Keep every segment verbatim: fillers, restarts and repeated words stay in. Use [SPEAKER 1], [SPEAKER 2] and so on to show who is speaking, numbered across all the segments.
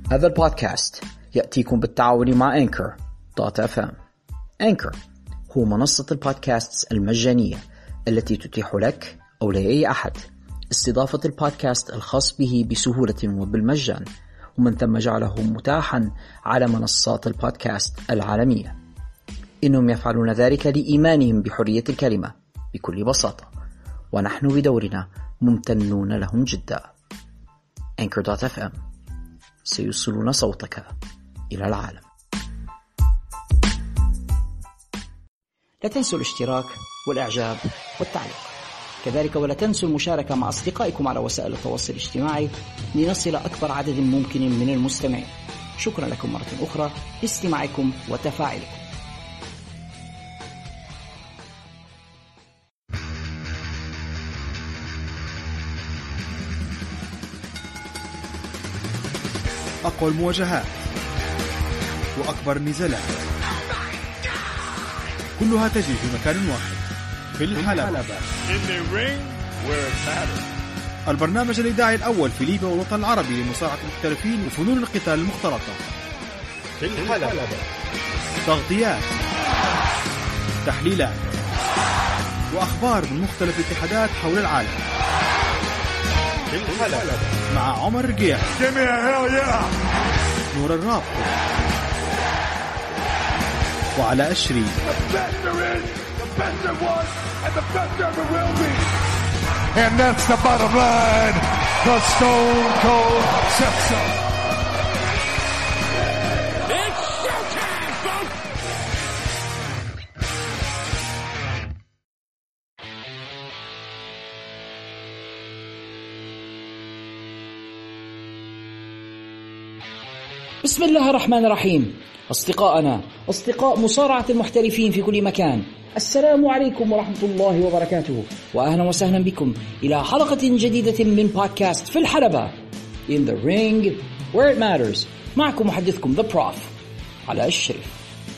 [SPEAKER 1] هذا البودكاست يأتيكم بالتعاون مع أنكر دوت اف ام. أنكر هو منصة البودكاست المجانية التي تتيح لك أو لأي أحد استضافة البودكاست الخاص به بسهولة وبالمجان، ومن ثم جعله متاحا على منصات البودكاست العالمية. إنهم يفعلون ذلك لإيمانهم بحرية الكلمة بكل بساطة، ونحن بدورنا ممتنون لهم جدا. أنكر دوت اف ام سيوصلون صوتك إلى العالم. لا تنسوا الاشتراك والإعجاب والتعليق، كذلك ولا تنسوا المشاركة مع أصدقائكم على وسائل التواصل الاجتماعي لنصل أكبر عدد ممكن من المستمعين. شكرا لكم مرة أخرى لاستماعكم وتفاعلكم.
[SPEAKER 2] أقوى المواجهات وأكبر النزالات كلها تجري في مكان واحد، في الحلبة. البرنامج الإذاعي الأول في ليبيا والوطن العربي لمصارعة المحترفين وفنون القتال المختلطة. في الحلبة تغطيات، تحليلات، وأخبار من مختلف الاتحادات حول العالم. في الحلبة مع عمر رقيع، نور الراب، وعلى أشري.
[SPEAKER 3] And that's the bottom line. The Stone Cold said so. It's showtime, folks.
[SPEAKER 1] بسم الله الرحمن الرحيم. أصدقائنا، أصدقاء مصارعة المحترفين في كل مكان، السلام عليكم ورحمة الله وبركاته، وأهلا وسهلا بكم إلى حلقة جديدة من بودكاست في الحلبة In the ring where it matters. معكم محدثكم The Prof على الشريف.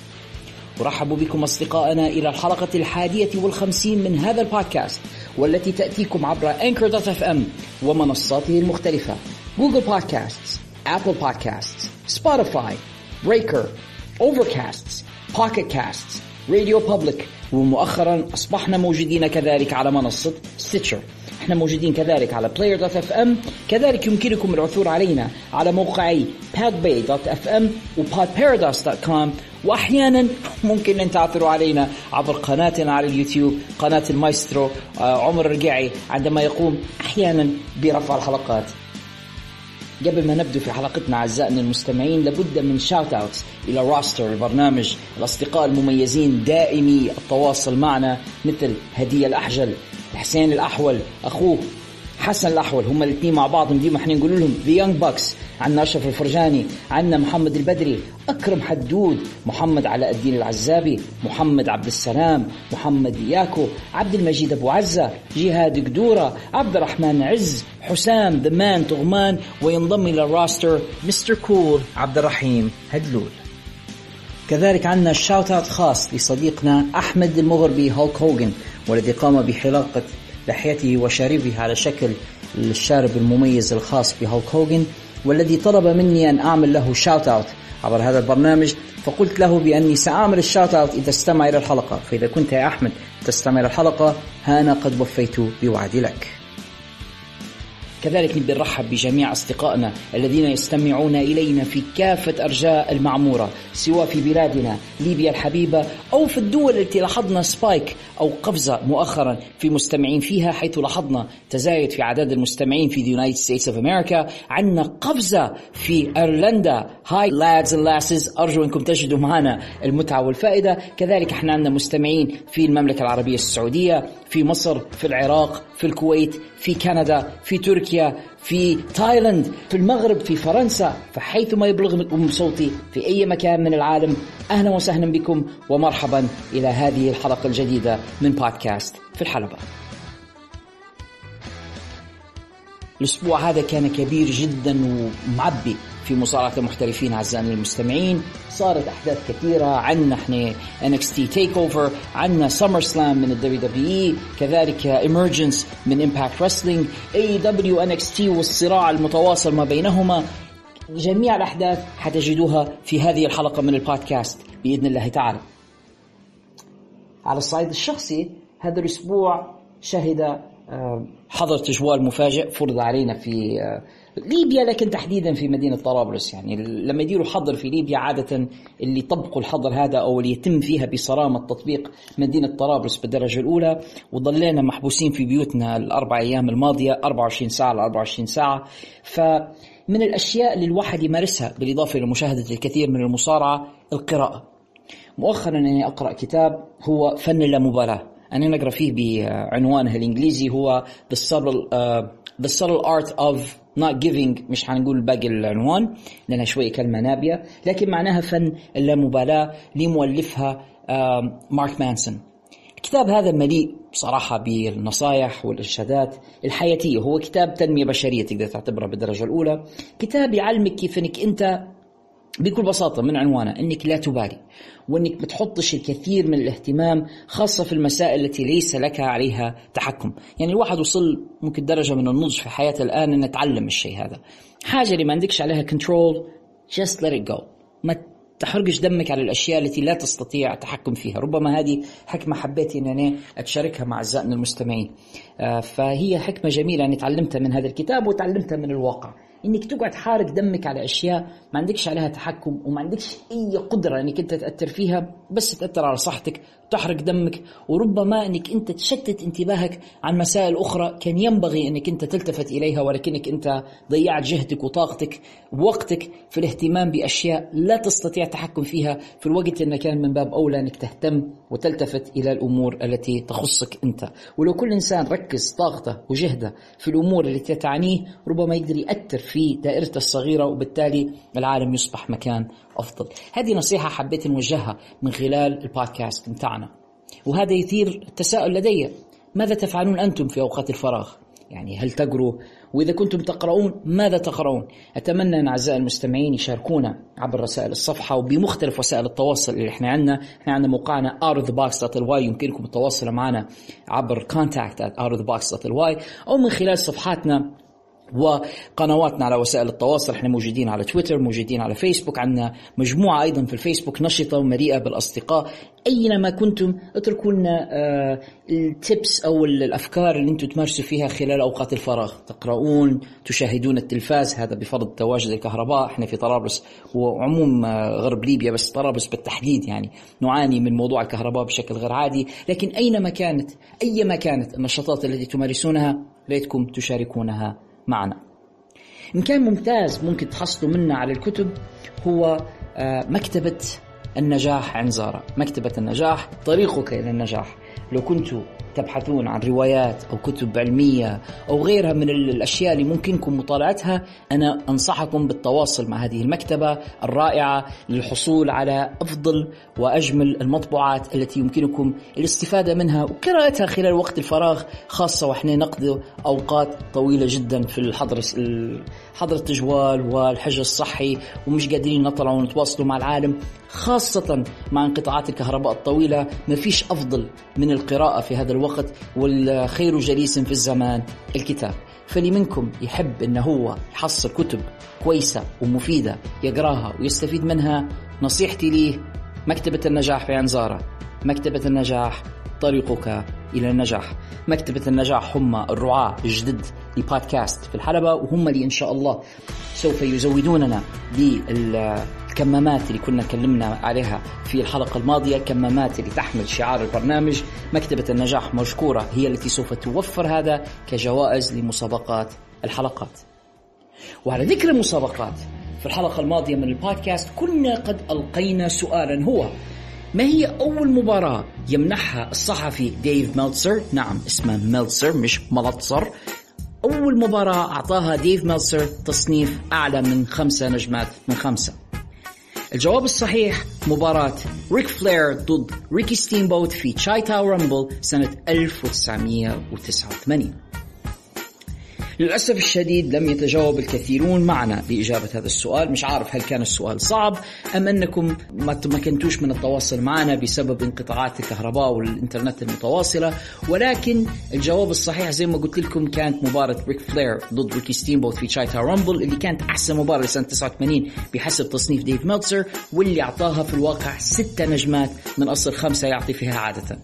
[SPEAKER 1] أرحب بكم أصدقائنا إلى الحلقة الحادية والخمسين من هذا البودكاست، والتي تأتيكم عبر أنكر دوت اف ام ومنصاته المختلفة: جوجل بودكاستس، أبل بودكاستس، سبوتيفاي، بريكر، أوفركاستس، بوكيت كاستس، راديو بابليك، ومؤخرا أصبحنا موجودين كذلك على منصة ستيتشر. احنا موجودين كذلك على بلاير دوت اف ام. كذلك يمكنكم العثور علينا على موقعي بادباي دوت اف ام وبودبارادايس دوت كوم، واحيانا ممكن ان تعثروا علينا عبر قناتنا على اليوتيوب، قناة المايسترو عمر الرقيعي، عندما يقوم احيانا برفع الحلقات. قبل ما نبدأ في حلقتنا أعزائنا المستمعين، لابد من شاوت اوتس إلى راستر البرنامج، الأصدقاء المميزين دائمي التواصل معنا، مثل هدية الأحجل، حسين الأحول، أخوه حسن الأحول، هم الاثنين مع بعضهم ديما احنا نقول لهم The Young Bucks. عنا أشرف الفرجاني، عنا محمد البدري، أكرم حدود، محمد علاء الدين العزابي، محمد عبد السلام، محمد ياكو، عبد المجيد أبو عزة، جهاد قدورة، عبد الرحمن عز، حسام The Man طغمان، وينضم إلى الراستر مستر كول عبد الرحيم هدلول. كذلك عنا شاوت اوت خاص لصديقنا أحمد المغربي هولك هوغن، والذي قام بحلاقة لحيته وشاربه على شكل الشارب المميز الخاص بهولك هوغن، والذي طلب مني أن أعمل له شاوت اوت عبر هذا البرنامج. فقلت له بأني سأعمل الشاوت اوت إذا استمع إلى الحلقة، فإذا كنت يا أحمد تستمع إلى الحلقة، ها أنا قد وفيت بوعدي لك. كذلك نبي نرحب بجميع أصدقائنا الذين يستمعون إلينا في كافة أرجاء المعمورة، سواء في بلادنا ليبيا الحبيبة أو في الدول التي لاحظنا سبايك أو قفزة مؤخرا في مستمعين فيها، حيث لاحظنا تزايد في عدد المستمعين في the United States of America. عنا قفزة في أيرلندا. هاي lads and lasses، أرجو أنكم تجدوا معنا المتعة والفائدة. كذلك احنا عندنا مستمعين في المملكة العربية السعودية، في مصر، في العراق، في الكويت، في كندا، في تركيا، في تايلاند، في المغرب، في فرنسا. فحيثما يبلغ صوتي في أي مكان من العالم، أهلا وسهلا بكم ومرحبا إلى هذه الحلقة الجديدة من بودكاست في الحلبة. الأسبوع هذا كان كبير جدا ومعبي في مصارعة المحترفين أعزائنا المستمعين. صارت أحداث كثيرة، عنا احنا إن إكس تي Takeover، عنا SummerSlam من ال دبليو دبليو إي، كذلك Emergence من Impact Wrestling، إيه إي دبليو، إن إكس تي والصراع المتواصل ما بينهما. جميع الأحداث حتجدوها في هذه الحلقة من البودكاست بإذن الله تعالى. على الصعيد الشخصي هذا الأسبوع شهد حظر تجوال مفاجئ فرض علينا في ليبيا، لكن تحديدا في مدينة طرابلس. يعني لما يديروا حظر في ليبيا عادة اللي يطبقوا الحظر هذا أو اللي يتم فيها بصرامة تطبيق مدينة طرابلس بالدرجة الأولى، وظلينا محبوسين في بيوتنا الأربع أيام الماضية أربعة وعشرين ساعة ل أربعة وعشرين ساعة. فمن الأشياء اللي الواحد يمارسها بالإضافة إلى مشاهدة الكثير من المصارعة القراءة. مؤخرا أني أقرأ كتاب هو فن اللامبالاة، أنا نقرأ فيه بعنوانه الإنجليزي هو The Subtle, uh, The Subtle Art of Not Giving. مش حنقول باقي العنوان لأنها شوية كلمة نابية، لكن معناها فن اللامبالاة لمؤلفها uh, مارك مانسون. الكتاب هذا مليء بصراحة بالنصايح والإرشادات الحياتية، هو كتاب تنمية بشرية تقدر تعتبره بالدرجة الأولى. كتاب يعلمك كيف أنك أنت بكل بساطة من عنوانه أنك لا تبالي، وأنك بتحطش الكثير من الاهتمام خاصة في المسائل التي ليس لك عليها تحكم. يعني الواحد وصل ممكن درجة من النضج في حياته الآن أن نتعلم الشيء هذا. حاجة اللي ما عندكش عليها control just let it go، ما تحرقش دمك على الأشياء التي لا تستطيع التحكم فيها. ربما هذه حكمة حبيت أن أنا أتشاركها مع أعزائنا المستمعين. فهي حكمة جميلة أني تعلمتها من هذا الكتاب وتعلمتها من الواقع، انك تقعد حارق دمك على اشياء ما عندكش عليها تحكم وما عندكش اي قدرة انك انت تأثر فيها، بس تأثر على صحتك تحرق دمك، وربما انك انت تشتت انتباهك عن مسائل اخرى كان ينبغي انك انت تلتفت اليها، ولكنك انت ضيعت جهدك وطاقتك ووقتك في الاهتمام باشياء لا تستطيع التحكم فيها، في الوقت انك كان من باب اولى انك تهتم وتلتفت الى الامور التي تخصك انت. ولو كل انسان ركز طاقته وجهده في الامور التي تعنيه ربما يقدر يأثر في دائرته الصغيرة، وبالتالي العالم يصبح مكان أفضل. هذه نصيحة حبيت نوجهها من خلال البودكاست متاعنا، وهذا يثير التساؤل لدي: ماذا تفعلون أنتم في أوقات الفراغ؟ يعني هل تقروا؟ وإذا كنتم تقرؤون ماذا تقرؤون؟ أتمنى أن أعزائي المستمعين يشاركونا عبر رسائل الصفحة وبمختلف وسائل التواصل اللي إحنا عندنا. إحنا عندنا موقعنا out of the box dot l y، يمكنكم التواصل معنا عبر contact at out of the box dot l y أو من خلال صفحاتنا وقنواتنا على وسائل التواصل. احنا موجودين على تويتر، موجودين على فيسبوك، عندنا مجموعة أيضا في الفيسبوك نشطة ومليئة بالأصدقاء. أينما كنتم اتركوا لنا آه التيبس أو الأفكار اللي انتم تمارسوا فيها خلال أوقات الفراغ. تقرؤون، تشاهدون التلفاز، هذا بفضل تواجد الكهرباء. احنا في طرابلس وعموم آه غرب ليبيا، بس طرابلس بالتحديد يعني نعاني من موضوع الكهرباء بشكل غير عادي. لكن أينما كانت أيما كانت النشاطات التي تمارسونها ريتكم تشاركونها معنا. إن كان ممتاز ممكن تحصلوا منا على الكتب هو مكتبة النجاح عند زارا. مكتبة النجاح طريقك إلى النجاح. لو كنتوا تبحثون عن روايات أو كتب علمية أو غيرها من الأشياء اللي ممكنكم مطالعتها، أنا أنصحكم بالتواصل مع هذه المكتبة الرائعة للحصول على أفضل وأجمل المطبوعات التي يمكنكم الاستفادة منها وقراءتها خلال وقت الفراغ، خاصة وإحنا نقضي أوقات طويلة جدا في الحظر حظر التجوال والحجر الصحي ومش قادرين نطلع ونتواصلوا مع العالم، خاصة مع انقطاعات الكهرباء الطويلة. ما فيش أفضل من القراءة في هذا الوقت، والخير جليس في الزمان الكتاب. فلي منكم يحب إنه هو يحصل كتب كويسة ومفيدة يقراها ويستفيد منها، نصيحتي ليه مكتبة النجاح في عنزارة. مكتبة النجاح طريقك إلى النجاح. مكتبة النجاح هم الرعاة الجدد لبودكاست في الحلبة، وهم اللي إن شاء الله سوف يزودوننا بالكمامات اللي كنا كلمنا عليها في الحلقة الماضية، كمامات اللي تحمل شعار البرنامج. مكتبة النجاح مشكورة هي التي سوف توفر هذا كجوائز لمسابقات الحلقات. وعلى ذكر المسابقات، في الحلقة الماضية من البودكاست كنا قد ألقينا سؤالا، هو: ما هي أول مباراة يمنحها الصحفي ديف ميلتسر؟ نعم، اسمه ميلتسر مش ملتسر. أول مباراة أعطاها ديف ميلتسر تصنيف أعلى من خمسة نجمات من خمسة. الجواب الصحيح مباراة ريك فلير ضد ريكي ستينبوت في تشاي تاو رامبل سنة ألف وتسعمائة وتسعة وثمانين. للأسف الشديد لم يتجاوب الكثيرون معنا لإجابة هذا السؤال. مش عارف هل كان السؤال صعب أم أنكم ما تمكنتوش من التواصل معنا بسبب انقطاعات الكهرباء والإنترنت المتواصلة، ولكن الجواب الصحيح زي ما قلت لكم كانت مباراة ريك فلير ضد ريكي ستيمبوت في تشايتا رامبل، اللي كانت أحسن مباراة لسنة تسعة وثمانين بحسب تصنيف ديف ميلتزر، واللي أعطاها في الواقع ستة نجمات من أصل خمسة يعطي فيها عادة.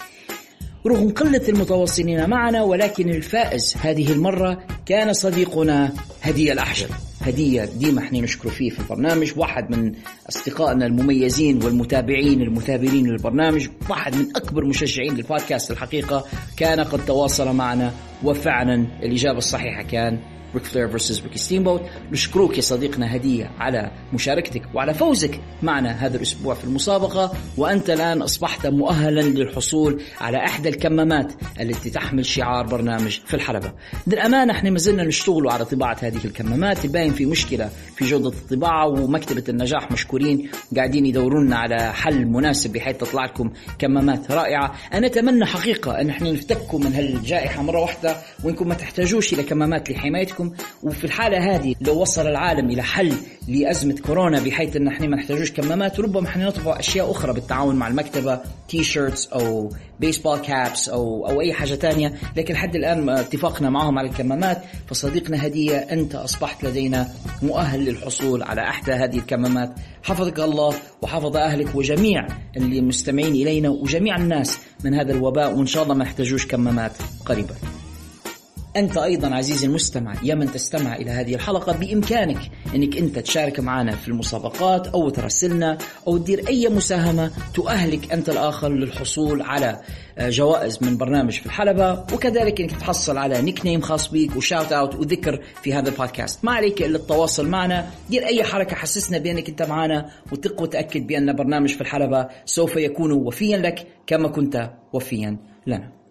[SPEAKER 1] رغم قلة المتواصلين معنا، ولكن الفائز هذه المرة كان صديقنا هدية الأحجل. هدية ديما احنا نشكر فيه في البرنامج، واحد من أصدقائنا المميزين والمتابعين المثابرين للبرنامج، واحد من أكبر مشجعين للبودكاست الحقيقة، كان قد تواصل معنا وفعلا الإجابة الصحيحة كان ريك فلير versus ريكي ستيمبوت. نشكرك يا صديقنا هدية على مشاركتك وعلى فوزك معنا هذا الأسبوع في المسابقة، وأنت الآن أصبحت مؤهلا للحصول على إحدى الكمامات التي تحمل شعار برنامج في الحلبة. للأمانة احنا ما زلنا نشتغل على طباعة هذه الكمامات، باين في مشكلة في جودة الطباعة، ومكتبة النجاح مشكورين قاعدين يدورون على حل مناسب بحيث تطلع لكم كمامات رائعة. أنا أتمنى حقيقة أن احنا نفتكوا من هالجائحة مرة واحدة، وإنكم ما تحتاجوش إلى كمامات لحمايتكم. وفي الحالة هذه لو وصل العالم إلى حل لأزمة كورونا بحيث أن احنا ما نحتاجوش كمامات، ربما احنا نطبع أشياء أخرى بالتعاون مع المكتبة، تي شيرتس أو بيسبول كابس أو أو أي حاجة تانية، لكن حد الآن اتفقنا معهم على الكمامات. فصديقنا هدية أنت أصبحت لدينا مؤهل للحصول على أحدى هذه الكمامات. حفظك الله وحفظ أهلك وجميع اللي مستمعين إلينا وجميع الناس من هذا الوباء، وإن شاء الله ما نحتاجوش كمامات قريبا. أنت أيضا عزيزي المستمع يا من تستمع إلى هذه الحلقة، بإمكانك أنك أنت تشارك معنا في المسابقات أو ترسلنا أو تدير أي مساهمة تؤهلك أنت الآخر للحصول على جوائز من برنامج في الحلبة، وكذلك أنك تحصل على نيك نيم خاص بيك وشاوت أوت وذكر في هذا البودكاست. ما عليك إلا التواصل معنا، دير أي حركة حسسنا بأنك أنت معنا، وثق وتأكد بأن برنامج في الحلبة سوف يكون وفيا لك كما كنت وفيا لنا.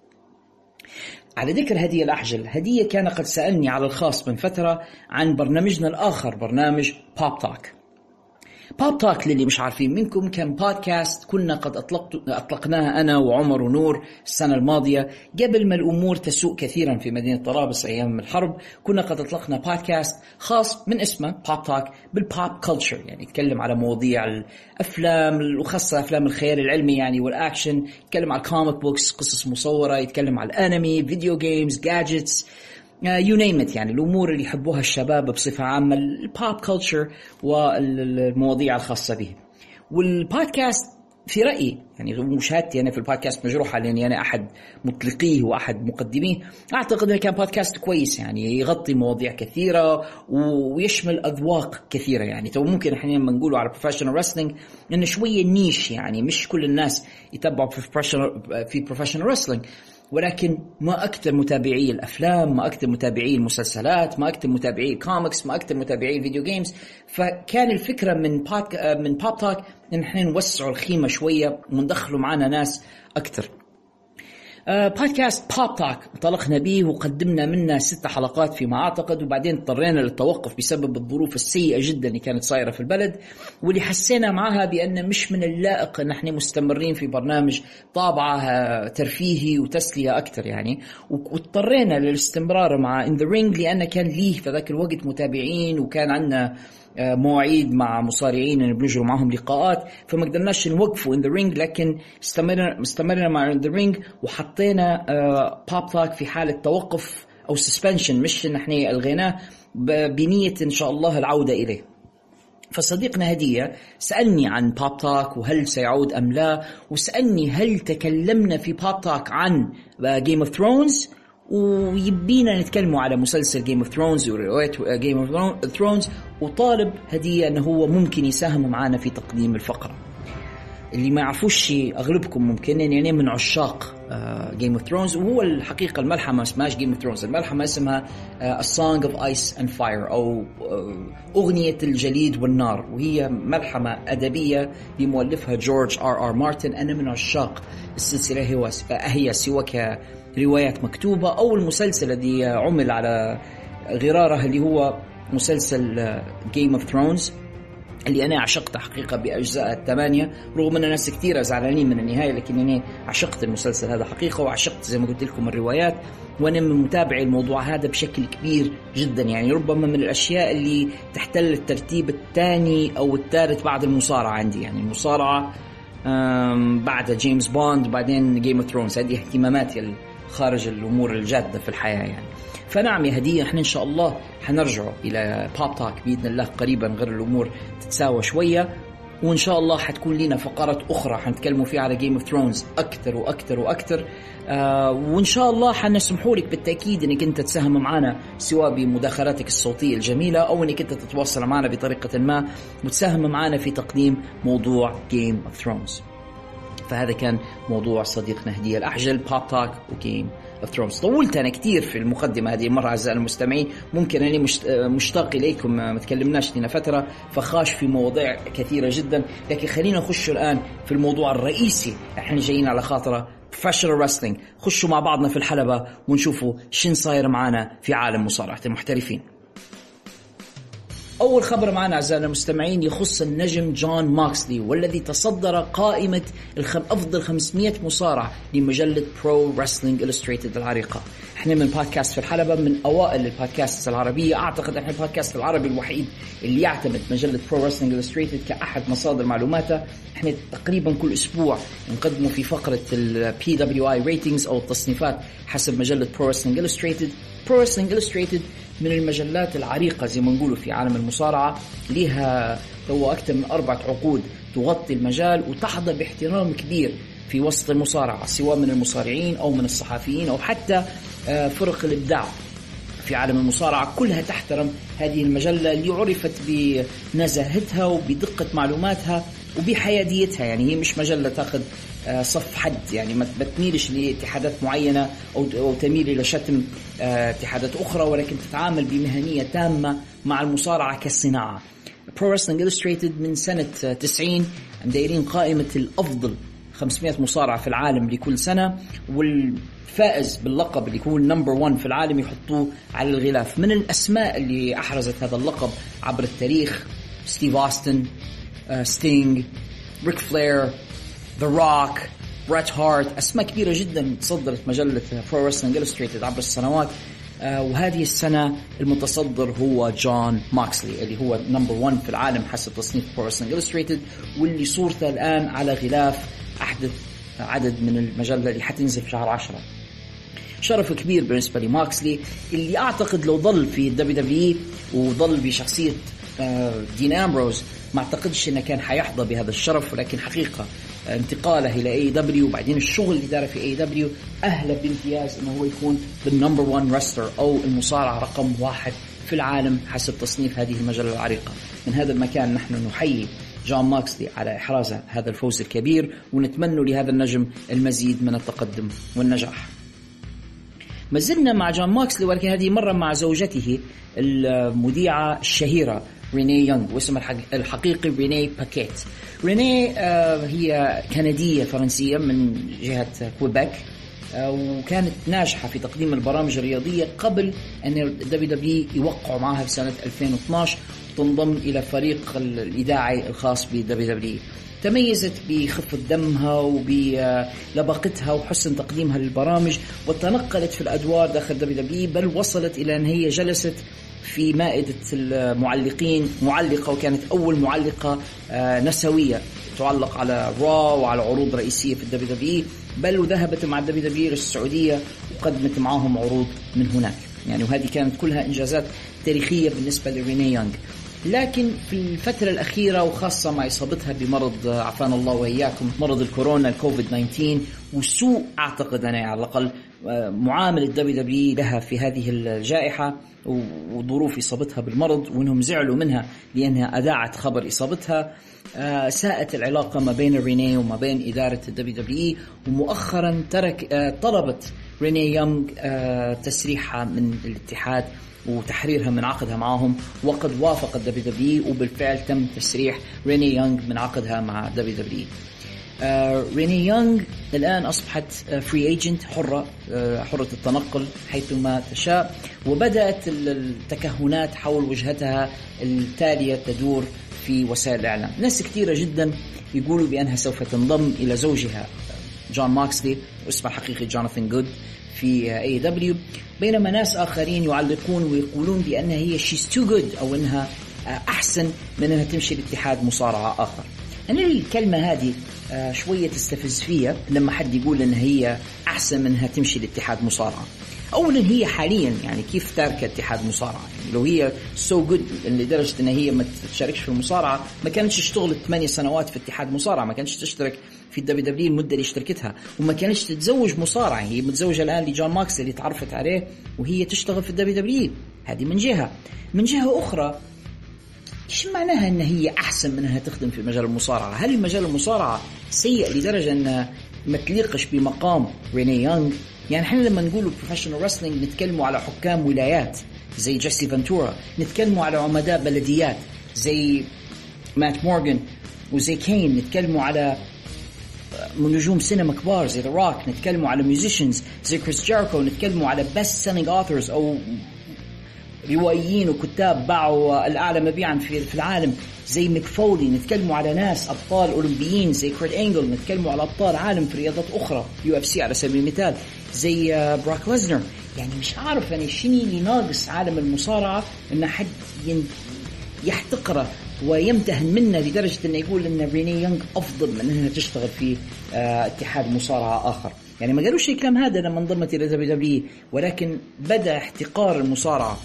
[SPEAKER 1] على ذكر هدية الأحجل، هدية كان قد سألني على الخاص من فترة عن برنامجنا الآخر، برنامج بوب توك. بوب توك للي مش عارفين منكم كان بودكاست كنا قد أطلقت أطلقناها أنا وعمر ونور السنة الماضية قبل ما الأمور تسوء كثيرا في مدينة طرابلس أيام الحرب. كنا قد أطلقنا بودكاست خاص من اسمه بوب توك بالبوب كلتشر، يعني يتكلم على مواضيع الأفلام وخاصة أفلام الخيال العلمي يعني والأكشن، يتكلم على الكوميك بوكس قصص مصورة، يتكلم على الأنمي، فيديو جيمز، جادجتس، يو نيم ات، يعني الأمور اللي يحبوها الشباب بصفة عامة، البوب كلتشر والمواضيع الخاصة به. والبودكاست في رأيي يعني مشاهدتي أنا في البودكاست مجروحة لأني أنا أحد مطلقيه وأحد مقدميه، أعتقد أنه كان بودكاست كويس، يعني يغطي مواضيع كثيرة ويشمل أذواق كثيرة. يعني تو ممكن إحنا لما نقوله على professional wrestling إنه شوية نيش، يعني مش كل الناس يتبعوا في professional في professional wrestling، ولكن ما أكثر متابعي الأفلام، ما أكثر متابعي المسلسلات، ما أكثر متابعي الكوميكس، ما أكثر متابعي الفيديو جيمز. فكان الفكرة من بوك من بوب توك إن إحنا نوسع الخيمة شوية وندخلوا معنا ناس أكثر. بودكاست بوب توك انطلقنا به وقدمنا منه ست حلقات فيما أعتقد، وبعدين اضطرينا للتوقف بسبب الظروف السيئة جدا اللي كانت صايرة في البلد، واللي حسينا معها بأن مش من اللائق أن احنا مستمرين في برنامج طابعه ترفيهي وتسلية أكثر يعني، واضطرينا للاستمرار مع In The Ring لأن كان ليه في ذاك الوقت متابعين وكان عندنا مواعيد مع مصارعين اللي بنجروا معهم لقاءات، فما قدرناش نوقفوا In The Ring، لكن استمرنا استمرنا مع In The Ring وحطينا بوب توك في حالة توقف أو suspension، مش إن احنا ألغيناه، بنية إن شاء الله العودة إليه. فصديقنا هدية سألني عن بوب توك وهل سيعود أم لا، وسألني هل تكلمنا في بوب توك عن Game of Thrones، ويبينا نتكلموا على مسلسل Game of Thrones ورواية Game of Thrones، وطالب هدية أنه هو ممكن يساهم معنا في تقديم الفقرة. اللي ما يعرفوش شيء أغلبكم ممكن يعني من عشاق Game of Thrones، وهو الحقيقة الملحمة اسمهاش Game of Thrones، الملحمة اسمها A Song of Ice and Fire أو أغنية الجليد والنار، وهي ملحمة أدبية لمؤلفها جورج آر آر مارتن. أنا من عشاق السلسلة، هو هي سواء كروايات مكتوبة أو المسلسل الذي عمل على غراره اللي هو مسلسل Game of Thrones اللي أنا عشقت حقيقة بأجزاء الثمانية، رغم أن ناس كثيرة زعلانين من النهاية، لكن أنا عشقت المسلسل هذا حقيقة، وعشقت زي ما قلت لكم الروايات، وأنا من متابعي الموضوع هذا بشكل كبير جدا. يعني ربما من الأشياء اللي تحتل الترتيب الثاني أو الثالث بعد المصارعة عندي. يعني المصارعة بعد جيمس بوند، بعدين جيم اوف ثرونز، هذه اهتماماتي خارج الأمور الجادة في الحياة يعني. فنعم يا هدية، احنا ان شاء الله حنرجع الى بوب توك باذن الله قريبا، غير الامور تتساوى شويه، وان شاء الله حتكون لنا فقرات اخرى حنتكلموا فيها على جيم اوف ثرونز اكثر واكثر واكثر. آه وان شاء الله حنسمحوا لك بالتاكيد انك انت تساهم معنا، سواء بمداخلاتك الصوتيه الجميله او انك انت تتواصل معنا بطريقه ما وتساهم معنا في تقديم موضوع جيم اوف ثرونز. فهذا كان موضوع صديقنا هدية الأحجل، بوب توك وجيم اوف ثرونز. طولت أنا كتير في المقدمة هذه المرة أعزائي المستمعين، ممكن أني مشتاق إليكم، ما تكلمناش لنا فترة فخاش في مواضيع كثيرة جدا، لكن خلينا نخش الآن في الموضوع الرئيسي احنا جايين على خاطره، professional wrestling. خشوا مع بعضنا في الحلبة ونشوفوا شين صاير معنا في عالم مصارعة المحترفين. أول خبر معنا أعزائنا المستمعين يخص النجم جون ماكسلي، والذي تصدر قائمة الخم... أفضل خمسمائة مصارع لمجلة برو رسلينج إلستريتد العريقة. احنا من بودكاست في الحلبة من أوائل البودكاست العربية، أعتقد احنا البودكاست العربي الوحيد اللي يعتمد مجلة برو رسلينج إلستريتد كأحد مصادر معلوماتها. احنا تقريبا كل أسبوع نقدمه في فقرة ال بي دبليو آي ratings أو التصنيفات حسب مجلة برو رسلينج إلستريتد. برو رسلينج إلستريتد من المجلات العريقة زي ما نقولوا في عالم المصارعة، لها تو أكثر من أربعة عقود تغطي المجال وتحظى باحترام كبير في وسط المصارعة، سواء من المصارعين أو من الصحفيين أو حتى فرق الإبداع في عالم المصارعة، كلها تحترم هذه المجلة اللي عرفت بنزاهتها وبدقة معلوماتها وبحياديتها. يعني هي مش مجلة تأخذ صف حد، يعني ما تميلش لاتحادات معينة أو تميل إلى شتم اتحادات أخرى، ولكن تتعامل بمهنية تامة مع المصارعة كصناعة. Pro Wrestling Illustrated من سنة تسعين دايرين قائمة الأفضل خمسمائة مصارعة في العالم لكل سنة، والفائز باللقب اللي يكون نمبر وان في العالم يحطوه على الغلاف. من الأسماء اللي أحرزت هذا اللقب عبر التاريخ ستيف أوستن، ستينج، ريك فلير، The Rock، بريت هارت، أسماء كبيرة جدا تصدرت مجلة Pro Wrestling Illustrated عبر السنوات. آه وهذه السنة المتصدر هو جون ماكسلي اللي هو نمبر وان في العالم حسب تصنيف Pro Wrestling Illustrated، واللي صورته الآن على غلاف أحدث عدد من المجلة اللي حتنزل في شهر عشرة. شرف كبير بالنسبة لماكسلي اللي أعتقد لو ظل في دبليو دبليو وظل بشخصية آه دين أمبروز ما أعتقدش إنه كان حيحظى بهذا الشرف، ولكن حقيقة انتقاله إلى إيه دبليو وبعدين الشغل اللي داره في إيه دبليو أهله بامتياز إنه هو يكون بالنمبر وان رستر أو المصارع رقم واحد في العالم حسب تصنيف هذه المجلة العريقة. من هذا المكان نحن نحيي جون ماكسلي على إحراز هذا الفوز الكبير، ونتمنى لهذا النجم المزيد من التقدم والنجاح. ما زلنا مع جون ماكسلي، ولكن هذه مرة مع زوجته المذيعة الشهيرة ريني يونغ، واسمها الحقيقي ريني باكيت. ريني آه هي كندية فرنسية من جهة كويبك، آه وكانت ناجحة في تقديم البرامج الرياضية قبل أن دبليو دبليو يوقعوا معها في سنة ألفين واثناشر تنضم إلى فريق الإذاعي الخاص بدبليو دبليو. تميزت بخفة دمها وبلباقتها وحسن تقديمها للبرامج، وتنقلت في الأدوار داخل دبليو دبليو، بل وصلت إلى أن هي جلست في مائدة المعلقين معلقة، وكانت أول معلقة نسوية تعلق على را وعلى عروض رئيسية في الدبليو دبليو، بل وذهبت مع الدبليو دبليو للسعودية وقدمت معهم عروض من هناك يعني، وهذه كانت كلها إنجازات تاريخية بالنسبة لريني يونغ. لكن في الفترة الأخيرة وخاصة مع إصابتها بمرض عافانا الله وإياكم مرض الكورونا الكوفيد تسعة عشر، وسوء أعتقد أنا على الأقل معاملة دبليو دبليو لها في هذه الجائحة وظروف إصابتها بالمرض، وأنهم زعلوا منها لأنها أذاعت خبر إصابتها، ساءت العلاقة ما بين ريني وما بين إدارة الدبليو دبليو، ومؤخرا ترك طلبت ريني يونغ تسريحها من الاتحاد وتحريرها من عقدها معهم، وقد وافق الدبليو دبليو وبالفعل تم تسريح ريني يونغ من عقدها مع دبليو دبليو. آه ريني يونغ الآن أصبحت فري ايجنت حرة، آه حرة التنقل حيثما تشاء، وبدأت التكهنات حول وجهتها التالية تدور في وسائل الإعلام. ناس كثيرة جدا يقولوا بأنها سوف تنضم إلى زوجها جون ماكسلي واسمه الحقيقي جوناثان جود في إيه دبليو، بينما ناس آخرين يعلقون ويقولون بأنها هي she's too good أو أنها أحسن من أنها تمشي لاتحاد مصارعة آخر. أنا الكلمة هذه شوية تستفز فيها لما حد يقول أنها هي أحسن من أنها تمشي لاتحاد مصارعة. أولا هي حاليا يعني كيف تاركة اتحاد مصارعة؟ يعني لو هي so good لدرجة أنها هي ما تشاركش في المصارعة ما كانتش تشتغل ثمانية سنوات في اتحاد مصارعة، ما كانتش تشترك في الدبليو دبليو المدة اللي اشتركتها، وما كانتش تتزوج مصارعة. هي متزوجة الآن لجون ماكس اللي تعرفت عليه وهي تشتغل في الدبليو دبليو. هذه من جهة. من جهة أخرى إيش معناها أن هي أحسن من أنها تخدم في مجال المصارعة؟ هل المجال المصارعة سيء لدرجة أنها ما تليقش بمقام ريني يونغ؟ يعني احنا لما نقولوا بروفيشنال رسلينج نتكلموا على حكام ولايات زي جيسي فانتورا، نتكلموا على عمداء بلديات زي مات مورغان وزي كين، نتكلموا على نجوم سينما كبار زي ذا روك، نتكلموا على ميوزيشنز زي كريس جيريكو، نتكلموا على بيست سيلينج اوثرز او روائيين وكتاب باعوا الأعلى مبيعا في العالم زي ميك فولي، نتكلموا على ناس أبطال أولمبيين زي كريت أنجل، نتكلموا على أبطال عالم في رياضات أخرى يو اف سي على سبيل المثال زي براك ليزنر. يعني مش عارف يعني شني اللي ناقص عالم المصارعة إن حد يحتقره ويمتهن منه لدرجة إنه يقول إن ريني يونغ أفضل من إنها تشتغل في اتحاد مصارعة آخر. يعني ما قالوش الكلام هذا لما انضمت إلى دبليو دبليو، ولكن بدأ احتقار المصارعة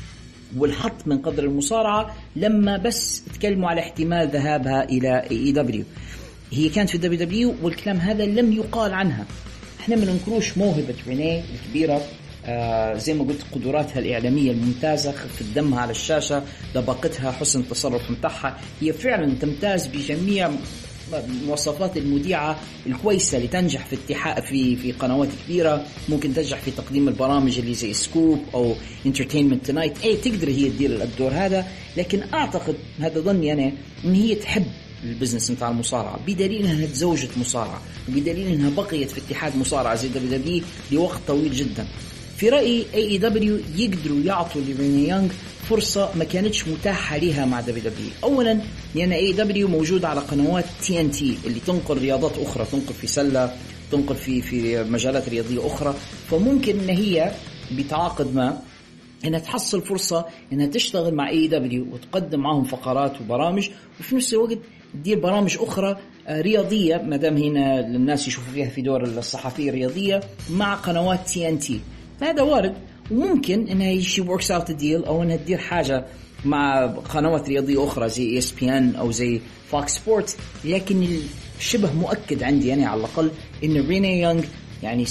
[SPEAKER 1] والحط من قدر المصارعة لما بس تكلموا على احتمال ذهابها إلى إي دبليو. هي كانت في الدبليو دبليو والكلام هذا لم يقال عنها. احنا ما ننكروش موهبة ريني الكبيرة، آه زي ما قلت قدراتها الإعلامية الممتازة، خفة دمها على الشاشة، لباقتها، حسن التصرف متاعها، هي فعلا تمتاز بجميع مواصفات المذيعة الكويسة لتنجح في اتحاد في في قنوات كبيرة، ممكن تنجح في تقديم البرامج اللي زي سكوب أو انترتينمنت تونايت، أي تقدر هي تدير الدور هذا. لكن أعتقد هذا ظني أنا إن هي تحب البزنس متاع المصارعة، بدليل أنها تزوجت مصارعة، وبدليل أنها بقيت في اتحاد مصارعة زي دبليو دبليو لوقت طويل جدا. في رأيي إيه دبليو يقدروا يعطوا لريني يونغ فرصة ما كانتش متاحة لها مع دبليو دبليو. أولا لأن إيه دبليو موجود على قنوات تي إن تي اللي تنقل رياضات أخرى، تنقل في سلة، تنقل في في مجالات رياضية أخرى، فممكن إن هي بتعاقد ما إنها تحصل فرصة إنها تشتغل مع إيه دبليو وتقدم معهم فقرات وبرامج، وفي نفس الوقت تدير برامج أخرى رياضية ما دام هنا الناس يشوفوا فيها في دور الصحفية الرياضية مع قنوات تي إن تي. هذا وارد، وممكن إنها she works out the deal أو إنها تدير حاجة مع قنوات رياضية أخرى زي إي إس بي إن أو زي فوكس سبورت. لكن الشبه مؤكد عندي يعني على الأقل إن ريني يونغ يعني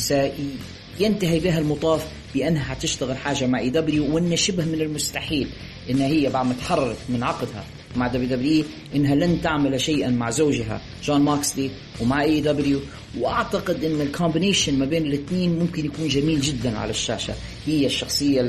[SPEAKER 1] سينتهي بها المطاف بأنها تشتغل حاجة مع إي دبليو، وإن شبه من المستحيل إن هي بعد ما تحررت من عقدها مع دبليو دبليو إنها لن تعمل شيئا مع زوجها جون ماكسلي ومع إي دبليو. وأعتقد إن الكومبينيشن ما بين الاثنين ممكن يكون جميل جدا على الشاشة. هي الشخصية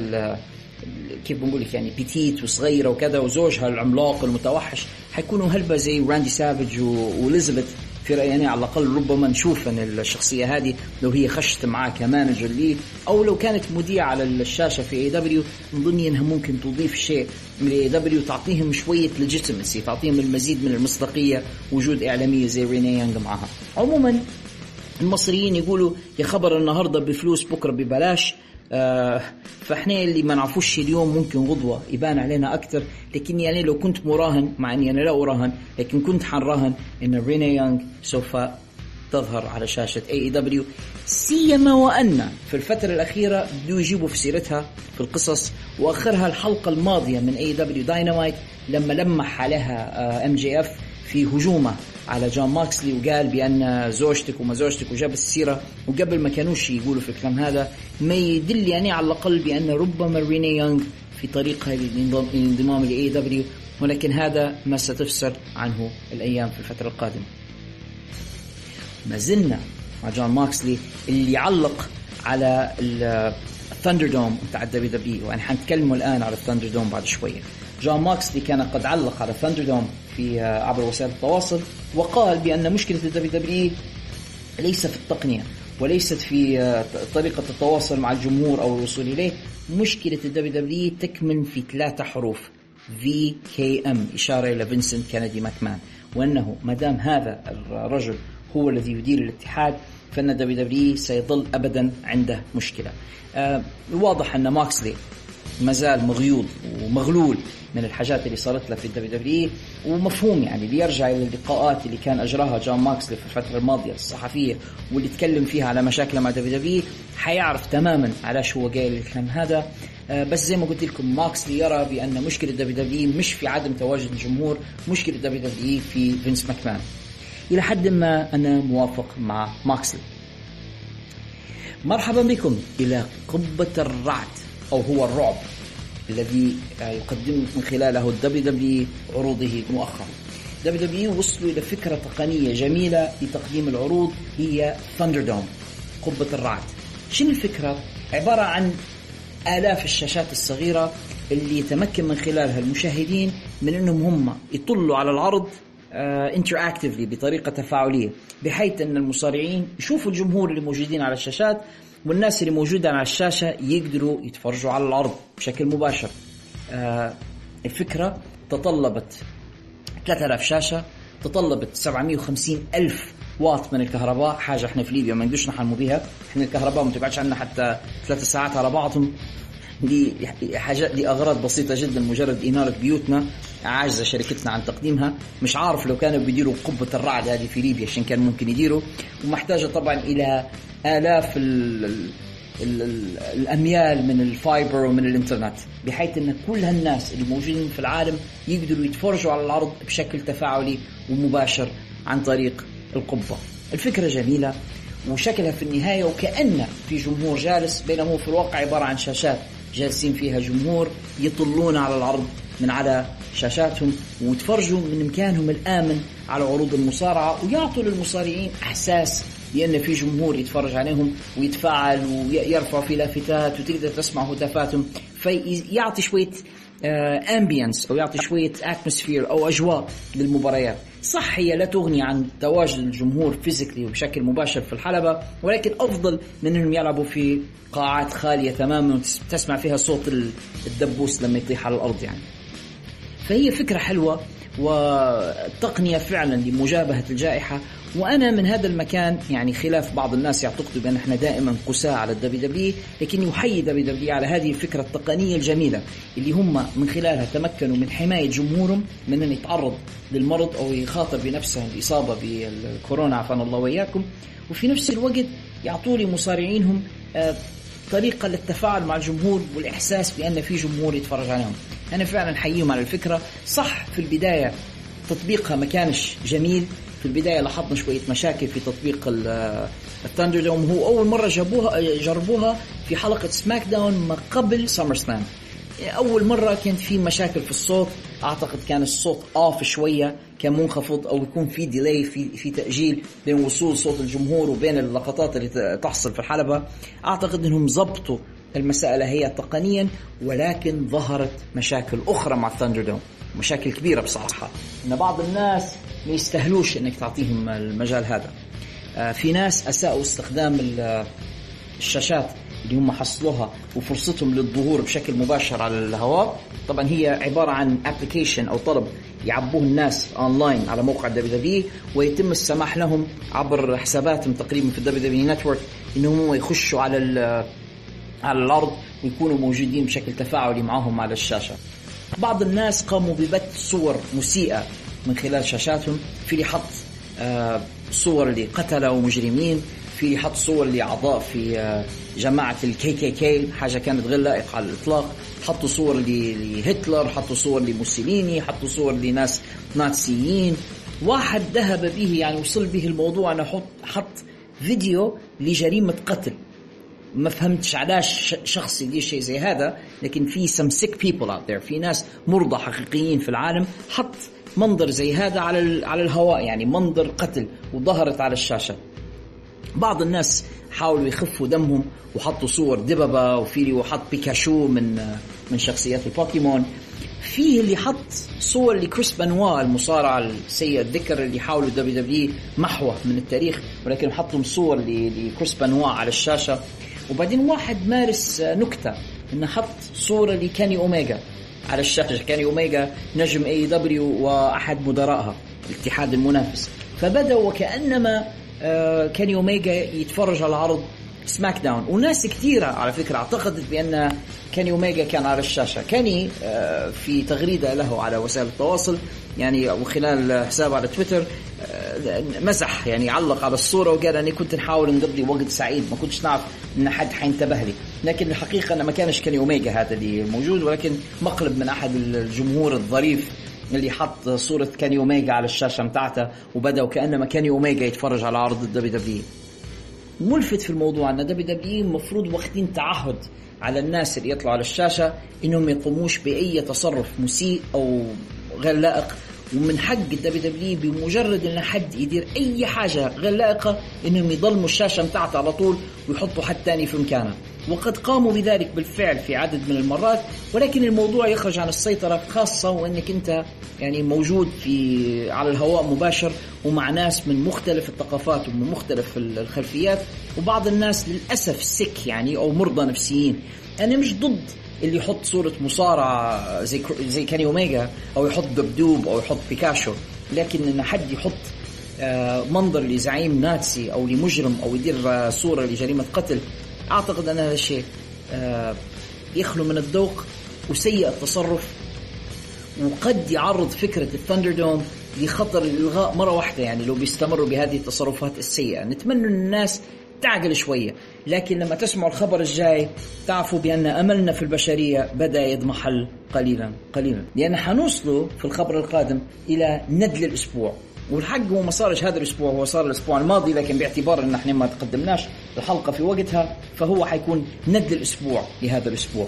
[SPEAKER 1] كيف بنقول لك يعني بيتيت وصغيرة وكذا، وزوجها العملاق المتوحش حيكونوا هلبة زي راندي سافيج وإليزابيث في رأيي على الأقل. ربما نشوف أن الشخصية هذه لو هي خشت معاه كمانجر ليه أو لو كانت مذيعة على الشاشة في إيه دبليو، نظني أنها ممكن تضيف شيء من إيه دبليو، تعطيهم شوية legitimacy، تعطيهم المزيد من المصداقية، وجود إعلامية زي ريني يونغ معها. عموما المصريين يقولوا يا خبر النهاردة بفلوس بكرة ببلاش، آه فاحنا اللي ما نعرفوش اليوم ممكن غضوة يبان علينا أكتر. لكن يعني لو كنت مراهن، مع أني أنا لا أراهن، لكن كنت حنراهن إن ريني يونغ سوف تظهر على شاشة إيه دبليو، سيما وأن في الفترة الأخيرة بدو يجيبوا في سيرتها في القصص. وآخرها الحلقة الماضية من إيه دبليو داينامايت لما لمح عليها إم جي إف في هجومه على جون ماكسلي وقال بأن زوجتك وما زوجتك وجاب السيرة، وقبل ما كانوش يقولوا في الكلام هذا، ما يدل يعني على الأقل بأن ربما ريني يونغ في طريقها للانضمام ل إيه دبليو، ولكن هذا ما ستفسر عنه الأيام في الفترة القادمة. ما زلنا مع جون ماكسلي اللي يعلق على الثاندر دوم بتاع الدبليو دبليو، وأنا حنتكلموا الآن على الثاندر دوم بعد شوية. جون ماكسلي كان قد علق على الثاندر دوم في عبر وسائل التواصل، وقال بأن مشكلة الدبليو دبليو ليس في التقنية وليست في طريقة التواصل مع الجمهور أو الوصول إليه. مشكلة الدبليو دبليو تكمن في ثلاثة حروف: في كي إم، إشارة إلى فينسنت كينيدي ماكمان، وأنه مدام هذا الرجل هو الذي يدير الاتحاد فإن دبليو دبليو إي سيظل أبدا عنده مشكلة. آه واضح أن ماكسلي مازال مغيوض ومغلول من الحاجات اللي صارت له في الدبليو دبليو إي، ومفهوم يعني اللي يرجع إلى اللقاءات اللي كان أجراها جون ماكسلي في الفترة الماضية الصحفية واللي تكلم فيها على مشاكله مع دبليو دبليو إي حيعرف تماما علاش هو قايل الكلام هذا. آه بس زي ما قلت لكم ماكسلي يرى بأن مشكلة دبليو دبليو إي مش في عدم تواجد الجمهور، مشكلة دبليو دبليو إي في فينس ماكمان. إلى حد ما أنا موافق مع ماكسلي. مرحبا بكم إلى قبة الرعد، أو هو الرعب الذي يقدم من خلاله الدبليو دبليو إي عروضه مؤخرا. دبليو دبليو إي وصلوا إلى فكرة تقنية جميلة لتقديم العروض، هي ثاندر دوم، قبة الرعد. شنو الفكرة؟ عبارة عن آلاف الشاشات الصغيرة اللي يتمكن من خلالها المشاهدين من أنهم هم يطلوا على العرض انتراكتيفلي uh, بطريقة تفاعلية، بحيث أن المصارعين يشوفوا الجمهور اللي موجودين على الشاشات، والناس اللي موجودة على الشاشة يقدروا يتفرجوا على العرض بشكل مباشر. uh, الفكرة تطلبت ثلاثة آلاف شاشة، تطلبت سبعمائة وخمسين ألف واط من الكهرباء، حاجة احنا في ليبيا ما نقدرش نحلموا بها. احنا الكهرباء ما تبعدش عنا حتى ثلاثة ساعات على بعضهم، دي حاجات دي أغراض بسيطة جدا، مجرد إنارة بيوتنا عاجزة شركتنا عن تقديمها. مش عارف لو كانوا بيديروا قبة الرعد هذه في ليبيا عشان كان ممكن يديروا، ومحتاجة طبعا إلى آلاف ال ال ال الأميال من الفايبر ومن الإنترنت، بحيث أن كل هالناس اللي موجودين في العالم يقدروا يتفرجوا على العرض بشكل تفاعلي ومباشر عن طريق القبة. الفكرة جميلة وشكلها في النهاية وكأن في جمهور جالس، بينما هو في الواقع عبارة عن شاشات جالسين فيها جمهور يطلون على العرض من على شاشاتهم ويتفرجوا من مكانهم الآمن على عروض المصارعة، ويعطوا للمصارعين إحساس بأن في جمهور يتفرج عليهم ويتفاعل ويرفع في لافتات وتقدر تسمع هتافاتهم، فيعطي شوية امبيانس أو يعطي شوية اتموسفير أو أجواء للمباريات. صح هي لا تغني عن تواجد الجمهور فيزيكلي وبشكل مباشر في الحلبة، ولكن أفضل من أنهم يلعبوا في قاعات خالية تماما وتسمع فيها صوت الدبوس لما يطيح على الأرض يعني. فهي فكرة حلوة وتقنية فعلا لمجابهة الجائحة. وأنا من هذا المكان يعني خلاف بعض الناس يعتقدوا بأن احنا دائما قساء على الدبليو دبليو، لكن يحيي دبليو دبليو على هذه الفكرة التقنية الجميلة اللي هم من خلالها تمكنوا من حماية جمهورهم من أن يتعرض للمرض أو يخاطر بنفسه الإصابة بالكورونا عافانا الله وإياكم، وفي نفس الوقت يعطوا لي مصارعينهم طريقة للتفاعل مع الجمهور والإحساس بأن في جمهور يتفرج عليهم. أنا فعلا حييهم على الفكرة. صح في البداية تطبيقها ما كانش جميل، في البداية لاحظنا شوية مشاكل في تطبيق الثاندر دوم. هو أول مرة جابوها جربوها في حلقة سماك داون ما قبل سامر سلام. أول مرة كانت في مشاكل في الصوت، أعتقد كان الصوت آف شوية، كان منخفض أو يكون في ديلي في في تأجيل بين وصول صوت الجمهور وبين اللقطات اللي تحصل في الحلبة. أعتقد أنهم ضبطوا المسألة هي تقنيا، ولكن ظهرت مشاكل أخرى مع الثاندر دوم، مشاكل كبيرة بصراحة، إن بعض الناس ما يستهلوش إنك تعطيهم المجال هذا. في ناس أساءوا استخدام الشاشات اللي هم حصلوها وفرصتهم للظهور بشكل مباشر على الهواء. طبعا هي عبارة عن ابليكيشن أو طلب يعبوه الناس أونلاين على موقع دبليو دبليو، ويتم السماح لهم عبر حساباتهم تقريبا في الدبليو دبليو نتورك إنهم يخشوا على على الأرض ويكونوا موجودين بشكل تفاعلي معهم على الشاشة. بعض الناس قاموا ببث صور مسيئة من خلال شاشاتهم، في اللي حط صور لقتلة ومجرمين، في اللي حط صور لأعضاء في جماعة الكي كي كي، حاجة كانت غير لائقة على الإطلاق. حطوا صور لهتلر، حطوا صور لموسوليني، حطوا صور لناس نازيين. واحد ذهب به يعني وصل به الموضوع أنه حط حط فيديو لجريمة قتل. ما فهمتش علاش شخص يدير شيء زي هذا، لكن في some sick people out there، في ناس مرضى حقيقيين في العالم، حط منظر زي هذا على على الهواء، يعني منظر قتل، وظهرت على الشاشة. بعض الناس حاولوا يخفوا دمهم وحطوا صور دببة، وفي اللي وحط بيكاشو من من شخصيات البوكيمون. فيه اللي حط صور لكريس بنوا المصارع السيء الذكر اللي حاولوا دبليو دبليو محوه من التاريخ، ولكن حطوا صور لكريس بنوا على الشاشة. وبعدين واحد مارس نكتة إنه حط صورة لكاني أوميجا، على الشاشة. كاني أوميجا نجم اي دبليو وأحد مدراءها الاتحاد المنافس، فبدأ وكأنما كاني أوميجا يتفرج على عرض سماك داون. وناس كثيرة على فكرة اعتقدت بأن كاني أوميجا كان على الشاشة. كاني في تغريدة له على وسائل التواصل يعني وخلال حسابه على تويتر مزح يعني علق على الصورة وقال أني كنت نحاول نقضي وقت سعيد، ما كنتش نعرف أن حد حينتبه لي، لكن الحقيقة أنه ما كانش كاني أوميجا هذا اللي موجود، ولكن مقلب من أحد الجمهور الظريف اللي حط صورة كاني أوميجا على الشاشة متاعته وبدأ وكأنما كاني أوميجا يتفرج على عرض الدبليو دبليو. ملفت في الموضوع أن دبليو دبليو مفروض واخدين تعهد على الناس اللي يطلعوا على الشاشة إنهم ما يقوموش بأي تصرف مسيء أو غير لائق، ومن حق الدبليو دبليو بمجرد ان حد يدير اي حاجه غير لائقه انهم يضلموا الشاشه متاعته على طول ويحطوا حد تاني في مكانه، وقد قاموا بذلك بالفعل في عدد من المرات. ولكن الموضوع يخرج عن السيطره، خاصه وانك انت يعني موجود في على الهواء مباشر ومع ناس من مختلف الثقافات ومن مختلف الخلفيات، وبعض الناس للاسف سك يعني او مرضى نفسيين. انا مش ضد اللي يحط صورة مصارع زي زي كاني أوميجا أو يحط دبدوب أو يحط بيكاشو، لكن إن حد يحط منظر لزعيم ناتسي أو لمجرم أو يدير صورة لجريمة قتل، أعتقد أن هذا الشيء يخلو من الذوق وسيء التصرف، وقد يعرض فكرة الثاندر دوم لخطر الإلغاء مرة واحدة يعني لو بيستمروا بهذه التصرفات السيئة. نتمنى أن الناس تعقل شوية، لكن لما تسمعوا الخبر الجاي تعرفوا بأن أملنا في البشرية بدأ يضمحل قليلا قليلا، لأن حنوصلوا في الخبر القادم إلى ندل الأسبوع. والحق هو ما صارش هذا الأسبوع، هو صار الأسبوع الماضي، لكن باعتبار أن احنا ما تقدمناش الحلقة في وقتها فهو حيكون ندل الأسبوع لهذا الأسبوع.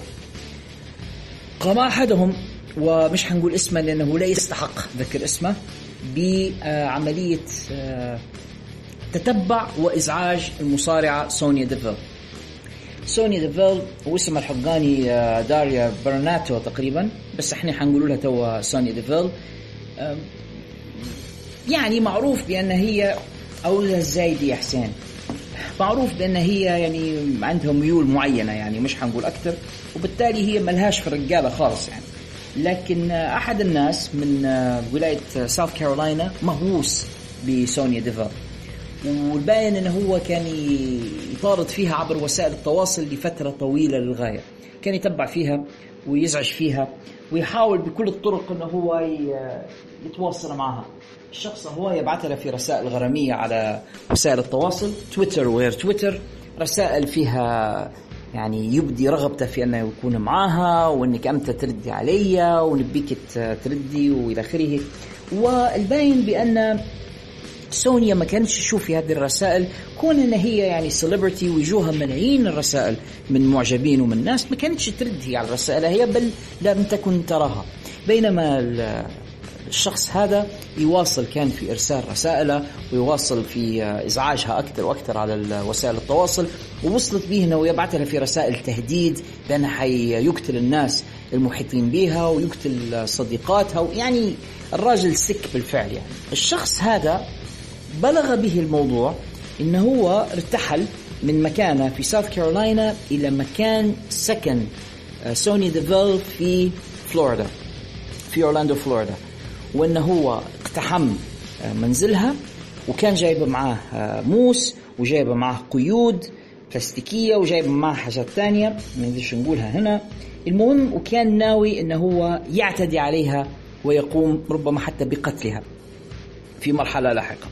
[SPEAKER 1] قام أحدهم ومش حنقول اسمه لأنه لا يستحق ذكر اسمه بعملية تتبع وإزعاج المصارعة سونيا ديفيل. سونيا ديفيل واسمها الحقاني داريا برناتو تقريبا، بس احنا حنقول لها توا سونيا ديفيل. يعني معروف بأن هي أولها الزايدي يا حسين، معروف بأن هي يعني عندها ميول معينة يعني مش حنقول أكتر، وبالتالي هي ملهاش في الرجالة خالص يعني. لكن أحد الناس من ولاية ساوث كارولاينا مهووس بسونيا ديفيل، والباين انه هو كان يطارد فيها عبر وسائل التواصل لفترة طويلة للغاية، كان يتبع فيها ويزعج فيها ويحاول بكل الطرق انه هو يتواصل معها. الشخص هو يبعث لها في رسائل غرامية على وسائل التواصل، تويتر وغير تويتر، رسائل فيها يعني يبدي رغبته في أنه يكون معها وأنك أمتى تردي عليا ونبيك تردي وإلى آخره. والباين بأن سونيا ما كانتش تشوف في هذه الرسائل، كون ان هي يعني سيلبرتي ويجوها ملايين الرسائل من معجبين ومن ناس، ما كانتش ترد هي على الرسائل هي، بل لم تكن تراها. بينما الشخص هذا يواصل كان في إرسال رسائله ويواصل في إزعاجها أكثر وأكثر على وسائل التواصل، ووصلت به أنه يبعثها في رسائل تهديد بأنه حيقتل الناس المحيطين بها ويقتل صديقاتها، يعني الراجل سك بالفعل. يعني الشخص هذا بلغ به الموضوع إنه هو ارتحل من مكانه في ساوث كارولاينا إلى مكان سكن سوني ديفيل في فلوريدا، في أورلاندو فلوريدا، وإنه هو اقتحم منزلها وكان جايب معاه موس وجايب معاه قيود بلاستيكية وجايب معاه حاجات تانية ما نقدرش نقولها هنا. المهم وكان ناوي إنه هو يعتدي عليها ويقوم ربما حتى بقتلها في مرحلة لاحقة.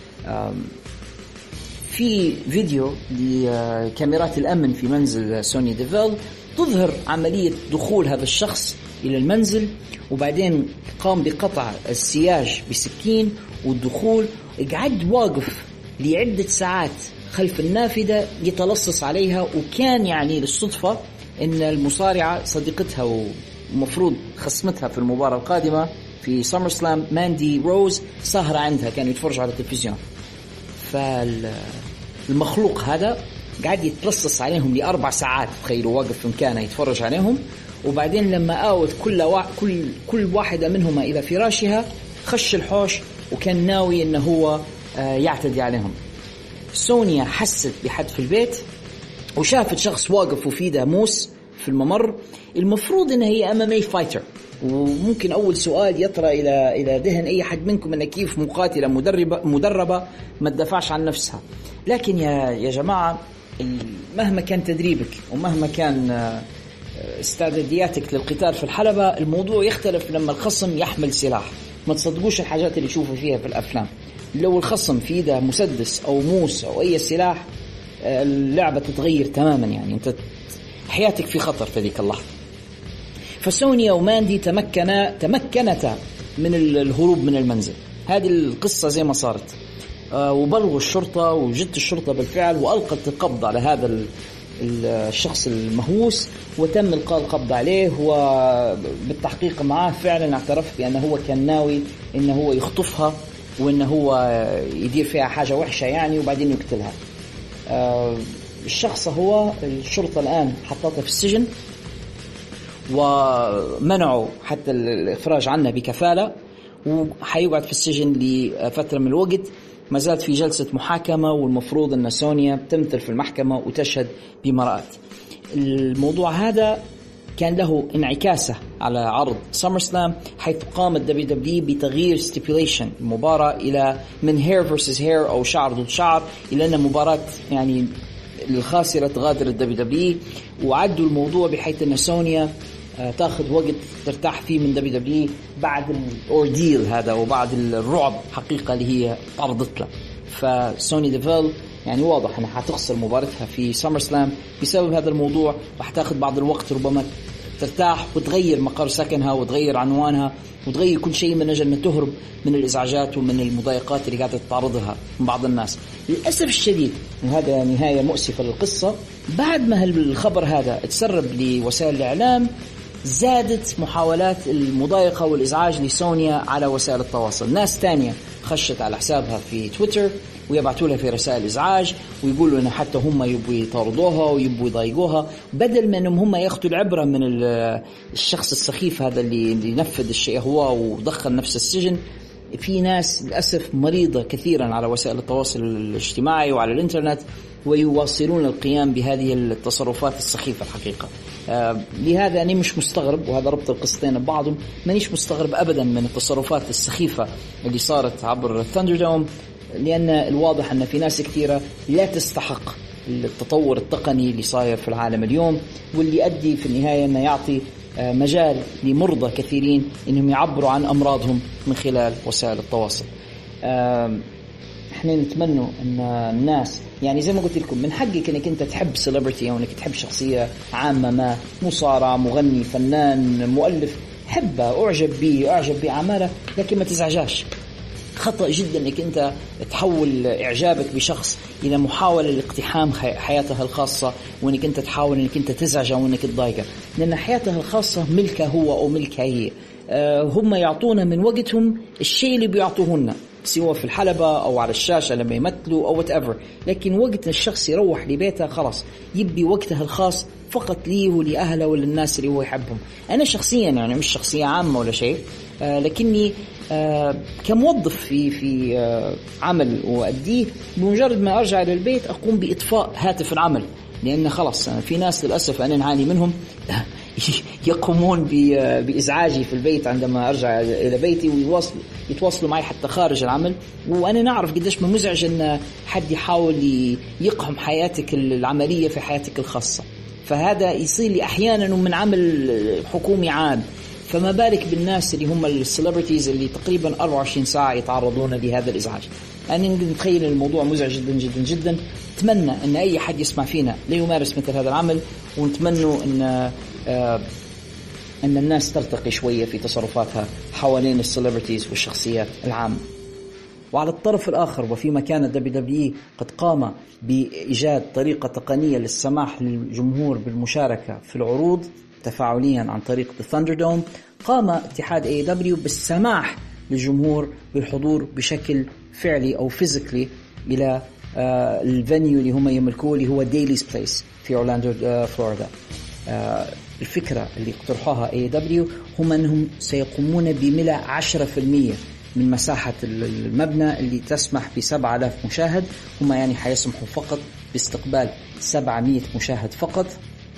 [SPEAKER 1] في فيديو لكاميرات الأمن في منزل سوني ديفيل تظهر عملية دخول هذا الشخص إلى المنزل، وبعدين قام بقطع السياج بسكين والدخول، قعد واقف لعدة ساعات خلف النافذة يتلصص عليها. وكان يعني للصدفة إن المصارعة صديقتها ومفروض خصمتها في المباراة القادمة في سامر سلام ماندي روز سهرة عندها، كانوا يتفرجوا على التلفزيون. فالمخلوق هذا قاعد يتلصص عليهم لأربع ساعات، تخيلوا واقف في مكانه يتفرج عليهم. وبعدين لما آوت كل وا... كل كل واحدة منهما إلى فراشها خش الحوش وكان ناوي إنه هو يعتدي عليهم. سونيا حست بحد في البيت وشافت شخص واقف وفي ده موس في الممر، المفروض إنها هي إم إم إيه فايتر. وممكن أول سؤال يطرأ إلى إلى ذهن أي حد منكم إن كيف مقاتلة مدربة مدربة ما تدافعش عن نفسها. لكن يا يا جماعة، مهما كان تدريبك ومهما كان استعدادياتك للقتال في الحلبة، الموضوع يختلف لما الخصم يحمل سلاح. ما تصدقوش الحاجات اللي تشوفوا فيها في الأفلام. لو الخصم في يده مسدس أو موس أو أي سلاح، اللعبة تتغير تماما. يعني أنت حياتك في خطر في ذيك اللحظة. فسونيا وماندي تمكنا تمكنتا من الهروب من المنزل. هذه القصة زي ما صارت. آه وبلغوا الشرطة، وجدت الشرطة بالفعل وألقت القبض على هذا الشخص المهووس، وتم إلقاء القبض عليه. وبالتحقيق معه فعلا اعترف بأنه هو كان ناوي إنه هو يخطفها وإنه هو يدير فيها حاجة وحشة يعني، وبعدين يقتلها. آه الشخص هو الشرطة الآن حطته في السجن، ومنعوا حتى الإخراج عنه بكفالة، وحيقعد في السجن لفترة من الوقت. ما زالت في جلسة محاكمة، والمفروض أن سونيا تمثل في المحكمة وتشهد بمرأة. الموضوع هذا كان له انعكاسه على عرض سمر سلام، حيث قامت دبليو دبليو بتغيير ستيبيوليشن المباراة إلى من هير فيرسز هير أو شعر ضد شعر، إلى أن مباراة يعني الخاسرة تغادر الدبليو دبليو، وعدوا الموضوع بحيث أن سونيا تاخذ وقت ترتاح فيه من دبليو دبليو بعد الأورديل هذا وبعد الرعب حقيقة اللي هي تعرضت له. فسوني ديفيل يعني واضح أنها حتخسر مباراتها في سمر سلام بسبب هذا الموضوع، وحتاخذ بعض الوقت ربما ترتاح وتغير مقر سكنها وتغير عنوانها وتغير كل شيء من أجل أن تهرب من الإزعاجات ومن المضايقات اللي قاعدة تتعرضها من بعض الناس. للأسف الشديد، وهذا نهاية مؤسفة للقصة، بعد ما الخبر هذا تسرب لوسائل الإعلام، زادت محاولات المضايقة والإزعاج لسونيا على وسائل التواصل. ناس تانية خشت على حسابها في تويتر ويبعثوا لها في رسائل إزعاج ويقولوا إن حتى هم يبوا يطاردوها ويبوا يضايقوها، بدل ما إنهم هم ياخذوا العبرة من الشخص السخيف هذا اللي اللي نفذ الشيء هو ودخل نفس السجن. في ناس للأسف مريضة كثيرا على وسائل التواصل الاجتماعي وعلى الإنترنت، ويواصلون القيام بهذه التصرفات السخيفة الحقيقة. آه لهذا أنا مش مستغرب، وهذا ربط القصتين ببعضهم، مانيش مستغرب أبدا من التصرفات السخيفة اللي صارت عبر الثاندر دوم، لأن الواضح أن في ناس كثيرة لا تستحق التطور التقني اللي صاير في العالم اليوم، واللي يؤدي في النهاية أنه يعطي آه مجال لمرضى كثيرين أنهم يعبروا عن أمراضهم من خلال وسائل التواصل. آه احنا نتمنى ان الناس يعني زي ما قلت لكم، من حقك انك انت تحب سيلبرتي او انك تحب شخصيه عامه، ما مصارع، مغني، فنان، مؤلف، حبه، اعجب به، اعجب باعماله، لكن ما تزعجاش. خطأ جدا انك انت تحول اعجابك بشخص الى محاوله لاقتحام حياته الخاصه، وانك انت تحاول انك انت تزعجه وانك تضايقه، لان حياته الخاصه ملكه هو او ملكها هي. أه هم يعطونا من وقتهم الشيء اللي بيعطوهن، سواء في الحلبة أو على الشاشة لما يمثلوا أو whatever، لكن وقت الشخص يروح لبيته خلاص يبي وقته الخاص فقط ليه ولأهله وللناس اللي هو يحبهم. أنا شخصيا يعني مش شخصية عامة ولا شيء، آه لكني آه كموظف في في آه عمل وأديه، بمجرد ما أرجع للبيت أقوم بإطفاء هاتف العمل، لأن خلاص في ناس للأسف أنا نعاني منهم يقومون بإزعاجي في البيت عندما أرجع إلى بيتي، ويواصلوا يتواصلوا معي حتى خارج العمل، وأنا نعرف قديش من مزعج أن حد يحاول يقحم حياتك العملية في حياتك الخاصة. فهذا يصير لي أحيانا من عمل حكومي عام، فما بالك بالناس اللي هم السيلبرتيز اللي تقريبا أربعة وعشرين ساعة يتعرضون لهذا الإزعاج. أنا نتخيل الموضوع مزعج جدا جدا جدا. أتمنى أن أي حد يسمع فينا لا يمارس مثل هذا العمل، ونتمنى أن آه أن الناس ترتقي شوية في تصرفاتها حوالين السيلبرتيز والشخصيات العامة. وعلى الطرف الآخر، وفيما كان دبليو دبليو قد قام بإيجاد طريقة تقنية للسماح للجمهور بالمشاركة في العروض تفاعليا عن طريق الثاندر دوم، قام اتحاد اي دبليو بالسماح للجمهور بالحضور بشكل فعلي أو فيزيكلي إلى آه الفنيو اللي هم يملكوه، اللي هو ديليز بليس في أورلاندو آه فلوريدا. آه الفكرة اللي اقترحوها اي دبليو هم أنهم سيقومون بملء عشرة بالمئة من مساحة المبنى اللي تسمح بسبعة آلاف مشاهد. هم يعني حيسمحوا فقط باستقبال سبعمائة مشاهد فقط،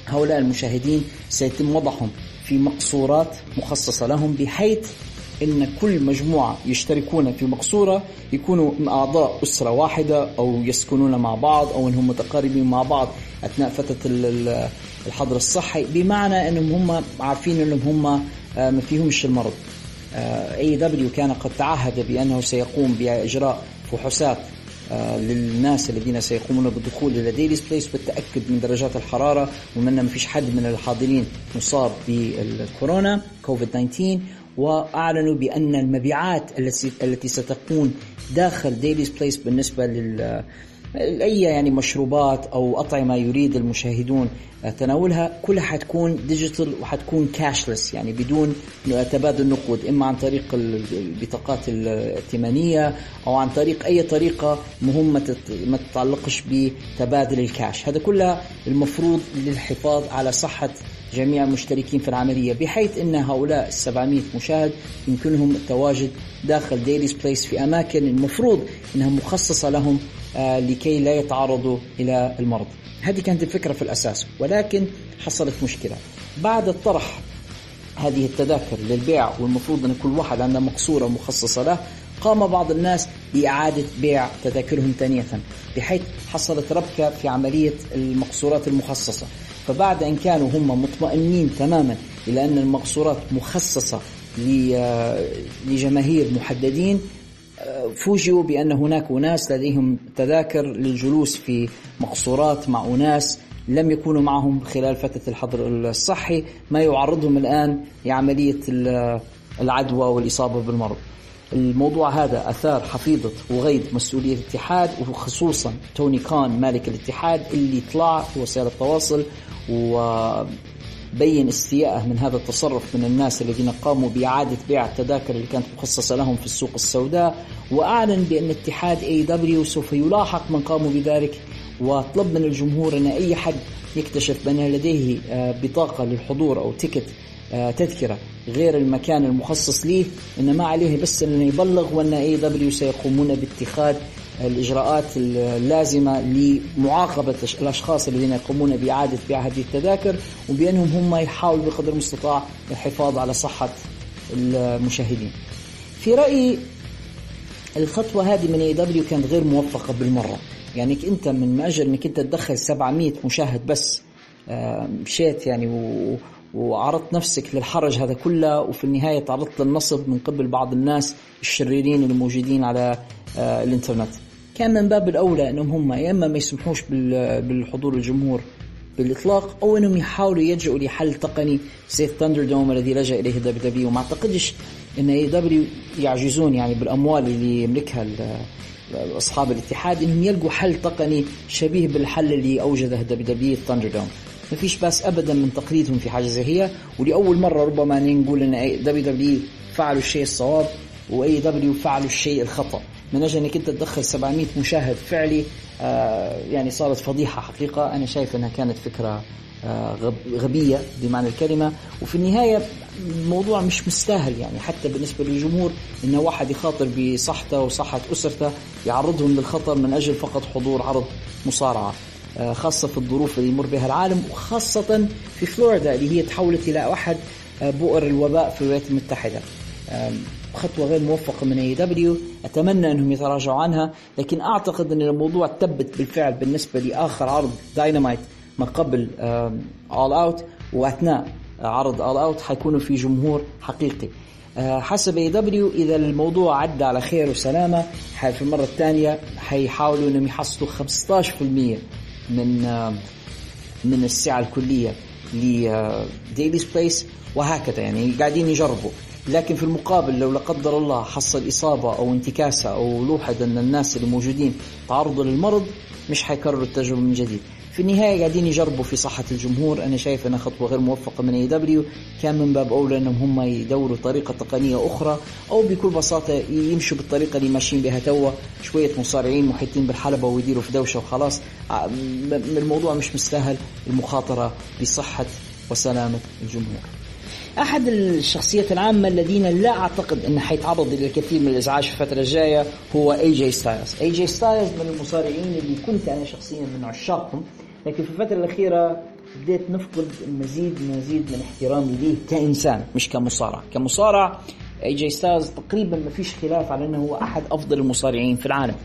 [SPEAKER 1] هؤلاء المشاهدين سيتم وضعهم في مقصورات مخصصة لهم، بحيث إن كل مجموعة يشتركون في مقصورة يكونوا أعضاء أسرة واحدة أو يسكنون مع بعض أو إنهم متقاربين مع بعض أثناء فترة الحظر الصحي، بمعنى أنهم هم عارفين أنهم هم ما فيهمش المرض. إيه دبليو كان قد تعهد بأنه سيقوم بإجراء فحوصات للناس الذين سيقومون بالدخول إلى ديليز بليس والتأكد من درجات الحرارة ومن ما فيش حد من الحاضرين مصاب بالكورونا كوفيد تسعة عشر. وأعلنوا بأن المبيعات التي التي ستكون داخل ديليز بليس بالنسبة لل أي يعني مشروبات أو أطعمة يريد المشاهدون تناولها كلها حتكون ديجيتال وحتكون كاشلس، يعني بدون تبادل نقود، إما عن طريق البطاقات الائتمانية أو عن طريق أي طريقة مهمة ما تتعلقش بتبادل الكاش. هذا كله المفروض للحفاظ على صحة جميع المشتركين في العملية، بحيث أن هؤلاء السبعمائة مشاهد يمكنهم التواجد داخل ديليز بليس في أماكن المفروض أنها مخصصة لهم آه لكي لا يتعرضوا إلى المرض. هذه كانت الفكرة في الأساس، ولكن حصلت مشكلة بعد الطرح هذه التذاكر للبيع، والمفروض أن كل واحد عنده مقصورة مخصصة له. قام بعض الناس بإعادة بيع تذاكرهم ثانية، بحيث حصلت ربكة في عملية المقصورات المخصصة. فبعد أن كانوا هم مطمئنين تماما إلى أن المقصورات مخصصة لجماهير محددين، فوجئوا بأن هناك أناس لديهم تذاكر للجلوس في مقصورات مع أناس لم يكونوا معهم خلال فترة الحظر الصحي، ما يعرضهم الآن لعملية العدوى والإصابة بالمرض. الموضوع هذا أثار حفيظة وغيظ مسؤولية الاتحاد، وخصوصا توني كان مالك الاتحاد اللي طلع في وسائل التواصل وبين استياءه من هذا التصرف من الناس الذين قاموا بإعادة بيع التذاكر اللي كانت مخصصة لهم في السوق السوداء، وأعلن بأن اتحاد إيه دبليو سوف يلاحق من قاموا بذلك، وطلب من الجمهور أن أي حد يكتشف بأن لديه بطاقة للحضور أو تيكت تذكرة غير المكان المخصص ليه، إن ما عليه بس أن يبلغ، وأن إيه دبليو سيقومون باتخاذ الإجراءات اللازمة لمعاقبة الأشخاص الذين يقومون بإعادة بيع هذه التذاكر، وبأنهم هم يحاولوا بقدر المستطاع الحفاظ على صحة المشاهدين. في رأيي الخطوة هذه من إيه دبليو كانت غير موفقة بالمرة. يعني أنت من ما أجل أنك أنت تدخل سبعمائة مشاهد بس مشيت يعني و وعرضت نفسك للحرج هذا كله، وفي النهاية تعرضت للنصب من قبل بعض الناس الشريرين الموجودين على آه الانترنت. كان من باب الأولى أنهم هم يا إما ما يسمحوش بالحضور الجمهور بالإطلاق، أو أنهم يحاولوا يلجؤوا لحل تقني زي الثاندر دوم الذي لجأ إليه دبليو دبليو. وما أعتقدش أن إيه دبليو يعجزون يعني بالأموال اللي يملكها أصحاب الاتحاد أنهم يلقوا حل تقني شبيه بالحل اللي أوجده دبليو دبليو الثاندر دوم. ما فيش بس أبدا من تقليدهم في حاجة زي هي، ولأول مرة ربما نقول أن دبليو دبليو فعلوا الشيء الصواب وأي دبليو فعلوا الشيء الخطأ. من أجل أنك أنت تدخل سبعمائة مشاهد فعلي آه يعني صارت فضيحة حقيقة. أنا شايف أنها كانت فكرة آه غبية بمعنى الكلمة، وفي النهاية الموضوع مش مستاهل يعني حتى بالنسبة للجمهور إنه واحد يخاطر بصحته وصحة أسرته يعرضهم للخطر من أجل فقط حضور عرض مصارعة، خاصة في الظروف اللي يمر بها العالم، وخاصة في فلوريدا اللي هي تحولت إلى أحد بؤر الوباء في الولايات المتحدة. خطوة غير موفقة من إيه دبليو، أتمنى أنهم يتراجعوا عنها، لكن أعتقد أن الموضوع تثبت بالفعل بالنسبة لآخر عرض داينامايت ما قبل All Out، وأثناء عرض All Out حيكونوا في جمهور حقيقي. حسب إيه دبليو إذا الموضوع عدى على خير وسلامة في المرة الثانية حيحاولوا أنهم يحصلوا خمسة عشر بالمئة من من السعة الكلية لديليز بليس، وهكذا يعني قاعدين يجربوا. لكن في المقابل لو لا قدر الله حصل إصابة أو انتكاسة أو لوحد أن الناس اللي موجودين تعرضوا للمرض مش حيكرروا التجربة من جديد. في النهاية قاعدين يجربوا في صحة الجمهور. أنا شايف أنها خطوة غير موفقة من إيه دبليو. كان من باب أولى أنهم هم يدوروا طريقة تقنية أخرى، أو بكل بساطة يمشوا بالطريقة اللي ماشيين بها توا، شوية مصارعين محيطين بالحلبة ويديروا في دوشة وخلاص. الموضوع مش مستاهل المخاطرة بصحة وسلامة الجمهور. أحد الشخصيات العامة الذين لا أعتقد أنه حيتعرض إلى الكثير من الإزعاج في الفترة الجاية هو اي جي ستايلز. اي جي ستايلز من المصارعين اللي كنت أنا شخصيا من عشاقهم، لكن في الفترة الأخيرة بديت نفقد المزيد مزيد من احترامي ليه كإنسان مش كمصارع. كمصارع اي جي ستايلز تقريبا ما فيش خلاف على انه هو احد افضل المصارعين في العالم.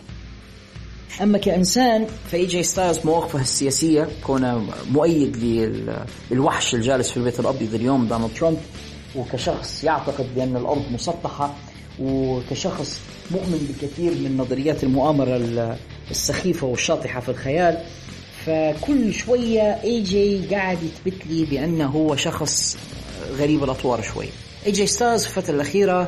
[SPEAKER 1] اما كإنسان فاي جي ستايلز مواقفه السياسية، كونه مؤيد للوحش الجالس في البيت الابيض اليوم دونالد ترامب، وكشخص يعتقد بان الارض مسطحة، وكشخص مؤمن بكثير من نظريات المؤامرة السخيفة والشاطحة في الخيال. فكل شوية اي جي قاعد يثبت لي بأنه هو شخص غريب الأطوار شوي. اي جي ستايلز في الفترة الأخيرة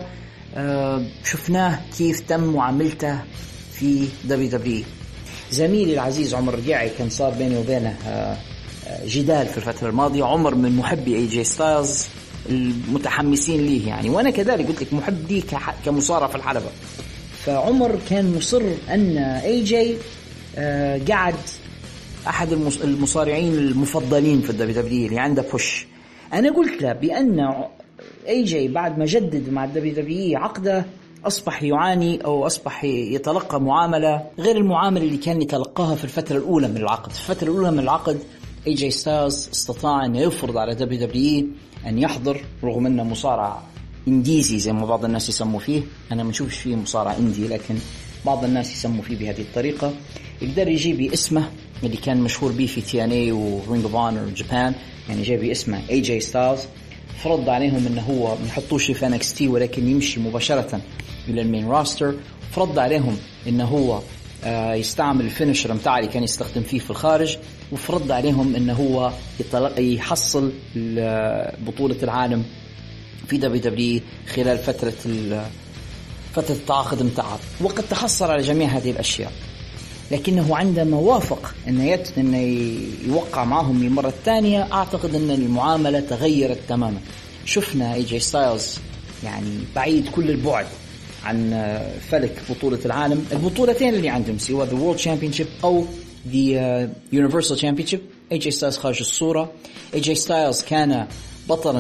[SPEAKER 1] شفناه كيف تم معاملته في دبليو دبليو. زميلي العزيز عمر رجاعي كان صار بيني وبينه جدال في الفترة الماضية. عمر من محبي اي جي ستايلز المتحمسين ليه يعني، وأنا كذلك قلت لك محب ليه كمصارع في الحلبة. فعمر كان مصر أن اي جي قاعد أحد المصارعين المفضلين في الدبليو دبليو اللي عنده بوش. أنا قلت له بأن اي جي بعد ما جدد مع الدبليو دبليو عقده أصبح يعاني أو أصبح يتلقى معاملة غير المعاملة اللي كان يتلقاها في الفترة الأولى من العقد. في الفترة الأولى من العقد اي جي ستايلز استطاع أن يفرض على دبليو دبليو أن يحضر، رغم أنه مصارع إنديزي زي ما بعض الناس يسموا فيه. أنا ما نشوفش فيه مصارع إندي، لكن بعض الناس يسموا فيه بهذه الطريقة. يقدر يجيب اسمه اللي كان مشهور به في تي ان اي ورينج اوف اونر جابان، يعني جايب اسمه اي جي ستايلز. فرض عليهم انه هو ما يحطوش في ان اكس تي ولكن يمشي مباشرة الى المين راستر. فرض عليهم انه هو يستعمل الفينشر متاعه اللي كان يستخدم فيه في الخارج. وفرض عليهم انه هو يحصل بطولة العالم في دبليو دبليو خلال فترة فترة التعاقد متاعه. وقد تحصل على جميع هذه الاشياء، لكنه عندما وافق أنه, يت... أنه يوقع معهم للمرة الثانية أعتقد أن المعاملة تغيرت تماما. شفنا اي جي ستايلز يعني بعيد كل البعد عن فلك بطولة العالم. البطولتين اللي عندهم سواء the World Championship أو the uh, Universal Championship اي جي ستايلز خارج الصورة. اي جي ستايلز كان بطلا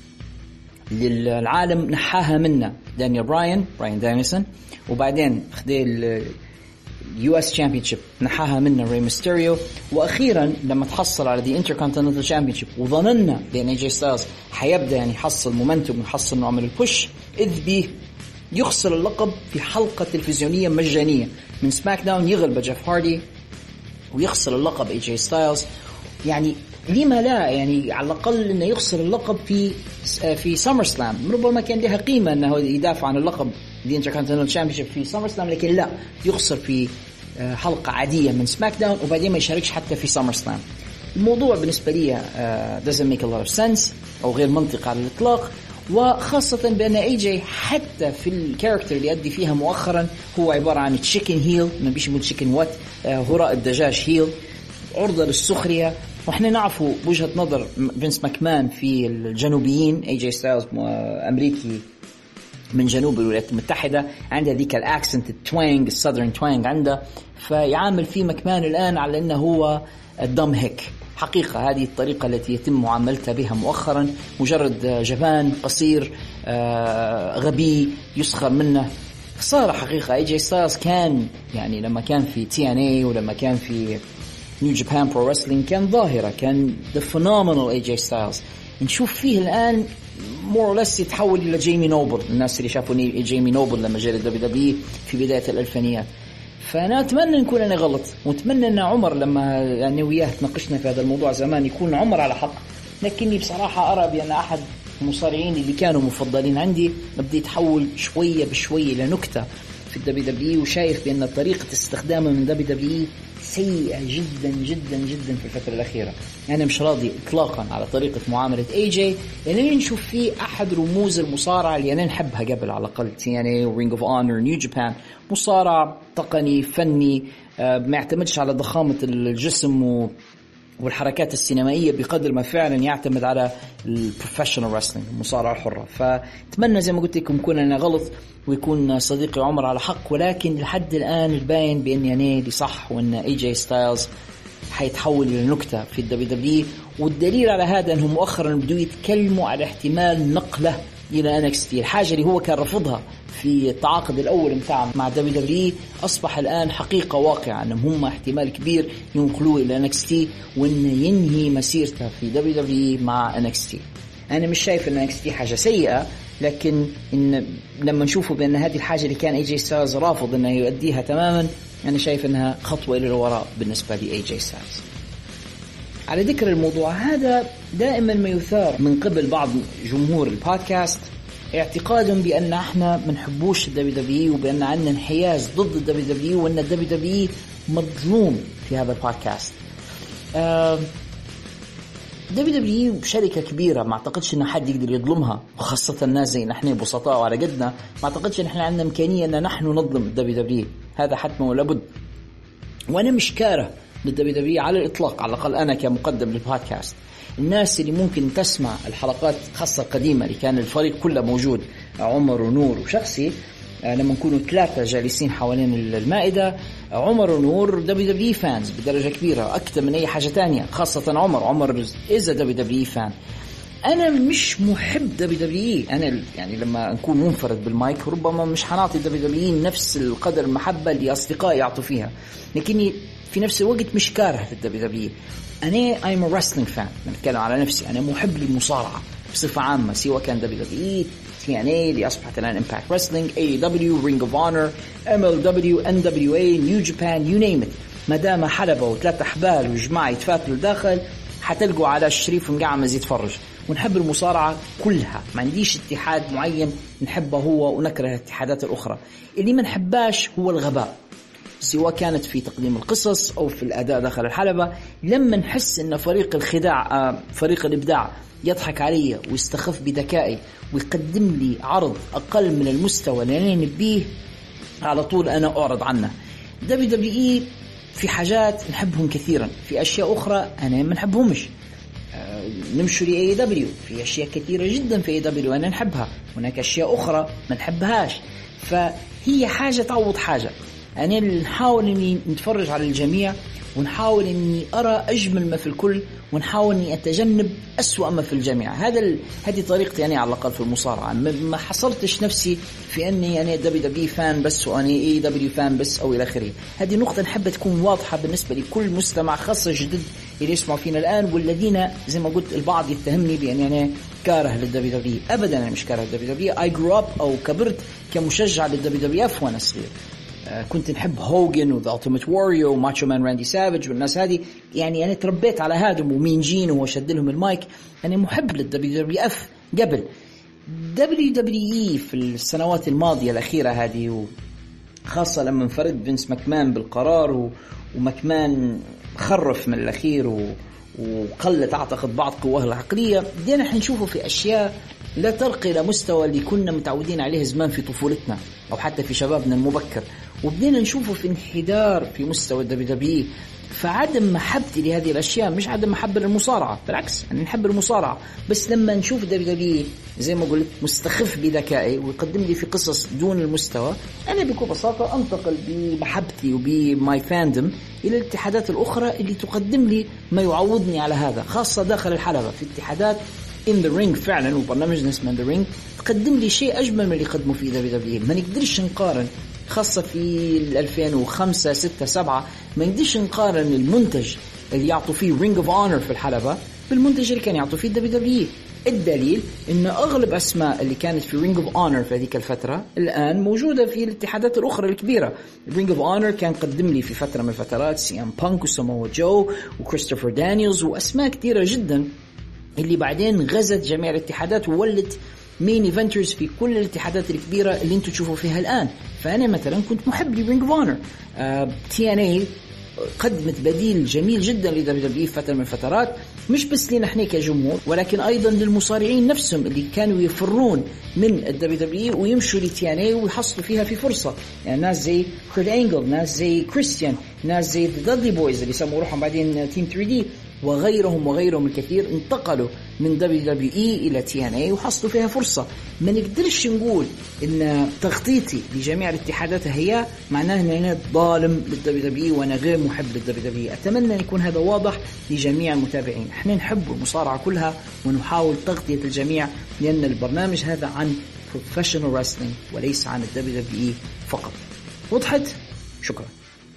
[SPEAKER 1] للعالم نحاها منا دانيال براين براين دانيسون، وبعدين خدي يو اس Championship نحاها منا ري ميستيريو، واخيرا لما تحصل على دي Intercontinental Championship وظننا بان اي جي ستايلز حيبدا يعني يحصل مومنتوم ويحصل نوع من البوش، اذ به يخسر اللقب في حلقه تلفزيونيه مجانيه من سماك داون، يغلب جيف هاردي ويخسر اللقب اي جي ستايلز. يعني لما لا يعني على الاقل انه يخسر اللقب في في سامر سلام. ربما كان لها قيمه انه يدافع عن اللقب دي Intercontinental Championship في سامر سلام، لكن لا، يخسر في حلقه عاديه من سماك داون وبعدين ما يشاركش حتى في سامر سلام. الموضوع بالنسبه لي doesn't make a lot of sense او غير منطقي على الاطلاق، وخاصه بان اي جي حتى في الكاركتر اللي يؤدي فيها مؤخرا هو عباره عن تشيكن هيل، ما بيش يقول تشيكن وات، هراء الدجاج هيل، عرضه للسخريه. واحنا نعرفوا بوجهة نظر فينس ماكمان في الجنوبيين، اي جي ستايلز امريكي من جنوب الولايات المتحدة، عنده ذيك الاكسنت التوانج السادرن توانج عنده، فيعامل فيه ماكمان الان على انه هو الدم هيك. حقيقة هذه الطريقة التي يتم معاملتها بها مؤخرا، مجرد جبان قصير غبي يسخر منه. صار حقيقة اي جي ستايلز كان يعني لما كان في تي ان اي ولما كان في نيو جابان برو رسلينج كان ظاهرة، كان the phenomenal اي جي ستايلز. نشوف فيه الآن more or less يتحول إلى جيمي نوبل. الناس اللي شافوني جيمي نوبل لما جاء للدبليو دبليو في بداية الألفينيات. فأنا أتمنى نكون أنا غلط، وأتمنى أن عمر لما يعني وياه تناقشنا في هذا الموضوع زمان يكون عمر على حق. لكني بصراحة أرى بأن أحد المصارعين اللي كانوا مفضلين عندي بدي يتحول شوية بشوية إلى نكتة في الدبليو دبليو، وشايف بأن طريقة استخدامه من دبليو دبليو سيئة جدا جدا جدا في الفترة الأخيرة. أنا يعني مش راضي إطلاقا على طريقة معاملة اي جي، لأنني نشوف فيه أحد رموز المصارعة اللي أنا نحبها قبل على الأقل، تي ان اي ورينج اوف اونر نيو جابان. مصارع تقني فني، ما يعتمدش على ضخامة الجسم و والحركات السينمائية بقدر ما فعلا يعتمد على البروفيشنال رسلينج، المصارعة الحرة. فاتمنى زي ما قلت لكم يكون أنا غلط ويكون صديقي عمر على حق، ولكن لحد الآن الباين بأني أنا اللي صح، وأن اي جي ستايلز حيتحول إلى نكتة في الدبليو دبليو. والدليل على هذا أنهم مؤخرا بدوا يتكلموا على احتمال نقله إلى إن إكس تي. الحاجة اللي هو كان رفضها في التعاقد الأول متاعه مع دبليو دبليو إي أصبح الآن حقيقة واقعة، أنهم هم احتمال كبير ينقلوه إلى إن إكس تي وإنه ينهي مسيرته في دبليو دبليو إي مع إن إكس تي. أنا مش شايف إن إن إكس تي حاجة سيئة، لكن إن لما نشوفه بأن هذه الحاجة اللي كان إي جي ستايلز رافض إنه يؤديها تماما، أنا شايف إنها خطوة إلى الوراء بالنسبة لإي جي ستايلز. على ذكر الموضوع هذا، دائما ما يثار من قبل بعض جمهور البودكاست اعتقادهم بأن احنا منحبوش الدبليو دبليو إي وبأن عندنا انحياز ضد الدبليو دبليو إي وأن الدبليو دبليو إي مظلوم في هذا البودكاست. دبليو دبليو إي شركة كبيرة، ما اعتقدش ان حد يقدر يظلمها، وخاصة الناس زي نحن بسطاء وعلى قدنا ما اعتقدش ان احنا عندنا امكانية ان نحن نظلم الدبليو دبليو إي، هذا حتما ولا بد. وانا مش كاره للدبليو دبليو إي على الاطلاق، على الاقل انا كمقدم للبودكاست. الناس اللي ممكن تسمع الحلقات خاصة القديمة اللي كان الفريق كله موجود، عمر ونور وشخصي، لما نكونوا ثلاثة جالسين حوالين المائدة، عمر ونور دبليو دبليو إي فانز بدرجة كبيرة أكثر من أي حاجة تانية، خاصة عمر عمر إذا دبليو دبليو إي فان. أنا مش محب دبليو دبليو إي، أنا يعني لما نكون منفرد بالمايك ربما مش حنعطي دبليو دبليو إي نفس القدر المحبة اللي أصدقائي يعطوا فيها، لكني في نفس الوقت مش كاره للدبليو دبليو إي. أنا I'm a wrestling fan، نتكلم على نفسي، أنا محب للمصارعة بصفة عامة، سواء كان دبليو دبليو إي، تي إن إيه اللي أصبحت الآن إمباكت ريسلينج، إيه إي دبليو، رينج أوف أونر، إم إل دبليو، إن دبليو إيه، نيو جابان، يو نيم إت. ما دام حلبة وثلاثة أحبال وجماعة يتفاتلوا داخل، حتلقوا على الشريف مقعمز يتفرج. ونحب المصارعة كلها، ما عنديش اتحاد معين نحبه هو ونكره الاتحادات الأخرى. اللي ما نحباش هو الغباء، سواء كانت في تقديم القصص أو في الأداء داخل الحلبة. لما نحس أن فريق الخداع فريق الإبداع يضحك علي ويستخف بذكائي ويقدم لي عرض أقل من المستوى اللي أنا نبيه، على طول أنا أعرض عنه. دبليو دبليو إي في حاجات نحبهم كثيرا، في أشياء أخرى أنا ما نحبهمش. أه نمشوا لإي إي دبليو، في أشياء كثيرة جدا في إي دبليو أنا نحبها، هناك أشياء أخرى ما نحبهاش، فهي حاجة تعوض حاجة. أنا نحاول إني نتفرج على الجميع، ونحاول إني أرى أجمل ما في الكل، ونحاول إني أتجنب أسوأ ما في الجميع. هذا ال... هذه طريقتي أنا على الأقل في المصارعة. ما حصرتش نفسي في أني أنا دبليو دبليو فان بس وأنا إي دبليو فان بس أو إلى آخره. هذه نقطة نحب تكون واضحة بالنسبة لكل مستمع، خاصة جدد اللي يسمعوا فينا الآن، والذين زي ما قلت البعض يتهمني بأني أنا كاره للدبليو دبليو. أبدا أنا مش كاره للدبليو دبليو. I grew up أو كبرت كمشجع للدبليو دبليو إف وأنا صغير. كنت نحب هوجن وذا ألتيميت واريور وماتشو مان راندي سافيج والناس هذه، يعني أنا تربيت على هادم ومين جين وشد لهم المايك. أنا محب للدبليو دبليو إف قبل دبليو دبليو إي في السنوات الماضية الأخيرة هذه، وخاصة لما انفرد فينس ماكمان بالقرار وماكمان خرف من الأخير وقلت أعتقد بعض قواه العقلية، بدينا احنا نشوفه في أشياء لا ترقي إلى مستوى اللي كنا متعودين عليه زمان في طفولتنا أو حتى في شبابنا المبكر، وبدينا نشوفه في انحدار في مستوى الدبليو دبليو إي. فعدم محبتي لهذه الأشياء مش عدم محبة للمصارعة، بالعكس أنا نحب المصارعة، بس لما نشوف الدبليو دبليو إي زي ما قلت مستخف بذكائي ويقدم لي في قصص دون المستوى، أنا بكل بساطة أنتقل بمحبتي وبماي فاندم إلى الاتحادات الأخرى اللي تقدم لي ما يعوضني على هذا، خاصة داخل الحلبة. في اتحادات in the ring فعلا، وبرنامجنا اسمه the ring تقدم لي شيء أجمل من اللي يقدمه في دبليو دبليو إي. ما نقدرش نقارن، خاصة في ألفين وخمسة ستة سبعة ما نقدرش نقارن المنتج اللي يعطوا فيه Ring of Honor في الحلبة بالمنتج اللي كان يعطوا فيه دبليو دبليو إي. الدليل إن أغلب أسماء اللي كانت في Ring of Honor في هذيك الفترة الآن موجودة في الاتحادات الأخرى الكبيرة. Ring of Honor كان قدم لي في فترة من الفترات سي ام بانك وساموا جو وكريستوفر دانييلز وأسماء كثيرة جدا اللي بعدين غزت جميع الاتحادات وولت مين ايفنترز في كل الاتحادات الكبيرة اللي انتم تشوفوا فيها الآن. فأنا مثلا كنت محب لرينج اوف اونر. تي ان اي قدمت بديل جميل جدا لدبليو دبليو إي فترة من الفترات، مش بس لنا احنا كجمهور ولكن أيضا للمصارعين نفسهم اللي كانوا يفرون من الدبليو دبليو إي ويمشوا لتي ان اي ويحصلوا فيها في فرصة. يعني ناس زي كريت أنجل، ناس زي كريستيان، ناس زي دادلي بويز اللي سموا روحهم بعدين تيم ثري دي وغيرهم وغيرهم الكثير انتقلوا من دبليو دبليو إي إلى تي إن إيه وحصلوا فيها فرصة. ما نقدرش نقول إن تغطيتي لجميع الاتحادات هي معناه إن أنا ظالم للدبليو دبليو إي وأنا غير محب للدبليو دبليو إي. أتمنى أن يكون هذا واضح لجميع المتابعين. إحنا نحب المصارعة كلها ونحاول تغطية الجميع، لأن البرنامج هذا عن professional wrestling وليس عن الدبليو دبليو إي فقط. وضحت؟ شكرا.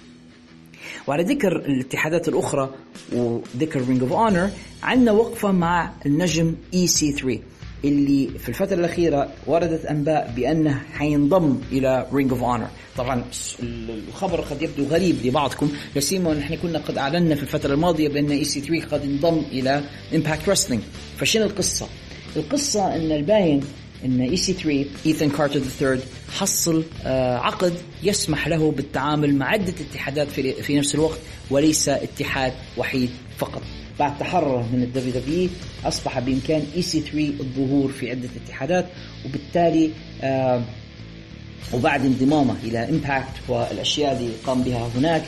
[SPEAKER 1] وعلى ذكر الاتحادات الأخرى وذكر Ring of Honor، عندنا وقفة مع النجم إي سي ثري اللي في الفترة الأخيرة وردت أنباء بأنه حينضم إلى Ring of Honor. طبعا الخبر قد يبدو غريب لبعضكم، لسيما نحن كنا قد أعلنا في الفترة الماضية بأن إي سي ثري قد انضم إلى Impact Wrestling. فشين القصة؟ القصة أن الباين إن إي سي ثري إيثان كارتر الثالث حصل عقد يسمح له بالتعامل مع عدة اتحادات في في نفس الوقت وليس اتحاد وحيد فقط. بعد تحرره من الدبليو دبليو إي أصبح بإمكان إي سي ثري الظهور في عدة اتحادات، وبالتالي آه وبعد انضمامه إلى إمباكت والأشياء اللي قام بها هناك،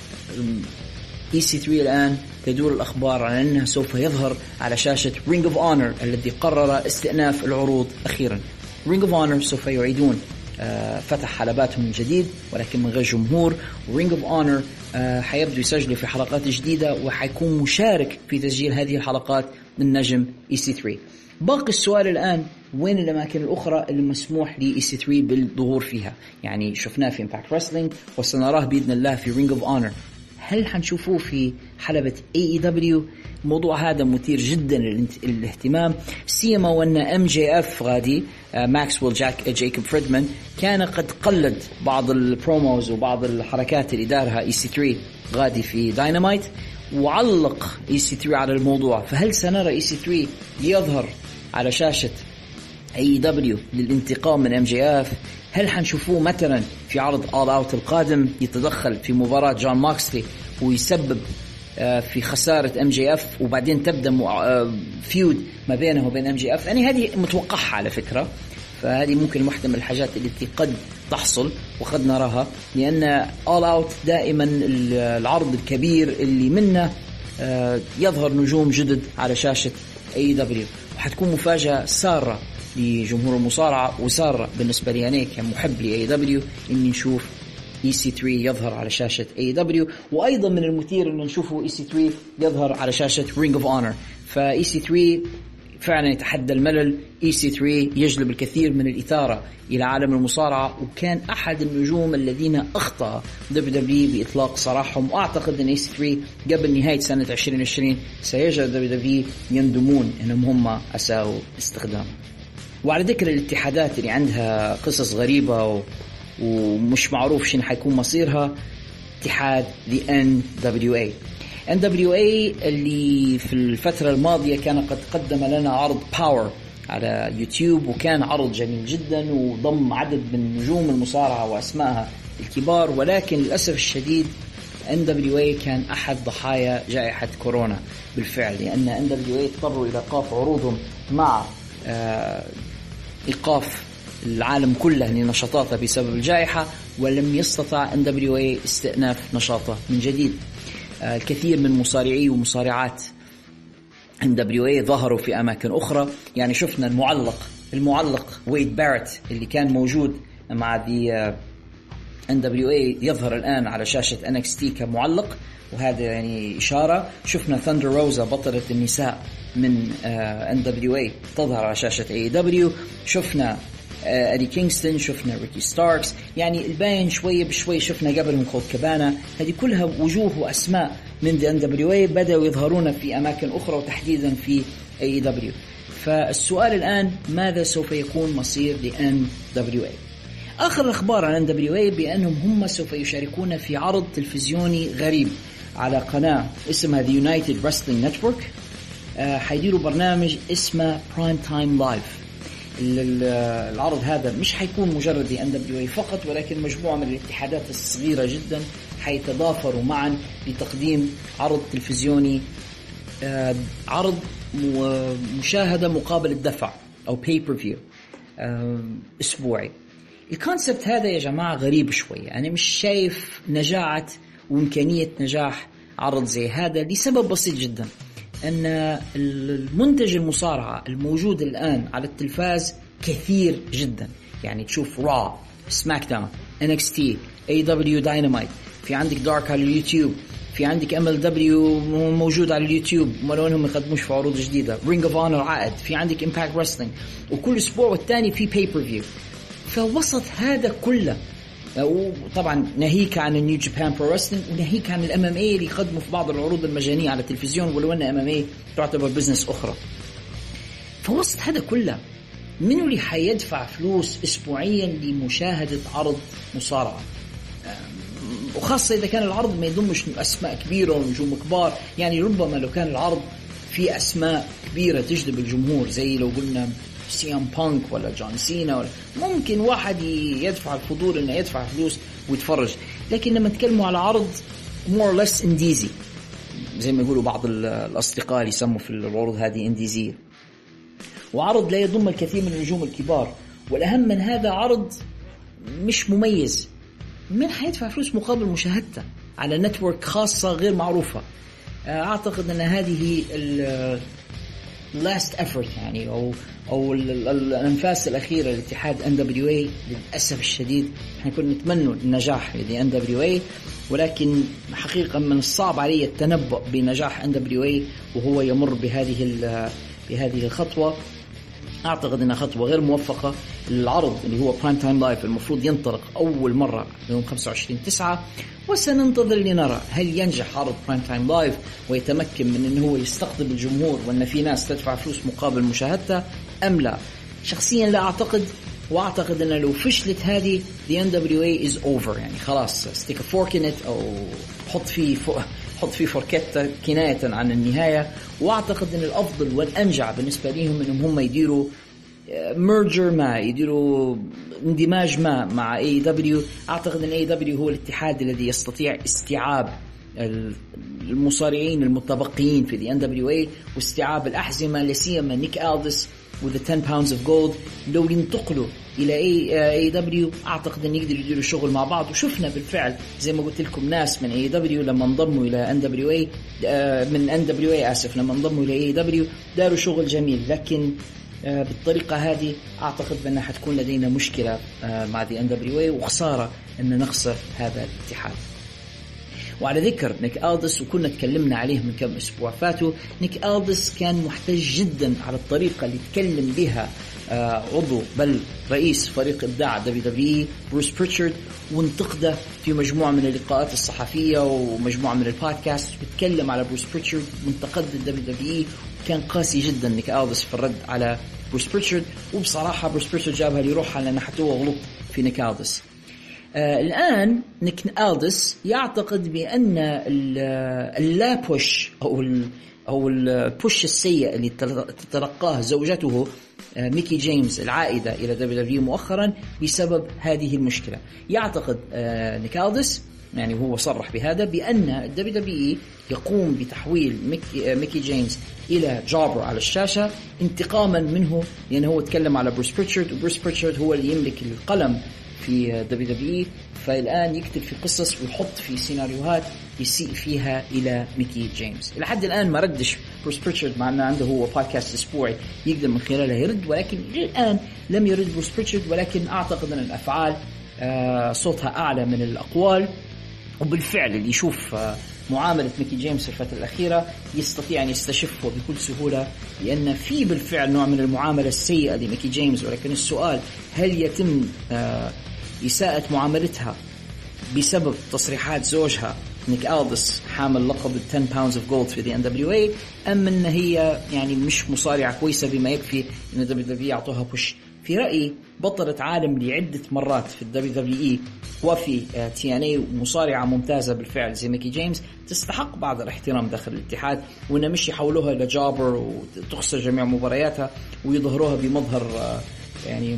[SPEAKER 1] إي سي ثري الآن تدور الأخبار عن أنه سوف يظهر على شاشة Ring of Honor الذي قرر استئناف العروض أخيرا. Ring of Honor سوف يعيدون فتح حلباتهم من جديد ولكن من غير جمهور. Ring of Honor حيبدو يسجلوا في حلقات جديدة وحيكون مشارك في تسجيل هذه الحلقات النجم إي سي ثري. باقي السؤال الآن، وين الأماكن الأخرى اللي مسموح لي إي سي ثري بالظهور فيها؟ يعني شفناه في Impact Wrestling وسنراه بإذن الله في Ring of Honor. هل حنشوفوه في حلبة إيه إي دبليو؟ الموضوع هذا مثير جدا للاهتمام، سيما وأن إم جي إف غادي ماكسويل جاك جايكوب فريدمان كان قد قلد بعض البروموز وبعض الحركات اللي دارها إي سي ثري غادي في داينامايت، وعلق إي سي ثري على الموضوع. فهل سنرى إي سي ثري يظهر على شاشة إيه إي دبليو للانتقام من إم جي إف؟ هل حنشوفوه مثلا في عرض All Out القادم يتدخل في مباراة جون ماكسلي ويسبب في خسارة إم جي إف وبعدين تبدأ فيود ما بينه وبين إم جي إف؟ يعني هذه متوقعة على فكرة، فهذه ممكن واحدة من الحاجات التي قد تحصل وقد نراها، لأن All Out دائما العرض الكبير اللي منه يظهر نجوم جدد على شاشة إيه إي دبليو، وحتكون مفاجأة سارة لجمهور المصارعة وسارة بالنسبة لي أنا كمحب ل إيه إي دبليو إني نشوف إي سي ثري يظهر على شاشة إيه إي دبليو. وأيضا من المثير إن نشوفه إي سي ثري يظهر على شاشة Ring of Honor. فإي سي ثري فعلا يتحدى الملل. إي سي ثري يجلب الكثير من الإثارة إلى عالم المصارعة، وكان أحد النجوم الذين أخطأ دبليو دبليو بإطلاق سراحهم. وأعتقد أن إي سي ثري قبل نهاية سنة عشرين عشرين سيجعل دبليو دبليو يندمون إنهم هم أساءوا استخدام. وعلى ذكر الاتحادات اللي عندها قصص غريبة و... ومش معروف شنو حيكون مصيرها، اتحاد The إن دبليو إيه. إن دبليو إيه اللي في الفترة الماضية كان قد قدم لنا عرض باور على يوتيوب، وكان عرض جميل جدا وضم عدد من نجوم المصارعة وأسمائها الكبار، ولكن للأسف الشديد إن دبليو إيه كان أحد ضحايا جائحة كورونا بالفعل، لأن إن دبليو إيه اضطروا إلى إيقاف عروضهم مع آه إيقاف العالم كله لنشاطاته بسبب الجائحة، ولم يستطع إن دبليو إيه استئناف نشاطه من جديد. آه الكثير من مصارعي ومصارعات إن دبليو إيه ظهروا في أماكن أخرى. يعني شفنا المعلق المعلق ويد بارت اللي كان موجود مع دي آه إن دبليو إيه يظهر الآن على شاشة إن إكس تي كمعلق، وهذا يعني إشارة. شفنا ثاندر روزا بطلة النساء من إن دبليو إيه تظهر على شاشة إيه إي دبليو. شفنا أدي كينغستون، شفنا ريكي ستاركس، يعني الباين شوية بشوي. شفنا قبلهم كولت كابانا. هذه كلها وجوه وأسماء من إن دبليو إيه بدأوا يظهرون في أماكن أخرى وتحديدا في إيه إي دبليو. فالسؤال الآن، ماذا سوف يكون مصير لإن دبليو إيه؟ آخر الأخبار عن إن دبليو إيه بأنهم هم سوف يشاركون في عرض تلفزيوني غريب على قناة اسمها The United Wrestling Network. آه حيديروا برنامج اسمه برايم تايم لايف. العرض هذا مش حيكون مجرد لإن دبليو إيه فقط، ولكن مجموعة من الاتحادات الصغيرة جدا حيتضافروا معا لتقديم عرض تلفزيوني، آه عرض مشاهدة مقابل الدفع أو pay per view آه أسبوعي. الكونسبت هذا يا جماعة غريب شوية. أنا مش شايف نجاعة وإمكانية نجاح عرض زي هذا لسبب بسيط جدا. أن المنتج المصارعة الموجود الآن على التلفاز كثير جدا. يعني تشوف را، سماك داون، إن إكس تي، إيه دبليو داينامايت، في عندك دارك على اليوتيوب، في عندك إم إل دبليو موجود على اليوتيوب ولو انهم يقدموش في عروض جديده، رينج اوف اونر عائد، في عندك امباكت ريسلينج، وكل اسبوع والتاني في بايبر فيو. فوسط هذا كله، وطبعا ناهيك عن النيو جابان برو ريسلينج، وناهيك عن الام ام اي اللي يقدموا في بعض العروض المجانيه على التلفزيون ولو ان ام ام اي تعتبر بزنس اخرى. فوسط هذا كله منو اللي حيدفع فلوس اسبوعيا لمشاهده عرض مصارعه؟ وخاصة إذا كان العرض ما يضمش أسماء كبيرة ونجوم كبار. يعني ربما لو كان العرض في أسماء كبيرة تجذب الجمهور، زي لو قلنا سي ام بانك ولا جون سينا، ولا ممكن واحد يدفع الفضول إنه يدفع فلوس ويتفرج. لكن لما نتكلموا على عرض more or less انديزي، زي ما يقولوا بعض الأصدقاء اللي يسموا في العروض هذه انديزية، وعرض لا يضم الكثير من النجوم الكبار، والأهم من هذا عرض مش مميز، من حيدفع فلوس مقابل مشاهدته على نتورك خاصة غير معروفة؟ أعتقد أن هذه ال last effort يعني أو أو الأنفاس الأخيرة لاتحاد إن دبليو إيه. للأسف الشديد احنا كنا نتمنى النجاح لدي إن دبليو إيه، ولكن حقيقة من الصعب علي التنبؤ بنجاح إن دبليو إيه وهو يمر بهذه بهذه الخطوة. أعتقد أنها خطوة غير موفقة. العرض اللي هو برايم تايم لايف المفروض ينطلق أول مرة يوم خمسة وعشرين تسعة، وسننتظر لنرى هل ينجح عرض برايم تايم لايف ويتمكن من أنه هو يستقطب الجمهور وأن في ناس تدفع فلوس مقابل مشاهدته أم لا. شخصيا لا أعتقد، وأعتقد أن لو فشلت هذه the إن دبليو إيه is over. يعني خلاص stick a fork in it أو حط فيه حط فيه فوركيتا كناية عن النهاية. وأعتقد أن الأفضل والأنجع بالنسبة لهم أنهم هم يديروا ميرجر ما، يديروا اندماج ما مع إيه دبليو. أعتقد أن إيه دبليو هو الاتحاد الذي يستطيع استيعاب المصارعين المتبقيين في إن دبليو إيه واستيعاب الأحزمة، لسيما نيك ألدس with the ten pounds of gold. لو ينتقلوا إلى إيه دبليو أعتقد أن يقدروا يديروا شغل مع بعض. وشفنا بالفعل زي ما قلت لكم ناس من إيه دبليو لما انضموا إلى إن دبليو إيه من إن دبليو إيه آسف لما انضموا إلى إيه دبليو داروا شغل جميل. لكن بالطريقة هذه أعتقد بأنها حتكون لدينا مشكلة مع إن دبليو إيه، وخسارة أن نخسر هذا الاتحاد. وعلى ذكر نيك ألدس، وكنا تكلمنا عليه من كم أسبوع فاتوا، نيك ألدس كان محتج جدا على الطريقة اللي تكلم بها عضو بل رئيس فريق إبداع دبليو دبليو إي بروس بريتشارد، وانتقده في مجموعة من اللقاءات الصحفية ومجموعة من البودكاست، وتكلم على بروس بريتشارد وانتقد الدبليو دبليو إي. كان قاسي جدا نيك ألدس في الرد على بروس بريتشارد، وبصراحة بروس بريتشارد جابها ليروحها لأنه حتى هو غلط في نيك ألدس. آه الآن نيك ألدس يعتقد بأن اللا بوش أو ال أو البوش السيء اللي تتلقاه زوجته آه ميكي جيمس العائدة إلى دبليو دبليو مؤخرا بسبب هذه المشكلة. يعتقد آه نيك ألدس، يعني هو صرح بهذا، بأن الدبليو دبليو إي يقوم بتحويل ميكي, آه ميكي جيمس إلى جابر على الشاشة انتقاما منه، لأنه هو تكلم على بروس بريتشارد، وبروس بريتشارد هو اللي يملك القلم في دبليو دبليو إي، فالآن يكتب في قصص ويحط في سيناريوهات يسيء فيها إلى ميكي جيمس. إلى حد الآن ما ردش بروس بريتشارد، مع أنه عنده هو بودكاست أسبوعي يقدر من خلالها يرد، ولكن الآن لم يرد بروس بريتشارد. ولكن أعتقد أن الأفعال آه صوتها أعلى من الأقوال، وبالفعل اللي يشوف آه معاملة ميكي جيمس في الفترة الأخيرة يستطيع أن يستشفه بكل سهولة، لأن في بالفعل نوع من المعاملة السيئة لميكي جيمس. ولكن السؤال هل يتم آه إساءة معاملتها بسبب تصريحات زوجها نيك ألدس حامل لقب ten pounds of gold في إن دبليو إيه، أم أن هي يعني مش مصارعة كويسة بما يكفي أن دبليو دبليو إي يعطوها بوش؟ في رأيي بطلت عالم لعدة مرات في الدبليو دبليو إي وفي تي إن إيه، ومصارعة ممتازة بالفعل زي ميكي جيمس تستحق بعض الاحترام داخل الاتحاد، وإن مش يحولوها إلى جابر وتخسر جميع مبارياتها ويظهروها بمظهر يعني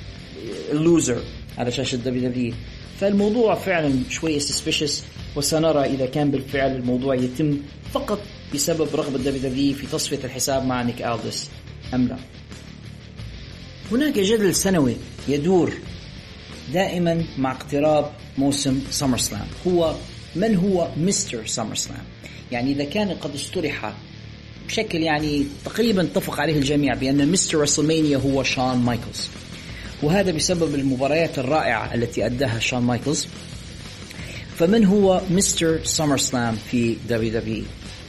[SPEAKER 1] اللوزر على شاشة دبليو دبليو إي. فالموضوع فعلا شوية suspicious، وسنرى إذا كان بالفعل الموضوع يتم فقط بسبب رغبة دبليو دبليو إي في تصفية الحساب مع نيك ألدس أم لا. هناك جدل سنوي يدور دائما مع اقتراب موسم سمر سلام، هو من هو مستر سمر سلام. يعني إذا كان قد اصطلح بشكل يعني تقريبا اتفق عليه الجميع بأن مستر رسلمانيا هو شون مايكلز، وهذا بسبب المباريات الرائعة التي أداها شون مايكلز. فمن هو مستر سمر سلام في دبليو دبليو إي؟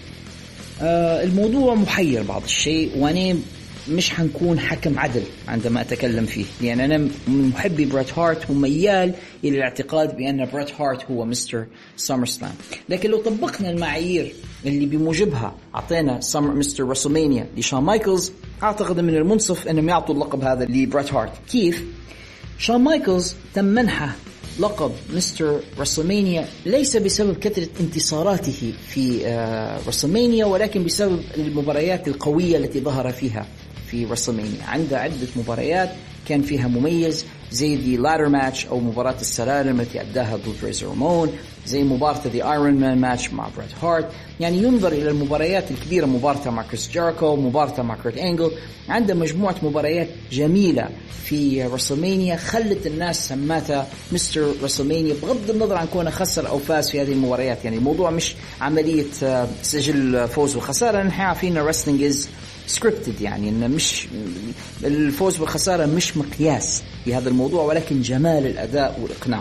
[SPEAKER 1] آه الموضوع محير بعض الشيء، وأنا مش حنكون حكم عدل عندما أتكلم فيه، لأن أنا من محبي بريت هارت وميال إلى الاعتقاد بأن بريت هارت هو مستر سمر سلام. لكن لو طبقنا المعايير اللي بموجبها أعطينا سمر مستر رسلمانيا لشون مايكلز، أعتقد من المنصف أنهم يعطوا اللقب هذا لبريت هارت. كيف؟ شون مايكلز تم منحه لقب مستر رسلمانيا ليس بسبب كثرة انتصاراته في رسلمانيا، ولكن بسبب المباريات القوية التي ظهر فيها في رسلمانيا. عنده عدة مباريات كان فيها مميز، زي دي لادر ماتش أو مباراة السلالم التي أداها ضد ريزر رامون، زي مباراة دي ايرون مان ماتش مع بريت هارت. يعني ينظر إلى المباريات الكبيرة، مباراة مع كريس جيريكو، مباراة مع كورت أنجل. عنده مجموعة مباريات جميلة في رسلمانيا خلت الناس سماتها مستر رسلمانيا، بغض النظر عن كونه خسر أو فاز في هذه المباريات. يعني الموضوع مش عملية سجل فوز وخسارة، نحن عارفين الرسلينج إز سكريبتد، يعني إن مش الفوز والخسارة مش مقياس في هذا الموضوع، ولكن جمال الأداء والإقناع.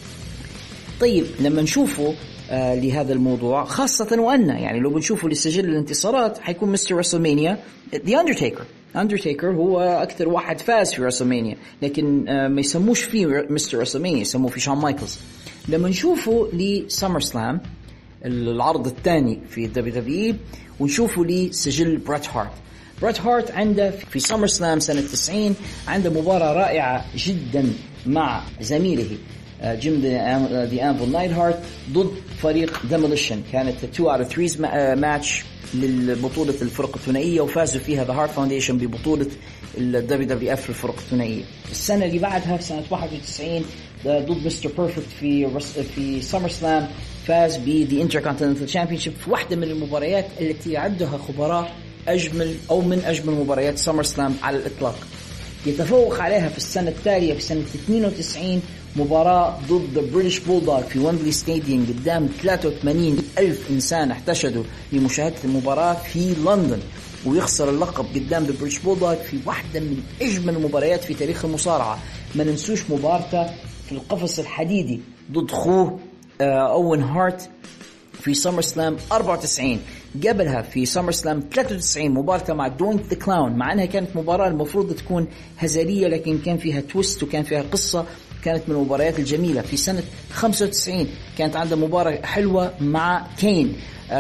[SPEAKER 1] طيب لما نشوفه آه لهذا الموضوع، خاصة وأن يعني لو بنشوفه لسجل الانتصارات حيكون مستر رسلمانيا The Undertaker. Undertaker هو أكثر واحد فاز في رسلمانيا، لكن آه ما يسموش فيه مستر رسلمانيا، يسموه في شون مايكلز. لما نشوفه لسمر سلام العرض الثاني في دبليو دبليو إي ونشوفه لسجل بريت هارت. بريت هارت عنده في سمر سلام سنة تسعين عنده مباراة رائعة جدا مع زميله جيم دي أنفل نايت هارت ضد فريق ديموليشن. كانت two out of three ماتش للبطولة الفرق الثنائية، وفازوا فيها The Hart Foundation ببطولة ال دبليو دبليو إف الفرق الثنائية. السنة اللي بعدها في سنة واحد وتسعين ضد مستر بيرفكت في في سمر سلام فاز ب The Intercontinental Championship في واحدة من المباريات التي يعدها خبراء أجمل أو من أجمل مباريات سمر سلام على الإطلاق. يتفوق عليها في السنة التالية في سنة اثنين وتسعين مباراة ضد بريتش بولدوغ في ويمبلي ستاديوم قدام ثلاثة وثمانين ألف إنسان احتشدوا لمشاهدة المباراة في لندن، ويخسر اللقب قدام بريتش بولدوغ في واحدة من أجمل المباريات في تاريخ المصارعة. ما ننسوش مباراته في القفص الحديدي ضد خوه أوين هارت في سمر سلام أربعة وتسعين. قبلها في سمر سلام ثلاثة وتسعين مباراة مع دوينك ذا كلاون، مع أنها كانت مباراة المفروض تكون هزلية لكن كان فيها تويست وكان فيها قصة، كانت من المباريات الجميلة. في سنة خمسة وتسعين كانت عنده مباراة حلوة مع كين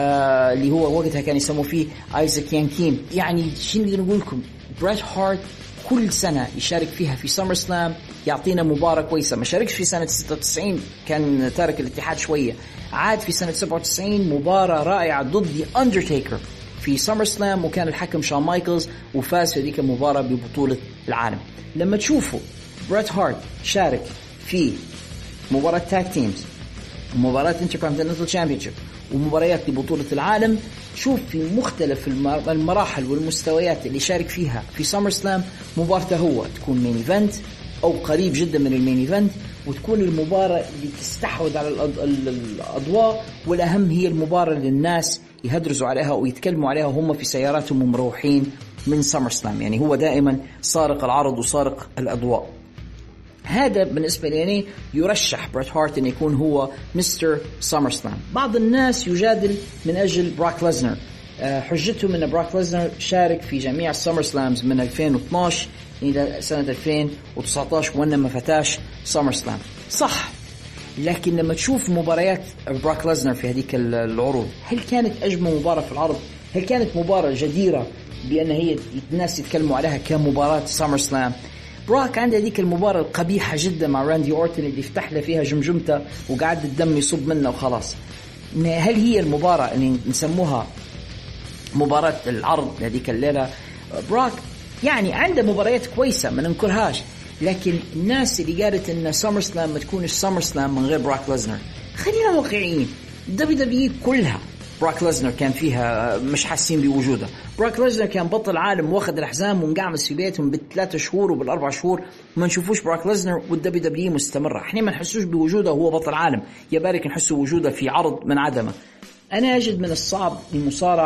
[SPEAKER 1] آه اللي هو وقتها كان يسموه فيه آيزاك يانكين. يعني شنو نقدر نقول لكم، بريت هارت كل سنة يشارك فيها في سمر سلام يعطينا مباراة كويسة. ما شاركش في سنة ستة وتسعين، كان تارك الاتحاد شوية. عاد في سنة سبعة وتسعين مباراة رائعة ضد The Undertaker في سمر سلام، وكان الحكم شون مايكلز، وفاز في ذيك المباراة ببطولة العالم. لما تشوفوا بريت هارت شارك في مباراة تاك تيمز، مباراة انتركونتيننتال تشامبيونشيب، ومباريات لبطولة العالم، شوف في مختلف المراحل والمستويات اللي شارك فيها في سمر سلام مباراته هو تكون مين ايفنت أو قريب جدا من المين ايفنت، وتكون المباراة اللي تستحوذ على الأضواء، والأهم هي المباراة اللي الناس يهدرزوا عليها ويتكلموا عليها وهم في سياراتهم ومروحين من سمر سلام. يعني هو دائما سارق العرض وسارق الأضواء. هذا بالنسبة لي يرشح بريت هارت أن يكون هو مستر سمر سلام. بعض الناس يجادل من أجل براك ليزنر، حجتهم أن براك ليزنر شارك في جميع السمر سلامز من ألفين واثناشر إلى سنة ألفين وتسعة عشر وأنه ما فتاش سمر سلام. صح، لكن لما تشوف مباريات براك ليزنر في هذيك العروض، هل كانت أجمل مباراة في العرض؟ هل كانت مباراة جديرة بأن هي الناس يتكلموا عليها كمباراة سمر سلام؟ براك عنده هذيك المباراة القبيحة جدا مع راندي أورتن اللي يفتح له فيها جمجمته وقاعد الدم يصب منه وخلاص. هل هي المباراة اللي نسموها مباراة العرض هذيك الليلة؟ براك يعني عنده مباريات كويسة ما ننكرهاش، لكن الناس اللي قالت إن سمر سلام ما تكونش سمر سلام من غير براك ليزنر، خلينا واقعيين. دبليو دبليو كلها براك ليزنر كان فيها مش حاسين بوجوده. براك ليزنر كان بطل عالم واخد الحزام ومقعمس في بيتهم بالثلاثة شهور وبالأربع شهور، ما نشوفوش براك ليزنر والدبليو دبليو مستمرة. احنا ما نحسوش بوجوده وهو بطل عالم، يا بارك نحسوا وجوده في عرض من عدمه. أنا أجد من الصعب لمصارع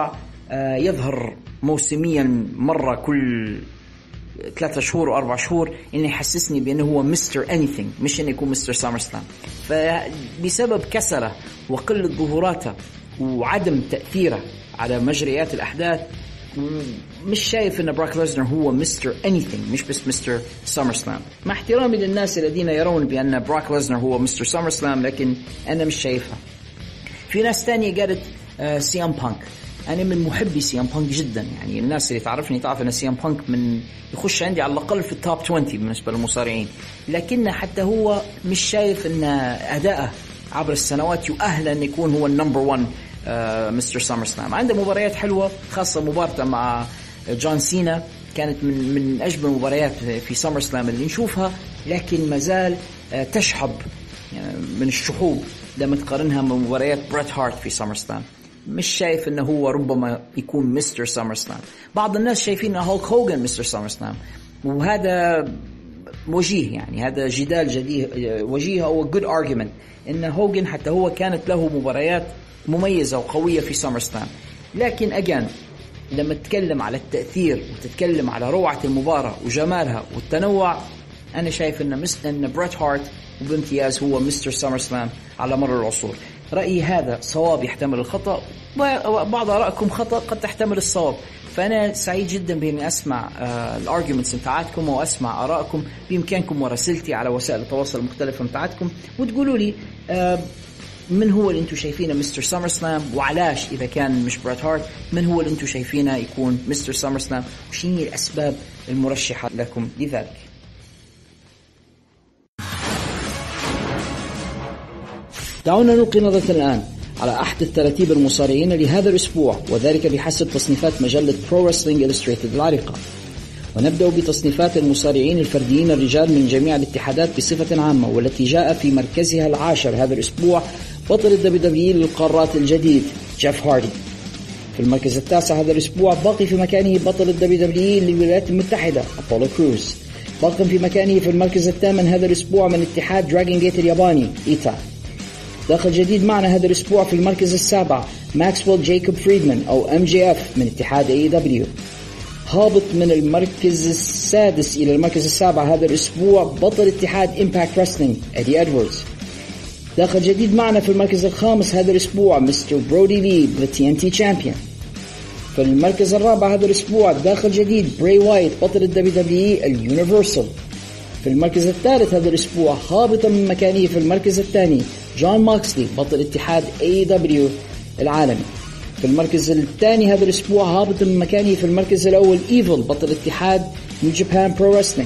[SPEAKER 1] يظهر موسميا مرة كل ثلاثة شهور وأربع شهور، إنه يحسسني بأنه هو مستر anything، مش إنه يكون مستر سامر سلام. فبسبب كسله وقلة ظهوراته وعدم تأثيره على مجريات الأحداث، مش شايف إن براك ليزنر هو مستر anything، مش بس مستر سامر سلام. مع احترامي للناس الذين يرون بأن براك ليزنر هو مستر سامر سلام، لكن أنا مش شايفها. في ناس تانية قالت آه سي ام بانك. أنا من محبي سي ام بانك جدا، يعني الناس اللي تعرفني تعرف أن سي ام بانك من يخش عندي على الأقل في التوب عشرين بالنسبة للمصارعين، لكن حتى هو مش شايف أن أداءه عبر السنوات يؤهل أن يكون هو النمبر ون مستر سامر سلام. عنده مباريات حلوة، خاصة مباراة مع جون سينا كانت من من أجمل المباريات في سامر سلام اللي نشوفها، لكن مازال آه تشحب يعني من الشحوب لما تقارنها بمباريات بريت هارت في سامر سلام. مش شايف انه هو ربما يكون مستر سامر سلام. بعض الناس شايفين ان هولك هوغن مستر سامر سلام، وهذا وجيه، يعني هذا جدال جديد وجيه او good argument ان هوغن حتى هو كانت له مباريات مميزة وقوية في سامر سلام. لكن اجان لما تتكلم على التأثير وتتكلم على روعة المباراة وجمالها والتنوع، انا شايف ان مستر ان بريت هارت وبامتياز هو مستر سامر سلام على مر العصور. رأيي هذا صواب يحتمل الخطأ، وبعض آرائكم خطأ قد تحتمل الصواب. فأنا سعيد جدا بأني أسمع الارجيومنتس متاعتكم وأسمع آرائكم. بإمكانكم ورسلتي على وسائل التواصل المختلفة متاعتكم وتقولوا لي آه من هو اللي انتم شايفينه مستر سامر سلام، وعلاش إذا كان مش بريت هارت من هو اللي انتم شايفينه يكون مستر سامر سلام، وشين هي الأسباب المرشحة لكم لذلك. دعونا نلقي نظرة الآن على أحدث ترتيب المصارعين لهذا الأسبوع، وذلك بحسب تصنيفات مجلة Pro Wrestling Illustrated العريقة. ونبدأ بتصنيفات المصارعين الفرديين الرجال من جميع الاتحادات بصفة عامة، والتي جاء في مركزها العاشر هذا الأسبوع بطل الدبليو دبليو إي للقارات الجديد جيف هاردي. في المركز التاسع هذا الأسبوع باقي في مكانه بطل الدبليو دبليو إي للولايات المتحدة أبولو كروز. باقي في مكانه في المركز الثامن هذا الأسبوع من اتحاد دراجون جيت الياباني إيتا. داخل جديد معنا هذا الأسبوع في المركز السابع ماكسويل جايكوب فريدمان أو إم جي إف من اتحاد إيه دبليو. هابط من المركز السادس إلى المركز السابع هذا الأسبوع بطل اتحاد إمباكت رسلينج إدي إدواردز. داخل جديد معنا في المركز الخامس هذا الأسبوع مستر برودي لي the تي إن تي Champion. في المركز الرابع هذا الأسبوع داخل جديد براي وايت بطل الدبليو دبليو إي اليونيفرسال. في المركز الثالث هذا الأسبوع هابطا من مكانه في المركز الثاني جون ماكسلي بطل اتحاد إيه دبليو العالمي. في المركز الثاني هذا الأسبوع هابطا من مكانه في المركز الأول إيفل بطل اتحاد نيو جابان برو رسلينج.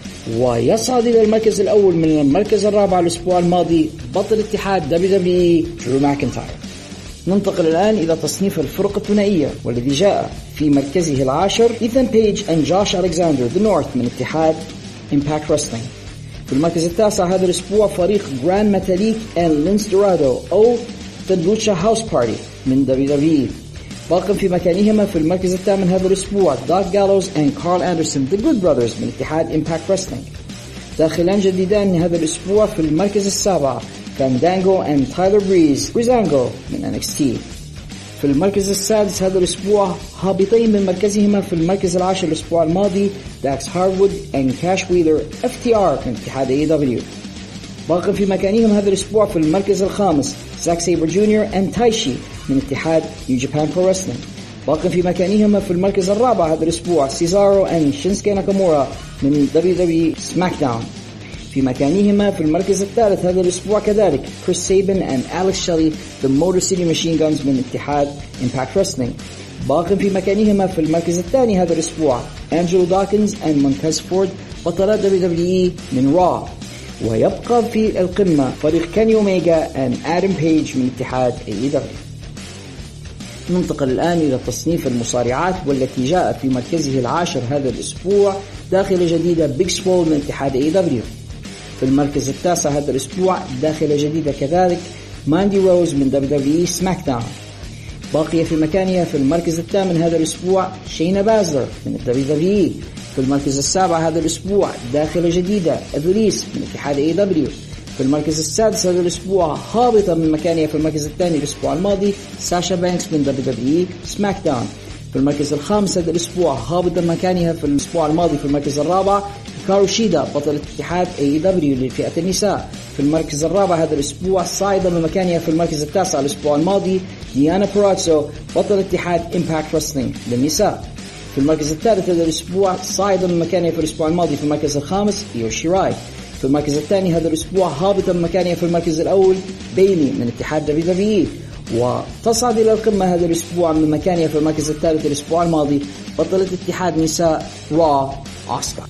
[SPEAKER 1] ويصعد إلى المركز الأول من المركز الرابع الأسبوع الماضي بطل اتحاد دبليو دبليو إي درو ماكنتاير. ننتقل الآن إلى تصنيف الفرق الثنائية، والذي جاء في مركزه العاشر إيثان بيج and جوش ألكساندر ذا نورث من اتحاد إمباكت رسلينج. في المركز التاسع هذا الأسبوع فريق جراند ماتاليك and لينس دورادو أو The Lucha House Party من دبليو دبليو إي. باقم في مكانهما في المركز الثامن هذا الأسبوع دوك جالوز and كارل أندرسون The Good Brothers من اتحاد إمباكت رسلينج. داخلان جديدان هذا الأسبوع في المركز السابع فاندانجو and تايلر بريز بريزانجو من إن إكس تي. في المركز السادس هذا الأسبوع هابطين من مركزهما في المركز العاشر الأسبوع الماضي داكس هارفود and كاش ويلر إف تي آر من اتحاد إيه دبليو. باقي في مكانهم هذا الأسبوع في المركز الخامس زاك سيبر جونيور and تايشي من اتحاد نيو جابان برو رسلينج. باقي في مكانهما في المركز الرابع هذا الأسبوع سيزارو and شينسكي ناكامورا من دبليو دبليو إي سماك داون. في مكانهما في المركز الثالث هذا الأسبوع كذلك كريس سيبن and أليكس شيلي The Motor City Machine Guns من اتحاد إمباكت رسلينج. باقي في مكانهما في المركز الثاني هذا الأسبوع أنجلو داكنز and مونتاز فورد بطلات دبليو دبليو إي من را. ويبقى في القمة فريق كاني أوميجا and آدم بيج من اتحاد إيه دبليو. ننتقل الآن إلى تصنيف المصارعات، والتي جاء في مركزه العاشر هذا الأسبوع داخل جديدة بيج سوول من اتحاد إيه دبليو. في المركز التاسع هذا الأسبوع داخل جديدة كذلك ماندي روز من دبليو دبليو إي سماك داون. باقية في مكانها في المركز الثامن هذا الأسبوع شينا بازلر من دبليو دبليو إي. في المركز السابع هذا الأسبوع داخل جديدة إبليس من اتحاد إيه دبليو. في في المركز السادس هذا الأسبوع هابطة من مكانها في المركز الثاني الأسبوع الماضي ساشا بانكس من دبليو دبليو إي سماك داون. في المركز الخامس هذا الأسبوع هابطة من مكانها في الأسبوع الماضي في المركز الرابع هيكارو شيدا بطل اتحاد إيه إي دبليو لفئة النساء. في المركز الرابع هذا الأسبوع صاعدة من مكانها في المركز التاسع الأسبوع الماضي ديانا بوراتسو بطل اتحاد إمباكت رسلينج للنساء. في المركز الثالث هذا الأسبوع صاعدة من مكانها في الأسبوع الماضي في المركز الخامس إيو شيراي. في المركز الثاني هذا الأسبوع هابطة من مكانها في المركز الأول بيلي من اتحاد دبليو دبليو إي. وتصعد إلى القمة هذا الأسبوع من مكانها في المركز الثالث الأسبوع الماضي بطلة اتحاد نساء را أوسكا.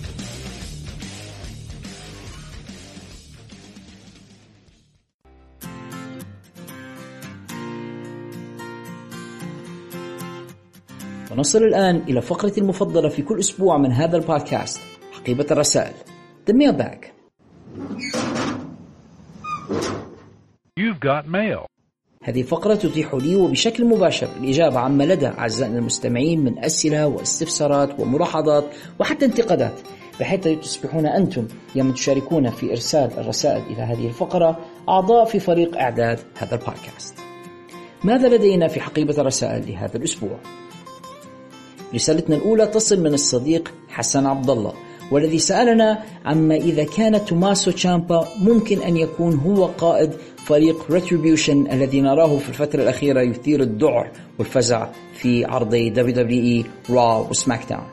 [SPEAKER 1] ونصل الآن إلى فقرة المفضلة في كل أسبوع من هذا البودكاست حقيبة الرسائل The Mailbag.
[SPEAKER 3] You've got mail.
[SPEAKER 1] هذه فقرة تتيح لي وبشكل مباشر الإجابة عما لدى أعزائنا المستمعين من أسئلة واستفسارات وملاحظات وحتى انتقادات، بحيث تصبحون أنتم يوم تشاركون في إرسال الرسائل إلى هذه الفقرة أعضاء في فريق إعداد هذا البودكاست. ماذا لدينا في حقيبة الرسائل لهذا الأسبوع؟ رسالتنا الأولى تصل من الصديق حسن عبد الله، والذي سألنا عما إذا كان توماسو تشامبا ممكن أن يكون هو قائد فريق ريتريبيوشن الذي نراه في الفترة الأخيرة يثير الذعر والفزع في عرضي دبليو دبليو إي راو وسماك داون.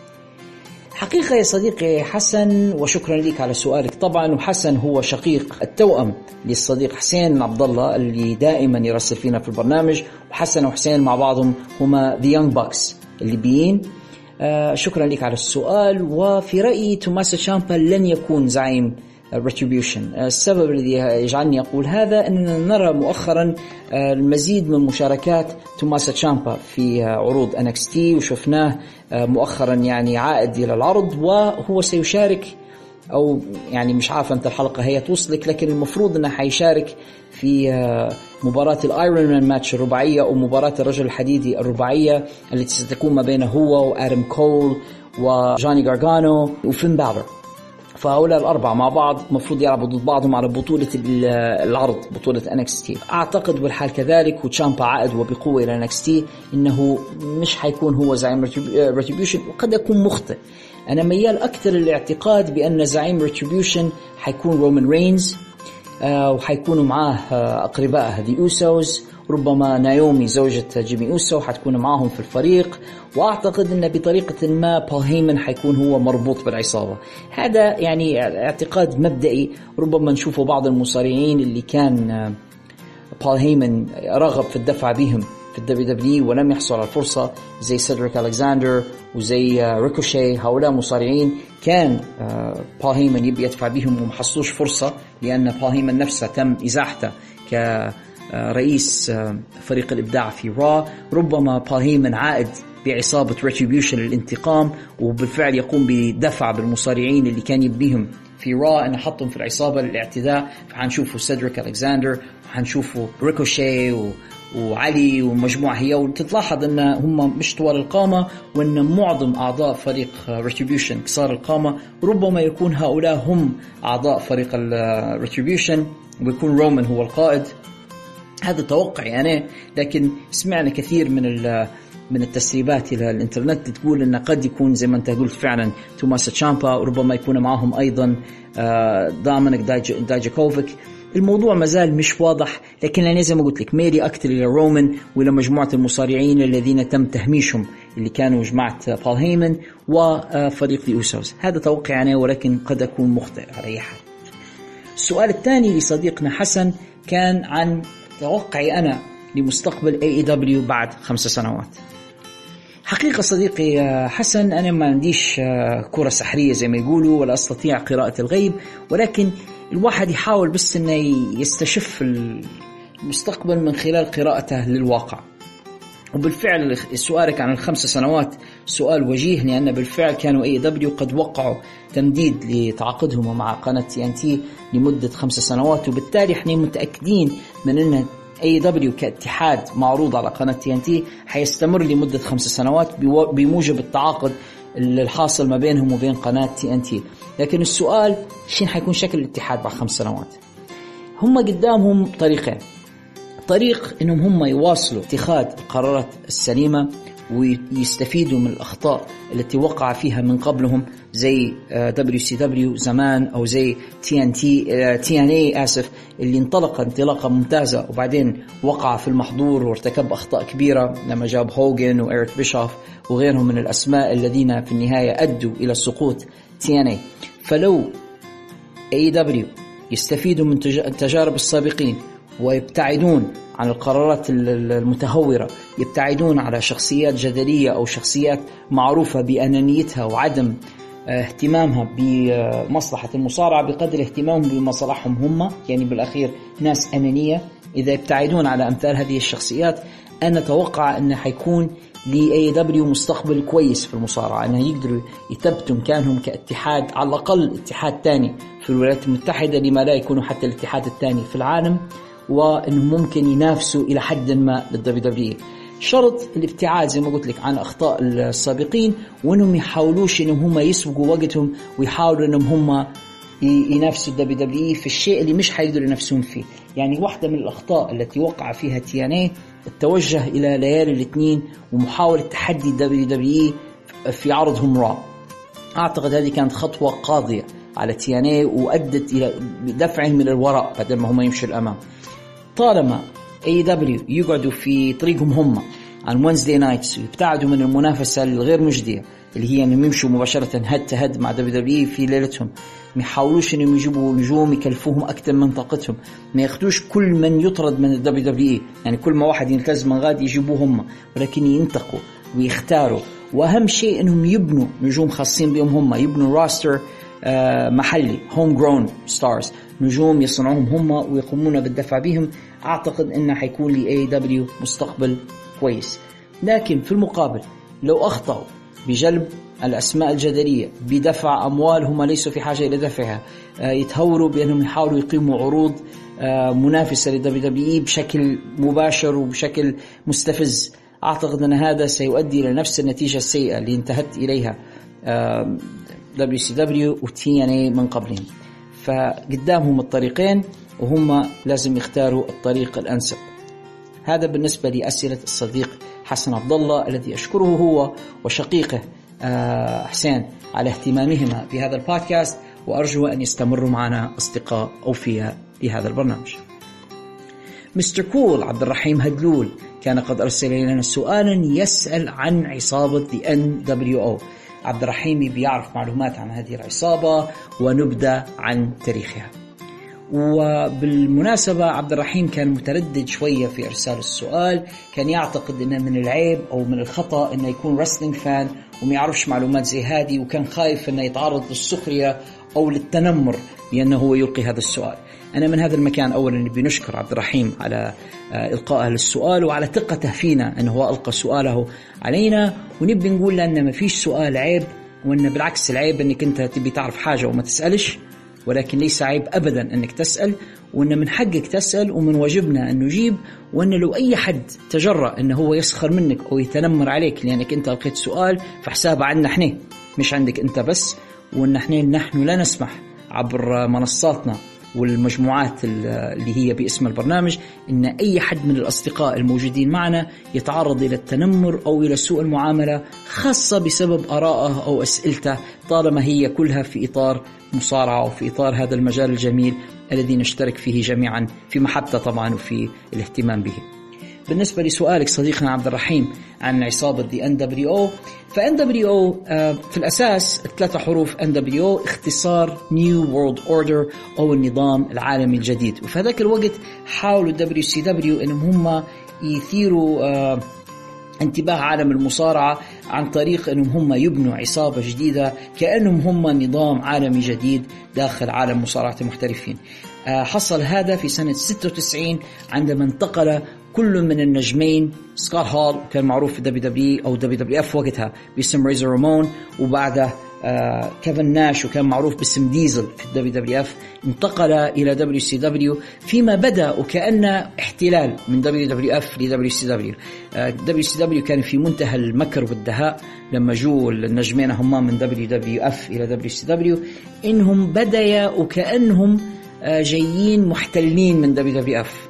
[SPEAKER 1] حقيقة يا صديقي حسن، وشكرا لك على سؤالك طبعا، وحسن هو شقيق التوأم للصديق حسين عبد الله اللي دائما يرسل فينا في البرنامج، وحسن وحسين مع بعضهم هما The Young Bucks الليبيين. آه شكرا لك على السؤال. وفي رأيي توماسو تشامبا لن يكون زعيم ريتريبيوشن. آه السبب الذي يجعلني أقول هذا أننا نرى مؤخرا آه المزيد من مشاركات توماسو تشامبا في آه عروض إن إكس تي، وشفناه آه مؤخرا يعني عائد إلى العرض، وهو سيشارك أو يعني مش عارف أنت الحلقة هي توصلك، لكن المفروض أنه حيشارك في مباراة الآيرون مان ماتش الرباعية أو مباراة الرجل الحديدي الرباعية التي ستكون ما بين هو وآدم كول وجوني غارغانو وفين بالور. فهؤلاء الأربعة مع بعض مفروض يلعبوا ضد بعضهم على بطولة العرض، بطولة إن إكس تي. أعتقد بالحال كذلك، وتشامبا عائد وبقوة إلى إن إكس تي، إنه مش حيكون هو زعيم ريتريبيوشن، وقد أكون مخطئ. أنا ميال أكثر للاعتقاد بأن زعيم ريتريبيوشن حيكون رومان رينز، آه وحيكونوا معاه آه أقرباء هذه أوسوس، ربما نايومي زوجة جيمي أوسو حتكون معاهم في الفريق، وأعتقد أن بطريقة ما بول هيمن حيكون هو مربوط بالعصابة. هذا يعني اعتقاد مبدئي، ربما نشوفه بعض المصارعين اللي كان آه بول هيمن رغب في الدفع بهم في الدبليو دبليو ولم يحصل على الفرصة، زي سيدريك ألكساندر وزي ريكوشي. هؤلاء مصارعين كان بول هيمن يبي يدفع بهم ومحصلوش فرصة، لأن بول هيمن نفسه تم إزاحته كرئيس فريق الإبداع في را. ربما بول هيمن عائد بعصابة ريتريبيوشن للانتقام، وبالفعل يقوم بدفع بالمصارعين اللي كان يبيهم في را أن حطهم في العصابة للاعتداء. فحنشوفوا سيدريك ألكساندر وحنشوفوا ريكوشي و وعلي ومجموعة هي، وتتلاحظ أن هم مش طوال القامة، وأن معظم أعضاء فريق ريتريبيوشن قصار القامة. ربما يكون هؤلاء هم أعضاء فريق ريتريبيوشن ويكون رومان هو القائد. هذا توقعي أنا، لكن سمعنا كثير من من التسريبات إلى الإنترنت تقول أن قد يكون زي ما أنت قلت فعلا توماسو تشامبا، وربما يكون معهم أيضا دومينيك دايجاكوفيك. الموضوع مازال مش واضح، لكن أنا زي ما قلت لك ميلي أكثر إلى رومان وإلى مجموعة المصارعين الذين تم تهميشهم اللي كانوا جماعة بول هيمن وفريق الأوسوس. هذا توقعي أنا، ولكن قد أكون مخطئ على أي حال. السؤال الثاني لصديقنا حسن كان عن توقعي أنا لمستقبل إيه إي دبليو بعد خمس سنوات. حقيقة صديقي حسن أنا ما عنديش كرة سحرية زي ما يقولوا، ولا أستطيع قراءة الغيب، ولكن الواحد يحاول بس أنه يستشف المستقبل من خلال قراءته للواقع. وبالفعل سؤالك عن الخمس سنوات سؤال وجيه، لأن بالفعل كانوا إيه دبليو قد وقعوا تمديد لتعاقدهم مع قناة تي إن تي لمدة خمس سنوات، وبالتالي احنا متأكدين من أن إيه دبليو كاتحاد معروض على قناة تي إن تي حيستمر لمدة خمس سنوات بموجب التعاقد الحاصل ما بينهم وبين قناة تي إن تي. لكن السؤال شين حيكون شكل الاتحاد بعد خمس سنوات؟ هم قدامهم طريقين. طريق إنهم هم يواصلوا اتخاذ القرارات السليمة ويستفيدوا من الأخطاء التي وقع فيها من قبلهم زي دبليو سي دبليو زمان أو زي تي إن تي تي إن إيه آسف اللي انطلق انطلاقة ممتازة وبعدين وقع في المحظور وارتكب أخطاء كبيرة لما جاب هوغن وإيريك بيشوف وغيرهم من الأسماء الذين في النهاية أدوا إلى سقوط تي إن إيه. فلو إيه دبليو يستفيدوا من تجارب السابقين ويبتعدون عن القرارات المتهورة، يبتعدون على شخصيات جدلية أو شخصيات معروفة بأنانيتها وعدم اهتمامها بمصلحة المصارعة بقدر اهتمامهم بمصالحهم هم، يعني بالأخير ناس أنانية. إذا يبتعدون على أمثال هذه الشخصيات أنا أتوقع أنه حيكون ل إيه دبليو مستقبل كويس في المصارعة، أنه يقدروا يثبتوا مكانهم كاتحاد على الأقل اتحاد تاني في الولايات المتحدة لما لا يكونوا حتى الاتحاد الثاني في العالم، وأنهم ممكن ينافسوا إلى حد ما للدبليو دبليو إي. شرط الابتعاد زي ما قلت لك عن أخطاء السابقين، وأنهم يحاولوش أنهم هم يسبقوا وقتهم ويحاولوا أنهم هم ينافسوا الدبليو دبليو إي في الشيء اللي مش حيقدروا ينافسون فيه. يعني واحدة من الأخطاء التي وقع فيها تي إن إيه التوجه إلى ليالي الاثنين ومحاولة تحدي الدبليو دبليو إي في عرضهم را. أعتقد هذه كانت خطوة قاضية على تي إن إيه وأدت إلى دفعهم من الوراء بدل ما هم يمشوا الأمام. طالما إيه دبليو يقعدوا في طريقهم هم عن وينزداي نايتس ويبتعدوا من المنافسة الغير مجدية اللي هي أنهم يمشوا مباشرة هيد تو هيد مع دبليو دبليو إي في ليلتهم، ما يحاولوش أنهم يجيبوا نجوم يكلفوهم أكثر من طاقتهم، ما ياخدوش كل من يطرد من الدبليو دبليو إي، يعني كل ما واحد يلتزم من غاد يجيبوه هم، ولكن ينتقوا ويختاروا. وأهم شيء أنهم يبنوا نجوم خاصين بهم هم، يبنوا راستر محلي هوم جرون ستارز، نجوم يصنعوهم هم ويقومون بالدفع بهم. أعتقد أنه حيكون لي إيه دبليو مستقبل كويس. لكن في المقابل لو أخطأوا بجلب الأسماء الجدلية بدفع أموال هم ليسوا في حاجة إلى دفعها، يتهوروا بأنهم يحاولوا يقيموا عروض منافسة للدبليو دبليو إي بشكل مباشر وبشكل مستفز، أعتقد أن هذا سيؤدي إلى نفس النتيجة السيئة اللي انتهت إليها دبليو سي دبليو و تي إن إيه من قبلهم. فقدامهم الطريقين وهم لازم يختاروا الطريق الأنسب. هذا بالنسبة لأسئلة الصديق حسن عبد الله الذي أشكره هو وشقيقه حسين على اهتمامهما في هذا البودكاست، وأرجو أن يستمروا معنا أصدقاء أوفياء لهذا البرنامج. مستر كول عبد الرحيم هدلول كان قد أرسل لنا سؤالا يسأل عن عصابة The إن دبليو أو. عبد الرحيم بيعرف معلومات عن هذه العصابة ونبدأ عن تاريخها. وبالمناسبة عبد الرحيم كان متردد شوية في إرسال السؤال، كان يعتقد أنه من العيب أو من الخطأ أنه يكون رسلينج فان وما يعرفش معلومات زي هذه، وكان خايف أنه يتعرض للسخرية أو للتنمر بأنه هو يلقي هذا السؤال. أنا من هذا المكان أولا نبي نشكر عبد الرحيم على إلقائه للسؤال وعلى ثقته فينا أنه هو ألقى سؤاله علينا، ونبي نقول لأن ما فيش سؤال عيب، وأن بالعكس العيب أنك أنت تبي تعرف حاجة وما تسألش، ولكن ليس عيب أبدا أنك تسأل، وأن من حقك تسأل ومن واجبنا أن نجيب. وأن لو أي حد تجرأ أنه هو يسخر منك أو يتنمر عليك لأنك أنت ألقيت سؤال فحسابه عنا احنا مش عندك أنت بس، وأن احنا نحن لا نسمح عبر منصاتنا والمجموعات اللي هي باسم البرنامج إن أي حد من الأصدقاء الموجودين معنا يتعرض إلى التنمر أو إلى سوء المعاملة خاصة بسبب آرائه أو أسئلته، طالما هي كلها في إطار مصارعة وفي إطار هذا المجال الجميل الذي نشترك فيه جميعا في محبته طبعا وفي الاهتمام به. بالنسبة لسؤالك صديقنا عبد الرحيم عن عصابة The إن دبليو أو، ف إن دبليو أو في الأساس الثلاثة حروف إن دبليو أو اختصار New World Order أو النظام العالمي الجديد. وفي هذاك الوقت حاولوا دبليو سي دبليو إنهم هم يثيروا انتباه عالم المصارعة عن طريق أنهم هم يبنوا عصابة جديدة كأنهم هم نظام عالمي جديد داخل عالم مصارعة المحترفين. حصل هذا في سنة ستة وتسعين عندما انتقل كل من النجمين سكوت هول كان معروف في دبليو دبليو أو دبليو دبليو إف وقتها باسم ريزر رامون، وبعده آه كيفن ناش وكان معروف باسم ديزل في الدبليو دبليو إف، انتقل إلى دبليو سي دبليو فيما بدأ وكأن احتلال من دبليو دبليو إف لدبليو سي دبليو. آه دبليو سي دبليو كان في منتهى المكر والدهاء لما جو النجمين هما من دبليو دبليو إف إلى دبليو سي دبليو، إنهم بدأ وكأنهم جايين محتلين من دبليو دبليو اف،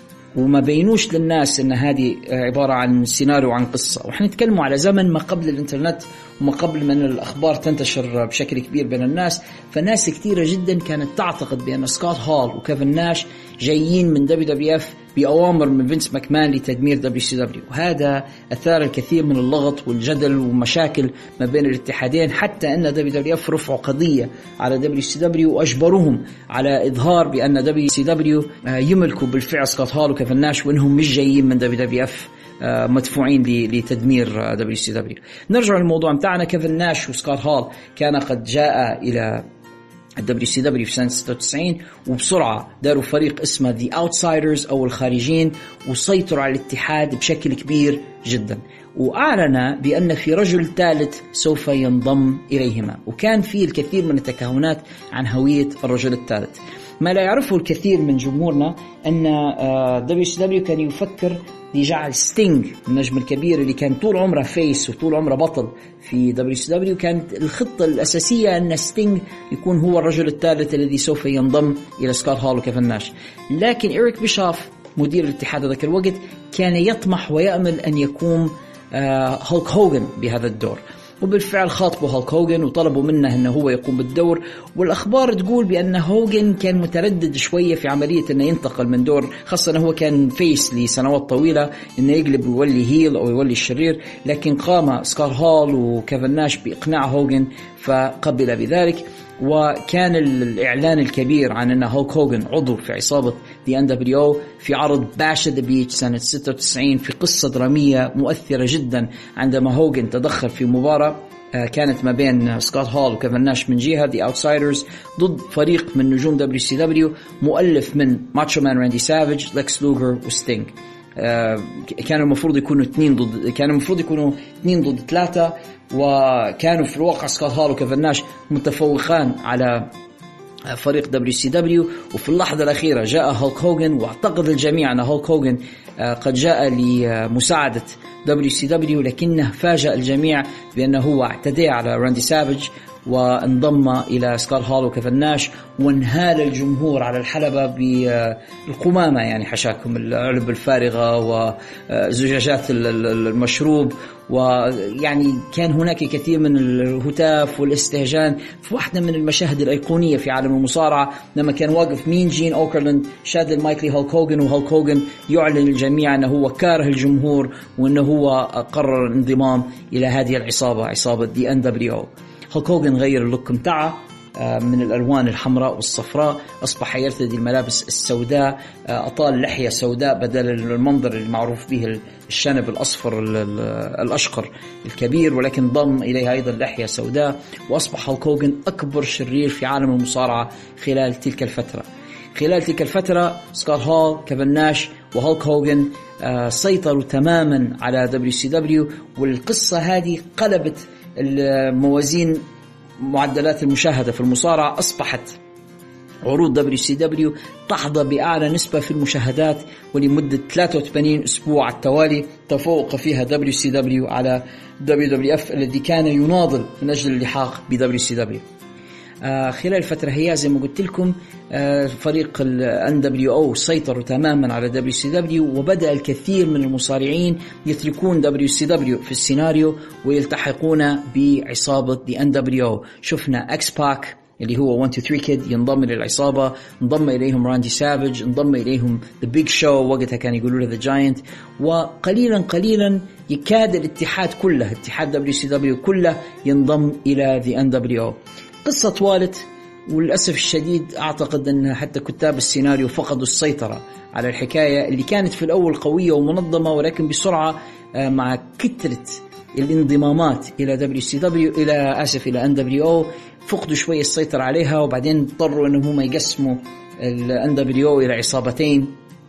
[SPEAKER 1] وما بينوش للناس ان هذه عبارة عن سيناريو عن قصة. وإحنا نتكلموا على زمن ما قبل الانترنت وما قبل من الأخبار تنتشر بشكل كبير بين الناس، فناس كثيرة جدا كانت تعتقد بأن سكوت هول وكيفن ناش جايين من دبليو دبليو اف بأوامر من فينس ماكمان لتدمير دبليو سي دبليو، وهذا أثار الكثير من اللغط والجدل ومشاكل ما بين الاتحادين، حتى أن دبليو دبليو اف رفعوا قضية على دبليو سي دبليو وأجبروهم على إظهار بأن دبليو سي دبليو يملكوا بالفعل سكوت هول وكيفن ناش، وإنهم مش جايين من دبليو دبليو اف مدفوعين لتدمير دبليو سي دبليو. نرجع للموضوع متاعنا. كيفن ناش وسكوت هول كان قد جاء إلى الدبليو سي دبليو في سنة ستة وتسعين، وبسرعة داروا فريق اسمه The Outsiders أو الخارجين، وسيطروا على الاتحاد بشكل كبير جدا، وأعلن بأن في رجل ثالث سوف ينضم إليهما، وكان فيه الكثير من التكهنات عن هوية الرجل الثالث. ما لا يعرفه الكثير من جمهورنا أن دبليو سي دبليو كان يفكر لجعل ستينج النجم الكبير اللي كان طول عمره فيس وطول عمره بطل في دبليو سي دبليو، كانت الخطة الأساسية أن ستينج يكون هو الرجل الثالث الذي سوف ينضم إلى سكوت هول وكيفن ناش. لكن إيريك بيشوف مدير الاتحاد ذاك الوقت كان يطمح ويأمل أن يقوم هولك هوغن بهذا الدور، وبالفعل خاطبوا هولك هوغن وطلبوا منه أنه هو يقوم بالدور. والأخبار تقول بأن هوغن كان متردد شوية في عملية أنه ينتقل من دور، خاصة أنه هو كان فيس لسنوات طويلة، أنه يقلب ويولي هيل أو يولي الشرير. لكن قام سكوت هول وكيفن ناش بإقناع هوغن فقبل بذلك. وكان الإعلان الكبير عن أن هولك هوغن عضو في عصابة دي إن دبليو أو في عرض باش ذا بيتش سنة ستة وتسعين، في قصة درامية مؤثرة جدا عندما هوغن تدخل في مباراة كانت ما بين سكوت هول وكيفن ناش من جهة The Outsiders ضد فريق من نجوم دبليو سي دبليو مؤلف من ماتشو مان راندي سافيج، لكس لوغر وستينج. كانوا المفروض يكونوا اثنين ضد كانوا المفروض يكونوا اثنين ضد ثلاثة، وكانوا في الواقع سكوت هول وكيفن ناش متفوقان على فريق دبليو سي دبليو. وفي اللحظة الأخيرة جاء هولك هوغن، واعتقد الجميع أن هولك هوغن قد جاء لمساعدة دبليو سي دبليو، لكنه فاجأ الجميع بأنه هو اعتدى على راندي سافيج وانضم إلى سكوت هول وكيفن ناش، وانهال الجمهور على الحلبة بالقمامة، يعني حشاكم العلب الفارغة وزجاجات المشروب، ويعني كان هناك كثير من الهتاف والاستهجان. في واحدة من المشاهد الأيقونية في عالم المصارعة لما كان واقف مين جين أوكرلاند شاد المايك لهولك هوغن، وهولك هوغن يعلن للجميع أنه هو كاره الجمهور وأنه هو قرر الانضمام إلى هذه العصابة، عصابة دي إن دبليو أو. هولك هوغن غير اللوك متاعه من الألوان الحمراء والصفراء، أصبح يرتدي الملابس السوداء، أطال لحية سوداء بدل المنظر المعروف به الشنب الأصفر الأشقر الكبير، ولكن ضم إليها أيضا لحية سوداء. وأصبح هولك هوغن أكبر شرير في عالم المصارعة خلال تلك الفترة. خلال تلك الفترة سكوت هول، كيفن ناش وهولك هوغن سيطروا تماما على دبليو سي دبليو، والقصة هذه قلبت الموازين معدلات المشاهدة في المصارعة. أصبحت عروض دبليو سي دبليو تحظى بأعلى نسبة في المشاهدات، ولمدة ثلاثة وثمانين أسبوع على التوالي تفوق فيها دبليو سي دبليو على دبليو دبليو اف الذي كان يناضل من أجل اللحاق بدبليو سي دبليو. آه خلال الفترة هي زي ما قلت لكم آه فريق ال إن دبليو أو سيطروا تماما على دبليو سي دبليو، وبدأ الكثير من المصارعين يتركون دبليو سي دبليو في السيناريو ويلتحقون بعصابة دي إن دبليو أو. شفنا اكس باك اللي هو واحد اثنين ثلاثة كيد ينضم إلى العصابة، انضم إليهم راندي سافيج، انضم إليهم The Big Show، وقتها كان يقولوا له The Giant. وقليلا قليلا يكاد الاتحاد كله، اتحاد دبليو سي دبليو كله ينضم إلى The إن دبليو أو. قصة طوالت، وللأسف الشديد أعتقد أن حتى كتاب السيناريو فقدوا السيطرة على الحكاية اللي كانت في الأول قوية ومنظمة، ولكن بسرعة مع كثرة الانضمامات إلى دبليو سي دبليو إلى آسف إلى إن دبليو أو فقدوا شوية السيطرة عليها، وبعدين اضطروا أنهم يقسموا ال إن دبليو أو إلى عصابتين،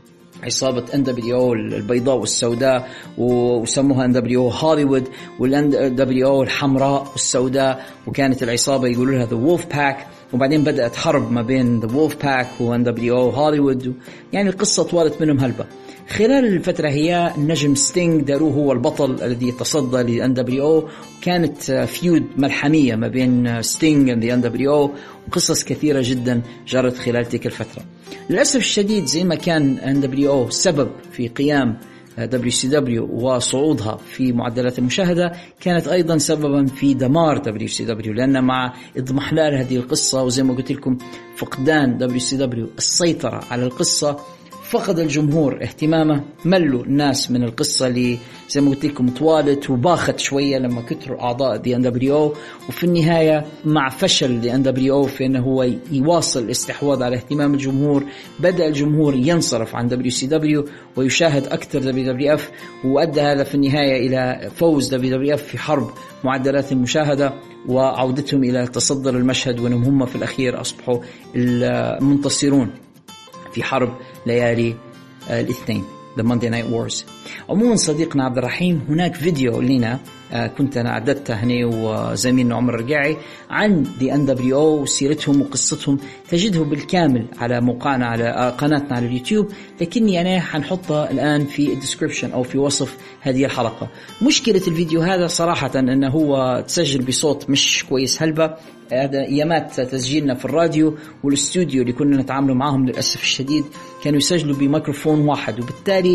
[SPEAKER 1] عصابة إن دبليو أو البيضاء والسوداء وسموها إن دبليو أو هوليوود، والإن دبليو أو الحمراء والسوداء، وكانت العصابة يقولوا لها The Wolf Pack. وبعدين بدأت حرب ما بين The Wolf Pack و إن دبليو أو هوليوود، يعني القصة طوالت منهم هلبة. خلال الفترة هي النجم ستينغ داروه هو البطل الذي تصدى للإن دبليو أو. كانت فيود ملحمية ما بين ستينغ والإن دبليو أو وقصص كثيرة جدا جرت خلال تلك الفترة. للأسف الشديد زي ما كان إن دبليو أو سبب في قيام دبليو سي دبليو وصعودها في معدلات المشاهدة، كانت أيضا سببا في دمار دبليو سي دبليو، لأن مع إضمحلال هذه القصة وزي ما قلت لكم فقدان دبليو سي دبليو السيطرة على القصة، فقد الجمهور اهتمامه، ملوا الناس من القصة اللي زي ما قلت لكم طوالت وباخت شوية لما كثروا أعضاء دي إن دبليو أو. وفي النهاية مع فشل دي إن دبليو أو في أنه هو يواصل الاستحواذ على اهتمام الجمهور، بدأ الجمهور ينصرف عن دبليو سي دبليو ويشاهد أكثر دبليو دبليو إف، وأدى هذا في النهاية إلى فوز دبليو دبليو إف في حرب معدلات المشاهدة وعودتهم إلى تصدر المشهد، وأنهم هم في الأخير أصبحوا المنتصرون في حرب ليالي الاثنين The Monday Night Wars. عموما صديقنا عبد الرحيم، هناك فيديو لنا كنت أنا أعددته هنا وزميلنا عمر الرقاعي عن دي إن دبليو أو وسيرتهم وقصتهم، تجده بالكامل على موقعنا على قناتنا على اليوتيوب، لكني أنا حنحطه الآن في الديسكريبشن أو في وصف هذه الحلقة. مشكلة الفيديو هذا صراحة أنه هو تسجل بصوت مش كويس هلبة، هذا ايامات تسجيلنا في الراديو والاستوديو اللي كنا نتعامل معهم للاسف الشديد كانوا يسجلوا بميكروفون واحد، وبالتالي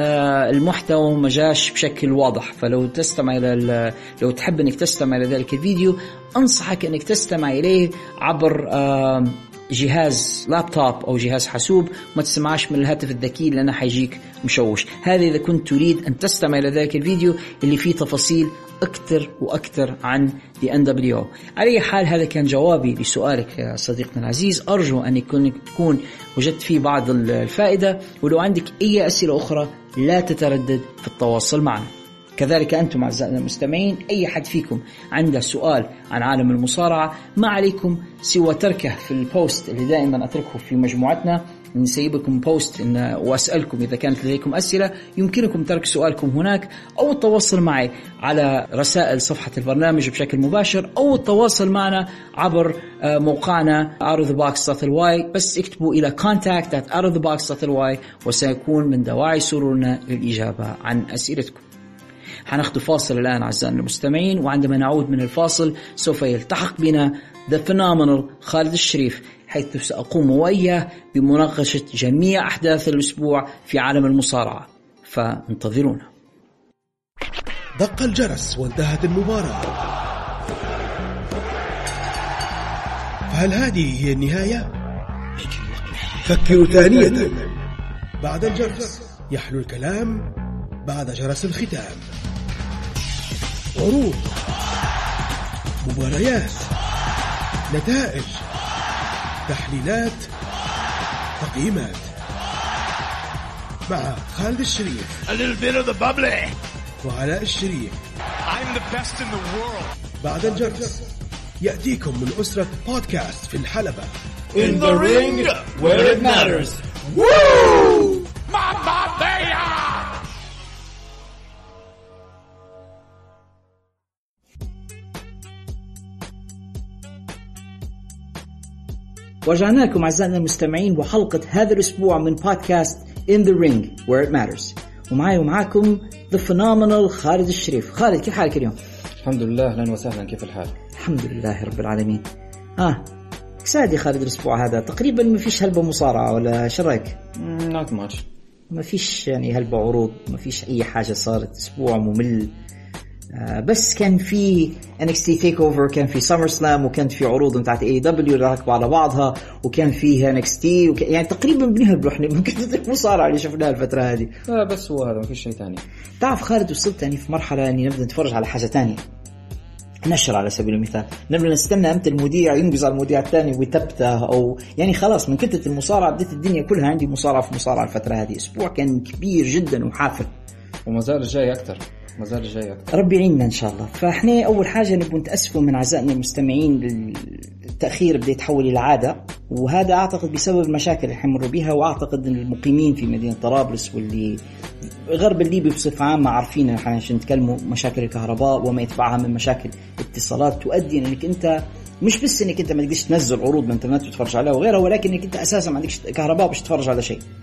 [SPEAKER 1] آه المحتوى ما جاش بشكل واضح. فلو تستمع الى لو تحب انك تستمع الى ذلك الفيديو، انصحك انك تستمع اليه عبر آه جهاز لابتوب أو جهاز حاسوب، ما تسمعش من الهاتف الذكي لأنه حيجيك مشوش. هذا إذا كنت تريد أن تستمع إلى ذلك الفيديو اللي فيه تفاصيل أكثر وأكثر عن دي إن دبليو أو. على أي حال، هذا كان جوابي لسؤالك يا صديقنا العزيز، أرجو أن يكون تكون وجدت فيه بعض الفائدة، ولو عندك أي أسئلة أخرى لا تتردد في التواصل معنا. كذلك أنتم أعزائنا المستمعين، أي حد فيكم عنده سؤال عن عالم المصارعة ما عليكم سوى تركه في البوست اللي دائما أتركه في مجموعتنا. نسيبكم بوست إن وأسألكم إذا كانت لديكم أسئلة، يمكنكم ترك سؤالكم هناك، أو التواصل معي على رسائل صفحة البرنامج بشكل مباشر، أو التواصل معنا عبر موقعنا out of the box dot l y. بس اكتبوا إلى contact at out of the box dot l y وسيكون من دواعي سرورنا للإجابة عن أسئلتكم. حناخذ فاصل الآن أعزائنا المستمعين، وعندما نعود من الفاصل سوف يلتحق بنا The Phenomenal خالد الشريف، حيث سأقوم وإياه بمناقشة جميع أحداث الأسبوع في عالم المصارعة، فانتظرونا.
[SPEAKER 4] دق الجرس وانتهت المباراة، فهل هذه هي النهاية؟ فكروا ثانية. بعد الجرس يحلو الكلام بعد جرس الختام. عروض، مباريات، نتائج، تحليلات، تقييمات، مع خالد الشريف
[SPEAKER 3] A little bit of the bubbly.
[SPEAKER 4] وعلاء الشريف.
[SPEAKER 3] I'm the best in the world.
[SPEAKER 4] بعد الجرس يأتيكم من أسرة بودكاست في الحلبة.
[SPEAKER 3] In the ring where it matters. Woo! Mamma mia!
[SPEAKER 1] ورجعنا لكم أعزائنا المستمعين وحلقة هذا الأسبوع من بودكاست In the Ring Where It Matters، ومعي ومعاكم The Phenomenal خالد الشريف. خالد، كيف حالك اليوم؟
[SPEAKER 5] الحمد لله، أهلا وسهلا، كيف الحال؟
[SPEAKER 1] الحمد لله رب العالمين. آه كساد يا خالد الأسبوع هذا تقريبا ما فيش هلبة مصارعة ولا شو رأيك؟
[SPEAKER 5] not much.
[SPEAKER 1] ما فيش يعني هلبة عروض، ما فيش أي حاجة، صارت أسبوع ممل. آه بس كان في إن إكس تي Takeover، كان في سامر سلام، وكان في عروض بتاعت إيه دبليو راكبة على بعضها، وكان فيها إن إكس تي، وك... يعني تقريبا بنهبل إحنا من كثرة المصارعة اللي شفناها الفترة هذه.
[SPEAKER 5] لا بس هو هذا، ما في شيء تاني.
[SPEAKER 1] تعرف خالد، وصلت يعني في مرحلة إني نبدأ نتفرج على حاجة تانية، نشر على سبيل المثال، نبدأ نستنى أمتى المذيع ينقز على المذيع الثاني ويتبته، أو يعني خلاص من كثرة المصارعة بديت الدنيا كلها عندي مصارعة في مصارعة الفترة هذه. أسبوع كان كبير جدا وحافل،
[SPEAKER 5] وما زال الجاي أكثر، ما زال الجاي أكثر.
[SPEAKER 1] ربي يعيننا إن شاء الله. فإحنا أول حاجة نبغى نتأسفوا من أعزائنا المستمعين، التأخير بدأ يتحول إلى عادة، وهذا أعتقد بسبب المشاكل اللي حمروا بها، وأعتقد أن المقيمين في مدينة طرابلس واللي غرب الليبي بصفة عامة عارفين إحنا نتكلموا مشاكل الكهرباء وما يتبعها من مشاكل اتصالات تؤدي إنك أنت مش بس إنك أنت ما تقدرش تنزل عروض من الإنترنت وتتفرج عليها وغيرها، ولكن إنك أنت أساسا ما عندكش كهرباء باش تتفرج على شيء.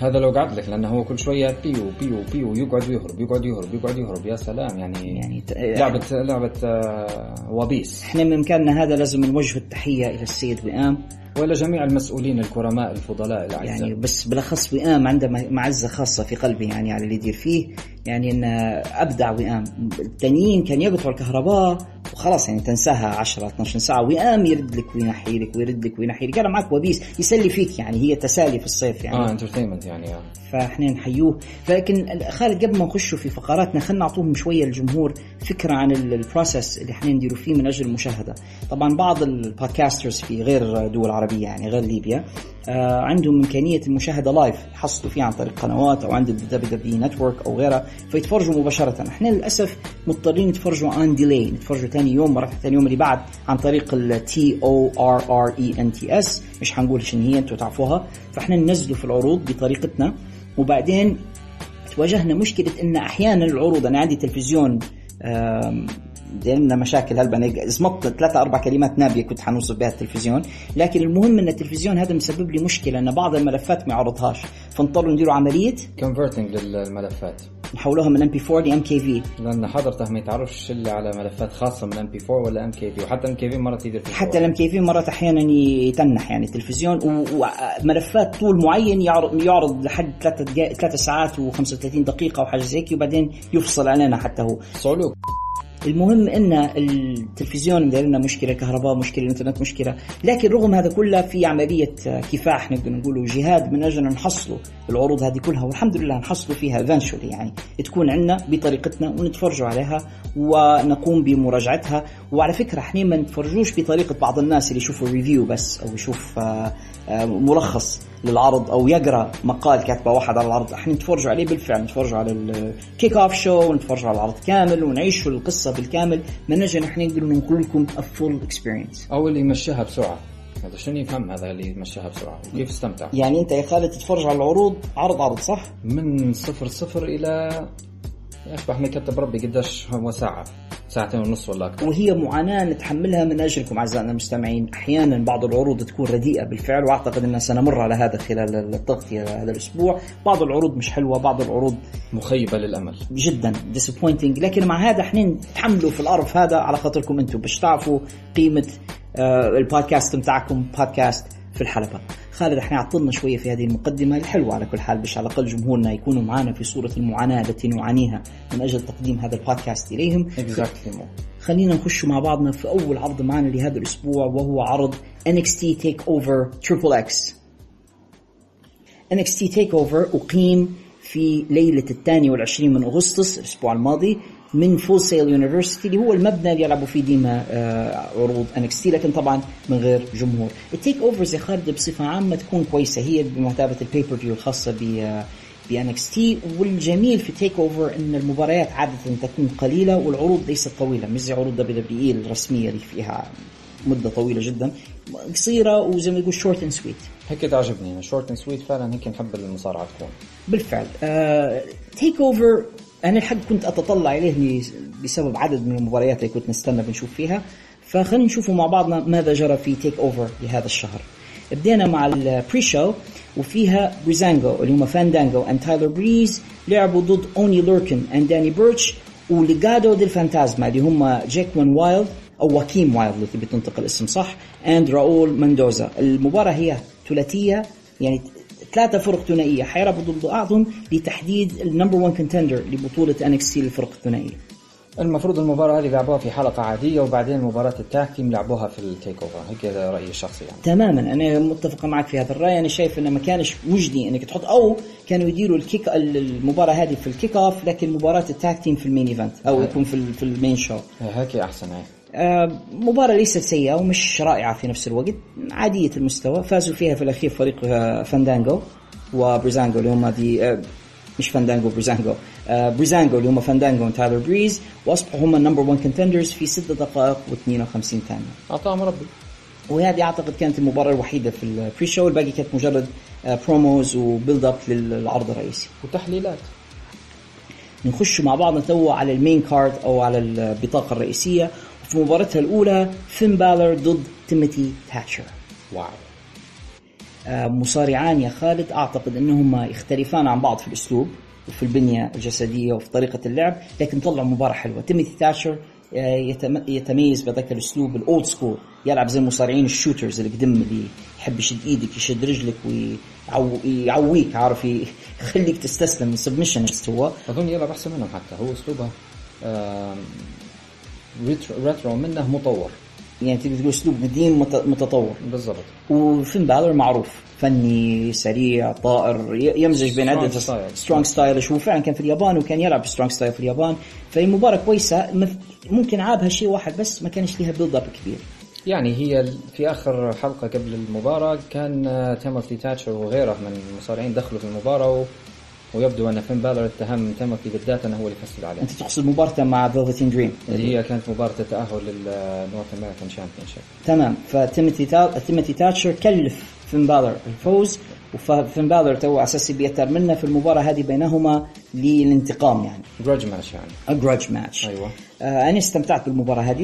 [SPEAKER 5] هذا لو قعد لك، لأنه هو كل شوية بيو بيو بيو يقعد ويهرب يقعد يهرب يقعد يهرب. يا سلام يعني, يعني لعبة لعبة وبيس.
[SPEAKER 1] احنا من مكاننا هذا لازم نوجه التحية إلى السيد وئام
[SPEAKER 5] ولا جميع المسؤولين الكرماء الفضلاء الأعزاء.
[SPEAKER 1] يعني بس بالأخص وئام عنده معزة خاصة في قلبي يعني على اللي يدير فيه، يعني إن أبدع وئام. التانيين كان يقطعوا الكهرباء وخلاص يعني تنساها عشرة اثناشر ساعة، وئام يرد لك وينحي لك ويرد لك وينحي لك. أنا معك وبيس يسلي فيك يعني، هي تسالي في الصيف يعني
[SPEAKER 5] آه انترتينمنت يعني آه.
[SPEAKER 1] فإحنا نحيوه. فلكن خالد قبل ما نخشوا في فقراتنا خلنا نعطوهم شوية الجمهور فكرة عن البروسيس اللي إحنا نديروا فيه من أجل المشاهدة. طبعا بعض البودكاسترز في غير دول عربية يعني غير ليبيا آه عندهم إمكانية المشاهدة لايف يحصلوا فيها عن طريق قنوات أو عند الدبليو دبليو نتورك أو غيرها فيتفرجوا مباشرة. إحنا للأسف مضطرين نتفرجوا عن ديلي، نتفرجوا تاني يوم مرة تاني يوم اللي بعد عن طريق ال تي أو آر آر إي إن تي إس، مش هنقول شنو هي أنتوا تعرفوها. فإحنا ننزلوا في العروض بطريقتنا، وبعدين تواجهنا مشكلة إن أحيانا العروض أنا عندي تلفزيون لنا مشاكل هالبا زمطت ثلاثة أربع كلمات نابية كنت حنوصف بها التلفزيون، لكن المهم إن التلفزيون هذا مسبب لي مشكلة إن بعض الملفات ما يعرضهاش، فنضطر نديروا عملية
[SPEAKER 5] converting للملفات
[SPEAKER 1] نحولوها من إم بي فور ل إم كي في،
[SPEAKER 5] لأن حضرته ما يتعرفش إلا على ملفات خاصة من إم بي فور ولا إم كي في، وحتى إم كي في مرة يدير في
[SPEAKER 1] حتى الإم كي في مرة أحيانا يتنح يعني التلفزيون، وملفات طول معين يعرض يعرض لحد ثلاثة ثلاثة ساعات وخمسة وثلاثين دقيقة وحاجة زي كذا، وبعدين يفصل علينا حتى هو
[SPEAKER 5] صعلوك.
[SPEAKER 1] المهم ان التلفزيون مدير لنا مشكله، الكهرباء مشكله، الانترنت مشكله، لكن رغم هذا كله في عمليه كفاح نقدر نقوله جهاد من اجل نحصلوا العروض هذه كلها، والحمد لله نحصلوا فيها eventually يعني تكون عندنا بطريقتنا ونتفرجوا عليها ونقوم بمراجعتها. وعلى فكره احنا ما نتفرجوش بطريقه بعض الناس اللي يشوفوا ريفيو بس او يشوف ملخص للعرض او يقرا مقال كاتبه واحد على العرض، احنا نتفرجوا عليه بالفعل، نتفرجوا على الكيك اوف شو ونتفرجوا على العرض كامل ونعيشوا القصه بالكامل من نجي نحن نقدر ننقل لكم الفول اكسبيرينس.
[SPEAKER 5] او اللي يمشيها بسرعه، هذا شنو يفهم هذا اللي يمشيها بسرعه وكيف استمتع.
[SPEAKER 1] يعني انت يا خالد تتفرج على العروض عرض عرض صح
[SPEAKER 5] من صفر صفر الى يصبح ما يكتب ربي قداش هو ساعه ساعتين ونص ولا أكثر،
[SPEAKER 1] وهي معاناة نتحملها من أجلكم أعزائنا المستمعين. أحيانا بعض العروض تكون رديئة بالفعل، وأعتقد أننا سنمر على هذا خلال التغطية هذا الأسبوع. بعض العروض مش حلوة، بعض العروض
[SPEAKER 5] مخيبة للأمل
[SPEAKER 1] جدا disappointing، لكن مع هذا احنا نتحملوا في القرف هذا على خاطركم أنتم باش تعرفوا قيمة البودكاست متاعكم، بودكاست في الحلبة. خالد احنا عطلنا شوية في هذه المقدمة الحلوة على كل حال، باش على الأقل جمهورنا يكونوا معنا في صورة المعاناة التي نعانيها من أجل تقديم هذا البودكاست إليهم.
[SPEAKER 5] exactly.
[SPEAKER 1] خلينا نخش مع بعضنا في أول عرض معنا لهذا الأسبوع، وهو عرض إن إكس تي Takeover Triple X. إن إكس تي Takeover أقيم في ليلة الثاني والعشرين من أغسطس الأسبوع الماضي من فول سيل يونيفرسيتي، اللي هو المبنى اللي يلعبوا فيه ديما عروض إن إكس تي، لكن طبعا من غير جمهور. التيك اوفرز يا خالد بصفة عامة تكون كويسة، هي بمثابة البيبر فيو الخاصة ب ب إن إكس تي. والجميل في تيك اوفر ان المباريات عادة تكون قليلة والعروض ليست طويلة، مش زي عروض دبليو دبليو إي الرسمية اللي فيها مدة طويلة جدا، قصيرة وزي ما يقول شورت اند سويت.
[SPEAKER 5] هيك تعجبني شورت اند سويت فعلا، هيك نحب المصارعة تكون
[SPEAKER 1] بالفعل. تيك اوفر أنا الحق كنت أتطلع إليه بسبب عدد من المباريات اللي كنت نستنى بنشوف فيها، فخلينا نشوفوا مع بعضنا ماذا جرى في تيك أوفر لهذا الشهر. بدينا مع البري شو، وفيها بريزانجو اللي هم فاندانجو and تايلر بريز لعبوا ضد أوني لوركن and داني بيرتش وليجادو ديل فانتازما اللي هم جاكمان وايلد أو واكيم وايلد اللي تبي تنطق الاسم صح and راؤول مندوزا. المباراة هي ثلاثية، يعني ثلاثة فرق ثنائية حيلعبوا ضد بعضهم لتحديد النمبر وان كونتندر لبطولة إن إكس تي للفرق الثنائية.
[SPEAKER 5] المفروض المباراة هذه لعبوها في حلقة عادية، وبعدين مباراة التاكتيم لعبوها في التيك اوفر، هيك رأيي الشخصي يعني.
[SPEAKER 1] تماما أنا متفق معك في هذا الرأي. أنا شايف إنه ما كانش مجدي إنك تحط، أو كانوا يديروا الكيك المباراة هذه في الكيك اوف، لكن مباراة التاكتيم في المين ايفنت أو يكون في في المين شو.
[SPEAKER 5] هيك أحسن. هاي
[SPEAKER 1] آه مباراة ليست سيئة ومش رائعة في نفس الوقت، عادية المستوى. فازوا فيها في الأخير فريق آه فاندانجو وبريزانجو اللي هم دي آه مش فاندانجو بريزانجو آه بريزانجو اللي هم فاندانجو وتايلر بريز، واصبحوا هم النمبر وان كونتندرز في ستة دقائق واثنين وخمسين ثانية.
[SPEAKER 5] أعطاهم ربي.
[SPEAKER 1] وهذه أعتقد كانت المباراة الوحيدة في البري شو، الباقي كانت مجرد آه بروموز وبيلد أب للعرض الرئيسي
[SPEAKER 5] وتحليلات.
[SPEAKER 1] نخش مع بعض نتوه على المين كارد أو على البطاقة الرئيسية. في مباراتها الأولى فين بالر ضد تيموثي تاتشر.
[SPEAKER 5] واو.
[SPEAKER 1] مصارعان يا خالد أعتقد أنهما يختلفان عن بعض في الأسلوب وفي البنية الجسدية وفي طريقة اللعب، لكن طلعوا مباراة حلوة. تيموثي تاتشر يتميز بذاك الأسلوب الأولد سكول، يلعب زي المصارعين الشوترز اللي قدم اللي يحب يشد إيدك يشد رجلك ويعويك، عارف يخليك تستسلم من سبمشن. هو
[SPEAKER 5] أظن يلعب أحسن منهم، حتى هو أسلوبه ريترو منه مطور،
[SPEAKER 1] يعني تقدر تقول أسلوب قديم متطور
[SPEAKER 5] بالضبط.
[SPEAKER 1] وفين بالر معروف فني سريع طائر يمزج بين عدة سترونج ستايلش، وفعلا كان في اليابان وكان يلعب سترونج ستايل في اليابان. فالمباراة كويسة، ممكن عابها شيء واحد بس ما كانش ليها بيلد اب كبير.
[SPEAKER 5] يعني هي في آخر حلقة قبل المباراة كان تيموثي تاتشر وغيره من المصارعين دخلوا في المباراة، ويبدو أن فين بالر اتهم تيموثي بالذات أنه هو اللي فسد عليه.
[SPEAKER 1] أنت تقصد مباراة مع فيلفتين دريم
[SPEAKER 5] اللي هي كانت مباراة التأهل للنورث أمريكان شامبيونشيب.
[SPEAKER 1] تمام. فتيموثي تا... تيموثي تاتشر كلف فين بالر الفوز، وفين بالر تو أساسي بيتر منه في المباراة هذه بينهما للانتقام، يعني
[SPEAKER 5] جراج ماتش، يعني
[SPEAKER 1] جراج ماتش.
[SPEAKER 5] أيوة.
[SPEAKER 1] آه أنا استمتعت بالمباراة هذه،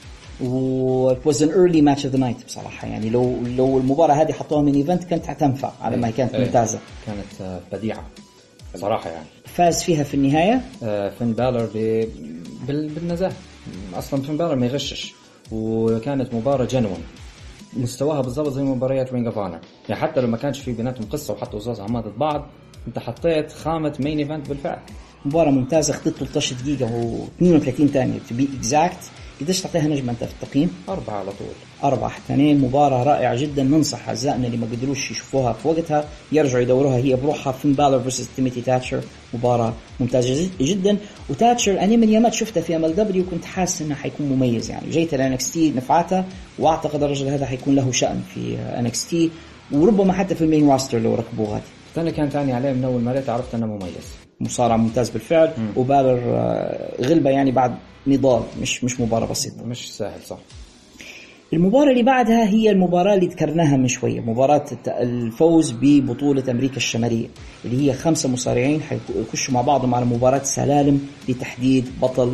[SPEAKER 1] و it was an early match of the night بصراحة. يعني لو لو المباراة هذه حطوها من ايفنت كانت حتنفع على ما كانت
[SPEAKER 5] أيه.
[SPEAKER 1] ممتازة،
[SPEAKER 5] كانت بديعة صراحة. يعني
[SPEAKER 1] فاز فيها في النهاية
[SPEAKER 5] آه فين بالر ب... بال... بالنزاهة. أصلا فين بالر ما يغشش، وكانت مباراة جنون، مستواها بالضبط زي مباريات رينج اوف اونر. يعني حتى لو ما كانش في بيناتهم قصة وحطوا قصصها ما ضد بعض، انت حطيت خامة مين ايفنت بالفعل.
[SPEAKER 1] مباراة ممتازة، خطت ثلاثة عشر دقيقة واثنين وثلاثين ثانية to be exact. قديش تعطيها نجمة أنت في التقييم؟
[SPEAKER 5] أربعة على طول.
[SPEAKER 1] أربعة اثنين. مباراة رائعة جدا، ننصح أعزائنا اللي ما قدروش يشوفوها في وقتها يرجعوا يدوروها هي بروحها. فين بالر versus تيموثي تاتشر، مباراة ممتازة جدا. وتاتشر أنا من يومات شفتها في ام ال دبليو كنت حاسس إنه حيكون مميز، يعني جيت ال إن إكس تي نفعتها، وأعتقد الرجل هذا حيكون له شأن في إن إكس تي، وربما حتى في المين راستر لو ركبوه هذه.
[SPEAKER 5] أنا كان تاني عليه من أول مرة عرفت أنه مميز،
[SPEAKER 1] مصارع ممتاز بالفعل. م. وبالر غلبة يعني بعد نضال، مش مش مباراة بسيطة،
[SPEAKER 5] مش سهل. صح.
[SPEAKER 1] المباراة اللي بعدها هي المباراة اللي ذكرناها من شوية، مباراة الفوز ببطولة أمريكا الشمالية، اللي هي خمسة مصارعين حيخشوا مع بعضهم على مباراة سلالم لتحديد بطل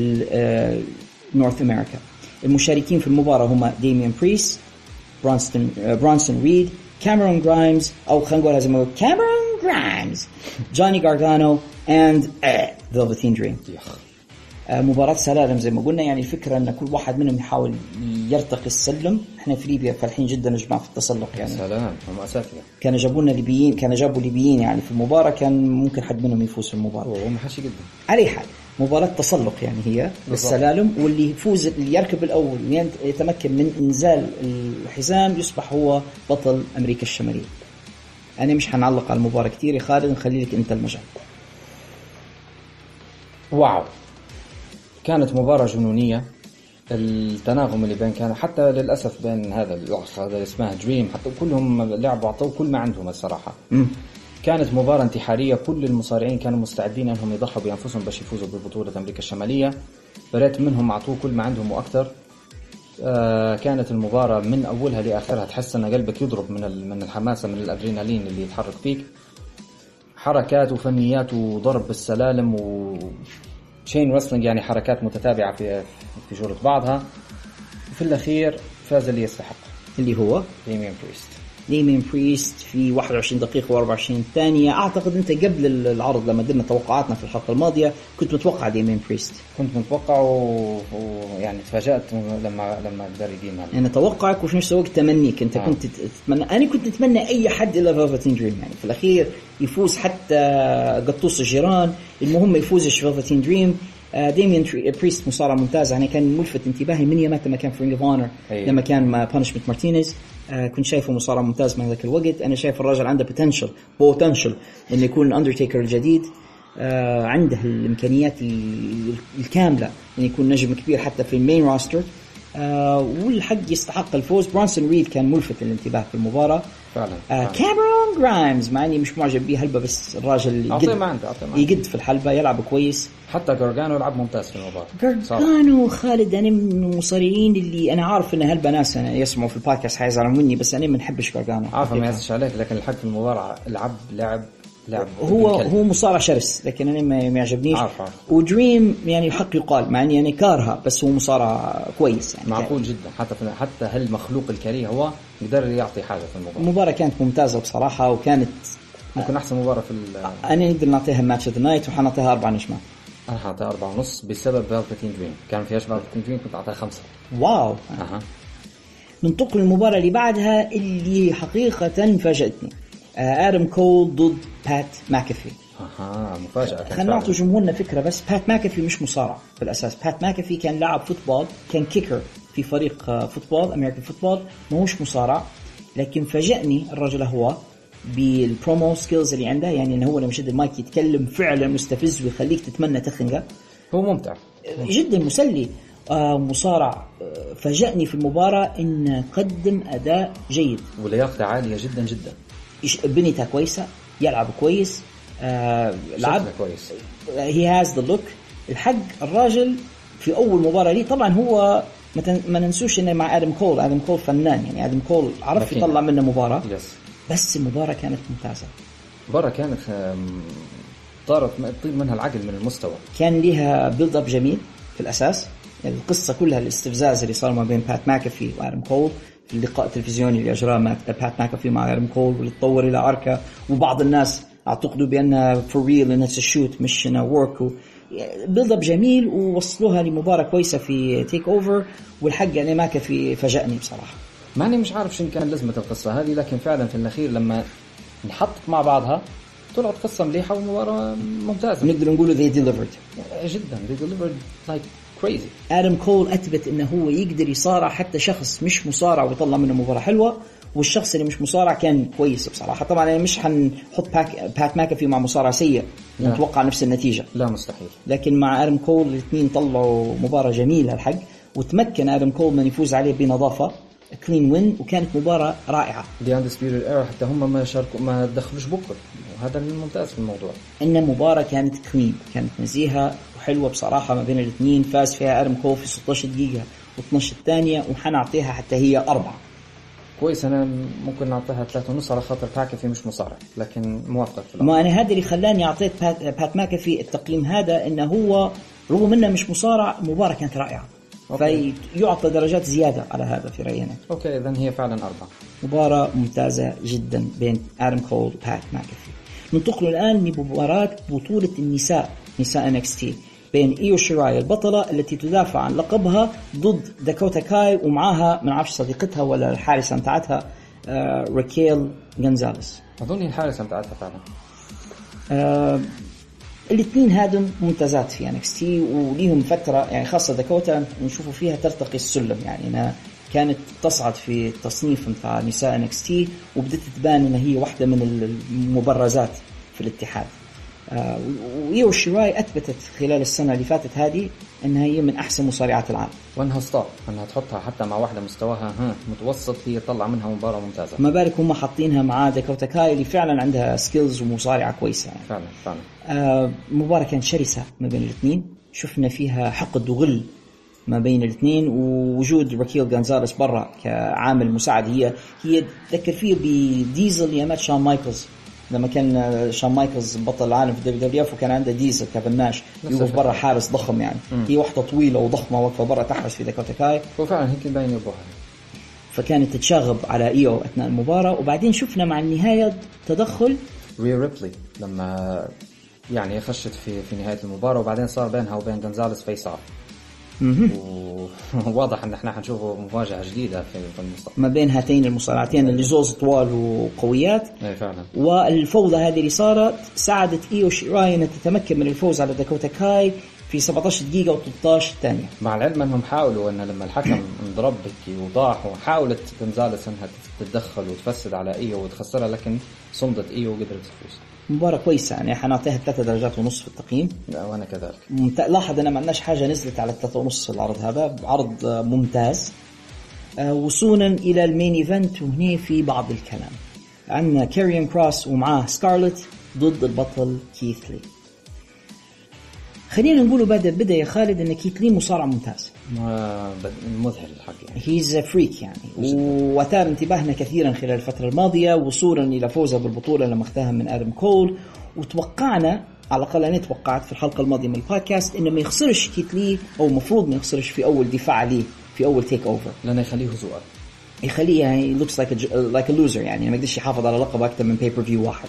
[SPEAKER 1] نورث أمريكا. المشاركين في المباراة هما ديميان بريست، برونسون برونسون ريد، كاميرون جرايمز، أو خلينا نقولها زي ما كاميرون جرايمز، جوني غارغانو and فيلفتين دريم. مباراة سلالم زي ما قلنا، يعني الفكرة أن كل واحد منهم يحاول يرتقي السلم. احنا في ليبيا فالحين جدا نجمع في التسلق، يعني
[SPEAKER 5] سلام هم أساتذة.
[SPEAKER 1] كانوا جابونا ليبيين، كانوا جابوا ليبيين يعني في المباراة، كان ممكن حد منهم يفوز في المباراة.
[SPEAKER 5] وهم حشي جدا
[SPEAKER 1] على حال. مباراة تسلق يعني هي بالسلالم، واللي يفوز اللي يركب الأول ويتمكن من إنزال الحزام يصبح هو بطل أمريكا الشمالية. أنا مش هنعلق على المباراة كتير يا خالد، نخلي لك أنت المجال.
[SPEAKER 5] واو، كانت مباراة جنونية. التناغم اللي بين كان حتى للأسف بين هذا الأخ هذا اسمه دريم، حتى كلهم لعبوا عطوا كل ما عندهم الصراحة. م. كانت مباراة انتحارية، كل المصارعين كانوا مستعدين أنهم يضحوا بأنفسهم باش يفوزوا ببطولة أمريكا الشمالية. بريت منهم عطوا كل ما عندهم وأكثر. آه كانت المباراة من أولها لآخرها تحس أن قلبك يضرب من من الحماسة، من الأدرينالين اللي يتحرك فيك. حركات وفنيات وضرب بالسلالم وشين رسلينج، يعني حركات متتابعة في في جولة بعضها. في الأخير فاز اللي يستحق،
[SPEAKER 1] اللي هو
[SPEAKER 5] ديميان بريست.
[SPEAKER 1] ديميان بريست في واحد وعشرين دقيقة وأربعة وعشرين ثانية. أعتقد أنت قبل العرض لما درنا توقعاتنا في الحلقة الماضية كنت متوقع ديميان بريست.
[SPEAKER 5] كنت متوقع ويعني تفاجأت لما لما قدر يديمها.
[SPEAKER 1] أنا توقعك وفي نفس الوقت تمنيك. أنت آه. كنت تتمنى، أنا كنت أتمنى أي حد إلا فيلفتين دريم، يعني في الأخير يفوز حتى قطوس الجيران، المهم يفوزش فيلفتين دريم. ديميان بريست مصارع ممتاز، يعني كان ملفت انتباهي من يوم ما كان في رينج اوف اونر لما كان مع بانشمنت مارتينيز. آه كنت شايفه مصارع ممتاز من ذاك الوقت. أنا شايف الرجل عنده potential potential إنه يكون أندرتيكر الجديد. آه عنده الإمكانيات الكاملة إنه يكون نجم كبير حتى في المين راستر. آه والحق يستحق الفوز. برونسون ريد كان ملفت الانتباه في المباراة
[SPEAKER 5] فعلا.
[SPEAKER 1] آه كاميرون جرايمز مع إني مش معجب بيه هلبة، بس الراجل يقد, يقد في الحلبة، يلعب كويس.
[SPEAKER 5] حتى غارغانو لعب ممتاز في المباراة.
[SPEAKER 1] غارغانو خالد أنا من المصارعين اللي أنا عارف إن هلبة ناس أنا يسمعوا في البودكاست حيزعلوا مني، بس أنا ما نحبش غارغانو.
[SPEAKER 5] عارفة ما يزش عليك، لكن الحق في المباراة لعب لعب لعب
[SPEAKER 1] هو هو مصارع شرس، لكن أنا ما يعجبنيش.
[SPEAKER 5] عارفة.
[SPEAKER 1] ودريم يعني الحق يقال، مع إني أنا كارها، بس هو مصارع كويس يعني.
[SPEAKER 5] معقول جدا. حتى حتى هالمخلوق الكريه هو قدر يعطي حاجة في المباراة.
[SPEAKER 1] المباراة كانت ممتازة بصراحة، وكانت
[SPEAKER 5] ممكن أحسن مباراة في
[SPEAKER 1] أنا نقدر نعطيها ماتش اوف ذا نايت، وحنعطيها أربعة نجمات.
[SPEAKER 5] أنا حاعطيها أربعة ونص بسبب فالفتين دريم، كان فيهاش فالفتين دريم كنت أعطيها خمسة.
[SPEAKER 1] واو.
[SPEAKER 5] أها.
[SPEAKER 1] ننتقل للمباراة اللي بعدها اللي حقيقة فاجأتني، آدم كول ضد بات ماكافي.
[SPEAKER 5] أها مفاجأة.
[SPEAKER 1] خلينا نعطي جمهورنا فكرة بس، بات ماكافي مش مصارع في الأساس. بات ماكافي كان لاعب فوتبول، كان كيكر في فريق فوتبول أمريكان فوتبول، ما هوش مصارع. لكن فاجأني الرجل هو بالبرومو سكيلز اللي عنده، يعني إنه هو لما يشد المايك يتكلم فعلا مستفز ويخليك تتمنى تخنقه.
[SPEAKER 5] هو ممتع
[SPEAKER 1] جدا مسلي. آه مصارع. آه فاجأني في المباراة إن قدم أداء جيد
[SPEAKER 5] ولياقته عالية جدا جدا،
[SPEAKER 1] بنيته كويسة، يلعب كويس، آه لعب
[SPEAKER 5] كويس،
[SPEAKER 1] he has the look. الحق الراجل في أول مباراة لي طبعا هو ما ننسوش إنه مع آدم كول، آدم كول فنان يعني، آدم كول عرف يطلع منه مباراة.
[SPEAKER 5] يس.
[SPEAKER 1] بس المباراة كانت ممتازة،
[SPEAKER 5] مباراة كانت طارت طير منها العقل من المستوى.
[SPEAKER 1] كان لها بيلد اب جميل في الأساس. يعني القصة كلها الاستفزاز اللي صار ما بين بات ماكافي وآدم كول في اللقاء التلفزيوني اللي أجراه بات ماكافي مع آدم كول، واللي تطور إلى عركة، وبعض الناس اعتقدوا بأنها for real إنها تشوت مش إنها work. بيلد اب جميل ووصلوها لمباراة كويسة في تيك أوفر. والحق يعني ماكافي فاجأني بصراحة.
[SPEAKER 5] ماني مش عارف شن كان لازمة القصة هذه، لكن فعلا في الأخير لما نحطت مع بعضها طلعت قصة مليحة ومباراة ممتازة.
[SPEAKER 1] نقدر نقوله they delivered
[SPEAKER 5] جدا they delivered like crazy.
[SPEAKER 1] آدم كول أثبت إنه هو يقدر يصارع حتى شخص مش مصارع ويطلع منه مباراة حلوة، والشخص اللي مش مصارع كان كويس بصراحة. طبعا يعني مش حنحط بات ماكافي مع مصارع سيء ونتوقع نفس النتيجة،
[SPEAKER 5] لا مستحيل.
[SPEAKER 1] لكن مع آدم كول الاثنين طلعوا مباراة جميلة الحق، وتمكن آدم كول من يفوز عليه بنظافة كلين وين، وكانت مباراة رائعة.
[SPEAKER 5] دي اندسبيوتد ايرا حتى هم ما شاركوا ما دخلوش بكر، وهذا الممتاز في الموضوع.
[SPEAKER 1] إن المباراة كانت كلين، كانت نزيهة وحلوة بصراحة ما بين الاثنين. فاز فيها آدم كول في ستة عشر دقيقة واثناشر الثانية، وحنعطيها حتى هي أربعة.
[SPEAKER 5] كويس. أنا ممكن نعطيها ثلاثة ونص على خاطر ماكافي مش مصارع، لكن موافقك في
[SPEAKER 1] ما أنا هذا اللي خلاني أعطيت بات, بات ماكافي التقييم هذا، إنه هو رغم إنه مش مصارع مباراة كانت رائعة، فيعطى درجات زيادة على هذا في رأينا.
[SPEAKER 5] أوكي إذن هي فعلا أربعة.
[SPEAKER 1] مباراة ممتازة جدا بين آدم كول وبات ماكافي. ننتقل الآن لمباراة بطولة النساء، نساء إن إكس تي، بين إيو شيراي البطلة التي تدافع عن لقبها ضد داكوتا كاي، ومعها من عارف صديقتها ولا الحارسة متاعتها آه راكيل غونزاليس.
[SPEAKER 5] أظن هي الحارسة متاعتها فعلا.
[SPEAKER 1] آه الاثنين هادم ممتازات في إن إكس تي، وليهم فترة يعني خاصة داكوتا نشوفوا فيها ترتقي السلم، يعني أنها كانت تصعد في التصنيف متاع نساء إن إكس تي، وبدت تبان أنها هي واحدة من المبرزات في الاتحاد. آه وإيو شيراي أثبتت خلال السنة اللي فاتت هذه أنها هي من أحسن مصارعات العالم،
[SPEAKER 5] وأنها ستار، أنها تحطها حتى مع واحدة مستواها ها متوسط هي تطلع منها مباراة ممتازة.
[SPEAKER 1] ما بالك هم حاطينها مع داكوتا كاي اللي فعلا عندها سكيلز ومصارعة كويسة يعني.
[SPEAKER 5] فعلا فعلا.
[SPEAKER 1] آه مباراة كانت شرسة ما بين الاثنين، شفنا فيها حقد وغل ما بين الاثنين، ووجود راكيل غونزاليس برا كعامل مساعد. هي هي تذكر فيه بديزل يا مات شون مايكلز، لما كان شون مايكلز بطل العالم في دبليو دبليو اف، وكان عنده ديزل كيفن ناش يوقف برا حارس ضخم يعني. م. هي واحدة طويلة وضخمة واقفة برا تحرس في داكوتا كاي،
[SPEAKER 5] وفعلا هيك باين يبوها،
[SPEAKER 1] فكانت تتشاغب على إيو أثناء المباراة. وبعدين شفنا مع النهاية تدخل
[SPEAKER 5] ريا ريبلي لما يعني خشت في في نهاية المباراة، وبعدين صار بينها وبين غونزاليس فيس اوف، وواضح ان احنا حنشوفه مواجهة جديدة في المستقبل
[SPEAKER 1] ما بين هاتين المصارعتين اللي زوز طوال وقويات.
[SPEAKER 5] اي فعلا.
[SPEAKER 1] والفوضى هذه اللي صارت ساعدت إيو شيراي ان تتمكن من الفوز على داكوتا كاي في سبعة عشر دقيقة وثلاثة عشر ثانية،
[SPEAKER 5] مع العلم انهم حاولوا ان لما الحكم انضرب بكي وضاح، وحاولت غونزاليس انها تتدخل وتفسد على إيو وتخسرها، لكن صمدت إيو وقدرت تفوز.
[SPEAKER 1] مباراة كويسة يعني، حنعطيها ثلاثة درجات ونص في التقييم.
[SPEAKER 5] لا وانا كذلك.
[SPEAKER 1] ممت... لاحظ أنا ما عندناش حاجة نزلت على ثلاثة ونص في العرض هذا، عرض ممتاز. آه وصولا إلى المين إيفنت، وهنا في بعض الكلام. عندنا كاريون كروس ومعاه سكارلت ضد البطل كيث لي. خلينا نقوله بدأ بدأ يا خالد إن كيث لي مصارع ممتاز،
[SPEAKER 5] مذهل الحق يعني.
[SPEAKER 1] هيز فريك يعني، وثار انتباهنا كثيرا خلال الفترة الماضية، وصولا إلى فوزه بالبطولة لما اخذها من آدم كول. وتوقعنا على الأقل أنا توقعت في الحلقة الماضية من البودكاست إنه ما يخسرش كيث لي، أو مفروض ما يخسرش في أول دفاع ليه في أول تيك أوفر،
[SPEAKER 5] لأنه يخليه هزوء.
[SPEAKER 1] يخليه يعني looks like a like a loser يعني ما يقدرش يحافظ على لقب أكثر من pay per view واحد.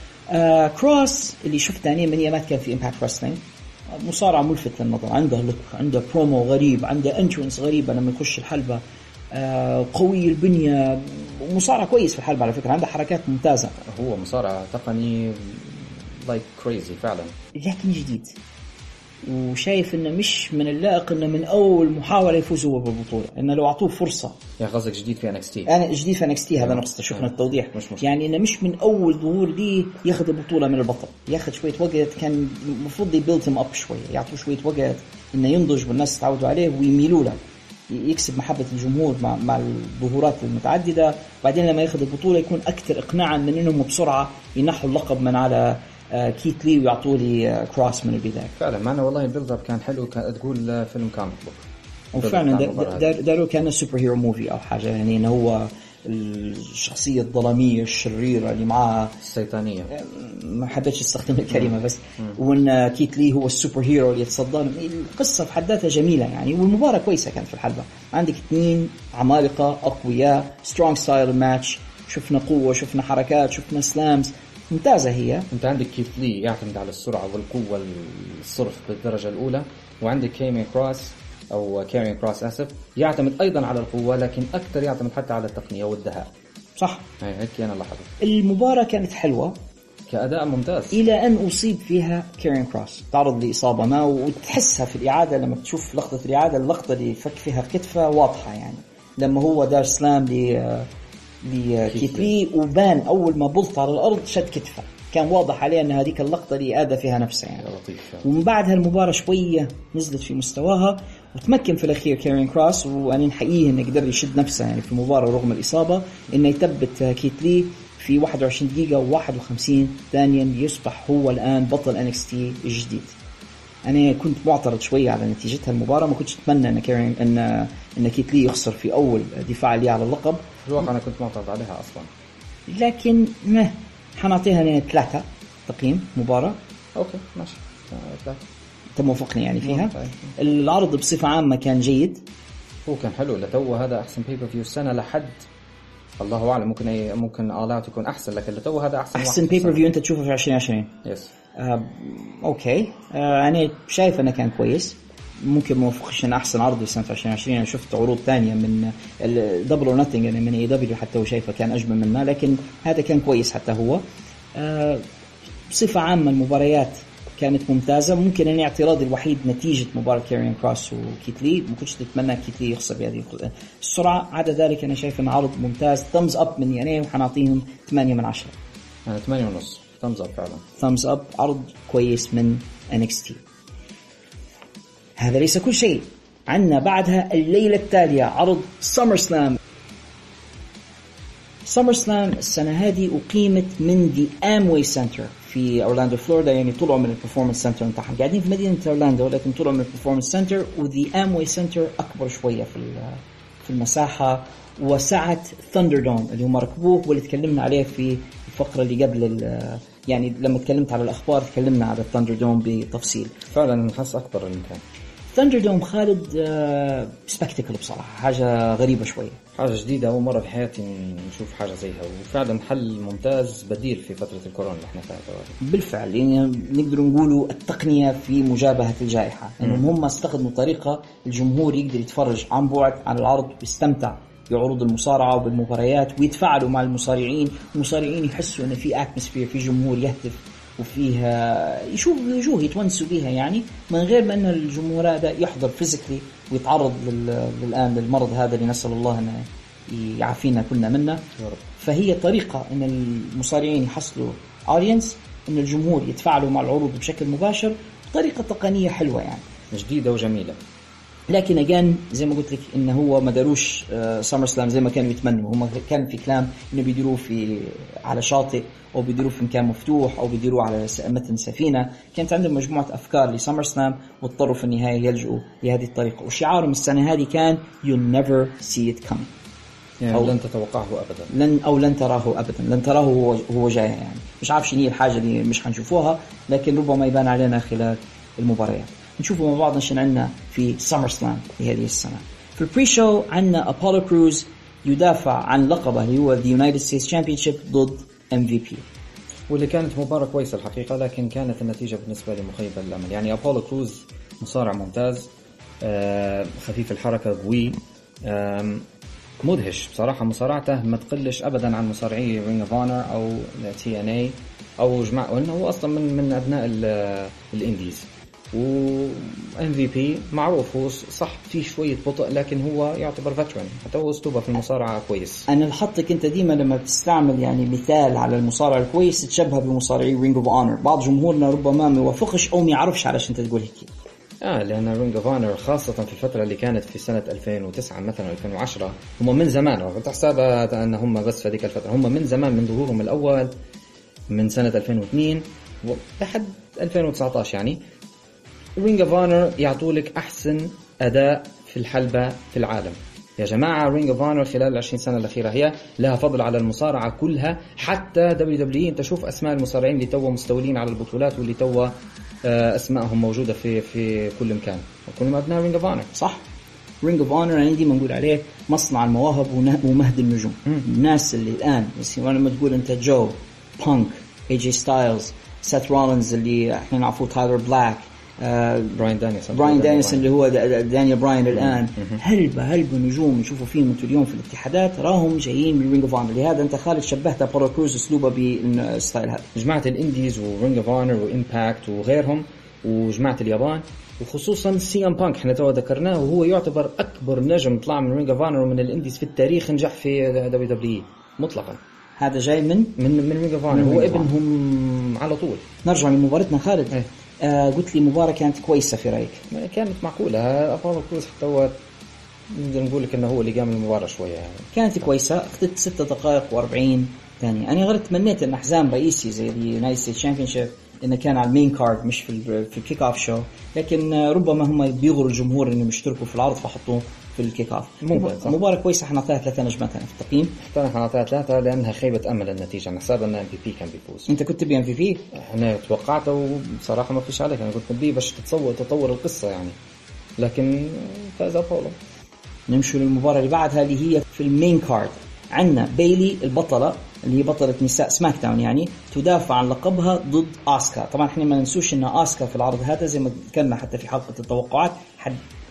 [SPEAKER 1] آه كروس اللي شفت ثانيا من ايامات كان في امباكت رسلينج، مصارع ملفت للنظر، عنده لوك، عنده برومو غريب، عنده انترنس غريبه لما يخش الحلبه، آه قوي البنيه، مصارع كويس في الحلبه على فكره، عنده حركات ممتازه.
[SPEAKER 5] هو مصارع تقني لايك كريزي فعلا،
[SPEAKER 1] لكن جديد، وشايف انه مش من اللائق انه من اول محاوله يفوز هو بالبطوله، انه لو اعطوه فرصه.
[SPEAKER 5] يا قصدك جديد في إن إكس تي؟
[SPEAKER 1] انا جديد في إن إكس تي، هذا نقصته، شفنا التوضيح.
[SPEAKER 5] مش
[SPEAKER 1] يعني انه مش من اول ظهور ليه ياخذ البطوله من البطل، ياخذ شويه وقت، كان المفروض يبيلد اب شويه، يعطوه شويه وقت انه ينضج والناس تعودوا عليه ويميلوا له، يكسب محبه الجمهور مع مع الظهورات المتعدده، بعدين لما ياخذ البطوله يكون اكثر اقناعا من انهم بسرعه ينحوا اللقب من على كيت لي ويعطوا لي كروس من البدايه.
[SPEAKER 5] فعلا معنا والله البيلد اب كان حلو، كان تقول فيلم كوميك بوك،
[SPEAKER 1] وفعلا داروا دار كان سوبر هيرو موفي او حاجه، يعني انه هو الشخصيه الظلاميه الشريره اللي معاه
[SPEAKER 5] الشيطانيه،
[SPEAKER 1] ما حبيتش استخدم الكلمه بس، وان كيت لي هو السوبر هيرو اللي يتصدى. القصه في حد ذاتها جميله يعني، والمباراه كويسه كانت في الحلبه، عندك اثنين عمالقه اقوياء، سترونج ستايل ماتش، شفنا قوه، شفنا حركات، شفنا سلامز ممتازة هي.
[SPEAKER 5] انت عندك كيت لي يعتمد على السرعة والقوة الصرف بالدرجة الأولى، وعندك كيمي كروس أو كيمي كروس أسف يعتمد أيضا على القوة، لكن أكثر يعتمد حتى على التقنية والدهاء.
[SPEAKER 1] صح،
[SPEAKER 5] هيك أنا لاحظت.
[SPEAKER 1] المباراة كانت حلوة
[SPEAKER 5] كأداء ممتاز
[SPEAKER 1] إلى أن أصيب فيها كيرين كروس، تعرض لإصابة ما، وتحسها في الإعادة لما تشوف لقطة الإعادة، اللقطة اللي فك فيها كتفة واضحة يعني، لما هو دار سلام ل لكيت لي وبان أول ما بلط على الأرض شد كتفه، كان واضح عليه أن هذيك اللقطة اللي آذى فيها نفسه يعني. ومن بعدها المباراة شوية نزلت في مستواها، وتمكن في الأخير كيرين كروس، وأنا نحييه إنه قدر يشد نفسه يعني في المباراة رغم الإصابة، إنه يثبت كيت لي في واحد وعشرين دقيقة وواحد وخمسين ثانيا، يصبح هو الآن بطل إن إكس تي الجديد. أنا كنت معترض شوية على نتيجتها المباراة، ما كنتش أتمنى إن كيرين إن إن كيت لي يخسر في أول دفاع لي على اللقب،
[SPEAKER 5] في الواقع أنا كنت معترض عليها أصلا،
[SPEAKER 1] لكن ما حنعطيها لنا ثلاثة تقييم مباراة.
[SPEAKER 5] أوكي ماشي ثلاثة،
[SPEAKER 1] توافقني يعني فيها. العرض بصفة عامة كان جيد،
[SPEAKER 5] هو كان حلو لتو، هذا أحسن بيبر فيو السنة لحد الله أعلم، ممكن أي ممكن آلات يكون أحسن، لكن لتو هذا أحسن
[SPEAKER 1] أحسن بيبر فيو أنت تشوفه في عشرين عشرين.
[SPEAKER 5] يس
[SPEAKER 1] آه، أوكي آه، أنا شايف أنه كان كويس، ممكن ما وفقش أن أحسن عرض سنة عشرين عشرين. أنا شفت عروض ثانية من الدبل أور نوتينج يعني من إي دبليو حتى وشايفه كان أجمل منها، لكن هذا كان كويس حتى هو. آه، بصفة عامة المباريات كانت ممتازة. ممكن أن اعتراضي الوحيد نتيجة مباراة كيرين كروس وكيت لي، ما كنتش تتمنى كيت لي يخسر بهذه السرعة. عدا ذلك أنا شايف أن عرض ممتاز، thumbs up مني أنا، وحنعطيهم ثمانية من عشرة.
[SPEAKER 5] أنا ثمانية ونص thumbs up فعلا،
[SPEAKER 1] thumbs up، عرض كويس من إن إكس تي. هذا ليس كل شيء، عنا بعدها الليلة التالية عرض سمر سلام. سمر سلام السنة هذه أقيمت من دي أموي سنتر في أورلاندو فلوريدا، يعني طلعوا من البرفورمانس سنتر نتاعهم، قاعدين في مدينة أورلاندو لكن طلعوا من البرفورمانس سنتر، ودي أموي سنتر أكبر شوية في في المساحة وسعة ثاندر دوم اللي هم ركبوه، واللي تكلمنا عليه في الفقرة اللي قبل، يعني لما تكلمت على الأخبار تكلمنا على الثاندر دوم بتفصيل.
[SPEAKER 5] فعلا نحس أكبر المكان.
[SPEAKER 1] ثاندر دوم خالد سبكتكل بصراحة، حاجة غريبة شوية،
[SPEAKER 5] حاجة جديدة، أول مرة في حياتي نشوف حاجة زيها، وفعلا حل ممتاز بديل في فترة الكورونا اللي احنا فيها.
[SPEAKER 1] بالفعل يعني نقدر نقولوا التقنية في مجابهة الجائحة، انهم هم استخدموا طريقة الجمهور يقدر يتفرج عن بعد على العرض ويستمتع بعروض المصارعة وبالمباريات، ويتفاعلوا مع المصارعين، المصارعين يحسوا ان في اتموسفير، في جمهور يهتف وفيها يشوف الوجوه يتونسوا بها، يعني من غير ما ان الجمهور هذا يحضر فيزيكلي ويتعرض للآن للمرض هذا اللي نسأل الله أن يعافينا كلنا منه. فهي طريقة أن المصارعين يحصلوا آدينس، أن الجمهور يتفاعلوا مع العروض بشكل مباشر، طريقة تقنية حلوة يعني
[SPEAKER 5] جديدة وجميلة.
[SPEAKER 1] لكن أجان زي ما قلت لك إنه هو ما داروش سمر سلام زي ما كانوا يتمنوا. هم كان في كلام إنه بيديروه في على شاطئ، أو بيديروه في مكان مفتوح، أو بيديروه على متن سفينة. كانت عندهم مجموعة أفكار لسمر سلام، واضطروا في النهاية يلجؤوا لهذه الطريقة. وشعارهم السنة هذه كان You'll never see it coming،
[SPEAKER 5] يعني أو لن تتوقعه أبدا،
[SPEAKER 1] لن أو لن تراه أبدا، لن تراه هو هو جاي. يعني مش عارف شنو هي الحاجة اللي مش هنشوفوها، لكن ربما يبان علينا خلال المباريات. نشوفوا مع بعض نشن عنا في سمر سلام لهذه السنة. في البري شو عنا أبولو كروز يدافع عن لقبه اللي هو The United States Championship ضد إم في بي،
[SPEAKER 5] واللي كانت مباراة كويسة الحقيقة، لكن كانت النتيجة بالنسبة لي مخيبة للأمل. يعني أبولو كروز مصارع ممتاز، آه خفيف الحركة، قوي، آه مدهش بصراحة. مصارعته ما تقلش أبدا عن مصارعي رينج اوف اونر أو تي ان اي أو جماعة، وإنه هو أصلا من من أبناء الإنديز. و إم في بي معروف هو صح فيه شوية بطء، لكن هو يعتبر فتران، حتى هو أسلوبه في المصارعة كويس.
[SPEAKER 1] أنا لاحظتك أنت ديما لما بتستعمل يعني مثال على المصارع الكويس تشبه بمصارعي رينج اوف اونر. بعض جمهورنا ربما ما يوافقش أو ما يعرفش على أنت تقول هيك.
[SPEAKER 5] آه لأن رينج اوف اونر خاصة في الفترة اللي كانت في سنة ألفين وتسعة مثلا ألفين وعشرة، هم من زمان، وتحسب أن هم بس في هذيك الفترة، هم من زمان، من ظهورهم الأول من سنة ألفين واثنين لحد ألفين وتسعة عشر. يعني رينج اوف اونر يعطولك أحسن أداء في الحلبة في العالم يا جماعة. رينج اوف اونر خلال العشرين سنة الأخيرة هي لها فضل على المصارعة كلها، حتى دبليو دبليو إي. أنت شوف أسماء المصارعين اللي توا مستولين على البطولات واللي توا أسمائهم موجودة في في كل مكان، وكلهم أبناء رينج اوف اونر.
[SPEAKER 1] صح، رينج اوف اونر عندي ما نقول عليه مصنع المواهب ومهد النجوم. مم. الناس اللي الآن لما تقول أنت جو بانك، اي جي ستايلز، سيث رولينز اللي احنا نعرفه، تايلر بلاك، آه،
[SPEAKER 5] براين دانيسون
[SPEAKER 1] براين دانيسون اللي هو دانيال براين الآن، هلبة هلبة نجوم نشوفوا فيهم انتوا اليوم في الاتحادات راهم جايين من رينج اوف اونر. لهذا انت خالد شبهت أبولو كروز اسلوبه بالستايل هذا.
[SPEAKER 5] جماعة الانديز ورينج اوف اونر وامباكت وغيرهم، وجماعة اليابان، وخصوصا سي ام بانك احنا تو ذكرناه، وهو يعتبر اكبر نجم طلع من رينج اوف اونر ومن الانديز في التاريخ نجح في دبليو دبليو اي مطلقا.
[SPEAKER 1] هذا جاي من
[SPEAKER 5] من من رينج اوف اونر، هو ابنهم على طول.
[SPEAKER 1] نرجع لمباراتنا خالد.
[SPEAKER 5] ايه.
[SPEAKER 1] آه قلت لي مباراة كانت كويسة في رأيك؟
[SPEAKER 5] كانت معقولة. أبولو كروز حتى هو نقدر نقول لك إنه هو اللي قام المباراة شوية يعني.
[SPEAKER 1] كانت كويسة، أخذت ستة دقائق وأربعين ثانية. أنا غير تمنيت إن حزام رئيسي زي اليونايتد ستيتس تشامبيونشيب إنه كان على المين كارد مش في في الكيك أوف شو، لكن ربما هم بيغروا الجمهور إنهم يشتركوا في العرض فحطوه في الكيك أوف. مباراة كويسة، احنا نعطيها ثلاثة نجمات في التقييم.
[SPEAKER 5] احنا نعطيها ثلاثة لأنها خيبة أمل النتيجة. أنا حساب أن إم في بي كان بيفوز.
[SPEAKER 1] أنت كنت بي إم في بي؟
[SPEAKER 5] أنا توقعته وبصراحة ما فيش عليك، أنا كنت بدي باش تتصور تطور القصة يعني، لكن فاز أبولو.
[SPEAKER 1] نمشوا للمباراة اللي بعدها اللي هي في المين كارد. عندنا بايلي البطلة اللي هي بطلة نساء سماك داون، يعني تدافع عن لقبها ضد آسكا. طبعا احنا ما ننسوش ان آسكا في العرض هذا زي ما ذكرنا حتى في حلقة التوقعات حد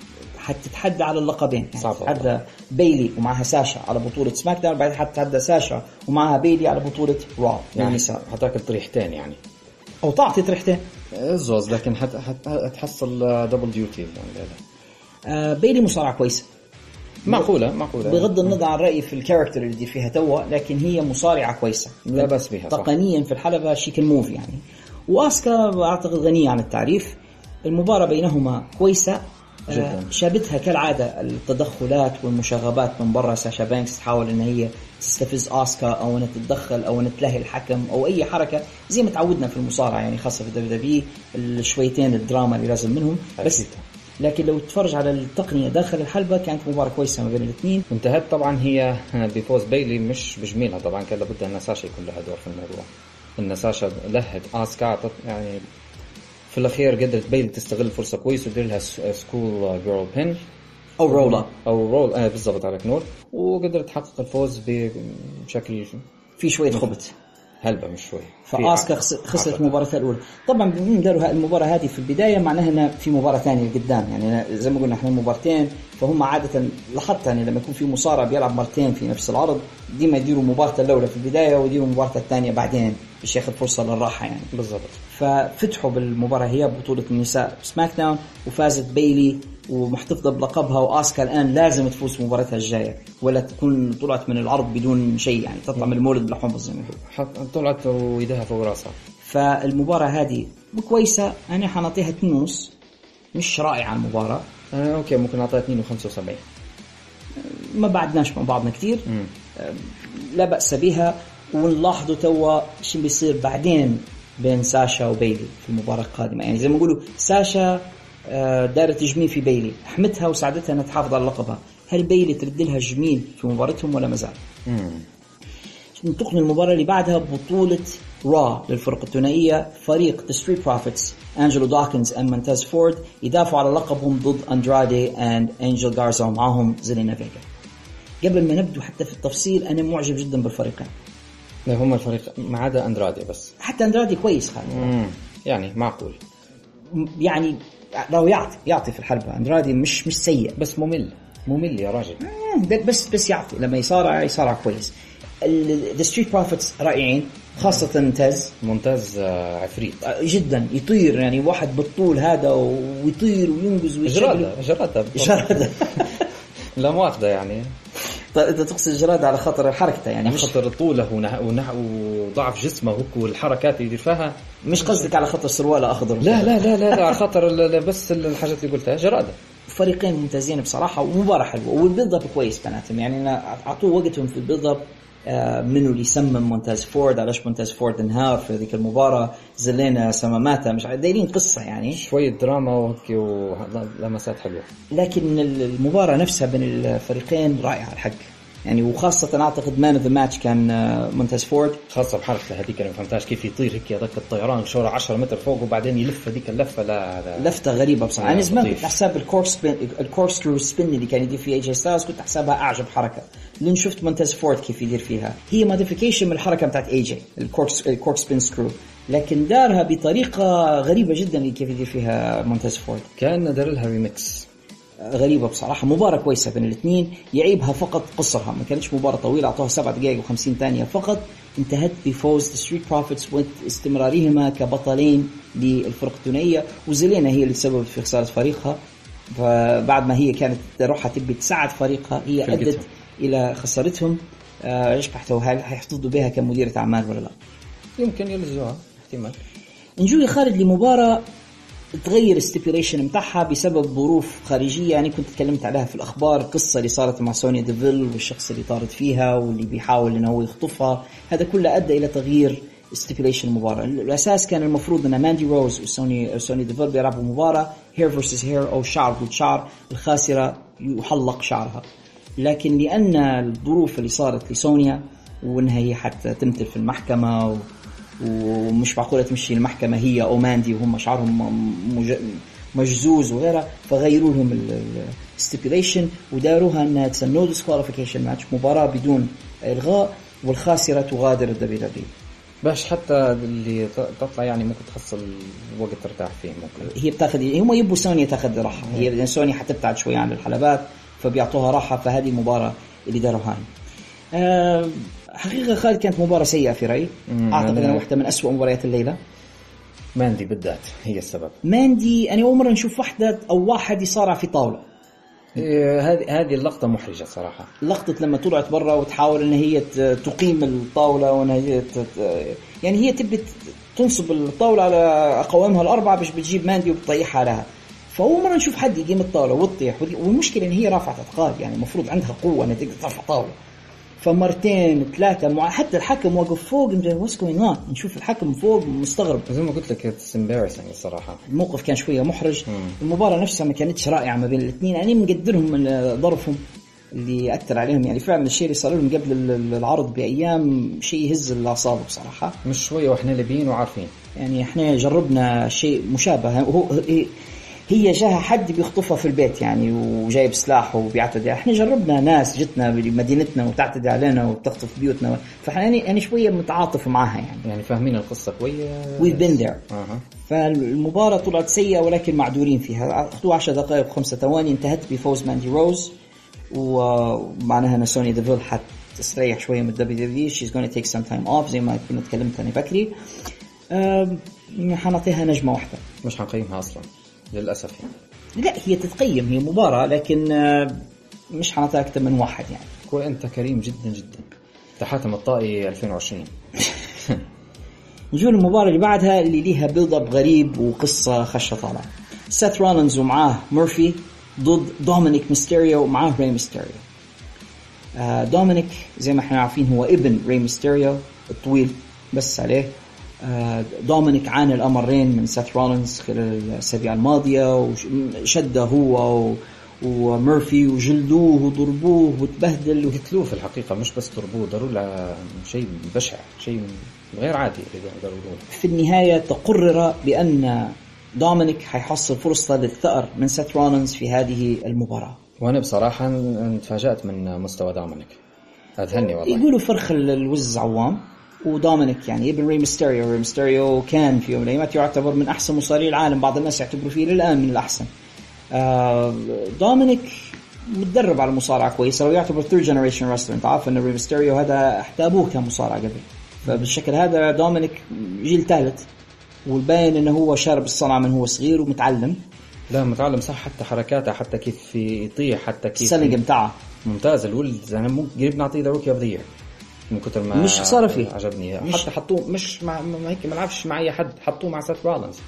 [SPEAKER 1] حتتحدى على اللقبين، حتى بايلي ومعها ساشا على بطولة سماك داون، بعد حتتحدى ساشا ومعها بايلي على بطولة را
[SPEAKER 5] يعني النساء. حتاكل طريحتين يعني،
[SPEAKER 1] او تعطي طريحتين
[SPEAKER 5] الزوز، لكن حت هتحصل دبل ديوتي يعني.
[SPEAKER 1] آه بايلي مصارعة كويسة
[SPEAKER 5] معقولة معقولة
[SPEAKER 1] بغض النظر عن رأيي في الكاركتر اللي فيها توا، لكن هي مصارعة كويسة
[SPEAKER 5] لا بس بها
[SPEAKER 1] تقنيا في الحلبة شيك الموف يعني. وآسكا أعتقد غنية عن التعريف. المباراة بينهما كويسة جدا. شابتها كالعادة التدخلات والمشاغبات من برا. ساشا بانكس تحاول ان هي تستفز آسكا او ان تتدخل او ان تلهي الحكم او اي حركة زي ما تعودنا في المصارعة يعني، خاصة في دبليو دبليو الشويتين الدراما اللي لازم منهم بس. لكن لو تفرج على التقنية داخل الحلبة كانت مباراة كويسة ما بين الاثنين.
[SPEAKER 5] انتهت طبعا هي بفوز بايلي مش بجميلها طبعا، كان لابد ان ساشا يكون لها دور في الموضوع. ان ساشا لهت آسكا يعني في الأخير قدرت بايلي تستغل فرصة كويس ودير لها سكول جيرل بين
[SPEAKER 1] أو رولا
[SPEAKER 5] أو رول آه بالضبط عليك نور، وقدرت تحقق الفوز بشكل
[SPEAKER 1] في شوية خبط
[SPEAKER 5] هلبة مش شوي.
[SPEAKER 1] فآسكا خسرت المباراة الأولى. طبعا بندروا المباراة هذه في البداية معناها أن في مباراة ثانية قدام يعني، زي ما قلنا احنا مبارتين، فهم عادة لاحظت يعني لما يكون في مصارع بيلعب مرتين في نفس العرض ديما يديروا مباراة الأولى في البداية ويديروا مباراة الثانية بعدين باش ياخذ فرصة للراحة يعني.
[SPEAKER 5] بالضبط.
[SPEAKER 1] ففتحوا بالمباراة هي بطولة النساء سماك داون وفازت بايلي ومحتفظة بلقبها، وآسكا الآن لازم تفوز مباراتها الجاية ولا تكون طلعت من العرض بدون شيء يعني، تطلع من المولد بالحمص زي ما يقولوا.
[SPEAKER 5] طلعت ويدها فوق راسها.
[SPEAKER 1] فالمباراة هذه كويسة، أنا حنعطيها اثنين ونص، مش رائعة المباراة.
[SPEAKER 5] آه أوكي ممكن نعطيها اثنين وخمسة وسبعين.
[SPEAKER 1] ما بعدناش مع بعضنا كتير. آه لا بأس بها. ونلاحظوا توا شو بيصير بعدين بين ساشا وبايلي في المباراة القادمة يعني. زي ما يقولوا ساشا دارت جميل في بايلي، حمتها وساعدتها أنها تحافظ على لقبها. هل بايلي ترد لها الجميل في مباراتهم ولا مازال؟ ننتقل للمباراة اللي بعدها بطولة را للفرق الثنائية. فريق The Street Profits أنجلو داكنز and مونتاز فورد يدافعوا على لقبهم ضد أندرادي and أنجل غارزا ومعهم زيلينا فيجا. قبل ما نبدو حتى في التفصيل أنا معجب جدا بالفريقين.
[SPEAKER 5] لا هم الفريق ما عدا أندرادي بس.
[SPEAKER 1] حتى أندرادي كويس خالد.
[SPEAKER 5] يعني معقول.
[SPEAKER 1] يعني لو يعطي يعطي في الحلبة. أندرادي مش مش سيء
[SPEAKER 5] بس ممل ممل يا راجل.
[SPEAKER 1] بس بس يعطي لما يصارع يصارع كويس. The Street Profits رائعين خاصة ممتاز
[SPEAKER 5] ممتاز عفريت
[SPEAKER 1] جدا يطير يعني واحد بالطول هذا ويطير وينجز
[SPEAKER 5] جرادة جرادة
[SPEAKER 1] جرادة
[SPEAKER 5] لا مؤاخذة يعني.
[SPEAKER 1] طيب انت تقصد جرادة على خاطر حركته يعني
[SPEAKER 5] مش خاطر طوله ونح وضعف جسمه والحركات اللي يدير
[SPEAKER 1] مش قصدك على خاطر سرواله اخضر
[SPEAKER 5] لا لا لا لا, لا على خاطر بس الحاجات اللي قلتها جرادة.
[SPEAKER 1] فريقين ممتازين بصراحة ومباراة حلوة والبيلد اب كويس بيناتهم يعني أنا أعطوه وقتهم في البيلد اب. منو اللي يسمم مونتاز فورد علاش مونتاز فورد انهار في ذيك المباراة زلينا سماماتها مش دايرين قصة يعني
[SPEAKER 5] شوية دراما وهيك ولمسات حلوة.
[SPEAKER 1] لكن المباراة نفسها بين الفريقين رائعة الحق يعني وخاصة أعتقد مان اوف ذا ماتش كان مونتاز فورد
[SPEAKER 5] خاصة بحركة هذيك أنا فهمتهاش كيف يطير هيك هذاك الطيران شورة عشرة متر فوق وبعدين يلف هذيك اللفة لا, لا
[SPEAKER 1] لفتة غريبة بصراحة. أنا زمان كنت أحسب الكورس سبين الكورس كرو سبين اللي كان يدير فيه اي جي ستايلز كنت أحسبها أعجب حركة لين شفت مونتاز فورد كيف يدير فيها. هي موديفيكيشن من الحركة بتاعت اي جي الكورس الكورس سبين سكرو لكن دارها بطريقة غريبة جدا اللي كيف يدير فيها مونتاز فورد.
[SPEAKER 5] كان دار لها ريميكس
[SPEAKER 1] غريبة بصراحة. مباراة كويسة بين الاثنين يعيبها فقط قصرها ما كانتش مباراة طويلة أعطوها سبعة دقائق وخمسين ثانية فقط انتهت بفوز ستريت بروفيتس واستمرارهما كبطلين للفرق الثنائية وزلينا هي اللي تسببت في خسارة فريقها. فبعد ما هي كانت روحها تبي تساعد فريقها هي أدت إلى خسارتهم. ايش بحثوا هل هيحتفظوا بها كمديرة أعمال ولا لا؟
[SPEAKER 5] يمكن يلزوها احتمال.
[SPEAKER 1] نجوي خالد لمباراة تغير استيبيوليشن متاعها بسبب ظروف خارجية يعني كنت تكلمت عليها في الأخبار قصة اللي صارت مع سونيا ديفيل والشخص اللي طارت فيها واللي بيحاول إنه هو يخطفها هذا كله أدى إلى تغيير استيبيوليشن المباراة. الأساس كان المفروض أن ماندي روز وسوني سوني ديفيل بيلعبوا مباراة هير فيرسس هير أو شعر ضد شعر الخاسرة يحلق شعرها لكن لأن الظروف اللي صارت لسونيا وإنها هي حتى تمثل في المحكمة و ومش معقولة تمشي المحكمة هي أو ماندي وهم شعرهم مجزوز وغيرها فغيروا لهم الستيبيوليشن وداروها أنها تسمى no disqualification match مباراة بدون إلغاء والخاسرة تغادر الدبليو دبليو
[SPEAKER 5] باش حتى اللي تطلع يعني ممكن تحصل وقت ترتاح فيه ممكن
[SPEAKER 1] هي بتاخذ هم يبوا سونيا تاخذ راحة هي لأن سونيا حتبتعد شوية عن الحلبات فبيعطوها راحة فهذه المباراة اللي داروها. أه حقيقة خالد كانت مباراة سيئة في رأيي أعتقد أنها واحدة من أسوأ مباريات الليلة.
[SPEAKER 5] ماندي بالذات هي السبب.
[SPEAKER 1] ماندي أنا أول مرة نشوف واحدة أو واحد يصارع في طاولة.
[SPEAKER 5] هذه هذه اللقطة محرجة صراحة.
[SPEAKER 1] لقطة لما طلعت برا وتحاول إن هي تقيم الطاولة وإن هي يعني هي تبي تنصب الطاولة على أقوامها الأربعة باش بتجيب ماندي وبتطيحها لها. فأول مرة نشوف حد يقيم الطاولة وتطيح والمشكلة إن هي رافعة أثقال يعني المفروض عندها قوة إنها تقدر ترفع طاولة. فمرتين ثلاثة مع حتى الحكم واقف فوق what's going on نشوف الحكم فوق مستغرب
[SPEAKER 5] زي ما قلت لك it's embarrassing الصراحة.
[SPEAKER 1] الموقف كان شوية محرج. مم. المباراة نفسها ما كانتش رائعة ما بين الاثنين يعني مقدرهم من ظرفهم اللي أثر عليهم يعني فعلا الشيء اللي صار لهم قبل العرض بأيام شيء يهز الأعصاب بصراحة
[SPEAKER 5] مش شوية وإحنا لبين وعارفين يعني
[SPEAKER 1] إحنا جربنا شيء مشابه هو هي جاها حد بيخطفها في البيت يعني وجايب سلاح وبيعتدي احنا جربنا ناس جتنا بمدينتنا وتعتدي علينا وتخطف بيوتنا فاحنا يعني انا شويه متعاطف معها يعني
[SPEAKER 5] يعني فاهمين القصه كويس
[SPEAKER 1] we've been there. أه. فالمباراه طلعت سيئه ولكن معذورين فيها اخذوا عشر دقائق وخمسة ثواني انتهت بفوز ماندي روز ومعناها ان سوني ديفيل حت تستريح شويه من الدبليو دبليو she's going to take some time off زي ما كنا تكلمت انا بكري. أه حنعطيها نجمه واحده
[SPEAKER 5] مش حنقيمها اصلا للأسف يعني.
[SPEAKER 1] لا هي تتقيم هي مباراة لكن مش حنعطيها أكثر من واحد يعني.
[SPEAKER 5] وأنت كريم جدا جدا. تحاتم الطائي ألفين وعشرين.
[SPEAKER 1] نجول المباراة اللي بعدها اللي ليها بيلد اب غريب وقصة خشة طالعة. سيث رولينز ومعاه مورفي ضد دومينيك ميستيريو ومعاه ري ميستيريو. آه دومينيك زي ما احنا عارفين هو ابن ري ميستيريو الطويل بس عليه. دومينيك عانى الأمرين من سيث رولينز خلال الأسابيع الماضية وشده هو ومورفي وجلدوه وضربوه وتبهدل
[SPEAKER 5] وقتلوه في الحقيقة مش بس ضربوه ضروا له شيء بشع شيء غير عادي ضروا.
[SPEAKER 1] في النهاية تقرر بأن دومينيك حيحصل فرصة للثأر من سيث رولينز في هذه المباراة
[SPEAKER 5] وانا بصراحه تفاجأت من مستوى دومينيك، اذهلني والله.
[SPEAKER 1] يقولوا فرخ الوز عوام، ودومينيك يعني ابن ري ميستيريو. ري ميستيريو كان في يوم من الايام يعتبر من احسن مصارعي العالم، بعض الناس يعتبروا فيه للان من الاحسن. آه دومينيك متدرب على المصارعه كويسه، ويعتبر ثيرد جنريشن رستلر. انت عارف ان ري ميستيريو هذا حتى ابوه كان مصارع قبل، فبالشكل هذا دومينيك جيل ثالث، والباين انه هو شارب الصنعه من هو صغير ومتعلم.
[SPEAKER 5] لا متعلم صح، حتى حركاته، حتى كيف يطيح، حتى كيف
[SPEAKER 1] السلق بتاعه
[SPEAKER 5] ممتاز. الولد انا ممكن قريب نعطيه ذا روكي اوف ذا يير من كتر ما
[SPEAKER 1] مش خساره فيه،
[SPEAKER 5] عجبني. حتى حطوه مش مع هيك ما لعبش مع اي حد، حطوه مع سيث رولينز.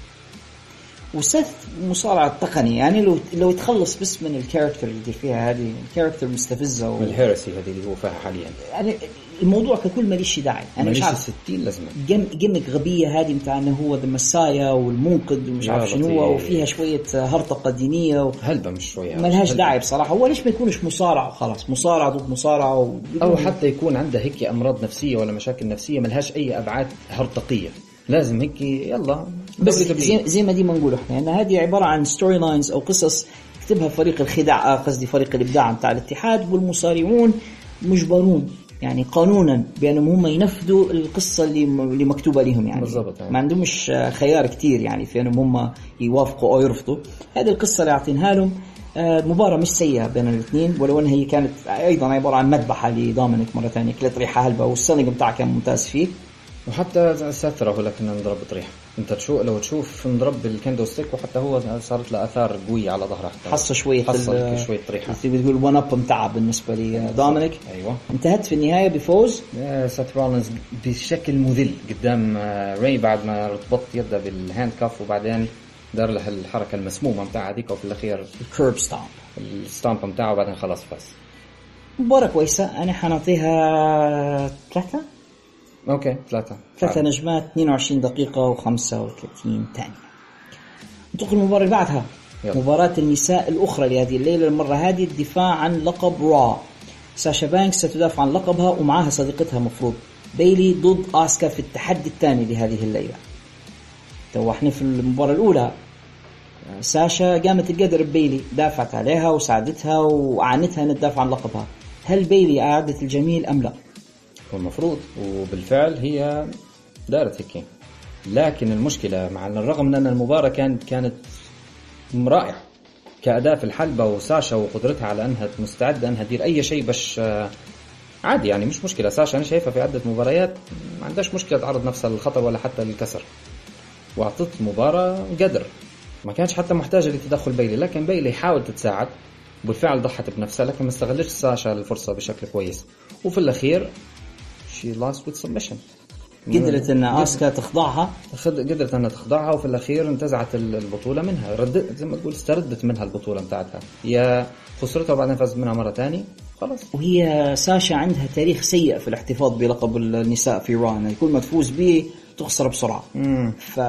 [SPEAKER 1] وسيث مصارع التقني يعني لو لو يتخلص بس من الكاركتر اللي يدير فيها، هذه الكاركتر مستفزه و...
[SPEAKER 5] الهيرسي هذه اللي هو فيها حاليا.
[SPEAKER 1] يعني الموضوع ككل ماليش داعي. انا مش عارف
[SPEAKER 5] ستين لازم
[SPEAKER 1] جم جمك غبيه هذه بتاع انه هو ذا مسايا والمنقذ ومش عارف شنو هو، وفيها شويه هرطقه دينيه و...
[SPEAKER 5] هلبة مش شويه
[SPEAKER 1] ما لهاش داعي بصراحه. هو ليش ما يكونش مصارع وخلاص، مصارع ضد مصارع و...
[SPEAKER 5] او حتى يكون عنده هيك امراض نفسيه ولا مشاكل نفسيه ما لهاش اي ابعاد هرطقيه، لازم هيك يلا.
[SPEAKER 1] بس زي, زي ما دي ما نقول احنا ان يعني هذه عباره عن ستوري لاينز او قصص كتبها فريق الخداع، قصدي فريق الابداع بتاع الاتحاد، والمصارعون مجبرون يعني قانونا بانهم هم ينفذوا القصه اللي اللي مكتوبه لهم يعني.
[SPEAKER 5] بالضبط يعني.
[SPEAKER 1] ما عندهمش خيار كتير يعني في انهم هم يوافقوا او يرفضوا. هذه القصه اللي عاطينها لهم. مباراة مش سيئة بين الاثنين، ولو انها هي كانت ايضا عبارة عن مذبحة لدومينيك مرة ثانية، كلت ريحة هلبة والسلنج بتاعه كان ممتاز فيه.
[SPEAKER 5] وحتى ساتره لكن نضرب بطريحة، انت تشوف لو تشوف نضرب الكندو ستيك، وحتى هو صارت له اثار قوية على ظهره،
[SPEAKER 1] حصل شوية
[SPEAKER 5] حصل شوية طريحة.
[SPEAKER 1] بتقول وان اب متاع بالنسبة لدومينيك.
[SPEAKER 5] ايوه
[SPEAKER 1] انتهت في النهاية بفوز
[SPEAKER 5] سات رولينز بشكل مذل قدام ري بعد ما ربط يده بالهاند كاف، وبعدين دار له الحركة المسمومة متاع هذيك، وفي الأخير
[SPEAKER 1] الكيرب ستامب
[SPEAKER 5] الستامب متاعه، وبعدين خلاص فاز.
[SPEAKER 1] مباراة كويسة. أنا حنعطيها ثلاثة.
[SPEAKER 5] أوكي ثلاثة
[SPEAKER 1] ثلاثة نجمات، اثنين وعشرين دقيقة وخمسة وثلاثين ثانية. ننتقل المباراة اللي بعدها، يلا. مباراة النساء الأخرى لهذه الليلة، المرة هذه الدفاع عن لقب را. ساشا بانكس ستدافع عن لقبها ومعها صديقتها مفروض بيلي ضد آسكا في التحدي الثاني لهذه الليلة. تو احنا في المباراة الأولى ساشا قامت القدر ببيلي، دافعت عليها وساعدتها وأعانتها أن تدافع عن لقبها. هل بيلي أعادت الجميل أم لا؟
[SPEAKER 5] المفروض، وبالفعل هي دارت هيك. لكن المشكلة مع الرغم من أن المباراة كانت كانت رائعة كأداء في الحلبة، وساشا وقدرتها على أنها مستعدة أنها تدير أي شيء باش عادي يعني مش مشكلة. ساشا أنا شايفها في عدة مباريات ما عندهاش مشكلة تعرض نفسها للخطر ولا حتى للكسر، وأعطت مباراة قدر، ما كانش حتى محتاجة لتدخل بيلي. لكن بيلي حاول تتساعد، بالفعل ضحت بنفسها، لكن ما استغلتش ساشا الفرصة بشكل كويس، وفي الأخير she lost with submission.
[SPEAKER 1] قدرت أن آسكا تخضعها
[SPEAKER 5] قدرت أن تخضعها، وفي الأخير انتزعت البطولة منها، ردت زي ما تقول استردت منها البطولة بتاعتها، هي خسرتها وبعدين فازت منها مرة تانية خلاص.
[SPEAKER 1] وهي ساشا عندها تاريخ سيء في الاحتفاظ بلقب النساء في ران، يعني كل ما تفوز به تخسر بسرعة.
[SPEAKER 5] مم.
[SPEAKER 1] ف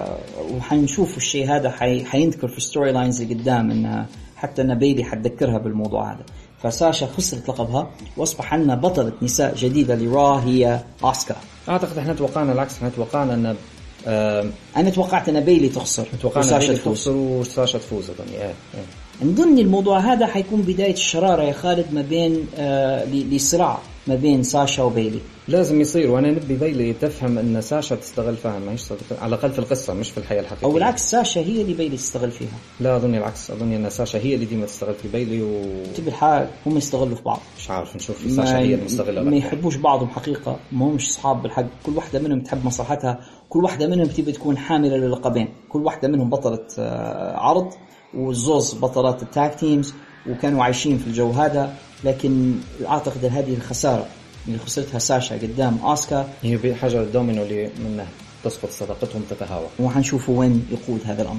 [SPEAKER 1] وحنشوف الشيء هذا حي... حينذكر في ستوري لاينز اللي قدام، إنها حتى إن بيلي حتذكرها بالموضوع هذا. فساشا خسرت لقبها، واصبح عندنا بطلة نساء جديدة لرا هي آسكا.
[SPEAKER 5] أعتقد إحنا توقعنا العكس، إحنا توقعنا أن
[SPEAKER 1] آه أنا توقعت أن بيلي تخسر،
[SPEAKER 5] توقعنا بيلي تخسر وساشا تفوز أظني. إيه إيه.
[SPEAKER 1] نظن الموضوع هذا حيكون بداية الشرارة يا خالد ما بين آه لصراع ما بين ساشا وبيلي.
[SPEAKER 5] لازم يصير، وانا نبي بيلي تفهم ان ساشا تستغل فيها، ما هيش على الاقل في القصه مش في الحياه الحقيقيه.
[SPEAKER 1] او العكس ساشا هي اللي بيلي تستغل فيها.
[SPEAKER 5] لا اظن العكس، اظن ان ساشا هي اللي ديما تستغل في بيلي و
[SPEAKER 1] تبي الحال هم يستغلوا في بعض.
[SPEAKER 5] مش عارف نشوف ساشا هي المستغله،
[SPEAKER 1] ما يحبوش بعضهم حقيقه، ما همش اصحاب بالحق، كل واحده منهم تحب مصلحتها، كل واحده منهم تبي تكون حامله للقبين، كل واحده منهم بطله عرض والزوز بطلات التاك تيمز، وكانوا عايشين في الجو هذا. لكن اعتقد هذه الخساره اللي خسرتها ساشا قدام آسكا
[SPEAKER 5] هي بحاجة الدومينو اللي منه تسقط صداقتهم تتهاوى،
[SPEAKER 1] وحنشوفوا وين يقود هذا الأمر.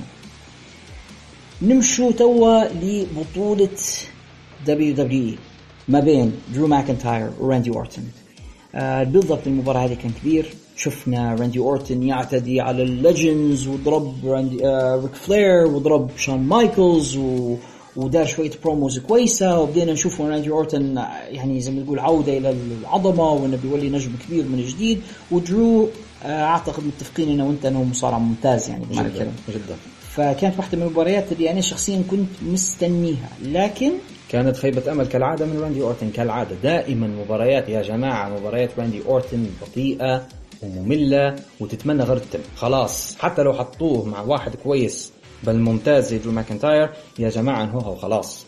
[SPEAKER 1] نمشوا توا لبطولة دبليو دبليو إي ما بين درو ماكنتاير وراندي أورتون. آه بالضبط المباراة هذه كان كبير، شفنا راندي أورتون يعتدي على الليجندز وضرب راندي آه ريك فلير وضرب شون مايكلز و ودار شوية بروموز كويسة، وبدينا نشوف راندي أورتون يعني زي ما نقول عودة إلى العظمة، وإنه بيولي نجم كبير من جديد. ودرو أعتقد متفقين أنه وأنت أنه مصارع ممتاز يعني
[SPEAKER 5] جدا, جدا.
[SPEAKER 1] فكانت واحدة من المباريات اللي أنا شخصيا كنت مستنيها، لكن
[SPEAKER 5] كانت خيبة أمل كالعادة من راندي أورتن كالعادة. دائما مباريات يا جماعة مباريات راندي أورتن بطيئة ومملة وتتمنى غير تتم. خلاص حتى لو حطوه مع واحد كويس بل ممتاز زي درو ماكنتاير يا جماعة انهوها وخلاص.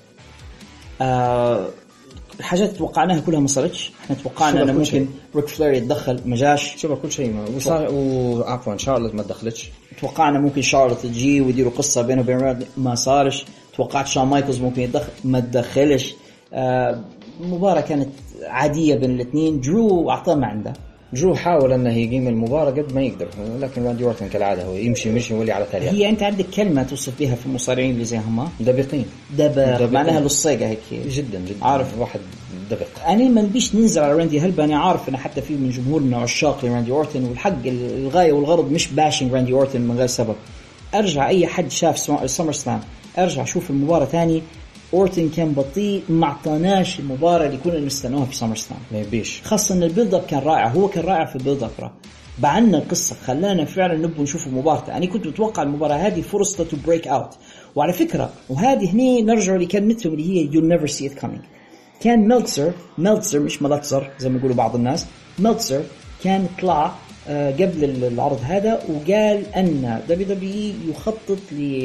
[SPEAKER 1] آه الحاجات توقعناها كلها ما صارتش. احنا توقعنا انه ممكن ريك فلير يتدخل ما جاش.
[SPEAKER 5] شبه كل شيء ما وصار. وعفوا شارلوت ما تدخلتش.
[SPEAKER 1] توقعنا ممكن شارلوت تجي ويديروا قصة بينه وبين راندي ما صارش. توقعت شون مايكلز ممكن يتدخل ما تدخلش. آه مباراة كانت عادية بين الاثنين. درو أعطاه ما عنده.
[SPEAKER 5] درو حاول انه يقيم المباراة قد ما يقدر لكن راندي أورتن كالعادة هو يمشي مشي ولي على تاريخ.
[SPEAKER 1] هي انت عندك كلمة توصف بها في المصارعين اللي زي هم
[SPEAKER 5] دبقين.
[SPEAKER 1] دبق معناها للصيقة هيك
[SPEAKER 5] جدا جدا
[SPEAKER 1] عارف
[SPEAKER 5] واحد دبق.
[SPEAKER 1] أنا ما نبيش ننزل على راندي هلبا. أنا عارف أن حتى في من جمهورنا عشاق لراندي أورتن والحق الغاية والغرض مش باشين راندي أورتن من غير سبب. أرجع أي حد شاف سمر سلام أرجع شوف المباراة ثاني. أورتن كان بطيء ما اعطاناش المباراة اللي كنا نستنوها في سمر سلام.
[SPEAKER 5] ما يبيش
[SPEAKER 1] خاصة أن البيلد أب كان رائع. هو كان رائع في البيلد أب بعنا القصة خلانا فعلا نبغى نشوف المباراة. أنا كنت متوقع المباراة هذه فرصة تو بريك أوت. وعلى فكرة وهذه هني نرجع لكلمتهم اللي هي you'll never see it coming. كان ميلتزر ميلتزر مش ملتزر زي ما يقولوا بعض الناس. ميلتزر كان طلع قبل العرض هذا وقال أن دبليو دبليو إي يخطط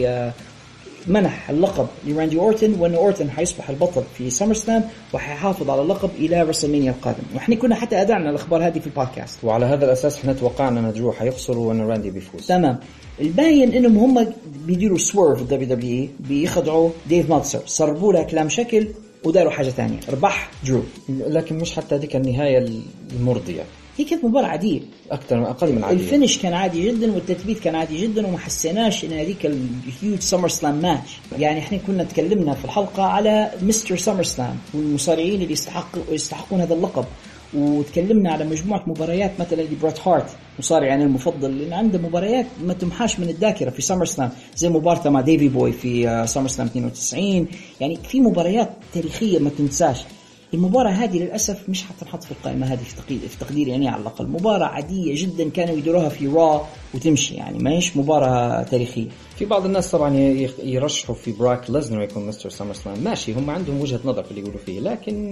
[SPEAKER 1] لمنح اللقب لراندي أورتن وأن أورتن حيصبح البطل في سمر سلام وحيحافظ على اللقب إلى رسلمانيا القادم. وإحنا كنا حتى أدعنا الأخبار هذه في البودكاست.
[SPEAKER 5] وعلى هذا الأساس إحنا توقعنا أن درو حيخسر وأن راندي بيفوز.
[SPEAKER 1] تمام. الباين إنهم هم بيديروا سويرف دبليو دبليو إي بيخدعوا ديف مالتزر صربوا له كلام شكل وداروا حاجة تانية. ربح درو
[SPEAKER 5] لكن مش حتى ذيك النهاية المرضية.
[SPEAKER 1] هي كانت مباراة عادية
[SPEAKER 5] أكثر أقل من عادية.
[SPEAKER 1] الفينش كان عادي جدا والتثبيت كان عادي جدا وما حسيناش إن هذيك الهيوج سمر سلام ماتش. يعني إحنا كنا تكلمنا في الحلقة على مستر سمر سلام والمصارعين اللي يستحقوا يستحقون هذا اللقب. وتكلمنا على مجموعة مباريات مثلا بريت هارت مصارع يعني المفضل لأن عنده مباريات ما تمحاش من الذاكرة في سمر سلام زي مباراة مع ديفي بوي في سمر سلام اثنين وتسعين. يعني في مباريات تاريخية ما تنساش. المباراة هذه للأسف مش حتنحط في القائمة هذه في تقدير في تقديري يعني على الأقل. مباراة عادية جدا كانوا يديروها في را وتمشي يعني ما هيش مباراة تاريخية.
[SPEAKER 5] في بعض الناس طبعا يرشحوا في براك ليزنر يكون مستر سمر سلام. ماشي هم عندهم وجهة نظر في اللي يقولوا فيه لكن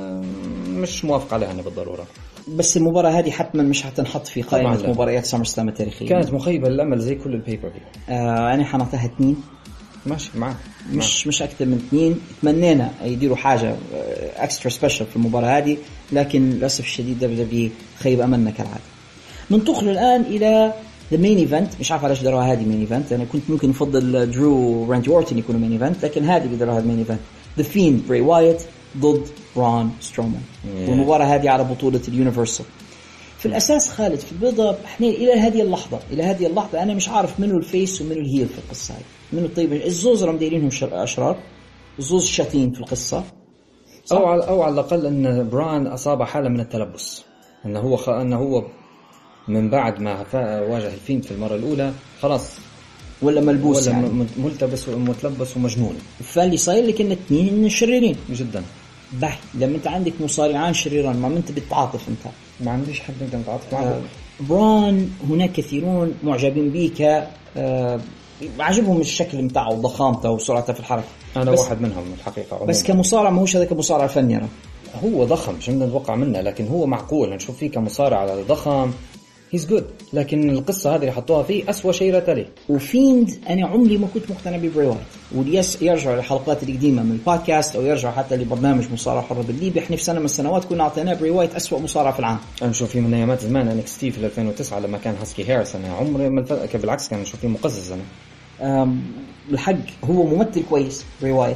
[SPEAKER 5] مش موافق عليها أنا بالضرورة.
[SPEAKER 1] بس المباراة هذه حتما مش حتنحط في قائمة مباريات سمر سلام التاريخية.
[SPEAKER 5] كانت مخيبة للأمل زي كل البيبر فيو.
[SPEAKER 1] آه أنا حنعطيها اثنين.
[SPEAKER 5] ماشي معه
[SPEAKER 1] مش مش أكثر من اثنين. تمنينا يديروا حاجة اكسترا سبيشال في المباراة هذه لكن للأسف الشديد دبليو دبليو خيب أملنا كالعادة. ننتقل الآن إلى the main event. مش عارف علاش داروها هذه main event. أنا كنت ممكن أفضل درو راندي أورتن يكونوا main event لكن هذه اللي داروها main event. The Fiend بري وايت ضد برون سترومان. yeah. والمباراة هذه على بطولة اليونيفرسال. في الأساس خالد في البيضة احنا إلى هذه اللحظة إلى هذه اللحظة أنا مش عارف منو الفيس ومنو الهيل في القصة هاي. منو الطيب الزوز رم دايرينهم أشرار الزوز شاتين في القصة
[SPEAKER 5] أو على أو على الأقل أن بران أصاب حالة من التلبس. أنه هو خ... أنه هو من بعد ما واجه الفيند في المرة الأولى خلاص
[SPEAKER 1] ولا ملبوس
[SPEAKER 5] ولا
[SPEAKER 1] يعني.
[SPEAKER 5] ملتبس ومتلبس ومجنون.
[SPEAKER 1] فاللي صاير لك إن اثنين شريرين
[SPEAKER 5] جدا.
[SPEAKER 1] بح لما أنت عندك مصارعان شريران ما أنت بتتعاطف أنت
[SPEAKER 5] ما عنديش حد نقدر نتعاطف معه.
[SPEAKER 1] آه بران هناك كثيرون معجبين بيك. آه عجبهم الشكل متاعه وضخامته وسرعته في الحركة.
[SPEAKER 5] أنا واحد منهم الحقيقة عموما.
[SPEAKER 1] بس كمصارع ما هوش هذا كمصارع فني.
[SPEAKER 5] هو ضخم مش بدنا نتوقع منه لكن هو معقول نشوف فيه كمصارع ضخم he's good. لكن القصة هذه اللي حطوها فيه أسوأ شيء رتلي.
[SPEAKER 1] وفيند أنا عمري ما كنت مقتنع ببري وايت. وليس يرجع للحلقات القديمة من البودكاست أو يرجع حتى لبرنامج مصارع حر بالليبي. إحنا في سنة من السنوات كنا عطيناه بري وايت أسوأ مصارع في العالم.
[SPEAKER 5] أنا نشوف فيه من أيامات زمان إن إكس تي في ألفين وتسعة لما كان هاسكي هاريس. أنا عمري ما الف... بالعكس كان نشوف فيه مقزز. أنا
[SPEAKER 1] الحق هو ممثل كويس بري وايت.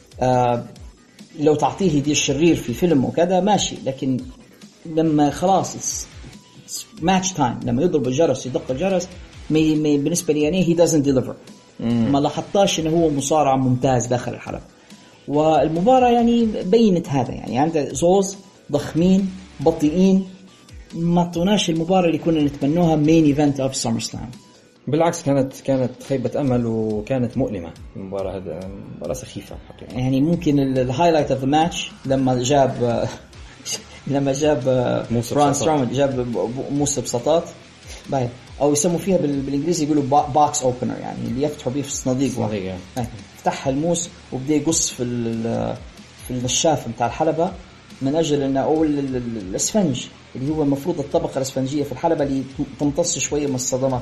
[SPEAKER 1] لو تعطيه دي الشرير في فيلم وكذا ماشي لكن لما خلاص ماتش تايم لما يضرب الجرس يدق الجرس مي مي بالنسبة لي يعني he doesn't deliver. ما لاحظتاش إنه هو مصارع ممتاز داخل الحلبة. والمباراة يعني بينت هذا يعني عنده زوز ضخمين بطيئين ما طوناش المباراة اللي كنا نتمنوها مين ايفنت اوف سمر سلام.
[SPEAKER 5] بالعكس كانت كانت خيبة أمل وكانت مؤلمة. المباراة هذا مباراة سخيفة حقيقة.
[SPEAKER 1] يعني ممكن الهايلايت اوف ذا ماتش لما جاب لما جاب برون سترومان جاب موسى بسطات باي او يسموا فيها بالانجليزي يقولوا باكس اوبنر يعني اللي يفتحوا بيه في الصناديق.
[SPEAKER 5] صناديق
[SPEAKER 1] فتح الموس وبدأ يقص في في النشاف بتاع الحلبة من أجل أن أول الأسفنج اللي هو المفروض الطبقة الأسفنجية في الحلبة اللي تمتص شوية من الصدمات،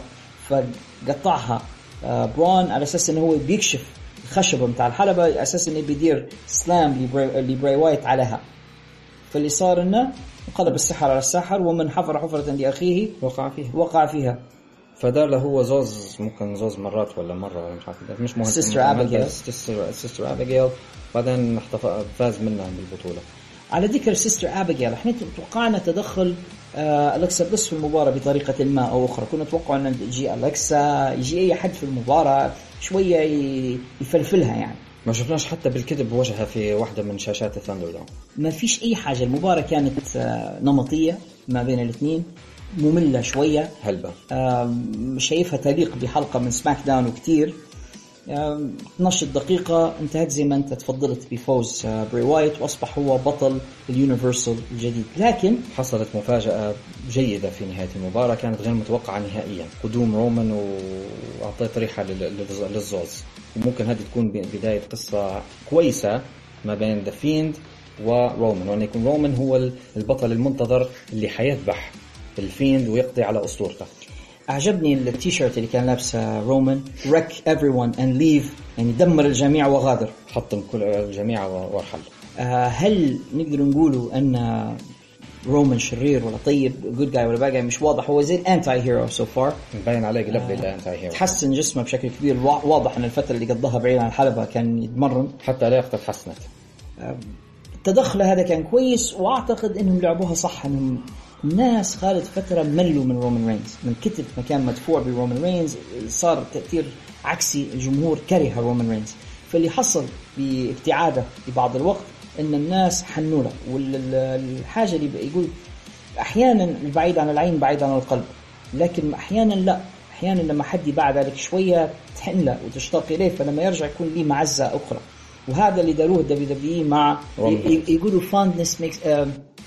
[SPEAKER 1] فقطعها برون على أساس أنه هو بيكشف الخشبة بتاع الحلبة على أساس أنه بيدير سلام لبراي وايت عليها. فاللي صار أنه انقلب السحر على الساحر، ومن حفر حفرة لأخيه
[SPEAKER 5] وقع فيها
[SPEAKER 1] وقع فيها
[SPEAKER 5] فدار له هو زوز، ممكن زوز مرات ولا مرة ولا مش عارف، مش مهم.
[SPEAKER 1] سيستر أبيجيل
[SPEAKER 5] سيستر أبيجيل بعدين فاز منها بالبطولة.
[SPEAKER 1] على ذكر سيستر أبيجيل، احنا توقعنا تدخل آه أليكسا بليس في المباراة بطريقة ما أو أخرى. كنا نتوقع أن يجي أليكسا، يجي أي حد في المباراة شوية يفلفلها يعني.
[SPEAKER 5] ما شفناش حتى بالكذب بوجهها في واحدة من شاشات الثاندر داون.
[SPEAKER 1] ما فيش أي حاجة. المباراة كانت آه نمطية ما بين الاثنين، مملة شوية
[SPEAKER 5] هلبة.
[SPEAKER 1] آه شايفها تليق بحلقة من سماك داون وكتير. آه اثناشر دقيقة انتهت زي ما انت تفضلت بفوز آه بري وايت، واصبح هو بطل اليونيفرسال الجديد. لكن
[SPEAKER 5] حصلت مفاجأة جيدة في نهاية المباراة، كانت غير متوقعة نهائيا، قدوم رومان وأعطيت ريحة للزوز. وممكن هذه تكون بداية قصة كويسة ما بين ذا فيند ورومان، وأن يكون رومان هو البطل المنتظر اللي حيذبح الفيند ويقضي على أسطورته.
[SPEAKER 1] أعجبني التيشيرت اللي كان لابسه رومان، wreck everyone and leave، يعني دمر الجميع وغادر،
[SPEAKER 5] حطم كل الجميع وارحل.
[SPEAKER 1] آه هل نقدر نقوله أن رومان شرير ولا طيب، good guy ولا bad guy؟ مش واضح. هو زي الانتي هيرو so far،
[SPEAKER 5] مبين عليه قلب الانتي هيرو.
[SPEAKER 1] تحسن جسمه بشكل كبير، واضح أن الفترة اللي قضاها بعيد عن الحلبة كان يتمرن،
[SPEAKER 5] حتى لياقته تحسنت.
[SPEAKER 1] آه التدخل هذا كان كويس، وأعتقد أنهم لعبوها صح. أنهم الناس خالد فترة ملوا من رومان رينز، من كتب مكان مدفوع برومان رينز صار تأثير عكسي، الجمهور كره رومان رينز. فاللي حصل بابتعاده لبعض الوقت ان الناس حنوا له. والحاجة اللي يقول احيانا البعيد عن العين بعيد عن القلب، لكن احيانا لا، احيانا لما حد يبعد عليك شوية تحن له وتشتاق اليه، فلما يرجع يكون ليه معزة اخرى. وهذا اللي داروه دبليو دبليو مع يقولوا fondness makes uh,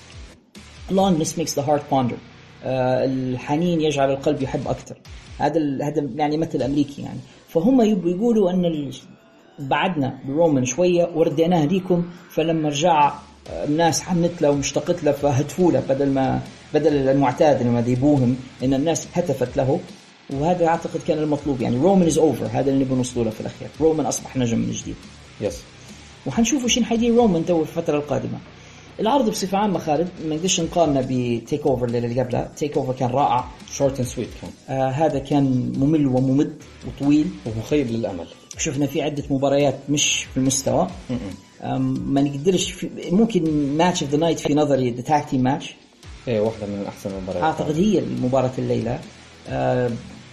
[SPEAKER 1] longness makes the heart ponder. uh, الحنين يجعل القلب يحب أكثر. هذا هذا يعني مثل أمريكي يعني. فهم يبوا يقولوا أن بعدنا برومان شوية ورديناه ليكم، فلما رجع الناس حنت له ومشتقت له فهتفوا له، بدل ما بدل المعتاد لما ذيبوهم إن الناس هتفت له. وهذا أعتقد كان المطلوب يعني. رومان is over، هذا اللي بنوصله له في الأخير. رومان أصبح نجم من جديد.
[SPEAKER 5] يس.
[SPEAKER 1] وحنشوفوا شين حيدير رومان تو في الفترة القادمة. العرض بصفة عامة خالد ما نقدرش نقارنه بتيك اوفر اللي قبلها. تيك اوفر كان رائع،
[SPEAKER 5] شورت اند سويت كان.
[SPEAKER 1] آه هذا كان ممل وممد وطويل
[SPEAKER 5] ومخيب للأمل.
[SPEAKER 1] شفنا فيه عدة مباريات مش في المستوى. ما نقدرش في ممكن ماتش اوف ذا نايت في نظري ذا تاك تيم ماتش،
[SPEAKER 5] ايه واحدة من أحسن المباريات
[SPEAKER 1] أعتقد هي المباراة الليلة. آه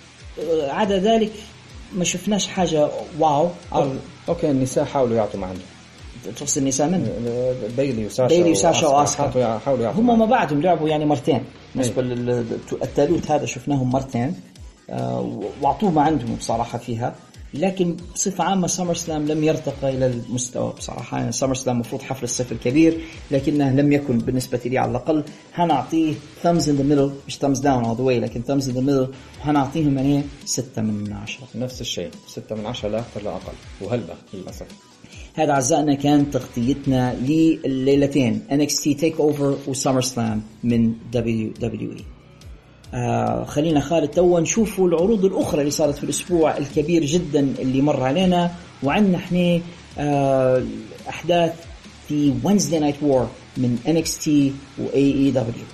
[SPEAKER 1] عدا ذلك ما شفناش حاجة واو.
[SPEAKER 5] أوكي النساء حاولوا يعطوا ما عندهم.
[SPEAKER 1] تقصد النساء من
[SPEAKER 5] بيلي وساشا
[SPEAKER 1] بيلي وساشا واسكا
[SPEAKER 5] حاولوا يعطوا.
[SPEAKER 1] هم ما بعدهم لعبوا يعني مرتين بالنسبة للثالوث هذا شفناهم مرتين آه واعطوه ما عندهم بصراحة فيها. لكن بصفة عامة سامر سلام لم يرتقي إلى المستوى بصراحة. يعني سامر سلام مفروض حفل الصيف الكبير، لكنه لم يكن بالنسبة لي على الأقل. هنعطيه thumbs in the middle، مش thumbs down all the way، لكن thumbs in the middle. وهنعطيهم يعني ستة من عشرة.
[SPEAKER 5] نفس الشيء، ستة من عشرة لا أكثر لا أقل. وهلبة للأسف.
[SPEAKER 1] هذا أعزائنا كان تغطيتنا لليلتين إن إكس تي TakeOver وسامر سلام من دبليو دبليو إي. آه خلينا خالد توا نشوفوا العروض الأخرى اللي صارت في الأسبوع الكبير جدا اللي مر علينا. وعندنا احنا آه أحداث في Wednesday Night War من إن إكس تي و إيه إي دبليو.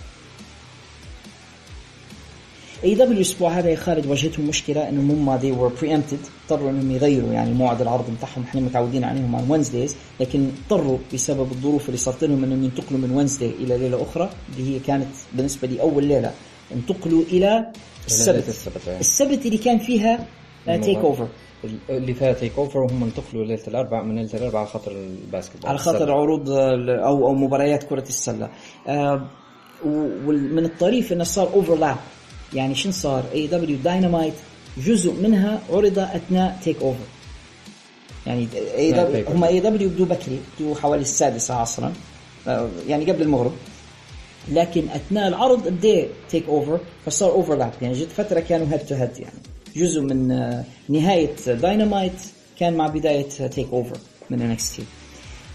[SPEAKER 1] إيه دبليو الأسبوع هذا يا خالد واجهتهم مشكلة إنهم هم they were preempted، اضطروا إنهم يغيروا يعني موعد العرض متاعهم. إحنا متعودين عليهم على Wednesdays، لكن اضطروا بسبب الظروف اللي صارت لهم إنهم ينتقلوا من Wednesday إلى ليلة أخرى اللي هي كانت بالنسبة لي أول ليلة. انتقلوا إلى السبت. السبت, يعني. السبت اللي كان فيها تيك أوفر
[SPEAKER 5] اللي فيها تيك أوفر، وهم انتقلوا ليلة الأربعاء من ليلة الأربعاء على خاطر الباسكت،
[SPEAKER 1] على خاطر عروض أو أو مباريات كرة السلة. آه ومن الطريف إنه صار أوفرلاب. يعني شن صار إيه دبليو داينامايت جزء منها عرض أثناء تيك أوفر. يعني إيه دبليو هم إيه دبليو بدو بكري، بدو حوالي السادسة عصرا آه يعني قبل المغرب، لكن أثناء العرض بدأ تيك أوفر فصار أوفرلاب. يعني جت فترة كانوا هيد تو هيد، يعني جزء من نهاية داينامايت كان مع بداية تيك أوفر من إن إكس تي.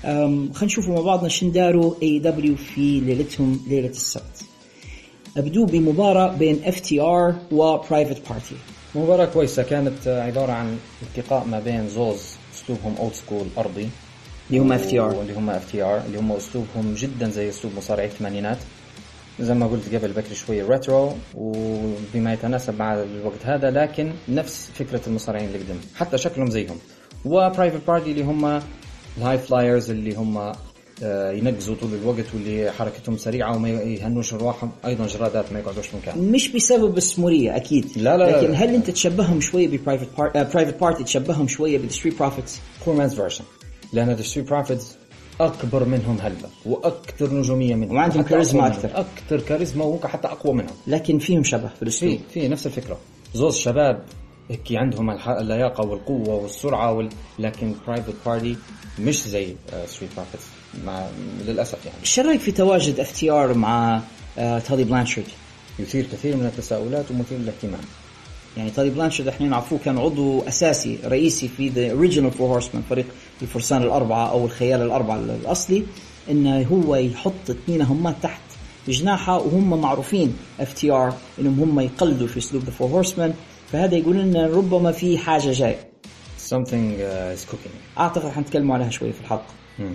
[SPEAKER 1] خلينا نشوفوا مع بعضنا شنداروا اي دبليو في ليلتهم ليلة السبت. أبدو بمباراة بين اف تي ار وبرايفت بارتي.
[SPEAKER 5] مباراة كويسة، كانت عبارة عن التقاء ما بين زوز اسلوبهم اولد سكول ارضي
[SPEAKER 1] اللي هم اف تي ار
[SPEAKER 5] اللي هم اف تي ار اللي هم اسلوبهم جدا زي اسلوب مصارعي الثمانينات، زي ما قلت قبل بكري شوية ريترو وبما يتناسب مع الوقت هذا، لكن نفس فكرة المصارعين اللي قدم، حتى شكلهم زيهم. وبرايفت بارتي اللي هم الهاي فلايرز اللي هم ينقزوا طول الوقت واللي حركتهم سريعة وما يهنوش رواحهم، أيضا جرادات ما يقعدوش مكان.
[SPEAKER 1] مش بسبب السمورية أكيد،
[SPEAKER 5] لا لا
[SPEAKER 1] لكن
[SPEAKER 5] لا.
[SPEAKER 1] هل أنت تشبههم شوية ببرايفت بارتي؟ برايفت بارتي تشبههم شوية بالستريت بروفيتس؟
[SPEAKER 5] كورمانز فيرجن، لأن الستريت بروفيتس أكبر منهم هلبة وأكثر نجومية منهم
[SPEAKER 1] وعندهم كاريزما أكثر
[SPEAKER 5] أكثر كاريزما وممكن حتى أقوى منهم،
[SPEAKER 1] لكن فيهم شبه في الأسلوب.
[SPEAKER 5] في في نفس الفكرة. زوز شباب هيك عندهم اللياقة والقوة والسرعة وال... لكن برايفت بارتي مش زي ستريت بروفيتس مع للأسف. يعني
[SPEAKER 1] ايش رايك في تواجد اف تي ار مع آه تالي بلانشارد؟
[SPEAKER 5] يثير كثير من التساؤلات ومثير للاهتمام.
[SPEAKER 1] يعني تالي بلانشارد احنا نعرفوه كان عضو اساسي رئيسي في ذا اوريجينال فور هورسمان، فريق الفرسان الاربعه او الخيال الاربعه الاصلي، انه هو يحط اثنين همات تحت جناحه، وهم معروفين اف تي ار انهم هم يقلدوا في اسلوب ذا فور هورسمان، فهذا يقول لنا ربما في حاجه جاي.
[SPEAKER 5] something uh, is cooking.
[SPEAKER 1] اعتقد حنتكلموا عليها شويه في الحلقه.
[SPEAKER 5] hmm.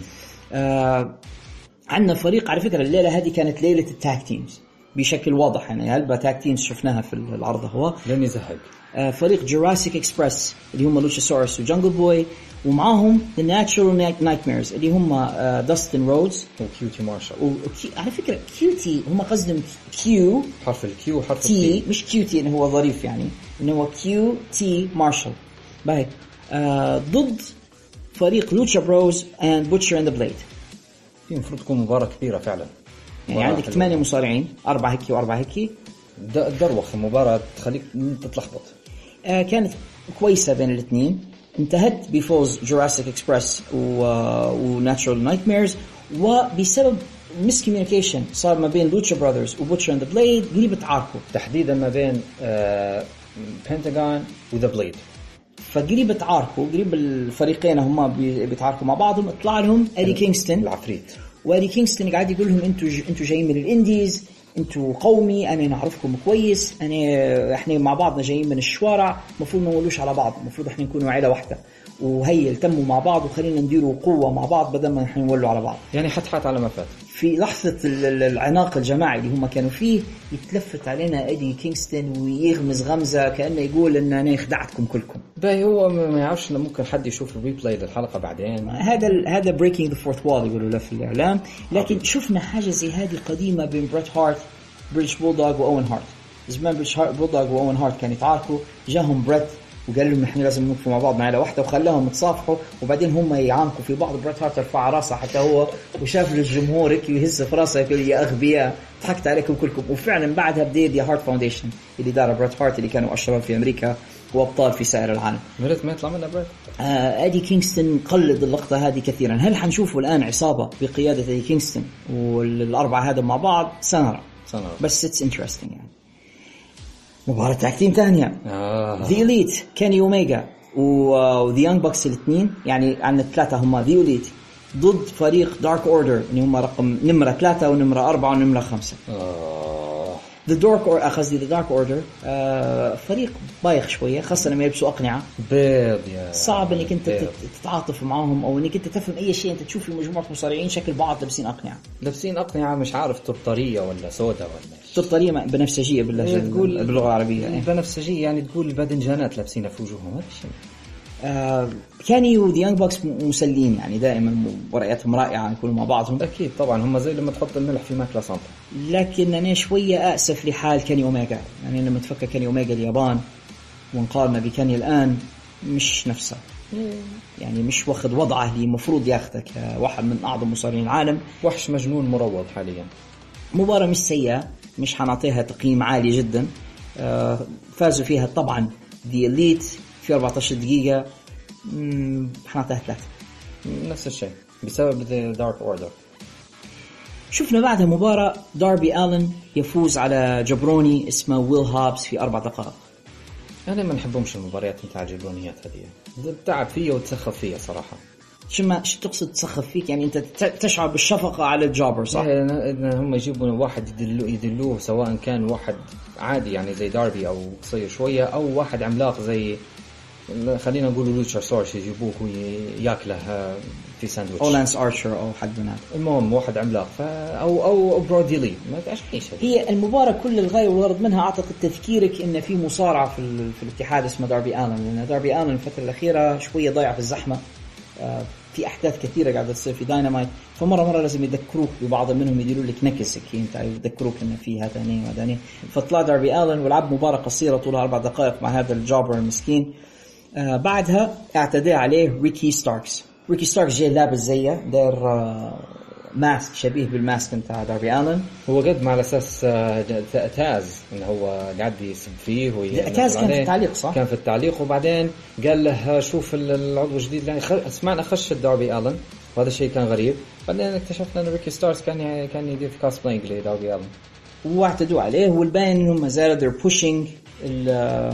[SPEAKER 1] آه عندنا فريق على فكرة الليلة هذه كانت ليلة التاك تيمز بشكل واضح، يعني هلبا تاك تيمز شفناها في العرض. هو
[SPEAKER 5] لن يزهق
[SPEAKER 1] آه فريق جوراسيك اكسبرس اللي هم لوتشاسورس وجنجل بوي، ومعاهم The Natural Nightmares اللي هم آه داستن رودز
[SPEAKER 5] وكيوتي مارشال.
[SPEAKER 1] على فكرة كيوتي هم قصدهم كيو
[SPEAKER 5] حرف الكيو حرف
[SPEAKER 1] تي، مش كيوتي انه هو ظريف، يعني انه هو كيو تي مارشال. باهي آه ضد فريق لوتشا بروز and Butcher and the Blade.
[SPEAKER 5] في مفروض تكون مباراة كبيرة فعلا،
[SPEAKER 1] يعني عندك ثمانية مصارعين، أربعة هيكي وأربعة هيكي،
[SPEAKER 5] دروخ المباراة تخليك تتلخبط.
[SPEAKER 1] آه كانت كويسة بين الاثنين، انتهت بفوز جوراسيك اكسبرس وناتشورال نايتميرز، وبسبب مس كوميونيكيشن صار ما بين لوتشا براذرز وبوتشر اند ذا بليد قريب تعاركوا،
[SPEAKER 5] تحديدا ما بين آه بنتاغون وذا بليد،
[SPEAKER 1] فقريب تعاركوا، قريب الفريقين هما بيتعاركوا مع بعضهم. اطلع لهم ادي كينغستون
[SPEAKER 5] العفريت،
[SPEAKER 1] وادي كينغستون قاعد يقول لهم انتوا ج... انتوا جايين من الانديز، انتوا قومي، انا نعرفكم كويس، انا احنا مع بعضنا جايين من الشوارع، المفروض ما نولوش على بعض، المفروض احنا نكونوا عيله واحده، وهي التموا مع بعض وخلينا نديروا قوه مع بعض بدل ما احنا نولوا على بعض.
[SPEAKER 5] يعني حت حت على ما فات.
[SPEAKER 1] في لحظه العناق الجماعي اللي هم كانوا فيه يتلفت علينا ادي كينغستون ويغمز غمزه كانه يقول ان انا خدعتكم كلكم.
[SPEAKER 5] باهي هو ما يعرفش انه ممكن حد يشوف الريبلاي للحلقه بعدين.
[SPEAKER 1] هذا هذا بريكينج ذا فورث وول يقولوا له في الاعلام، لكن شفنا حاجه زي هذه قديمه بين بريت هارت بريتش بولدوغ واون هارت. زمان بريتش بولدوغ واون هارت كانوا يتعاركوا، جاهم بريت وقال لهم احنا لازم نوقف مع بعض عائله واحده، وخلاهم يتصافحوا، وبعدين هم يعانقوا في بعض. بريت هارت رفع راسه حتى هو وشاف الجمهور يهز في راسه يقول يا اغبياء ضحكت عليكم كلكم. وفعلا بعدها بديت يا هارت فاونديشن اللي دار بريت هارت اللي كانوا اشرار في امريكا وابطال في سائر العالم.
[SPEAKER 5] مرت ما يطلع منها بريت.
[SPEAKER 1] آه ادي كينغستون قلد اللقطه هذه كثيرا. هل حنشوفوا الان عصابه بقياده ادي كينغستون والاربعه هذا مع بعض؟ سنرى
[SPEAKER 5] سنرى
[SPEAKER 1] بس اتس انترستينج. يعني مباراة تاكتيم ثانية،
[SPEAKER 5] آه.
[SPEAKER 1] ذا إليت كيني أوميجا وذا يانج بوكس الاثنين، يعني عندنا ثلاثة هم ذا إليت ضد فريق دارك أوردر اللي هم رقم نمرة ثلاثة ونمرة أربعة ونمرة خمسة. ذا دارك أور أخذ ذا دارك أوردر فريق بايخ شوية، خاصة لما يلبسوا أقنعة
[SPEAKER 5] بيض، يا
[SPEAKER 1] صعب إنك أنت
[SPEAKER 5] بيض.
[SPEAKER 1] تتعاطف معهم أو إنك أنت تفهم أي شيء. أنت تشوف في مجموعة مصارعين شكل بعض لابسين أقنعة،
[SPEAKER 5] لابسين أقنعة مش عارف ترطرية ولا سودا ولا
[SPEAKER 1] ترطرية بنفسجية باللهجة
[SPEAKER 5] تقول
[SPEAKER 1] باللغة العربية.
[SPEAKER 5] بنفسجية يعني تقول الباذنجانات لابسينها في وجوههم، هذا الشيء.
[SPEAKER 1] آه كاني ودي يانج بوكس مسلين، يعني دائما مبارياتهم رائعة يكونوا مع بعضهم.
[SPEAKER 5] أكيد طبعا هم زي لما تحط الملح في ماكلة سانتا.
[SPEAKER 1] لكن أنا شوية أأسف لحال كاني أوميجا، يعني لما تفكر كاني أوميجا اليابان ونقارنه بكاني الآن مش نفسه، يعني مش واخد وضعه اللي مفروض ياخده كواحد من أعظم مصارعين العالم.
[SPEAKER 5] وحش مجنون مروض حاليا.
[SPEAKER 1] مباراة مش سيئة، مش حنعطيها تقييم عالي جدا. آه فازوا فيها طبعا دي إليت في أربعة عشر دقيقة، حنعطيها ثلاثة
[SPEAKER 5] نفس الشيء بسبب The Dark Order.
[SPEAKER 1] شفنا بعدها مباراة داربي آلن يفوز على جبروني اسمه ويل هابس في أربع دقائق.
[SPEAKER 5] أنا ما نحبهمش المباريات متاع الجبرونيات هذه، تعب فيها وتسخف فيها صراحة.
[SPEAKER 1] شو ما شو تقصد تسخف فيك؟ يعني أنت تشعر بالشفقة على الجوبر صح؟
[SPEAKER 5] إن هم يجيبون واحد يدلوه يدلوه سواء كان واحد عادي يعني زي داربي أو قصير شوية أو واحد عملاق زي خلينا نقول لوتشا سورس يجيبوه ياكله في ساندويتش
[SPEAKER 1] أو لانس آرشر أو حد من هذا.
[SPEAKER 5] المهم واحد عملاق ف... أو أو أو بروديلي ما تعرف إيش
[SPEAKER 1] هي المباراة كل الغاية والغرض منها أعتقد تذكيرك إن في مصارعة في, ال... في الاتحاد اسمه داربي آلن، لأن داربي آلن الفترة الأخيرة شوية ضايع في الزحمة، في أحداث كثيرة قاعدة تصير في داينامايت، فمرة مرة لازم يذكروك ببعض منهم يديروا لك نكسك أنت يذكروك إن في هذانين وهذانين. فطلع داربي آلن ولعب مباراة قصيرة طولها أربع دقائق مع هذا الجوبر المسكين. آه بعدها اعتدى عليه ريكي ستاركس. ريكي ستاركس جاي لابس زيه داير آه ماسك شبيه بالماسك بتاع داربي آلن.
[SPEAKER 5] هو قد مع الأساس آه تاز إنه هو قاعد يسب فيه
[SPEAKER 1] تاز كان في التعليق صح؟
[SPEAKER 5] كان في التعليق وبعدين قال له شوف العضو الجديد يعني خ... سمعنا خش داربي آلن وهذا الشيء كان غريب. بعدين اكتشفنا إن ريكي ستاركس كان كان يدير في كاسبلاينج لداربي آلن
[SPEAKER 1] واعتدوا عليه، والباين إنهم ما زالوا they're pushing ال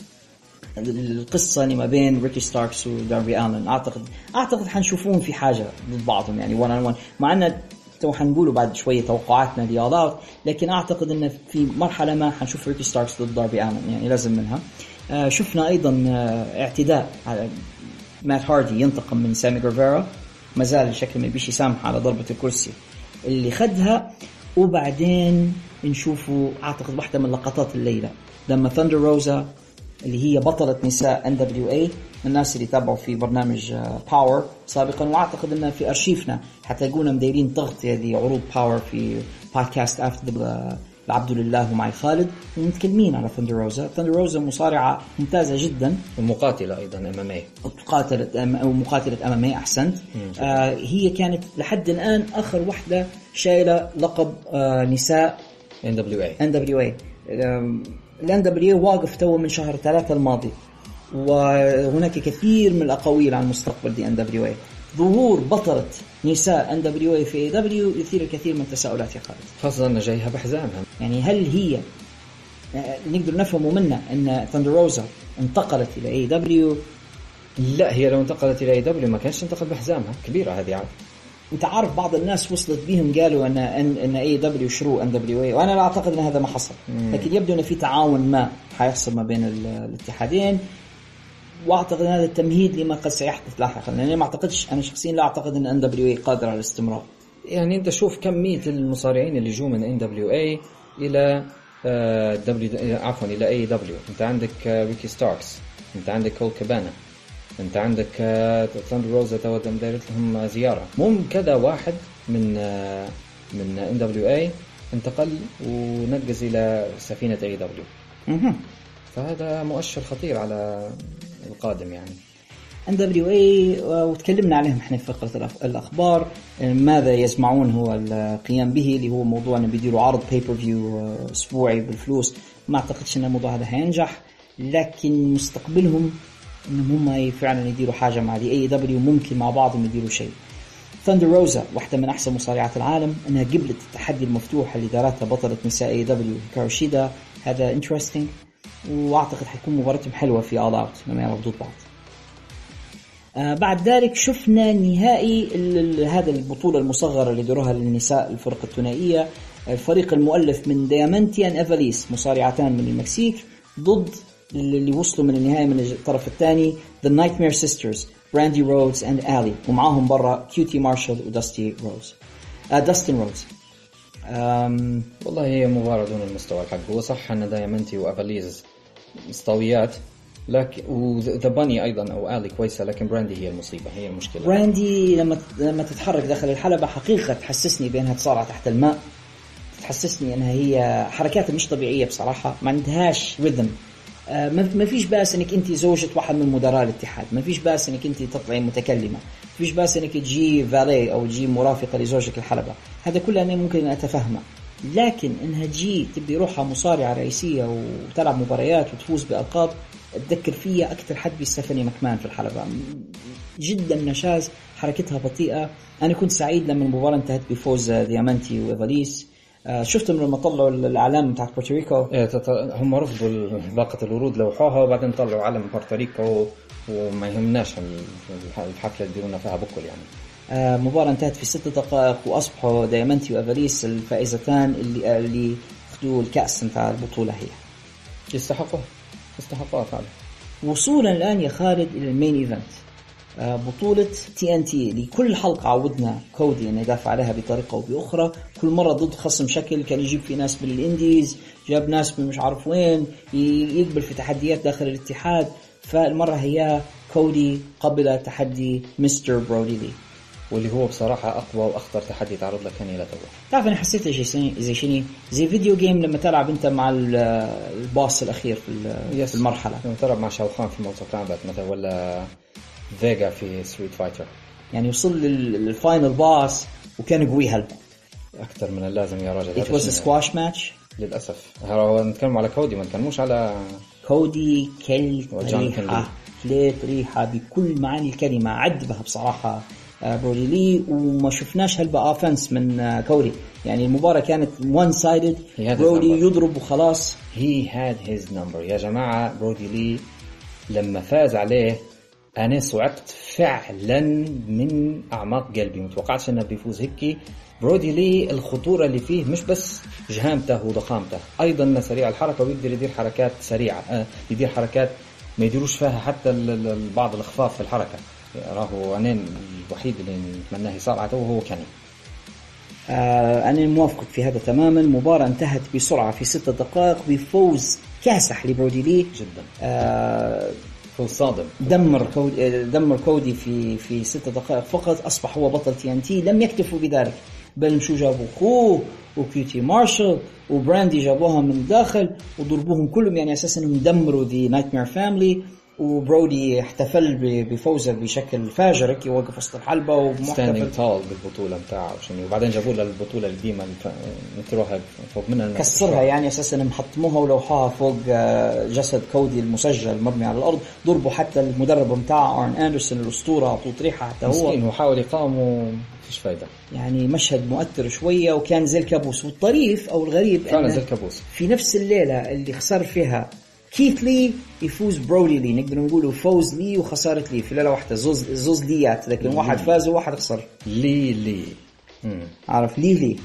[SPEAKER 1] القصة اللي ما بين ريكي ستاركس وداربي آلن. أعتقد أعتقد حنشوفون في حاجة ضد بعضهم يعني one on one، مع أن تو حنقوله بعد شوية توقعاتنا دي all out، لكن أعتقد أن في مرحلة ما حنشوف ريكي ستاركس ضد داربي آلن يعني لازم منها. آه شفنا أيضا آه اعتداء على مات هاردي ينتقم من سامي جيفيرا، ما زال الشكل ما بيش يسامح على ضربة الكرسي اللي خدها. وبعدين نشوفوا أعتقد واحدة من لقطات الليلة لما ثاندر روزا اللي هي بطلة نساء إن دبليو إيه، الناس اللي تابعوا في برنامج باور سابقا، واعتقد انه في ارشيفنا حتلاقونا مدايرين تغطية لعروض باور في بودكاست افتر لعبد الله ومعي خالد، ومتكلمين على ثاندر روزا. ثاندر روزا مصارعة ممتازة جدا
[SPEAKER 5] ومقاتلة ايضا ام ام اي،
[SPEAKER 1] قاتلة او مقاتلة ام ام اي احسنت. آه هي كانت لحد الان اخر واحدة شايلة لقب آه نساء
[SPEAKER 5] ان دبليو اي.
[SPEAKER 1] ان دبليو اي الان دبليو واقف تو من شهر ثلاثة الماضي، وهناك كثير من الأقاويل عن مستقبل دي إن دبليو إيه. ظهور بطلة نساء إن دبليو إيه في إيه دبليو يثير الكثير من التساؤلات يا خالد،
[SPEAKER 5] خاصة أن جايها بحزامها.
[SPEAKER 1] يعني هل هي نقدر نفهمه منها أن ثاندر روزا انتقلت إلى إيه دبليو؟
[SPEAKER 5] لا، هي لو انتقلت إلى إيه دبليو ما كانش انتقل بحزامها كبيرة هذه عاد.
[SPEAKER 1] انت عارف بعض الناس وصلت بيهم قالوا ان ان ان اي دبليو شرو ان دبليو اي، وانا لا اعتقد ان هذا ما حصل، لكن يبدو ان في تعاون ما حيحصل ما بين الاتحادين، واعتقد ان هذا التمهيد لما قد سيحدث لاحقا، لاني ما اعتقدش انا شخصيا لا اعتقد ان ان دبليو اي قادر على الاستمرار.
[SPEAKER 5] يعني انت شوف كميه المصارعين اللي جو من ان دبليو اي الى دبليو عفوا الى اي دبليو. انت عندك ريكي ستاركس، انت عندك كول كابانا، انت عندك ثاندر روزا تودم دايرت لهم زياره، مو كذا واحد من من ان دبليو اي انتقل ونقز الى سفينه اي دبليو. فهذا مؤشر خطير على القادم يعني.
[SPEAKER 1] ان دبليو اي وتكلمنا عليهم احنا في فقره الاخبار، ماذا يسمعون هو القيام به اللي هو موضوع انه بيديروا عرض بيبر فيو اسبوعي بالفلوس. ما اعتقدش ان الموضوع هذا هينجح، لكن مستقبلهم انهم هم فعلا يديروا حاجه مع دي اي دبليو، ممكن مع بعضهم يديروا شيء. ثاندر روزا واحده من احسن مصارعات العالم، انها قبلت التحدي المفتوح اللي دارتها بطله نساء اي دبليو كاروشيدا، هذا انترستينج، واعتقد حيكون مباراتهم حلوه في آل اوت لما يعرضوا ضد بعض. آه بعد ذلك شفنا نهائي هذا البطوله المصغره اللي دروها للنساء الفرق الثنائيه، الفريق المؤلف من ديامانتي ان افاليس، مصارعتان من المكسيك، ضد اللي وصلوا من النهاية من الطرف الثاني The Nightmare Sisters براندي رودز and آلي، ومعاهم برا كيوتي مارشال وداستي روز آه داستن روز.
[SPEAKER 5] أم والله هي مباراة دون المستوى الحق. هو صح أن دايمنتي وأفاليز مستويات، لكن وذا باني أيضا أو آلي كويسة، لكن براندي هي المصيبة، هي المشكلة.
[SPEAKER 1] براندي لما لما تتحرك داخل الحلبة حقيقة تحسسني بأنها تصارع تحت الماء، تحسسني أنها هي حركات مش طبيعية بصراحة، ما عندهاش ريذم. ما فيش باس انك انت زوجة واحد من مدراء الاتحاد، ما فيش باس انك انت تطلعي متكلمة، ما فيش باس انك تجي فالي او تجي مرافقة لزوجك الحلبة، هذا كله انا ممكن اتفهمه. لكن انها تجي تبي روحها مصارعة رئيسية وتلعب مباريات وتفوز بألقاب، اتذكر فيها اكثر حد بستيفاني ماكمان في الحلبة، جدا نشاز، حركتها بطيئة. انا كنت سعيد لما المباراة انتهت بفوز ديامانتي وإيفاليس. شفتم لما طلعوا الأعلام بتاعت بورتوريكو؟
[SPEAKER 5] هم رفضوا باقة الورود لوحوها وبعدين طلعوا علم بورتوريكو وما يهمناش الحفلة يديرونا فيها بكل يعني.
[SPEAKER 1] آه مباراة انتهت في ست دقائق وأصبحوا دايمنتي وأفاليس الفائزتان اللي اللي أخذوا الكأس نتاع البطولة. هي
[SPEAKER 5] يستحقوا يستحقوا فعلا.
[SPEAKER 1] وصولا الآن يا خالد إلى المين إيفنت، آه بطولة تي إن تي. لكل حلقة عودنا كودي أن يدافع عليها بطريقة أو بأخرى، كل مرة ضد خصم شكل. كان يجيب في ناس من الإنديز، جاب ناس من مش عارف وين، يقبل في تحديات داخل الاتحاد. فالمرة هي كودي قبل تحدي مستر برودي لي،
[SPEAKER 5] واللي هو بصراحة أقوى وأخطر تحدي تعرض لك كان إلى توه.
[SPEAKER 1] تعرف أنا حسيت زي زي شني زي فيديو جيم لما تلعب أنت مع الباص الأخير في في المرحلة،
[SPEAKER 5] لما تلعب مع شاوخان في موتو كومبات مثلا، ولا فيجا في ستريت فايتر.
[SPEAKER 1] يعني وصل للفاينل باص وكان قوي هل
[SPEAKER 5] أكثر من اللازم يا راجل.
[SPEAKER 1] It was a squash match
[SPEAKER 5] للأسف. هو نتكلم على كودي، ما نتكلموش على
[SPEAKER 1] كودي. كل ريحة كليت ريحة بكل معاني الكلمة، عذبها بصراحة برودي لي. وما شفناش هلبا أوفنس من كودي، يعني المباراة كانت one sided. برودي يضرب وخلاص.
[SPEAKER 5] he had his number يا جماعة. برودي لي لما فاز عليه أنا صعقت فعلا من أعماق قلبي، متوقعتش أنه بيفوز هيك. برودي لي الخطورة اللي فيه مش بس جهامته وضخامته، أيضا سريع الحركة ويقدر يدير حركات سريعة، آه يدير حركات ما يديروش فيها حتى بعض الإخفاف في الحركة. راهو أنا الوحيد اللي نتمناه يصار عته وهو كان.
[SPEAKER 1] آه أنا موافق في هذا تماما. مباراة انتهت بسرعة في ستة دقائق بفوز كاسح لبرودي لي
[SPEAKER 5] جدا.
[SPEAKER 1] آه
[SPEAKER 5] فوز صادم.
[SPEAKER 1] دمر كودي دمر كودي في في ستة دقائق فقط. أصبح هو بطل تي إن تي. لم يكتفوا بذلك، بل مشوا جابوا خوه وكيوتي مارشال وبراندي جابوها من الداخل وضربوهم كلهم، يعني أساسا دمروا ذي نايتمير فاميلي. وبرودي احتفل بفوزه بشكل فاجر، كي وقف وسط الحلبة
[SPEAKER 5] ومحتفل طال بالبطولة متاعه وشنو. وبعدين جابوا له البطولة اللي ديما نتروها فوق منها،
[SPEAKER 1] كسرها يعني أساسا محطموها ولوحوها فوق جسد كودي المسجل مرمي على الأرض. ضربوا حتى المدرب متاع أرن أندرسون الأسطورة طريحة حتى هو
[SPEAKER 5] مسكين، وحاول يقاوم فيش فايدة.
[SPEAKER 1] يعني مشهد مؤثر شوية وكان زي الكابوس. والطريف أو الغريب
[SPEAKER 5] فعلا زي الكابوس،
[SPEAKER 1] في نفس الليلة اللي خسر فيها كيث لي يفوز برودي لي. نقدر نقوله فوز لي وخسارة لي في ليلة واحدة. زوز زوز ليات، لكن لي. واحد فاز وواحد خسر.
[SPEAKER 5] لي لي
[SPEAKER 1] مم. عارف لي لي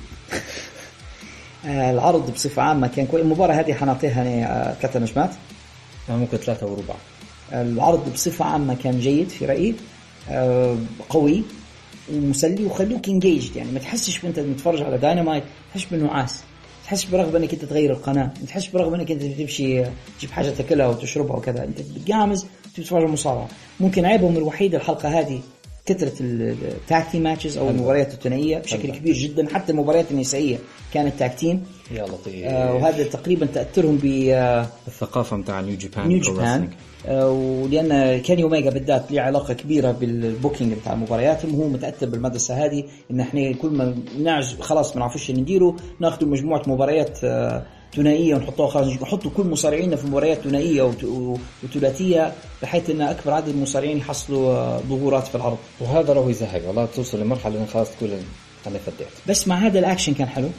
[SPEAKER 1] آه العرض بصفة عامة كان كويس. المباراة هذه حنعطيها آه ثلاثة نجمات،
[SPEAKER 5] ممكن ثلاثة وربع.
[SPEAKER 1] العرض بصفة عامة كان جيد في رأيي، آه قوي ومسلي وخلوك انجيجد. يعني ما تحسش وانت متفرج على داينامايت تحس بالنعاس، تحس برغبة انك انت تغير القناة، تحس برغبة انك انت تمشي تجيب حاجة تاكلها وتشربها وكذا. انت بتجامز تتفرج على مصارعة. ممكن عيبهم الوحيد الحلقة هذه كثرة التاكتي ماتشز او المباريات الثنائية بشكل كبير جدا. حتى المباريات النسائية كانت تاكتين.
[SPEAKER 5] يا لطيف.
[SPEAKER 1] آه وهذا تقريبا تأثرهم
[SPEAKER 5] بالثقافة متاع نيو جابان.
[SPEAKER 1] نيو جابان آه ولأن كاني أوميجا بالذات له علاقة كبيرة بالبوكينج بتاع المباريات. هو متأثر بالمدرسة هذه، إن إحنا كل ما نعج خلاص ما نعرفش نديره، ناخذ مجموعة مباريات آه ثنائية ونحطوها خارج، نحطوا كل مصارعينا في مباريات ثنائية وثلاثية بحيث أن أكبر عدد المصارعين يحصلوا ظهورات في العرض.
[SPEAKER 5] وهذا راهو يزهق والله، توصل لمرحلة إن خلاص تقول أنا فديت.
[SPEAKER 1] بس مع هذا الأكشن كان حلو.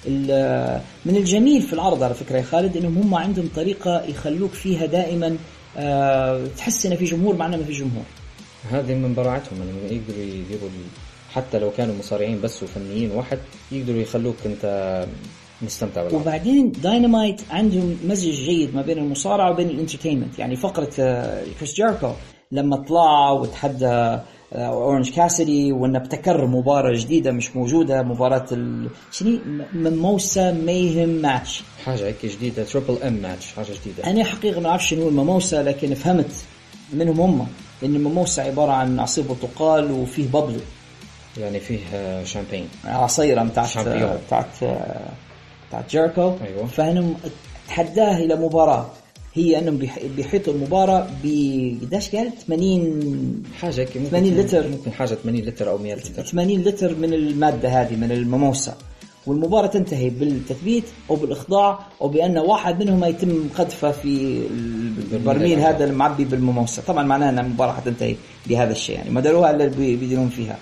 [SPEAKER 1] من الجميل في العرض على فكرة يا خالد إنهم هم عندهم طريقة يخلوك فيها دائما أه تحس إن في جمهور مع إنه ما في جمهور.
[SPEAKER 5] هذه من براعتهم إنهم يقدروا يديروا حتى لو كانوا مصارعين بس وفنيين واحد، يقدروا يخلوك أنت مستمتع بالعرض.
[SPEAKER 1] وبعدين داينامايت عندهم مزج جيد ما بين المصارعة وبين الانترتينمنت. يعني فقرة كريس جيريكو لما طلع وتحدى أورنج كاسيدي وإنه ابتكر مباراة جديدة مش موجودة، مباراة شنو ميموسا ميهم ماتش،
[SPEAKER 5] حاجة هيك جديدة، تريبل ام ماتش، حاجة جديدة.
[SPEAKER 1] أنا حقيقة ما أعرفش شنو الميموسا، لكن فهمت منهم هم إن الميموسا عبارة عن عصير برتقال وفيه بابل،
[SPEAKER 5] يعني فيه شامبين،
[SPEAKER 1] عصيرة متاعت متاعت متاعت جيريكو.
[SPEAKER 5] أيوة.
[SPEAKER 1] فهنم تحداه إلى مباراة هي أنهم بيحيطوا المباراة بقداش قال ثمانين
[SPEAKER 5] حاجة
[SPEAKER 1] ثمانين لتر،
[SPEAKER 5] ممكن حاجة ثمانين لتر أو مئة لتر،
[SPEAKER 1] ثمانين لتر من المادة هذه من الميموسا. والمباراة تنتهي بالتثبيت أو بالإخضاع أو بأن واحد منهم يتم قذفه في البرميل هذا المعبي بالميموسا. طبعا معناها أن المباراة حتنتهي بهذا الشيء، يعني ما داروها إلا بيديرون فيها.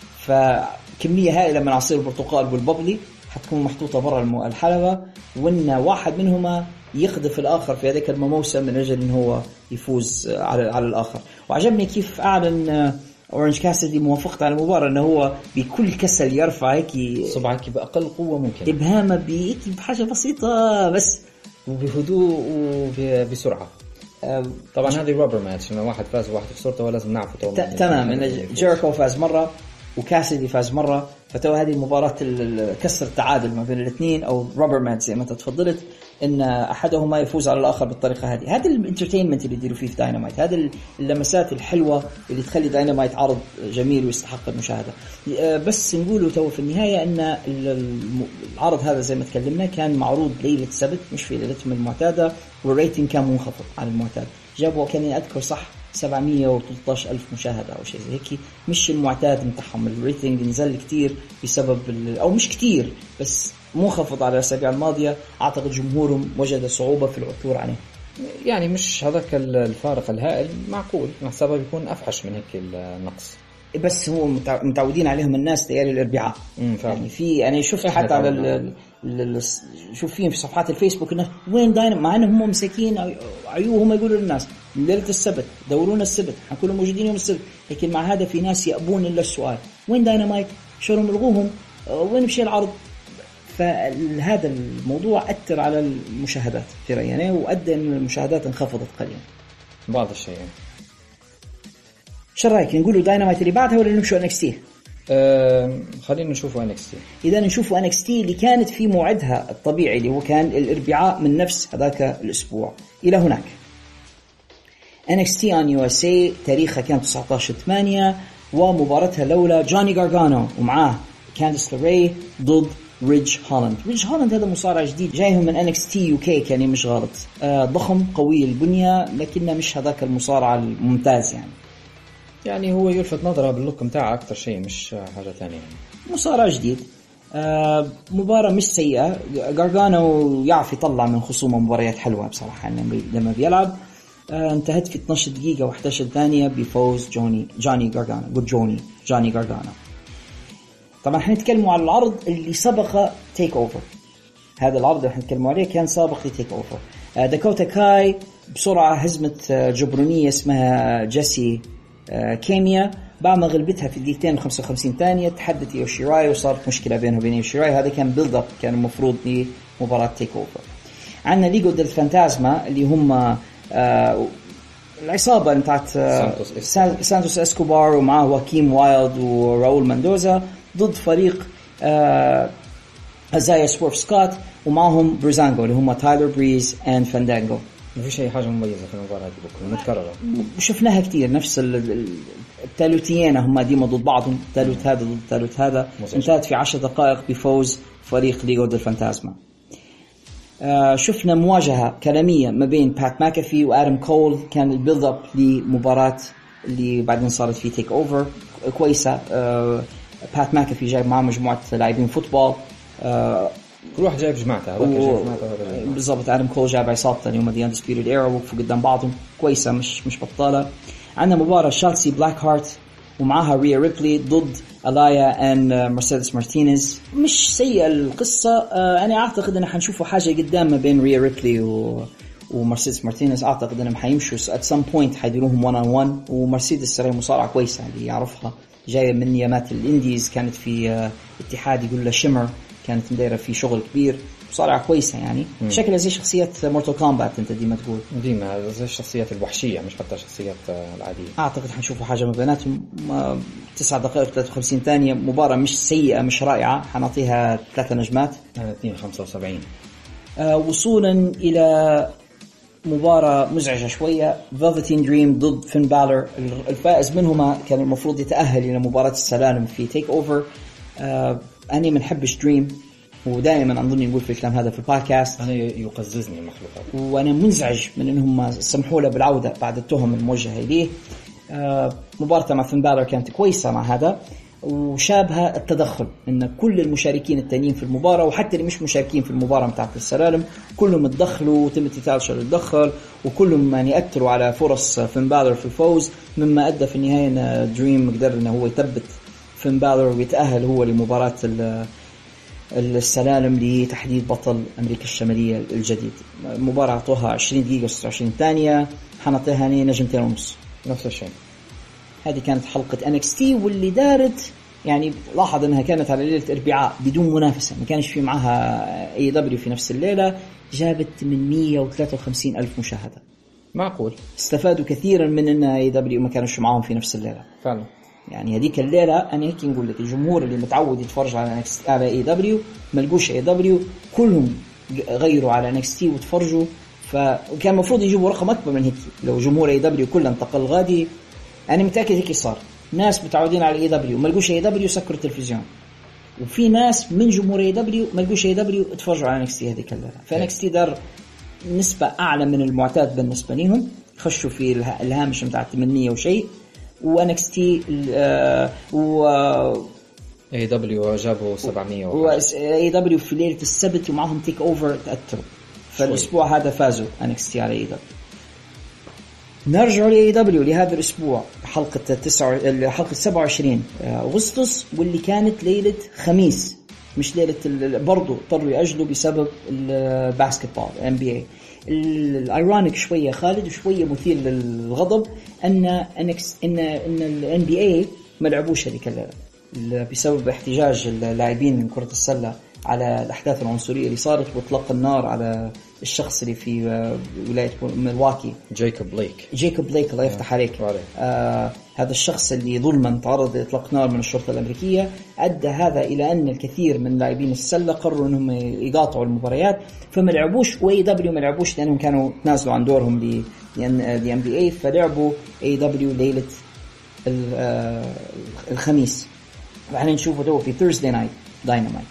[SPEAKER 1] فكمية هائلة من عصير البرتقال والبابلي حتكون محطوطة برا الحلبة، وإن واحد منهما يخدف الآخر في هذاك الموسم من أجل إنه هو يفوز على على الآخر. وعجبني كيف أعلن أورنج كاسدي موافقة على المباراة أنه هو بكل كسل يرفع هيك
[SPEAKER 5] صبعك بأقل قوة ممكن،
[SPEAKER 1] إبهامه بهيك بحاجة بسيطة بس
[SPEAKER 5] وبهدوء وبسرعة. طبعا هذه رابر ماتش، إنه واحد فاز وواحد خسرته ولازم نعرفه.
[SPEAKER 1] تمام، إن جيريكو فاز مرة وكاسدي فاز مرة، فتو هذه المباراة كسر التعادل ما بين الاثنين أو رابر ماتش زي ما أنت تفضلت، إن أحدهما يفوز على الآخر بالطريقة هذه. هذا الانترتينمنت اللي يديروا فيه في داينامايت، هذا اللمسات الحلوة اللي تخلي داينامايت عرض جميل ويستحق المشاهدة. بس نقوله تو في النهاية أن العرض هذا زي ما تكلمنا كان معروض ليلة السبت مش في ليلتهم المعتادة، والريتنج كان منخفض عن المعتاد. جابوا كان أذكر صح سبعمية وثلاثة عشر ألف مشاهدة أو شيء زي هيك، مش المعتاد متاعهم. الريتنج نزل كتير بسبب أو مش كتير بس منخفض على الأسابيع الماضية. أعتقد جمهورهم وجد صعوبة في العثور عليه،
[SPEAKER 5] يعني مش هذاك الفارق الهائل، معقول حسابه بيكون أفحش من هيك النقص،
[SPEAKER 1] بس هو متعودين عليهم الناس تياري الأربعاء. يعني في أنا شفت حتى على ال ال شوف فيهم في صفحات الفيسبوك الناس وين داينامايت، مع أنهم هم مساكين عيوهم يقولوا للناس ليلة السبت دورونا السبت حنكونوا موجودين يوم السبت، لكن مع هذا في ناس يأبون إلا السؤال وين داينامايت، شو ملغوهم، وين بشي العرض. فهذا الموضوع أثر على المشاهدات في رأينا، وأدى أن المشاهدات انخفضت قليلا
[SPEAKER 5] بعض الشيء.
[SPEAKER 1] شو رأيك نقولوا داينامايت اللي بعدها ولا نمشوا إن إكس تي؟
[SPEAKER 5] أه خلينا نشوفوا إن إكس تي.
[SPEAKER 1] إذا نشوفوا إن إكس تي اللي كانت في موعدها الطبيعي اللي هو كان الأربعاء من نفس هذاك الأسبوع إلى هناك. إن إكس تي on يو إس إيه تاريخها كان تسعة عشر ثمانية، ومباراتها لولا جوني غارغانو ومعاه كانديس لوري ضد ريدج هولاند. ريدج هولاند هذا مصارع جديد جايهم من إن إكس تي يو كي، يعني مش غلط، آه ضخم قوي البنية لكنه مش هذاك المصارع الممتاز يعني.
[SPEAKER 5] يعني هو يلفت نظره باللوك متاعه أكتر شيء، مش حاجة ثانية يعني.
[SPEAKER 1] مصارع جديد. آه مباراة مش سيئة، غارغانو يعرف يطلع من خصومه مباريات حلوة بصراحة لما بيلعب. آه انتهت في اثنتي عشرة دقيقة وإحدى عشرة ثانية بفوز جوني جوني غارغانو قد جوني جوني غارغانو. طبعا حنتكلموا على العرض اللي سبق تيك اوفر. هذا العرض اللي حنتكلموا عليه كان سابق لتيك اوفر. آه داكوتا كاي بسرعة هزمت آه جبرونية اسمها جيسي آه كيميا، بعد ما غلبتها في دقيقتين وخمسة وخمسين ثانية تحدت إيو شيراي وصارت مشكلة بينه وبين إيو شيراي. هذا كان بيلد اب، كان المفروض لمباراة تيك اوفر. عندنا ليجو ديل فانتازما اللي هم آه العصابة بتاعت آه سانتوس اسكوبار ومعه واكيم وايلد وراول ماندوزا ضد فريق آه ازايا سوورف سكوت ومعهم بريزانجو اللي هم تايلر بريز اند فاندانجو.
[SPEAKER 5] ما في شيء حاجة مميزة في المباراة هذه بكرة متكررة،
[SPEAKER 1] شفناها كتير. نفس التالوتيين هم ديما ضد بعضهم، تالوت هذا ضد تالوت هذا. انتهت في عشر دقائق بفوز فريق ليجو ديل فانتازما. آه شفنا مواجهة كلامية ما بين بات ماكافي وآدم كول، كان البيلد اب لمباراة اللي بعدين صارت في تيك اوفر كويسة. آه بات ماكافي جايب معه مجموعة لاعبين فوتبول، آه
[SPEAKER 5] كل واحد جايب جماعته. هذا جايب جماعته
[SPEAKER 1] بالضبط. آدم كول جايب عصابته اللي هم دي اندسبيوتد ايرا، وقفوا قدام بعضهم كويسة، مش مش بطالة. عندنا مباراة شالسي بلاك هارت ومعها ريا ريبلي ضد ألايا أند مرسيدس مارتينيز. مش سيئة القصة. آه أنا أعتقد أن حنشوفوا حاجة قدام ما بين ريا ريبلي و ومرسيدس مارتينيز. أعتقد أنهم حيمشوا at some point حيديروهم one on one. ومرسيدس سريع مصارعة كويسة اللي يعرفها، جاية من نيامات الانديز، كانت في آه اتحاد يقول له شيمر، كانت مديرة في شغل كبير، مصارعة كويسة يعني. م. شكلها زي شخصية مورتال كومبات انت ديما تقول،
[SPEAKER 5] ديما زي الشخصيات الوحشية مش حتى الشخصيات العادية.
[SPEAKER 1] اعتقد حنشوفوا حاجة ما بيناتهم. تسعة دقائق ثلاثة وخمسين ثانية، مباراة مش سيئة مش رائعة، حنعطيها ثلاثة نجمات.
[SPEAKER 5] انا اثنين خمسة وسبعين.
[SPEAKER 1] آه وصولا الى مباراة مزعجة شوية، فيلفتين دريم ضد فين بالر. الفائز منهما كان المفروض يتأهل إلى مباراة السلالم في تيك أوفر. آه أنا من حبش دريم، ودائما أنظني نقول في الكلام هذا في البودكاست،
[SPEAKER 5] أنا يقززني المخلوقات،
[SPEAKER 1] وأنا منزعج من أنهم سمحوا له بالعودة بعد التهم الموجهة إليه. آه مباراة مع فين بالر كانت كويسة مع هذا، وشابها التدخل ان كل المشاركين التانيين في المباراة وحتى اللي مش مشاركين في المباراة متاعت السلالم كلهم اتدخلوا، وتيموثي تالشر اتدخل، وكلهم يعني يأثروا على فرص فين بالر في الفوز، مما أدى في النهاية ان دريم قدر انه هو يثبت فين بالر ويتأهل هو لمباراة السلالم لتحديد بطل أمريكا الشمالية الجديد. مباراة أعطوها عشرين دقيقة وستة وعشرين ثانية، حنطيها نجمتين ونص،
[SPEAKER 5] نفس الشيء.
[SPEAKER 1] هذه كانت حلقة إن إكس تي، واللي دارت يعني لاحظ أنها كانت على ليلة أربعاء بدون منافسة، ما كانش في معها أي دبليو في نفس الليلة. جابت ثمانمية وثلاثة وخمسين ألف مشاهدة، معقول. استفادوا كثيرا من أن أي دبليو ما كانوش معهم في نفس الليلة
[SPEAKER 5] فعلا.
[SPEAKER 1] يعني هذيك الليلة أنا هيك نقول لك الجمهور اللي متعود يتفرج على نكست على اي دبليو ما لقوش اي دبليو، كلهم غيروا على نكستي وتفرجوا. فكان المفروض يجيبوا رقم أكبر من هيك لو جمهور اي دبليو كله انتقل غادي. أنا متأكد هيك صار، ناس متعودين على اي دبليو ما لقوش اي دبليو سكروا التلفزيون، وفي ناس من جمهور اي دبليو ما لقوش اي دبليو تفرجوا على نكستي هذيك الليلة. فنكستي دار نسبة أعلى من المعتاد بالنسبة لهم، خشوا في الهامش متاع ثمانمية وشيء. ونكستي و
[SPEAKER 5] اي دبليو جابوا سبعمية
[SPEAKER 1] و اي دبليو في ليله السبت ومعهم تيك اوفر تاثروا، فالاسبوع هذا فازوا انكستي على اي دبليو. نرجع لاي دبليو لهذا الاسبوع، حلقه تسعة حلقه سبعة وعشرين اغسطس، واللي كانت ليله خميس مش ليله برضو اضطروا ياجلوا بسبب الباسكتبول ام بي اي. الايرونيك شويه خالد وشويه مثير للغضب ان انكس ان ان الان بي اي ما لعبوش هذيك الليله بسبب احتجاج اللاعبين من كره السله على الاحداث العنصريه اللي صارت واطلاق النار على الشخص اللي في ولايه ميلواكي،
[SPEAKER 5] جايكوب بليك.
[SPEAKER 1] جايكوب بليك الله يفتح عليك. آه هذا الشخص اللي ظلما تعرض لاطلاق نار من الشرطه الامريكيه، ادى هذا الى ان الكثير من لاعبين السله قرروا انهم يقاطعوا المباريات، فما لعبوش. واي دبليو ما لعبوش لانهم كانوا تنازلوا عن دورهم ل دي ام بي اي، فلعبوا اي دبليو ليله الخميس. احنا نشوفه تو في ثيرزداي نايت داينامايت.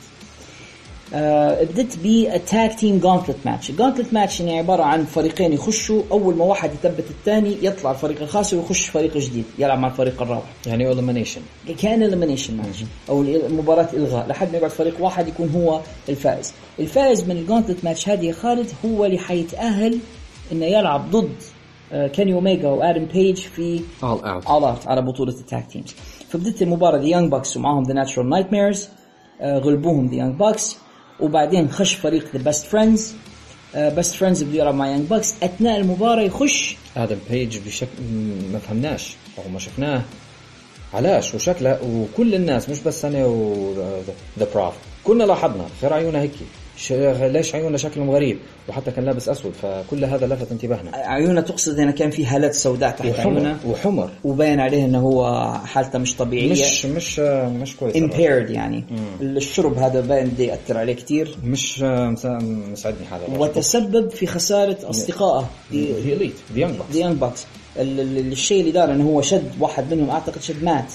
[SPEAKER 1] آه بدت بالتاج تيم جانتلت ماتش. الجانتلت ماتش يعني عبارة عن فريقين يخشوا، أول ما واحد يثبت الثاني يطلع الفريق الخاسر ويخش فريق جديد يلعب مع الفريق الرابع،
[SPEAKER 5] يعني elimination.
[SPEAKER 1] كان elimination ماتش أو مباراة إلغاء لحد ما يقعد فريق واحد يكون هو الفائز. الفائز من الجانتلت ماتش هذه يا خالد هو اللي حيتأهل إنه يلعب ضد آه كيني أوميجا وآدم بيج في
[SPEAKER 5] All Out.
[SPEAKER 1] All Out على بطولة التاج تيمز. فبدت المباراة The Young Bucks ومعهم The Natural Nightmares، آه غلبوهم The Young Bucks، وبعدين خش فريق The Best Friends. uh, Best Friends بده يلعب مع Young Bucks. أثناء المباراة يخش
[SPEAKER 5] آدم بيج بشكل ما فهمناش أو ما شفناه علاش وشكله، وكل الناس مش بس أنا و The Prof كنا لاحظنا خير عيونه هيك، ليش عيونه شكلهم غريب، وحتى كان لابس أسود، فكل هذا لفت انتباهنا.
[SPEAKER 1] عيونه تقصد أنه كان في هالات سوداء تحت عيونه
[SPEAKER 5] وحمر،
[SPEAKER 1] وبين عليه أنه هو حالته مش طبيعية،
[SPEAKER 5] مش مش مش كويس،
[SPEAKER 1] impaired يعني. مم. الشرب هذا باين دي يأثر عليه كتير،
[SPEAKER 5] مش مساعدني هذا،
[SPEAKER 1] وتسبب في خسارة أصدقائه
[SPEAKER 5] The Elite The Young Bucks.
[SPEAKER 1] The Young Bucks. الشيء اللي دار أنه هو شد واحد منهم، أعتقد شد مات،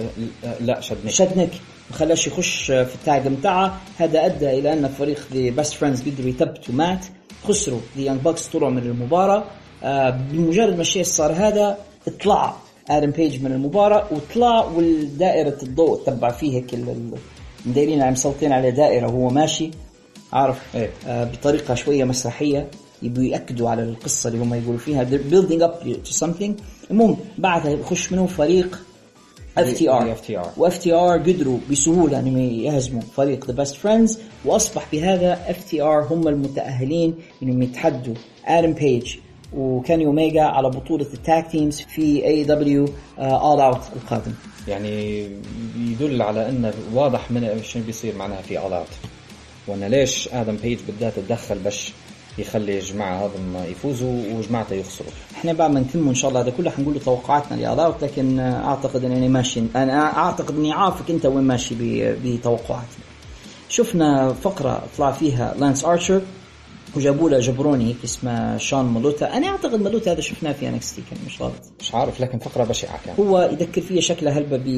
[SPEAKER 5] لا شد نيك
[SPEAKER 1] شد نيك خلاش يخش في التاج متاعه. هذا أدى إلى أن فريق The Best Friends قدروا يثبتوا مات، خسروا The Young Bucks، طلعوا من المباراة. آه بمجرد ما الشيء صار هذا اطلع آدم بيج من المباراة، وطلع والدائرة الضوء تبع فيه هيك مديرين على مسلطين على دائرة وهو ماشي عارف
[SPEAKER 5] إيه؟
[SPEAKER 1] آه بطريقة شوية مسرحية، يبوا يأكدوا على القصة اللي هم يقولوا فيها they're building up to something. المهم بعدها يخش منهم فريق اف تي ار و اف تي ار قدروا بسهولة أن يهزموا فريق The Best Friends، وأصبح بهذا اف تي ار هم المتأهلين أنهم يتحدوا آدم بيج وكاني أوميجا على بطولة التاج تيمز في اي دبليو All Out القادم.
[SPEAKER 5] يعني يدل على أنه واضح من ايش بيصير معناها في All Out، وأن ليش آدم بيج بدأت تتدخل باش يخلي جماعة هذم يفوزوا وجماعته يخسروا.
[SPEAKER 1] احنا بعد ما نتم ان شاء الله هذا كله حنقول توقعاتنا لأضاوت، لكن اعتقد انني ماشي، انا اعتقد اني عارفك انت وين ماشي بتوقعاتنا. شفنا فقرة طلع فيها لانس آرشر وجابوا له جبروني اسمه شان مالوتا. انا اعتقد مالوتا هذا شفناه في انكستي كان مش غلط،
[SPEAKER 5] مش عارف، لكن فقرة بشعة كان.
[SPEAKER 1] هو يذكر فيها شكله هلبة ب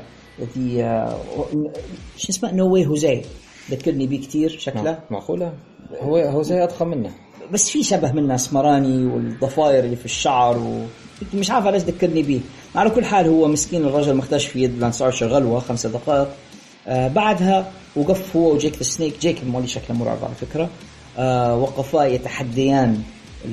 [SPEAKER 1] دي شو اسمه نو واي هوزي، ذكرني بيه كتير شكله.
[SPEAKER 5] معقولة هو هو زي أضخم منه،
[SPEAKER 1] بس في شبه منه اسمراني والضفائر اللي في الشعر و... مش عارف ليش ذكرني بيه. على كل حال هو مسكين الرجل مختش في يد لانس آرشر غلوة خمسة دقائق. آه بعدها وقف هو وجيك ذا سنيك، جيك مولي شكله مرعب على فكرة. آه وقفا يتحديان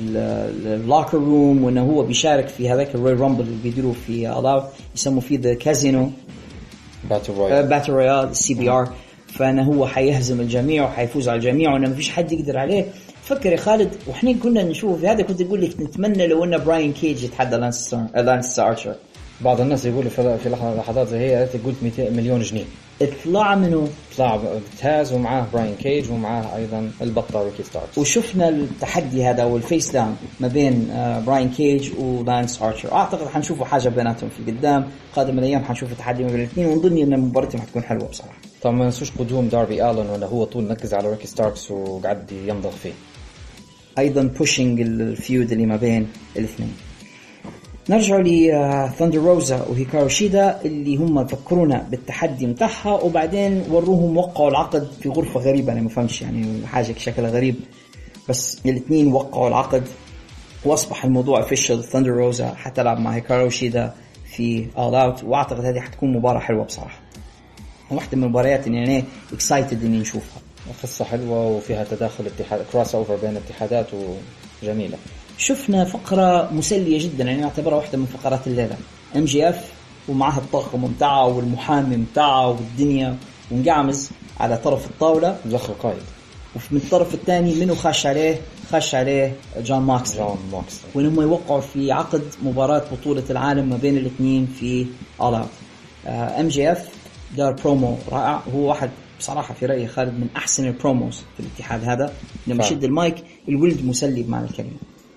[SPEAKER 1] اللوكر روم، وانه هو بيشارك في هذاك الروي رامبل اللي بيديروا في ألاو يسموا فيه ذا كازينو
[SPEAKER 5] باتل رويال
[SPEAKER 1] باتل رويال سي بي ار. فأنا هو حيهزم الجميع وحيفوز على الجميع وأنا ما فيش حد يقدر عليه. فكر يا خالد، وإحنا كنا نشوف هذا، كنت أقول لك نتمنى لو أن براين كيج يتحدى لانس لانس آرشر.
[SPEAKER 5] بعض الناس يقولوا في لحظات زي هي قلت مئتين مليون جنيه
[SPEAKER 1] اطلع منه،
[SPEAKER 5] طلع تاز ومعاه براين كيج ومعاه أيضا البطل ريكي ستاركس.
[SPEAKER 1] وشفنا التحدي هذا والفيس داون ما بين براين كيج ولانس آرشر. أعتقد حنشوفوا حاجة بيناتهم في قدام قادم الأيام، حنشوف التحدي ما بين الاثنين، ونظن أن مباراتهم حتكون حلوة بصراحة.
[SPEAKER 5] طبعا ما ننسوش قدوم داربي آلن، وأنه هو طول نركز على ريكي ستاركس وقعد يمضغ فيه،
[SPEAKER 1] أيضا بوشينج الفيود اللي ما بين الاثنين. نرجع لثاندر روزا وهيكارو شيدا اللي هم فكرونا بالتحدي متاعها، وبعدين وروهم وقعوا العقد في غرفة غريبة. أنا ما فهمش يعني حاجة شكلها غريب، بس الاثنين وقعوا العقد واصبح الموضوع official. ثاندر روزا حتلعب مع هيكارو شيدا في All Out، واعتقد هذه حتكون مباراة حلوة بصراحة، واحدة من المباريات اللي يعني excited إني نشوفها.
[SPEAKER 5] قصة حلوة وفيها تداخل اتحاد كروس اوفر بين اتحادات وجميلة.
[SPEAKER 1] شفنا فقرة مسلية جدا، يعني نعتبرها واحدة من فقرات الليلة. ام جي اف ومعها الطاقم متاعه والمحامي متاعه والدنيا، ونقعمز على طرف الطاولة
[SPEAKER 5] زخر قائد،
[SPEAKER 1] ومن الطرف الثاني منه خاش عليه خاش عليه جون ماكس
[SPEAKER 5] جون ماكس
[SPEAKER 1] ولما يوقعوا في عقد مباراة بطولة العالم ما بين الاثنين في All Out. ام جي اف دار برومو رائع، هو واحد بصراحة في رأيي خالد من أحسن البروموز في الاتحاد هذا. لما يشد المايك الولد مسلي بمعنى الكلمة،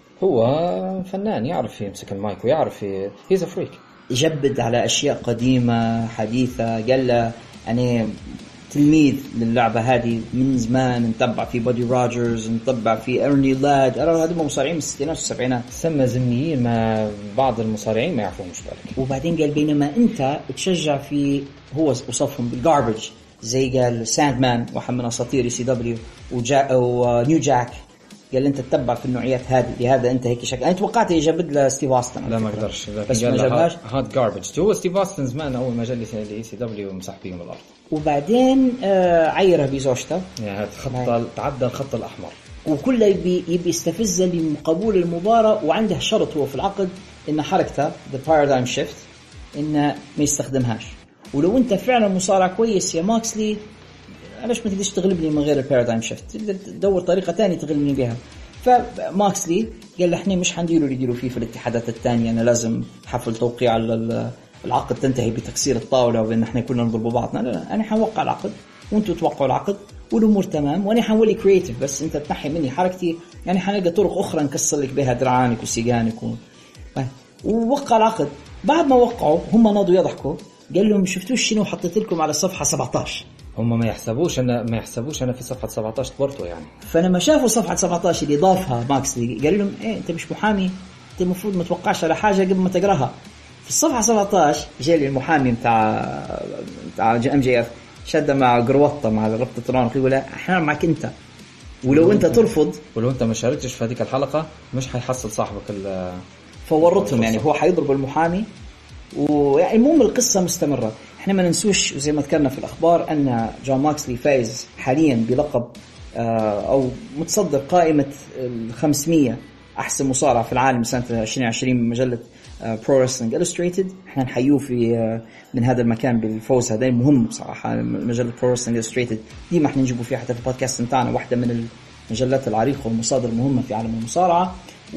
[SPEAKER 5] هو فنان يعرف يمسك المايك ويعرف هيز فريك،
[SPEAKER 1] يجبد على أشياء قديمة حديثة. قال أنا تلميذ للعبة هذه من زمان، نتبع في بودي روجرز، نتبع في أرني لاد، أرى هذول مصارعين من الستينات والسبعينات،
[SPEAKER 5] سمى زمنيين ما بعض المصارعين ما يعرفوهمش بالك.
[SPEAKER 1] وبعدين قال بينما أنت تشجع في، هو وصفهم بالجاربج، زي قال ساندمان واحد من أساطير سي دبليو وجا ونيو جاك، قال انت تتبع في النوعيات هذه، لهذا انت هيك شكل. انا توقعت يجبد لستيف اوستن،
[SPEAKER 5] لا ما قدرش،
[SPEAKER 1] بس ما جابهاش.
[SPEAKER 5] هاد جاربج هو ستيف اوستن زمان اول ما جا لي سي دبليو مسح بيهم الارض.
[SPEAKER 1] وبعدين آه عيره بزوجته،
[SPEAKER 5] يعني خط تعدى الخط الاحمر،
[SPEAKER 1] وكله يبي يبي يستفزه لقبول المباراه، وعنده شرط هو في العقد ان حركته ذا بارادايم شيفت ان ما يستخدمهاش. ولو انت فعلا مصارع كويس يا ماكسلي، علاش ما تقدرش تغلبني من غير البارادايم شيفت؟ تقدر تدور طريقه ثانيه تغلبني بها. فماكسلي قال له احنا مش حنديروا اللي يديروا فيه في الاتحادات الثانيه، انا لازم حفل توقيع العقد تنتهي بتكسير الطاوله وبان احنا كلنا نضرب بعضنا. لا لا، انا حنوقع العقد وانتم توقعوا العقد والامور تمام، وانا حنولي كرييتيف، بس انت تنحي مني حركتي، يعني حنلقى طرق اخرى نكسر لك بها درعانك وسيجانك و... ووقع العقد. بعد ما وقعوا هم ناضوا يضحكوا، قال لهم شفتوش شنو حطيت لكم على الصفحه سبعة عشر؟
[SPEAKER 5] هم ما يحسبوش انا ما يحسبوش انا في صفحه سبعة عشر تورتو يعني.
[SPEAKER 1] فلما شافوا صفحه سبعة عشر اللي ضافها ماكسلي قال لهم ايه انت مش محامي، انت المفروض ما توقعش على حاجه قبل ما تقراها. في الصفحه سبعة عشر جاء لي المحامي بتاع بتاع ام جي اف، شد مع قروطه مع ربطه العنق، يقول احنا معك انت، ولو انت ترفض
[SPEAKER 5] ولو انت ما شاركتش في هذيك الحلقه مش حيحصل صاحبك ال
[SPEAKER 1] فورطهم، يعني هو حيضرب المحامي. ويعني المهم القصة مستمرة. احنا ما ننسوش زي ما ذكرنا في الأخبار أن جون ماكسلي فايز حاليا بلقب أو متصدر قائمة الخمسمية أحسن مصارع في العالم سنة عشرين عشرين من مجلة برو ريسلينج إلستريتد. احنا نحيوه في من هذا المكان بالفوز هذا مهم بصراحة. مجلة برو ريسلينج إلستريتد دي ما احنا نجيبه فيها حتى في البودكاست نتاعنا، واحدة من المجلات العريقة والمصادر المهمة في عالم المصارعة،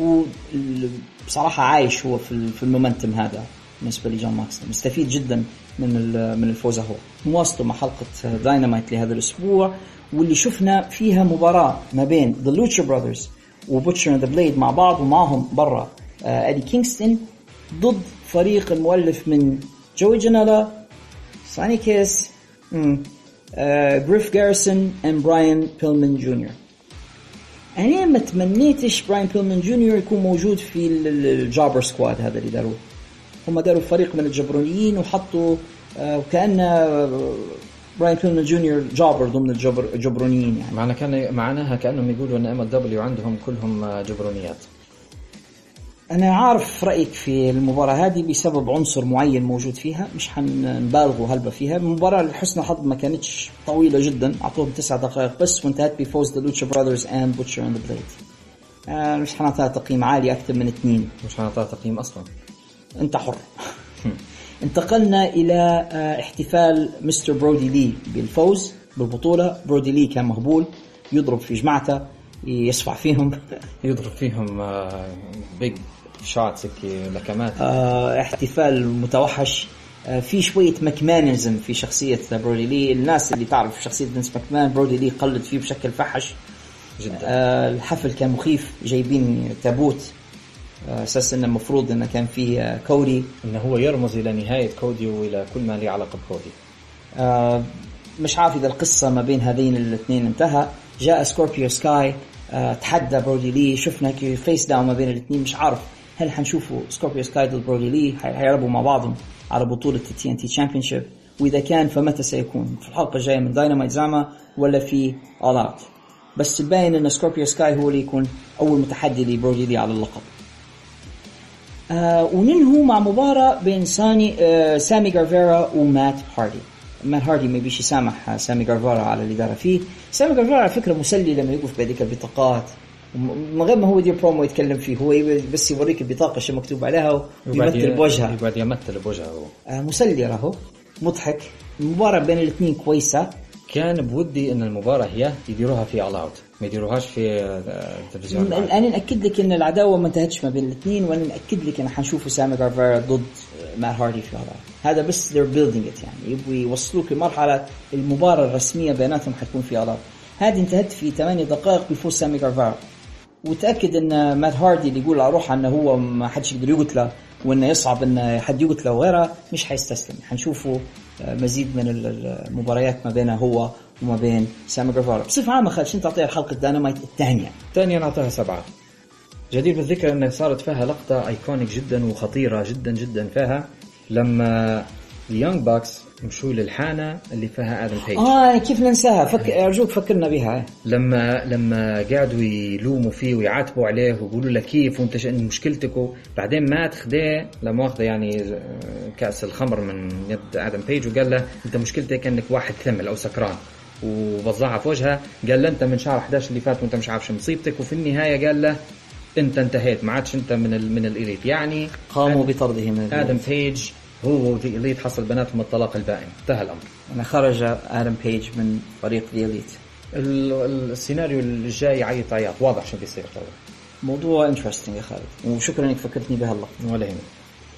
[SPEAKER 1] وبصراحة عايش هو في المومنتم هذا. بالنسبة لجون ماكسلي مستفيد جدا من من الفوز. هو مواصلته مع حلقة داينامايت لهذا الأسبوع، واللي شفنا فيها مباراة ما بين The Lucha Brothers وبوتشر and the Blade مع بعض، ومعهم برا أدي كينغستون ضد فريق المؤلف من جوي جانيلا، سوني كيس، جريف جارسون and براين بيلمان جونيور. أنا ما تمنيتش براين بيلمان جونيور يكون موجود في الجابر سكواد هذا اللي داروه. هم داروا فريق من الجبرونيين وحطوا آه كأن براين بيلمان جونيور جابر ضمن الجبر الجبرونيين، يعني
[SPEAKER 5] معنا كان معناها كأنهم يقولوا أن إم دبليو عندهم كلهم جبرونيات.
[SPEAKER 1] أنا عارف رأيك في المباراة هذه بسبب عنصر معين موجود فيها، مش حنبالغوا هلبة فيها. المباراة لحسن الحظ ما كانتش طويلة جدا، أعطوهم تسع دقائق بس، وانتهت بفوز The Lucha Brothers and Butcher and the Blade. آه مش حنعطيها تقييم عالي أكثر من اثنين،
[SPEAKER 5] مش حنعطيها تقييم أصلا،
[SPEAKER 1] انت حر. انتقلنا الى احتفال مستر برودي لي بالفوز بالبطولة. برودي لي كان مهبول، يضرب في جماعته، يصفع فيهم
[SPEAKER 5] يضرب فيهم بيج شوتس لكمات،
[SPEAKER 1] اه احتفال متوحش. آه في شوية مكمانيزم في شخصية برودي لي. الناس اللي تعرف شخصية فينس مكمان، برودي لي قلد فيه بشكل فحش
[SPEAKER 5] جدا.
[SPEAKER 1] آه الحفل كان مخيف، جايبين تابوت أساس إنه المفروض إنه كان فيه كودي،
[SPEAKER 5] إنه هو يرمز إلى نهاية كودي وإلى كل ما له علاقة بكودي.
[SPEAKER 1] آه مش عارف إذا القصة ما بين هذين الاثنين انتهى. جاء سكوربيو سكاي آه تحدى برودي لي، شفنا كيف فيس داون ما بين الاثنين. مش عارف هل حنشوفوا سكوربيو سكاي ضد برودي لي، هيلعبوا مع بعضهم على بطولة تي ان تي تشامبيونشيب، وإذا كان فمتى سيكون؟ في الحلقة الجاية من داينامايت زعما ولا في أول أوت؟ بس الباين إن سكوربيو سكاي هو اللي يكون أول متحدي لبرودي لي على اللقب. آه وننهو مع مباراة بين ساني آه سامي غارفيرا ومات هاردي. مات هاردي ما بيش يسامح سامي غارفيرا على اللي دار فيه. سامي غارفيرا على فكرة مسلي لما يوقف بهذيك البطاقات من غير ما هو يدير برومو يتكلم فيه، هو بس يوريك البطاقة شو مكتوب عليها ويمثل بوجهها،
[SPEAKER 5] يبغى يمثل بوجهه.
[SPEAKER 1] آه مسلي راهو مضحك. المباراة بين الاثنين كويسة.
[SPEAKER 5] كان بودي ان المباراة هي يديروها في all out، ما يديروهاش في التلفزيون.
[SPEAKER 1] انا ناكد لك ان العداوة ما انتهتش ما بين الاثنين، وانا ناكد لك ان حنشوفوا سامي غارفيرا ضد مات هاردي في هذا هذا بس they're building it، يعني يبغوا يوصلوك لمرحلة المباراة الرسمية بيناتهم حتكون في all out. هذه انتهت في ثمانية دقائق بفوز سامي غارفيرا، وتأكد ان مات هاردي اللي يقول على روحه انه هو ما حدش يقدر يقتله وانه يصعب ان حد يقتله وغيره مش حيستسلم. حنشوفوا مزيد من المباريات ما بينه هو وما بين سامي غارفيرا. بصفة عامة خالد شنو تعطيها الحلقة داينامايت الثانية؟
[SPEAKER 5] الثانية نعطيها سبعة. جدير بالذكر أنها صارت فيها لقطة ايكونيك جدا وخطيرة جدا جدا فيها، لما اليونج باكس مشوا للحانة اللي فيها آدم بيج.
[SPEAKER 1] آه كيف ننساها، فك... أرجوك فكرنا بها.
[SPEAKER 5] لما لما قاعدوا يلوموا فيه ويعاتبوا عليه ويقولوا له كيف وانت شأن مشكلتك، بعدين ما تخديه لما أخذ يعني كأس الخمر من يد آدم بيج وقال له انت مشكلتك انك واحد ثمل أو سكران، وبضعها في وجهه. قال له انت من شهر أحد عشر اللي فات وانت مش عارف شو مصيبتك، وفي النهاية قال له انت انتهيت، ما عادش انت من ال من الإليت. يعني
[SPEAKER 1] قاموا بطرده من
[SPEAKER 5] آدم بيج هو ذي إليت، حصل بناتهم الطلاق البائن، انتهى الأمر.
[SPEAKER 1] أنا خرج آدم بيج من فريق ذي إليت.
[SPEAKER 5] السيناريو الجاي عيط عياط واضح شو بيصير. طبعا
[SPEAKER 1] موضوع انترستينج يا خالد، وشكرا انك فكرتني بهاللقطة.
[SPEAKER 5] ولا يهمك.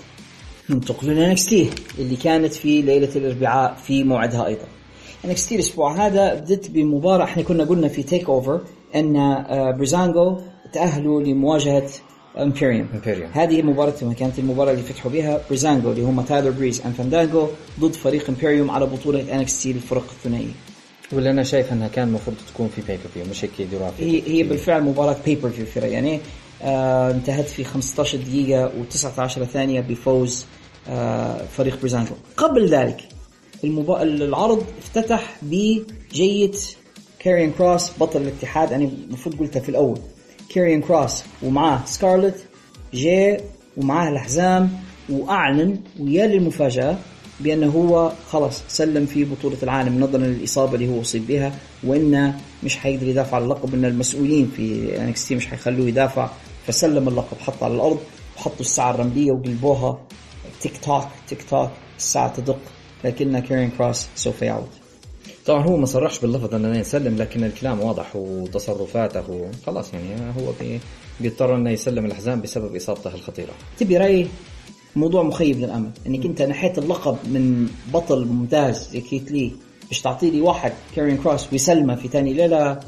[SPEAKER 1] ننتقل لإن إكس تي اللي كانت في ليلة الأربعاء في موعدها أيضا. إن إكس تي الأسبوع هذا بدت بمباراة احنا كنا قلنا في تيك أوفر أن بريزانجو تأهلوا لمواجهة إمبيريوم. هذه مباراتهم كانت المباراة اللي فتحوا بها بريزانجو اللي هم تايلر بريز أند فاندانجو ضد فريق إمبيريوم على بطولة إن إكس تي للفرق الثنائية.
[SPEAKER 5] ولا أنا شايف أنها كان المفروض تكون في بيبر فيو مش هيك يديروها.
[SPEAKER 1] هي هي بالفعل مباراة بيبر فيو فرق يعني آه انتهت في خمسة عشر دقيقة وتسعة عشر ثانية بفوز آه فريق بريزانجو. قبل ذلك المبا... العرض افتتح بجية كاريان كروس بطل الاتحاد. أنا المفروض قلتها في الأول، كاريان كروس ومعاه سكارلت جاء ومعاه الأحزام وأعلن ويا للمفاجأة بأنه هو خلاص سلم في بطولة العالم نظرا للإصابة اللي هو أصيب بها، وإنه مش حيقدر يدافع على اللقب، إن المسؤولين في إن إكس تي مش حيخلوه يدافع، فسلم اللقب. حط على الأرض وحطوا الساعة الرملية وقلبوها تيك توك تيك توك الساعة تدق، لكن كارين كروس سوف يعود.
[SPEAKER 5] طبعا هو ما صرحش باللفظ أنه يسلم، لكن الكلام واضح وتصرفاته خلاص يعني هو بيضطر أنه يسلم الأحزام بسبب إصابته الخطيرة.
[SPEAKER 1] تبي رأي موضوع مخيب للأمل أنك أنت نحيت اللقب من بطل ممتاز زي كيت لي باش تعطي لي واحد كارين كروس ويسلمه في تاني ليلة.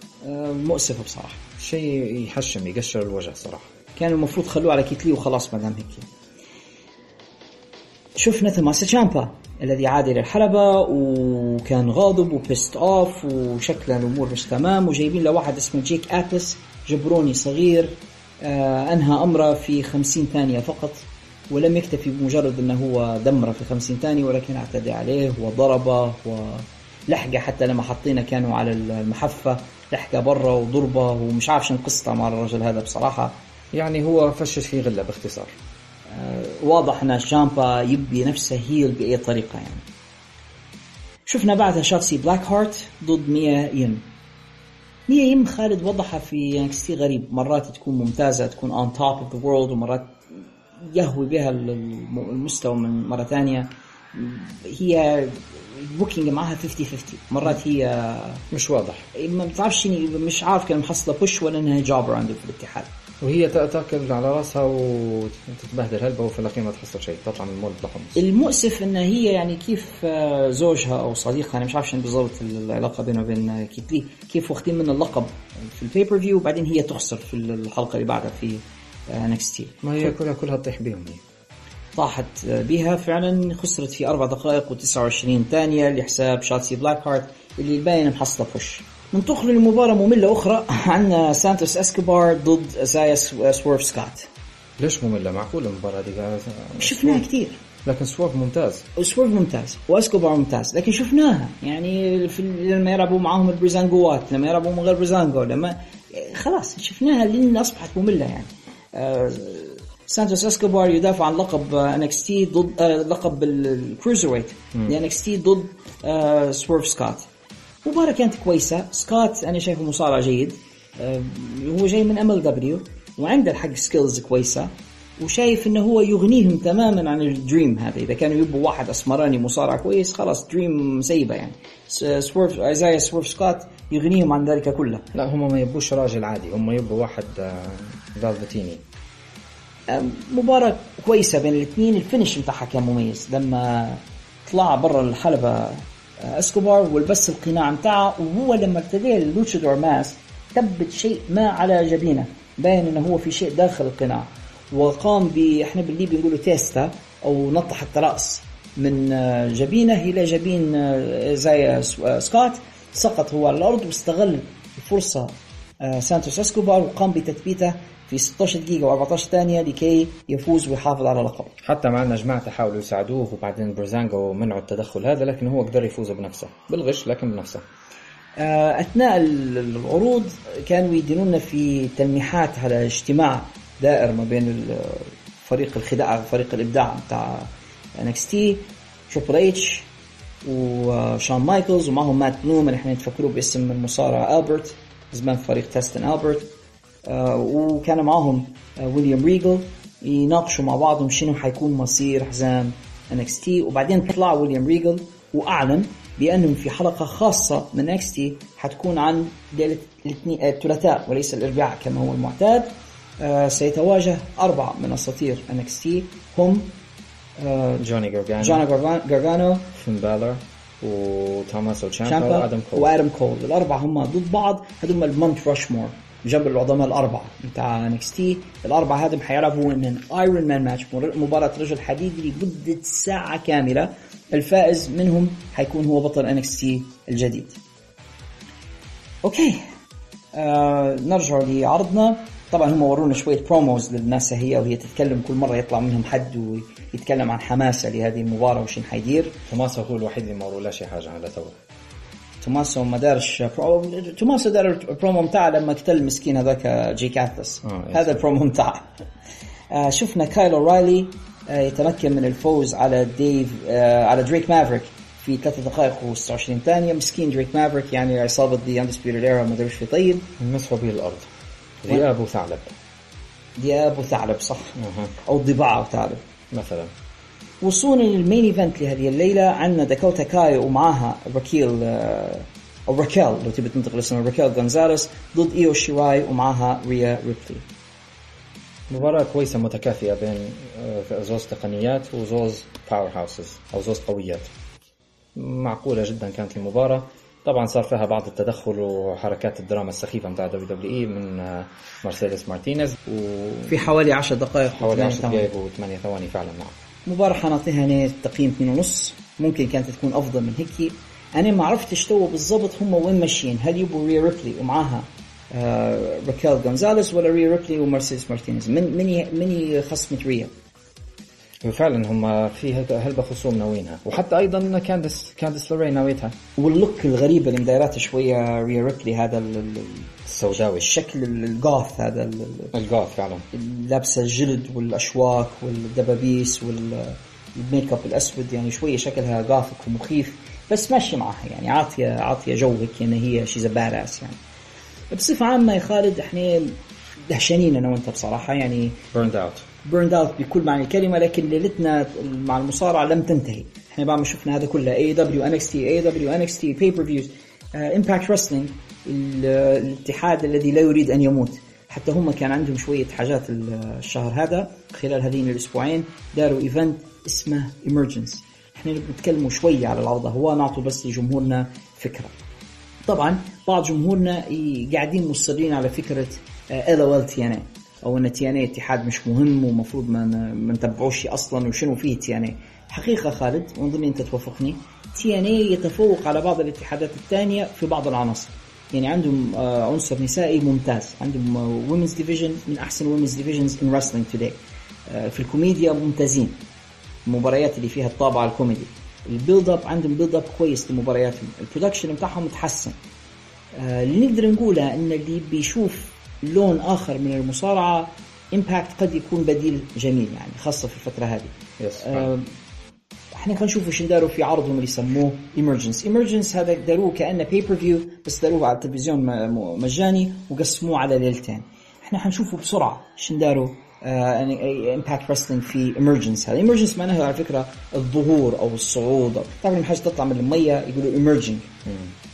[SPEAKER 1] مؤسف بصراحة،
[SPEAKER 5] شيء يحشم يقشر الوجه صراحة.
[SPEAKER 1] كان المفروض خلوه على كيت لي وخلاص ما دام هيك. شفنا توماسو تشامبا الذي عاد إلى الحلبة وكان غاضب وبيست أوف وشكل الأمور مش تمام، وجايبين له واحد اسمه جيك أبس جبروني صغير آه أنهى أمره في خمسين ثانية فقط، ولم يكتفي بمجرد أنه هو دمره في خمسين ثانية ولكن اعتدى عليه وضربه ولحقه، حتى لما حطينا كانوا على المحفة لحقه برا وضربه ومش عارف شن قصته مع الرجل هذا بصراحة.
[SPEAKER 5] يعني هو فشش فيه غلة باختصار.
[SPEAKER 1] آه واضح أن شامبا يبي نفسه هيل بأي طريقة. يعني شفنا بعدها شخصي بلاك هارت ضد ميا يم. ميا يم خالد وضحها في إنكس تي غريب، مرات تكون ممتازة تكون on top of the world ومرات يهوي بها المستوى من مرة ثانية. هي بوكينج معها خمسين خمسين مرات هي
[SPEAKER 5] مش واضح،
[SPEAKER 1] ما بتعرفش، مش عارف كان محصلة بوش ولا انها جابر عنده في الاتحاد،
[SPEAKER 5] وهي تاكل على راسها وتتبهدل هلبة وفي الأخير ما تحصل شيء، تطلع من المول بلحمص.
[SPEAKER 1] المؤسف ان هي يعني كيف زوجها او صديقها، انا مش عارف شنو بالضبط العلاقه بينه وبين كيتلي، كيف واخدين من اللقب في البيبر فيو وبعدين هي تخسر في الحلقه اللي بعدها في نكستي.
[SPEAKER 5] ما هي كلها كلها تطيح بيهم، هي
[SPEAKER 1] طاحت بها فعلا، خسرت في أربع دقائق وتسعة وعشرين ثانيه لحساب شاتسي بلاك هارت اللي باين محصله بوش. ننتقل لمباراة مملة أخرى، عندنا سانتوس اسكوبار ضد زايا سويرف سكوت.
[SPEAKER 5] ليش مملة؟ معقول المباراة دي
[SPEAKER 1] شفناها كتير،
[SPEAKER 5] لكن سويرف ممتاز،
[SPEAKER 1] سويرف ممتاز واسكوبار ممتاز، لكن شفناها يعني في لما يلعبوا معهم البريزانجوات، لما يلعبوا من غير بريزانجو، لما خلاص شفناها لين أصبحت مملة يعني. آه سانتوس اسكوبار يدافع عن لقب إن إكس تي ضد آه لقب الكروزرويت إن إكس تي ضد آه سويرف سكوت. مباراة كانت كويسة. سكوت أنا شايفه مصارع جيد، آه هو جاي من إم إل دبليو وعنده الحق سكيلز كويسة، وشايف إنه هو يغنيهم تماماً عن الدريم هذا. إذا كانوا يبوا واحد أسمراني مصارع كويس خلاص دريم سيبة يعني. سويرف إزاي سويرف سكوت يغنيهم عن ذلك كله.
[SPEAKER 5] لا هم ما يبوش راجل عادي، هم يبوا واحد فالفتيني.
[SPEAKER 1] مباراة كويسة بين الاثنين. الفينش متاعها كان مميز لما طلع برا الحلبة اسكوبار والبس القناع متاعه، وهو لما ارتدى اللوتشادور ماسك ثبت شيء ما على جبينه، باين انه هو في شيء داخل القناع، وقام ب احنا بالليبي بنقوله تيستا او نط حتى راس من جبينه الى جبين زي سكوت. سقط هو على الارض واستغل الفرصه سانتوس اسكوبار وقام بتثبيته في ستة عشر دقيقة وأربعة عشر ثانية لكي يفوز ويحافظ على لقبه.
[SPEAKER 5] حتى معنا جماعة حاولوا يساعدوه وبعدين برزانجو منعوا التدخل هذا، لكن هو قدر يفوز بنفسه بالغش لكن بنفسه.
[SPEAKER 1] أثناء العروض كانوا يدينونا في تلميحات على اجتماع دائر ما بين فريق الخداع فريق الإبداع بتاع إن إكس تي، تريبل إتش وشون مايكلز، ومعهم مات بلوم اللي احنا نتفكروه باسم المصارع ألبرت زمان فريق تاستن ألبرت. آه وكان معهم آه ويليام ريغل يناقشوا مع بعضهم شنو حيكون مصير حزام إن إكس تي. وبعدين طلع ويليام ريغل وأعلن بأنهم في حلقة خاصة من إن إكس تي حتكون عن ليلة الثلاثاء وليس الأربعاء كما هو المعتاد. آه سيتواجه أربعة من أساطير إن إكس تي هم
[SPEAKER 5] آه جوني غارغانو
[SPEAKER 1] جوني غارغانو
[SPEAKER 5] فين بالر وتوماسو تشامبا وآدم كول.
[SPEAKER 1] وآدم كول الأربعة هم ضد بعض، هذول المونت راشمور جنب العظماء الأربعة بتاع إن إكس تي. الأربعة هذم حيلعبوا إن ايرون مان ماتش، مباراة رجل حديدي لمدة ساعة كاملة. الفائز منهم حيكون هو بطل إن إكس تي الجديد. أوكي آه نرجع لعرضنا. طبعا هم ورونا شوية بروموز للناس هي، وهي تتكلم كل مرة يطلع منهم حد ويتكلم عن حماسة لهذه المباراة وشين حيدير.
[SPEAKER 5] توماسو هو الوحيد اللي ما ورولا شيء حاجة على توه.
[SPEAKER 1] توماسو ما دارش برو... توماسو دار البرومو متاعه لما قتل مسكين هذاك جي كاثلس.
[SPEAKER 5] آه
[SPEAKER 1] هذا البرومو متاعه. آه شفنا كايل أورايلي آه يتمكن من الفوز على ديف آه على دريك مافريك في ثلاث دقائق وستة وعشرين ثانية. مسكين دريك مافريك يعني عصابة دي أندسبيوتد إيرا ما دارش في طيب،
[SPEAKER 5] مسحوا به الأرض. ذئاب وثعلب.
[SPEAKER 1] ذئاب وثعلب صح.
[SPEAKER 5] أه.
[SPEAKER 1] أو ضباع وثعلب
[SPEAKER 5] مثلا.
[SPEAKER 1] وصولا للمين إيفنت لهذه الليلة عندنا داكوتا كاي ومعها راكيل أو راكيل لو تبي تنطق اسمها راكيل غونزاليس ضد إيو شيراي ومعها ريا ريبلي.
[SPEAKER 5] مباراة كويسة متكافئة بين زوز تقنيات وزوز باور هاوسز أو زوز قويات، معقولة جدا كانت المباراة. طبعا صار فيها بعض التدخل وحركات الدراما السخيفة متاع دبليو دبليو إي من مرسيدس مارتينيز
[SPEAKER 1] وفي حوالي عشر دقائق
[SPEAKER 5] حوالي عشر دقائق وثمانية ثواني فعلا. نعم
[SPEAKER 1] مباراة حنعطيها تقييم اثنين ونص، ممكن كانت تكون أفضل من هيك. أنا ما عرفتش تو بالضبط هم وين ماشيين، هل يبوا ريا ريبلي ومعها آه راكيل غونزاليس ولا ريا ريبلي ومرسيدس مارتينيز؟ من مني مني خصمة ريا.
[SPEAKER 5] وفعلا هم في هلبة خصوم ناوينها، وحتى أيضا كاندس كاندس لوري ناويتها.
[SPEAKER 1] واللوك الغريبة اللي مدايرات شوية ريا ريبلي، هذا
[SPEAKER 5] السوداوي
[SPEAKER 1] الشكل الجاث، هذا
[SPEAKER 5] الجاث فعلا،
[SPEAKER 1] لابسة الجلد والأشواك والدبابيس والميك اب الأسود، يعني شوية شكلها جاثك ومخيف بس ماشي معها، يعني عاطية عاطية جوهك يعني هي شيء زبارس. يعني بصفة عامة يا خالد احنا دهشانين أنا وأنت بصراحة، يعني
[SPEAKER 5] burned out
[SPEAKER 1] burned out بكل معنى الكلمة، لكن ليلتنا مع المصارعة لم تنتهي. احنا بعد ما شفنا هذا كله إيه دبليو إن إكس تي إيه دبليو إن إكس تي pay per views Impact Wrestling الاتحاد الذي لا يريد أن يموت. حتى هم كان عندهم شوية حاجات الشهر هذا خلال هذين الأسبوعين داروا إيفنت اسمه Emergence. احنا بنتكلموا شوية على العرض هو نعطوا بس لجمهورنا فكرة. طبعا بعض جمهورنا قاعدين مصرين على فكرة إل أو إل تي إن إيه أو أن تي إن إيه اتحاد مش مهم ومفروض ما ما نتبعوش أصلا وشنو فيه تي إن إيه. حقيقة خالد وانظن أنت توافقني تي إن إيه يتفوق على بعض الاتحادات الثانية في بعض العناصر. يعني عندهم عنصر نسائي ممتاز, عندهم women's division من أحسن women's divisions in wrestling today. في الكوميديا ممتازين, المباريات اللي فيها الطابع الكوميدي, البيلد اب عندهم بيلد اب كويس لمبارياتهم, البرودكشن بتاعهم متحسن. اللي نقدر نقوله ان اللي بيشوف لون آخر من المصارعة إمباكت قد يكون بديل جميل يعني خاصة في الفترة هذه.
[SPEAKER 5] yes,
[SPEAKER 1] آه احنا خلينا شو داروا في عرضهم اللي يسموه Emergence. Emergence هذا داروه كأنه pay per view بس داروه على التلفزيون مجاني وقسموه على ليلتين. احنا حنشوفه بسرعة شن داروا آه Impact Wrestling في Emergence. هذا Emergence معناه على فكرة الظهور أو الصعود, تعرف لما حاجة تطلع من المية يقولوا Emerging.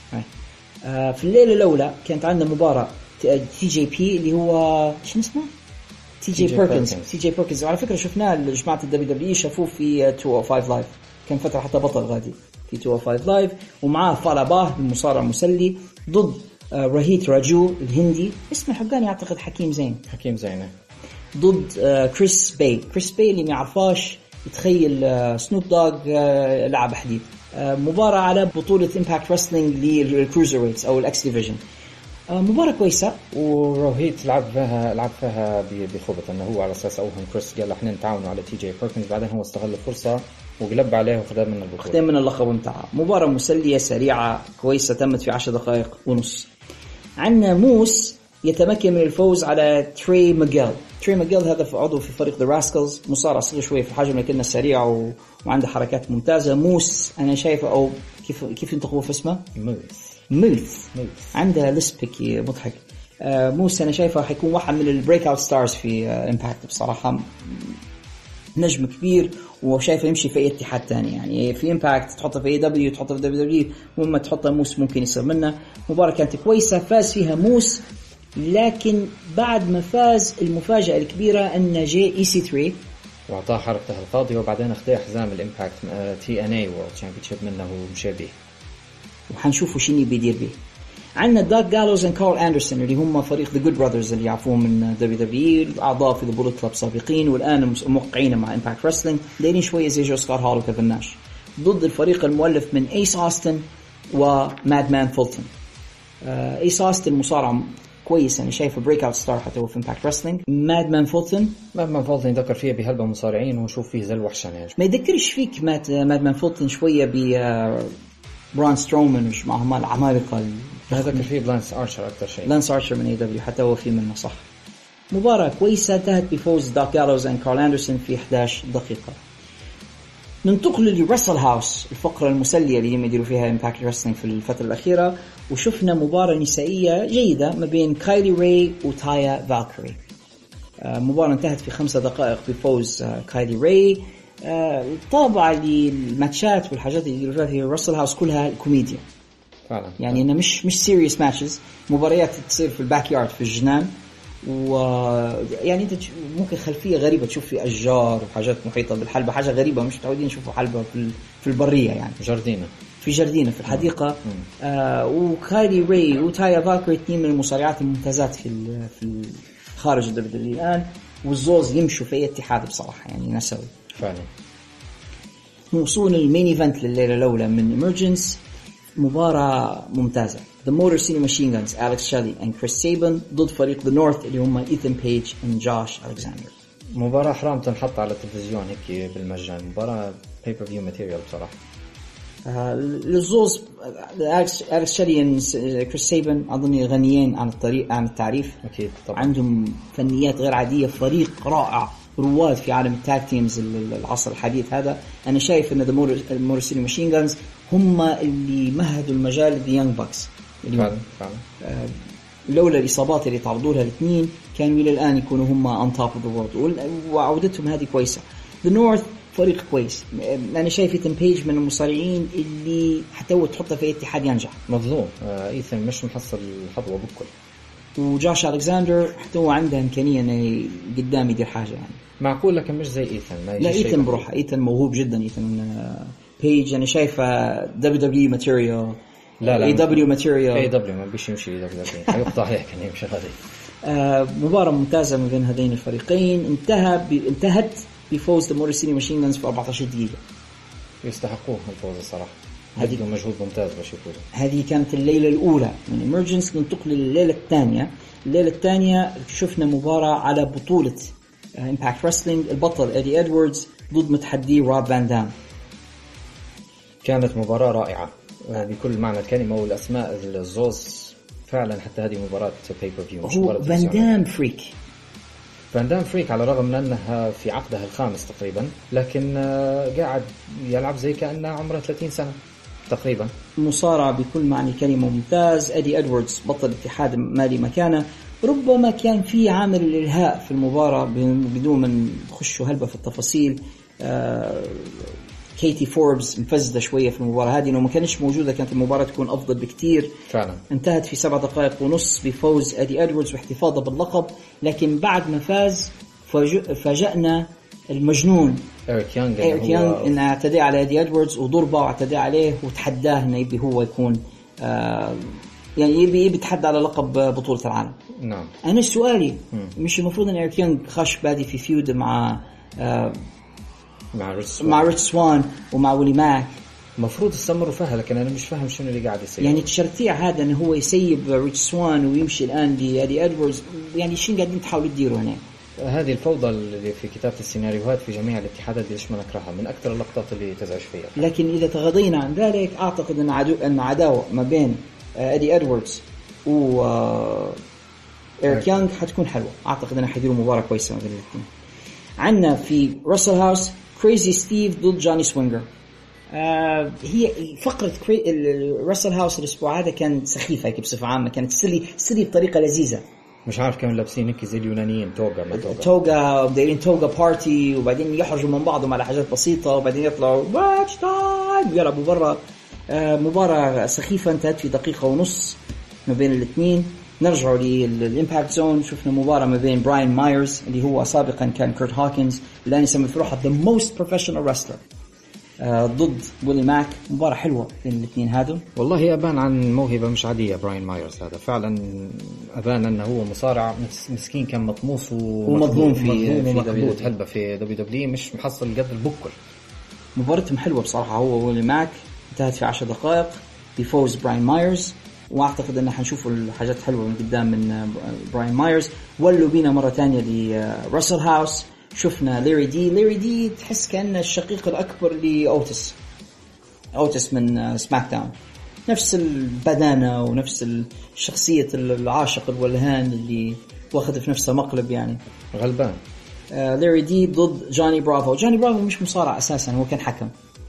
[SPEAKER 1] آه في الليلة الأولى كانت عندنا مباراة تي جي بي اللي هو شو اسمه تي جي بيركنز. تي جي بيركنز على فكرة شفناه جماعة الدبليو دبليو إي شافوه في مئتين وخمسة لايف, كان فترة حتى بطل غادي في مئتين وخمسة لايف, ومعاه فالاباه المصارع المسلي ضد آه رهيت راجو الهندي اسمه حقاني أعتقد حكيم زين
[SPEAKER 5] حكيم زين
[SPEAKER 1] ضد آه كريس باي. كريس باي اللي ما يعرفاش يتخيل آه سنوب دوغ آه لعب حديد. آه مباراة على بطولة إمباكت ريسلينج للكروزر ويتس أو الأكس ديفيجن. مباراة كويسة
[SPEAKER 5] وروهيت لعب فيها لعب فيها بخبط انه هو على اساس اوهم كريس قال احنا نتعاونوا على تي جي بيركنز, بعدين هو استغل الفرصة وقلب عليه وخذ من البطولة
[SPEAKER 1] خذ من اللقب متاعه. مباراة مسلية سريعة كويسة تمت في عشر دقائق ونص. عندنا موس يتمكن من الفوز على تري ماجيل. تري ماجيل هذا عضو في فريق ذا راسكلز, مصارع صغير شوية في الحجم لكنه سريع و... وعنده حركات ممتازة. موس انا شايفه او كيف كيف ينطقوا في اسمه
[SPEAKER 5] موس
[SPEAKER 1] موث, عنده لسبكي مضحك. آه موسى أنا شايفه حيكون واحد من البريك اوت ستارز في إمباكت. آه بصراحة نجم كبير وشايفه يمشي في أي اتحاد تاني, يعني في إمباكت تحطه في أي دبليو تحطه في دبليو دبليو وما تحطه موس ممكن يصير منه. مباراة كانت كويسة فاز فيها موس, لكن بعد ما فاز المفاجأة الكبيرة أن جاء إي سي ثلاثة
[SPEAKER 5] وأعطاه حركته الفاضية وبعدين اخذ حزام الإمباكت تي إن إيه وورلد تشامبيونشيب منه ومشى به,
[SPEAKER 1] وحنشوفوا شيني بيدير به. عندنا داك جالوز and كارل أندرسون اللي هم فريق The Good Brothers اللي يعرفوهم من دبليو دبليو إي, أعضاء في The Bullet Club سابقين والآن موقعين مع Impact Wrestling, دايرين شوية زي جو سكار هال وكيفن ناش, ضد الفريق المؤلف من إيس أوستن وماد مان فولتون. إيس أوستن مصارع كويس, أنا شايفه بريك أوت ستار حتى هو في Impact Wrestling. ماد مان فولتون
[SPEAKER 5] ماد مان فولتون يذكر فيه بهلبة مصارعين وشوف فيه زي الوحشان يعني.
[SPEAKER 1] ما يذكرش فيك ماد ماد مان فولتون شوية ب بران سترومان وش معهم العمالقة.
[SPEAKER 5] هذا كان فيه لانس آرشر أكثر شيء.
[SPEAKER 1] لانس آرشر من إيه دبليو حتى هو فيه منه صح. مباراة كويسة انتهت بفوز داك جالوز and كارل أندرسون في إحدى عشرة دقيقة. ننتقل للرسل هاوس, الفقرة المسلية اللي هم يديروا فيها إمباكت ريسلينج في الفترة الأخيرة, وشفنا مباراة نسائية جيدة ما بين كايلي راي وتايا فالكري. مباراة انتهت في خمسة دقائق بفوز كايلي راي. طابع للماتشات والحاجات اللي يديروا فيها الرسل هاوس كلها كوميديا
[SPEAKER 5] فعلا,
[SPEAKER 1] يعني إنه مش مش سيريس ماتشز, مباريات تصير في الباك يارد في الجنان, ويعني انت ممكن خلفيه غريبه تشوف في اشجار وحاجات محيطه بالحلبه, حاجه غريبه مش متعودين نشوفوا حلبه في في البريه يعني
[SPEAKER 5] جاردينا
[SPEAKER 1] في جاردينا في الحديقه. آه وكايلي راي وتايا فالكري اثنين من المصارعات الممتازات في في خارج الدبليو الان, والزوز يمشوا في اي اتحاد بصراحه يعني نسوي
[SPEAKER 5] فعلا.
[SPEAKER 1] وصول المين ايفنت لليله الاولى من إمرجنس, مباراة ممتازة. The Motor City Machine Guns, Alex Shelley and Chris Sabin ضد فريق The North اللي هم إيثان بيج and Josh Alexander.
[SPEAKER 5] مباراة حرام تنحط على التلفزيون هيك بالمجان, مباراة pay per view material بصراحة.
[SPEAKER 1] آه للزوز أليكس شيلي وكريس سيبن أظن غنيين عن الطريق عن التعريف.
[SPEAKER 5] أكيد طبعا.
[SPEAKER 1] عندهم فنيات غير عادية, فريق رائع, رواد في عالم التاج تيمز العصر الحديث هذا. أنا شايف إن The Motor City Machine Guns هم اللي مهدوا المجال The Young Bucks.
[SPEAKER 5] فعلا فعلا.
[SPEAKER 1] آه لولا الإصابات اللي تعرضوا لها الاثنين كانوا إلى الآن يكونوا هم on top of the world, وعودتهم هذه كويسة. The North فريق كويس. أنا شايف إيثان بيج من المصارعين اللي حتى هو تحطه في اتحاد ينجح.
[SPEAKER 5] مظلوم. آه إيثان مش محصل الحظوة بكل.
[SPEAKER 1] وجاش ألكساندر حتى هو عنده إمكانية إنه قدام يدير حاجة يعني.
[SPEAKER 5] معقول لكن مش زي إيثان. ما
[SPEAKER 1] لا إيثان بروحه، إيثان موهوب جدا. إيثان بيج أنا شايفه دبليو دبليو ماتيريال.
[SPEAKER 5] لا لا.
[SPEAKER 1] اي دبليو ماتيريال.
[SPEAKER 5] اي دبليو ما بيش يمشي دبليو دبليو. حيقطع هيك إنه يمشي هذا.
[SPEAKER 1] آه مباراة ممتازة ما بين هذين الفريقين. انتهى ب... انتهت بفوز مور سيتي ماشين جانز في أربعة عشر دقيقة.
[SPEAKER 5] يستحقوه الفوز الصراحة.
[SPEAKER 1] هذه
[SPEAKER 5] مجهود ممتاز باش يفوزوا.
[SPEAKER 1] هذه كانت الليلة الأولى من إمرجنس. ننتقل لليلة الثانية. الليلة الثانية شفنا مباراة على بطولة إمباكت رسلينج. البطل إيدي إدواردز ضد متحدي روب فان دام.
[SPEAKER 5] كانت مباراة رائعة بكل معنى الكلمة، والأسماء الزوز فعلا. حتى هذه مباراة بيبر فيو.
[SPEAKER 1] هو فان دام فريك.
[SPEAKER 5] فان دام فريك على الرغم من أنها في عقدها الخامس تقريبا، لكن قاعد يلعب زي كأنه عمره ثلاثين سنة تقريبا.
[SPEAKER 1] مصارع بكل معنى الكلمة ممتاز. إيدي إدواردز بطل اتحاد مالي مكانه. ربما كان في عامل الإلهاء في المباراة بدون ما نخش هلبة في التفاصيل. آه كيتي فوربس مفزدة شوية في المباراة هذه. لو ما كانش موجودة كانت المباراة تكون أفضل بكتير
[SPEAKER 5] فعلا.
[SPEAKER 1] انتهت في سبع دقائق ونص بفوز إيدي إدواردز واحتفاظه باللقب. لكن بعد ما فاز فاجأنا المجنون
[SPEAKER 5] إيريك يونغ
[SPEAKER 1] إيريك يونغ إنه اعتدى على إيدي إدواردز وضربه واعتدى عليه وتحداه إنه يبي هو يكون آه يعني يبي يبي يتحدى على لقب بطولة العالم.
[SPEAKER 5] نعم.
[SPEAKER 1] أنا سؤالي مش المفروض إن إيريك يونغ خش بادي في فيود مع آه
[SPEAKER 5] مع ريتش سوان.
[SPEAKER 1] مع ريتش سوان ومع ويلي ماك.
[SPEAKER 5] مفروض يستمروا فيها، لكن أنا مش فاهم شنو اللي قاعد يصير.
[SPEAKER 1] يعني التشرتيع هذا إنه هو يسيب ريتش سوان ويمشي الآن لإيدي إدواردز، يعني شين قاعدين تحاولوا تديروا هنا؟
[SPEAKER 5] هذه الفوضى اللي في كتابة السيناريوهات في جميع الاتحادات ليش ما نكرهها، من أكثر اللقطات اللي تزعج فيها.
[SPEAKER 1] لكن إذا تغاضينا عن ذلك أعتقد أن عدو أن عداوة ما بين إيدي إدواردز و إيريك يونغ حتكون حلوة. أعتقد أنها حيديروا مباراة كويسة ما بين الاثنين. عندنا في راسل هاوس كريزي ستيف ضد جوني سوينجر. آه هي فقرة راسل هاوس الأسبوع هذا كانت سخيفة بصفة عامة. كانت سلي سلي بطريقة لذيذة.
[SPEAKER 5] مش عارف كانوا لابسين هيك زي اليونانيين توغا ما توغا
[SPEAKER 1] توغا ودايرين توغا بارتي، وبعدين يحرجوا من بعضهم على حاجات بسيطة، وبعدين يطلعوا ماتش تايم يلعبوا برا. آه مباراة سخيفة انتهت في دقيقة ونص ما بين الاثنين. نرجعوا للإمباكت زون. شفنا مباراة ما بين براين مايرز اللي هو سابقا كان كيرت هوكنز الآن يسمى في روحه the most professional wrestler آه ضد ويلي ماك. مباراة حلوة بين الاثنين هذول.
[SPEAKER 5] والله أبان عن موهبة مش عادية براين مايرز هذا فعلا. أبان أنه هو مصارع مسكين كان مطموس
[SPEAKER 1] ومظلوم في
[SPEAKER 5] في هلبة في دبليو دبليو مش محصل قد البكل.
[SPEAKER 1] مباراتهم حلوة بصراحة. هو ويلي ماك انتهت في عشر دقائق بفوز براين مايرز، واعتقد ان حنشوف الحاجات حلوه من قدام من براين مايرز. ولوا بينا مره ثانيه لراسل هاوس. شفنا ليري دي. ليري دي تحس كأنه الشقيق الأكبر لأوتس أوتس من سماك داون. نفس البدانة ونفس الشخصية العاشق الولهان اللي واخد في نفسه مقلب يعني
[SPEAKER 5] غلبان.
[SPEAKER 1] آه ليري دي ضد جوني برافو. جوني برافو مش مصارع أساسا، هو كان حكم.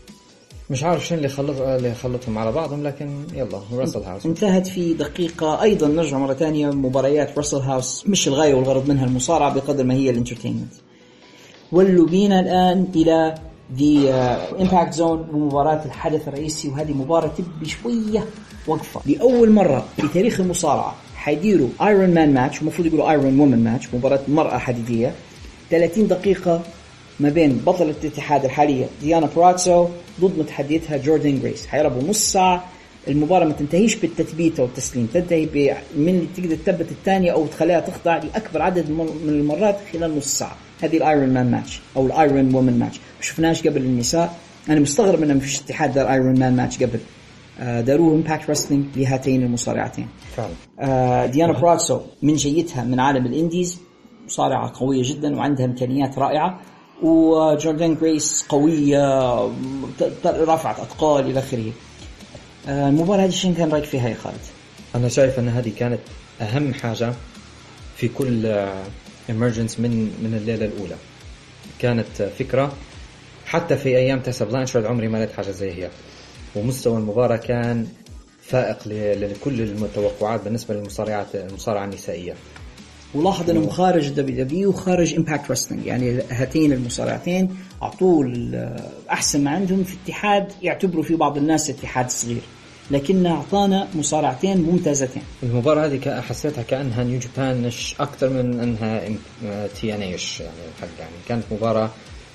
[SPEAKER 5] مش عارف شنو اللي خلط اللي خلطهم على بعضهم، لكن يلا راسل هاوس.
[SPEAKER 1] انتهت في دقيقة. أيضا نرجع مرة ثانية مباريات راسل هاوس مش الغاية والغرض منها المصارعة بقدر ما هي الانترتينمنت. ولوا بينا الآن إلى The Impact Zone ومباراة الحدث الرئيسي، وهذه مباراة تبي شوية وقفة. لأول مرة في تاريخ المصارعة حيديروا Iron Man match، ومفروض يقولوا Iron Woman match، مباراة مرأة حديدية ثلاثين دقيقة ما بين بطلة الاتحاد الحالية ديانا براتسو ضد متحديتها جوردن جريس. حيلعبوا نص ساعة. المباراة ما تنتهيش بالتثبيت والتسليم، تنتهي من تقدر تثبت الثانية أو تخليها تخضع لأكبر عدد من المرات خلال نص ساعة. هذه الايرون مان ماتش او الايرون وومن ماتش. ما شفناش قبل النساء. انا مستغرب انه ما فيش اتحاد دار ايرون مان ماتش قبل. داروه امباكت رسلينج لهاتين المصارعتين فعلا. ديانا براتسو من جيتها من عالم الانديز، مصارعة قوية جدا وعندها امكانيات رائعة، وجوردن جريس قوية رافعة اثقال الى اخره. المباراة هذه شنو كان رايك فيها يا خالد؟
[SPEAKER 5] انا شايف ان هذه كانت اهم حاجة في كل emergence من من الليلة الأولى. كانت فكرة حتى في أيام تسا بلانشارد عمري ما لقيت حاجة زي هي، ومستوى المباراة كان فائق لكل المتوقعات بالنسبة للمصارعات المصارعة النسائية.
[SPEAKER 1] ولاحظ انهم خارج دبليو دبليو وخارج امباكت رسلينج، يعني هاتين المصارعتين اعطوه احسن ما عندهم في اتحاد يعتبروا في بعض الناس اتحاد صغير، لكن اعطانا مصارعتين ممتازتين.
[SPEAKER 5] المباراه هذه حسيتها كانها نيو جابان مش اكثر من انها تي ان ايش، يعني الحق يعني كانت مباراه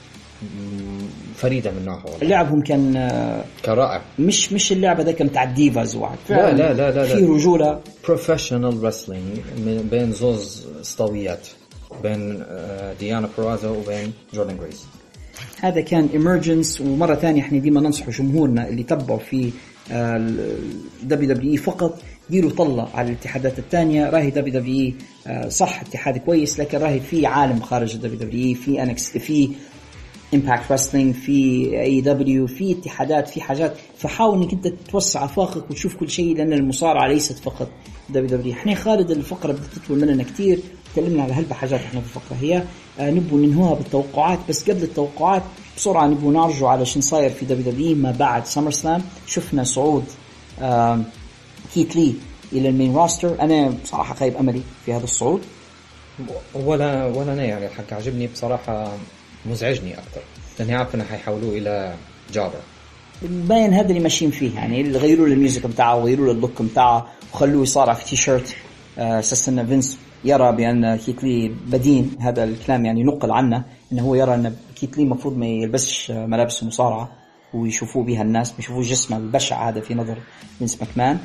[SPEAKER 5] فريده من نوعها.
[SPEAKER 1] لعبهم كان
[SPEAKER 5] كرائع،
[SPEAKER 1] مش مش اللعبه ذاك بتاع الديفاز واحد،
[SPEAKER 5] لا لا لا لا
[SPEAKER 1] في رجوله
[SPEAKER 5] بروفيشنال رسلينج بين زوز اسطويات، بين ديانا بيرازو وبين جوردن جريس.
[SPEAKER 1] هذا كان ايمرجنس. ومره ثانيه احنا ديما ننصح جمهورنا اللي تبعوا في دبليو دبليو اي فقط ديروا طلع على الاتحادات الثانيه. راهي دبليو دبليو اي صح اتحاد كويس، لكن راهي في عالم خارج دبليو دبليو اي، في انكس، في امباكت رسلينج، في اي دبليو، في اتحادات، في حاجات. فحاول انك انت توسع افاقك وتشوف كل شيء، لان المصارعه ليست فقط دبليو دبليو. احنا خالد الفقره بدها تطول مننا كتير، تكلمنا على هلبة حاجات احنا في الفقره هي آه نبغى ننهوها بالتوقعات. بس قبل التوقعات بسرعه نبغى نرجع على شو صاير في دبليو دبليو ما بعد سمر سلام. شفنا صعود آه كيت لي الى المين راستر. انا بصراحه خايب املي في هذا الصعود،
[SPEAKER 5] ولا ولا انا يعني الحق عجبني بصراحه، مزعجني اكثر لاني عارف انه حيحولوه الى جابر.
[SPEAKER 1] باين هذا اللي ماشيين فيه، يعني اللي غيروا له الميوزك بتاعه وغيروا له اللوك بتاعه وخلوه يصارع في تي شيرت اساس ان فينس يرى بان كيت لي بدين. هذا الكلام يعني نقل عنه انه هو يرى ان كيت لي المفروض ما يلبسش ملابس مصارعه ويشوفوه بها الناس، بيشوفوه جسمه البشع هذا في نظر فينس ماكمان.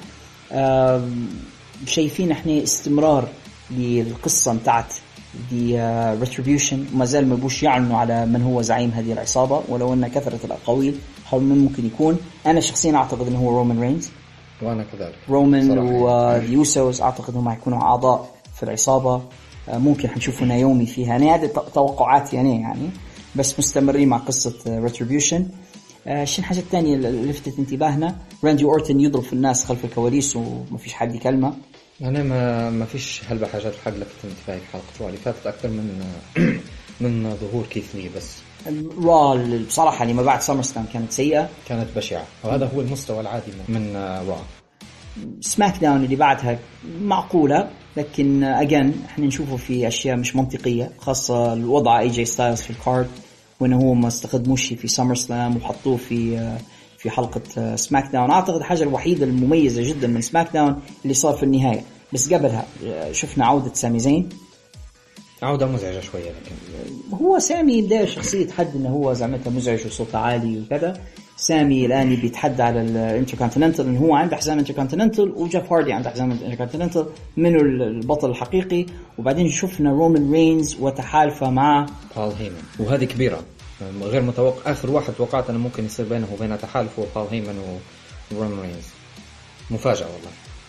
[SPEAKER 1] شايفين احنا استمرار للقصه بتاعت دي ريتريبيوشن، وما زال ما بوش يعلنوا على من هو زعيم هذه العصابه، ولو ان كثره الاقاويل حول من ممكن يكون. انا شخصيا اعتقد انه هو رومان رينز،
[SPEAKER 5] وانا كذلك.
[SPEAKER 1] رومان واليوسوس اعتقد انهم حيكونوا اعضاء في العصابه. ممكن حنشوفوا نايومي فيها، يعني هذه توقعاتي يعني يعني بس مستمرين مع قصه ريتريبيوشن. شين حاجه ثانيه اللي لفتت انتباهنا، راندي اورتن يضرب في الناس خلف الكواليس وما فيش حد يكلمه.
[SPEAKER 5] أنا ما ما فيش هلبة حاجات الحق لفتت انتباهي في حلقة رو اللي فاتت أكثر من من ظهور كيث لي. بس
[SPEAKER 1] را بصراحة اللي ما بعد سمر سلام كانت سيئة،
[SPEAKER 5] كانت بشعة، وهذا هو المستوى العادي من را.
[SPEAKER 1] سماك داون اللي بعدها معقولة، لكن أجان احنا نشوفه في أشياء مش منطقية، خاصة الوضع اي جي ستايلز في الكارد، وإنه هو ما استخدموش في سمر سلام وحطوه في في حلقة سماك داون. أعتقد الحاجة الوحيدة المميزة جدا من سماك داون اللي صار في النهاية. بس قبلها شفنا عودة سامي زين،
[SPEAKER 5] عودة مزعجة شوية، لكن
[SPEAKER 1] هو سامي بداية شخصية حد إنه هو زعمتها مزعج وصوته عالي وكذا. سامي الآن بيتحدى على الانتركونتيننتال، إنه هو عنده حزام انتركونتيننتال وجيف هاردي عنده حزام انتركونتيننتال، منه البطل الحقيقي. وبعدين شفنا رومان رينز وتحالفه مع
[SPEAKER 5] بول هيمن، وهذه كبيرة غير متوقع. آخر واحد توقعت أنه ممكن يصير بينه وبين تحالف هو بول هيمن ورومان رينز. مفاجأة والله.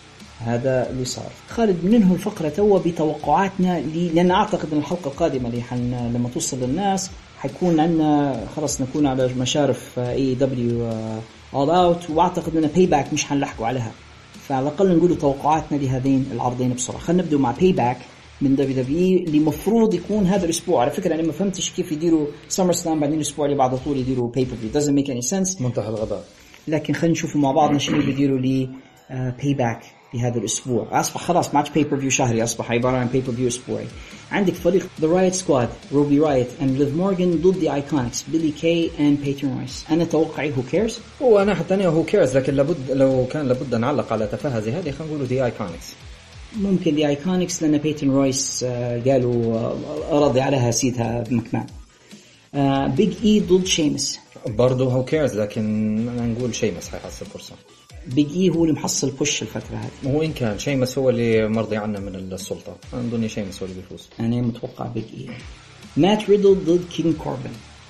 [SPEAKER 1] هذا اللي صار. خالد بننهي الفقرة توا بتوقعاتنا لي، لأن أعتقد أن الحلقة القادمة اللي حن لما توصل للناس حيكون عندنا خلاص نكون على مشارف اي دبليو اول اوت، واعتقد ان باي باك مش حنلحقوا عليها، فعلى الاقل نقول توقعاتنا لهذين العرضين بسرعه. خلينا نبدا مع باي باك من دبليو دبليو اللي مفروض يكون هذا الاسبوع. على فكره انا ما فهمتش كيف يديروا سمر سلام بعدين الاسبوع اللي بعده طول يديروا باي بير فيو، doesn't make any sense،
[SPEAKER 5] منتهى الغباء.
[SPEAKER 1] لكن خلينا نشوف مع بعض شنو بيديروا لي باي باك في هذا الأسبوع. أصبح خلاص ماتش باي بير فيو شهري، أصبح عبارة عن باي بير فيو أسبوعي. عندك فريق The Riot Squad، روبي رايت and Liv Morgan ضد The Iconics، بيلي كاي and Peyton Royce. أنا توقعي who cares؟
[SPEAKER 5] هو أنا حتى أنا who cares، لكن لابد لو كان لابد نعلق على تفاهة زي هذه خلينا نقوله The Iconics.
[SPEAKER 1] ممكن The Iconics لأن بيتون رويس قالوا راضي عليها سيدها بمكمان. بيج إي ضد شيمس،
[SPEAKER 5] برضو who cares، لكن أنا نقول شيمس حيحصل فرصة.
[SPEAKER 1] بيج إي هو اللي محصل بوش الفترة هذه،
[SPEAKER 5] هو إن كان شيمس هو اللي مرضي عنه من السلطة، أنا أظن شيمس هو اللي بيفوز.
[SPEAKER 1] أنا متوقع بيج إي. مات ريدل ضد كين كوربن،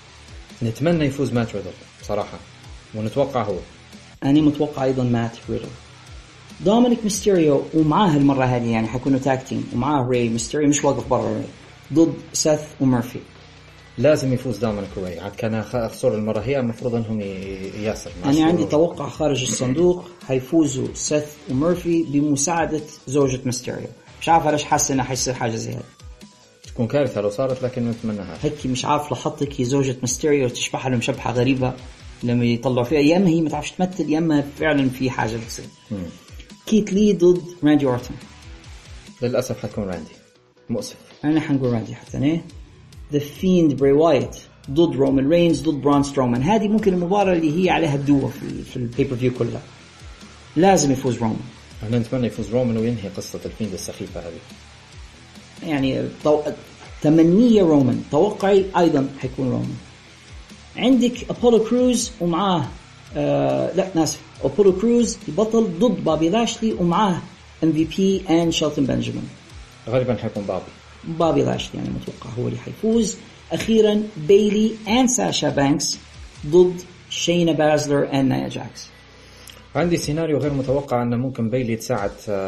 [SPEAKER 5] نتمنى يفوز مات ريدل بصراحة، ونتوقع هو.
[SPEAKER 1] أنا متوقع أيضا مات ريدل. دومينيك ميستيريو ومعاه المرة هذه يعني حيكونوا تاكتين، ومعاه ري ميستيريو مش واقف برا ضد سيث وميرفي.
[SPEAKER 5] لازم يفوز دومينيك ري، عاد كان خسر المرة هي المفروض أنهم ياسر.
[SPEAKER 1] أنا عندي توقع خارج الصندوق، حيفوزوا سيث وميرفي بمساعدة زوجة ميستيريو. مش عارف ليش حاسس إنها حيصير حاجة زي هذه،
[SPEAKER 5] تكون كارثة لو صارت، لكن نتمناها.
[SPEAKER 1] هيك مش عارف لاحظتك هي زوجة ميستيريو تشبح له مشبحة غريبة لما يطلعوا فيها، يا إما هي ما تعرفش تمثل يا إما فعلا في حاجة بتصير. كيت لي ضد راندي أورتن،
[SPEAKER 5] للأسف حتكون راندي. مؤسف.
[SPEAKER 1] أنا حنقول راجي حتى نه The Fiend Bray Wyatt ضد رومان رينز ضد برون سترومان. هذه ممكن المباراة اللي هي عليها الدوة في في البيبر فيو كلها. لازم يفوز رومان.
[SPEAKER 5] أنا نتمنى يفوز رومان وينهي قصة الفيند السخيفة هذه.
[SPEAKER 1] يعني طو... تمنية رومان، توقعي أيضا حيكون رومان. عندك أبولو كروز ومعاه آه... لا ناسف أبولو كروز يبطل ضد بابي لاشلي ومعاه إم في بي and شيلتون بنجامين.
[SPEAKER 5] غالبا حيكون بابي
[SPEAKER 1] بابي لاشلي يعني متوقع هو اللي حيفوز. أخيرا بيلي and ساشا بانكس ضد شينا بازلر and نايا جاكس.
[SPEAKER 5] عندي سيناريو غير متوقع أن ممكن بيلي تساعد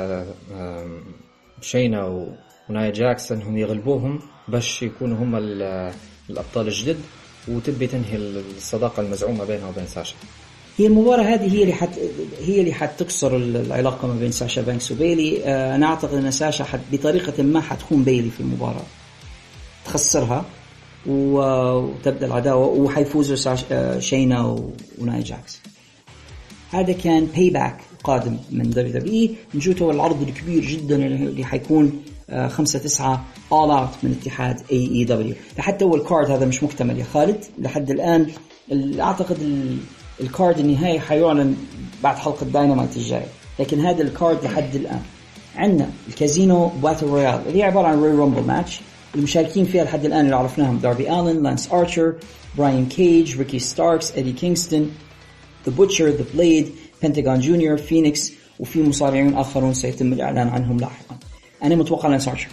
[SPEAKER 5] شينا ونايا جاكس أنهم يغلبوهم باش يكونوا هم الأبطال الجدد وتبي تنهي الصداقة المزعومة بينها وبين ساشا.
[SPEAKER 1] هي المباراة هذه هي اللي حت هي اللي حتكسر العلاقة ما بين ساشا بانكس وبيلي. أنا أعتقد أن ساشا حت بطريقة ما حتكون بيلي في المباراة تخسرها وتبدأ العداوة وحيفوزوا ساشا شينا ونايا جاكس. هذا كان باي باك قادم من دبليو دبليو إي. نجوته العرض الكبير جدا اللي حيكون خمسة تسعة all out من اتحاد إيه إي دبليو. لحتى هو الكارد هذا مش مكتمل يا خالد لحد الآن. أعتقد الكارد النهائي حيعلن بعد حلقة داينامايت الجاي، لكن هذا الكارد لحد الآن. عندنا الكازينو باتل رويال اللي هي عبارة عن روي رومبل ماتش. المشاركين فيها لحد الآن اللي عرفناهم داربي آلن، لانس آرشر، براين كيج، ريكي ستاركس، إيدي كينغستون، The Butcher, The Blade, Pentagon Junior, Phoenix، وفي مصارعين آخرون سيتم الإعلان عنهم لاحقا. أنا متوقع لانس آرشر.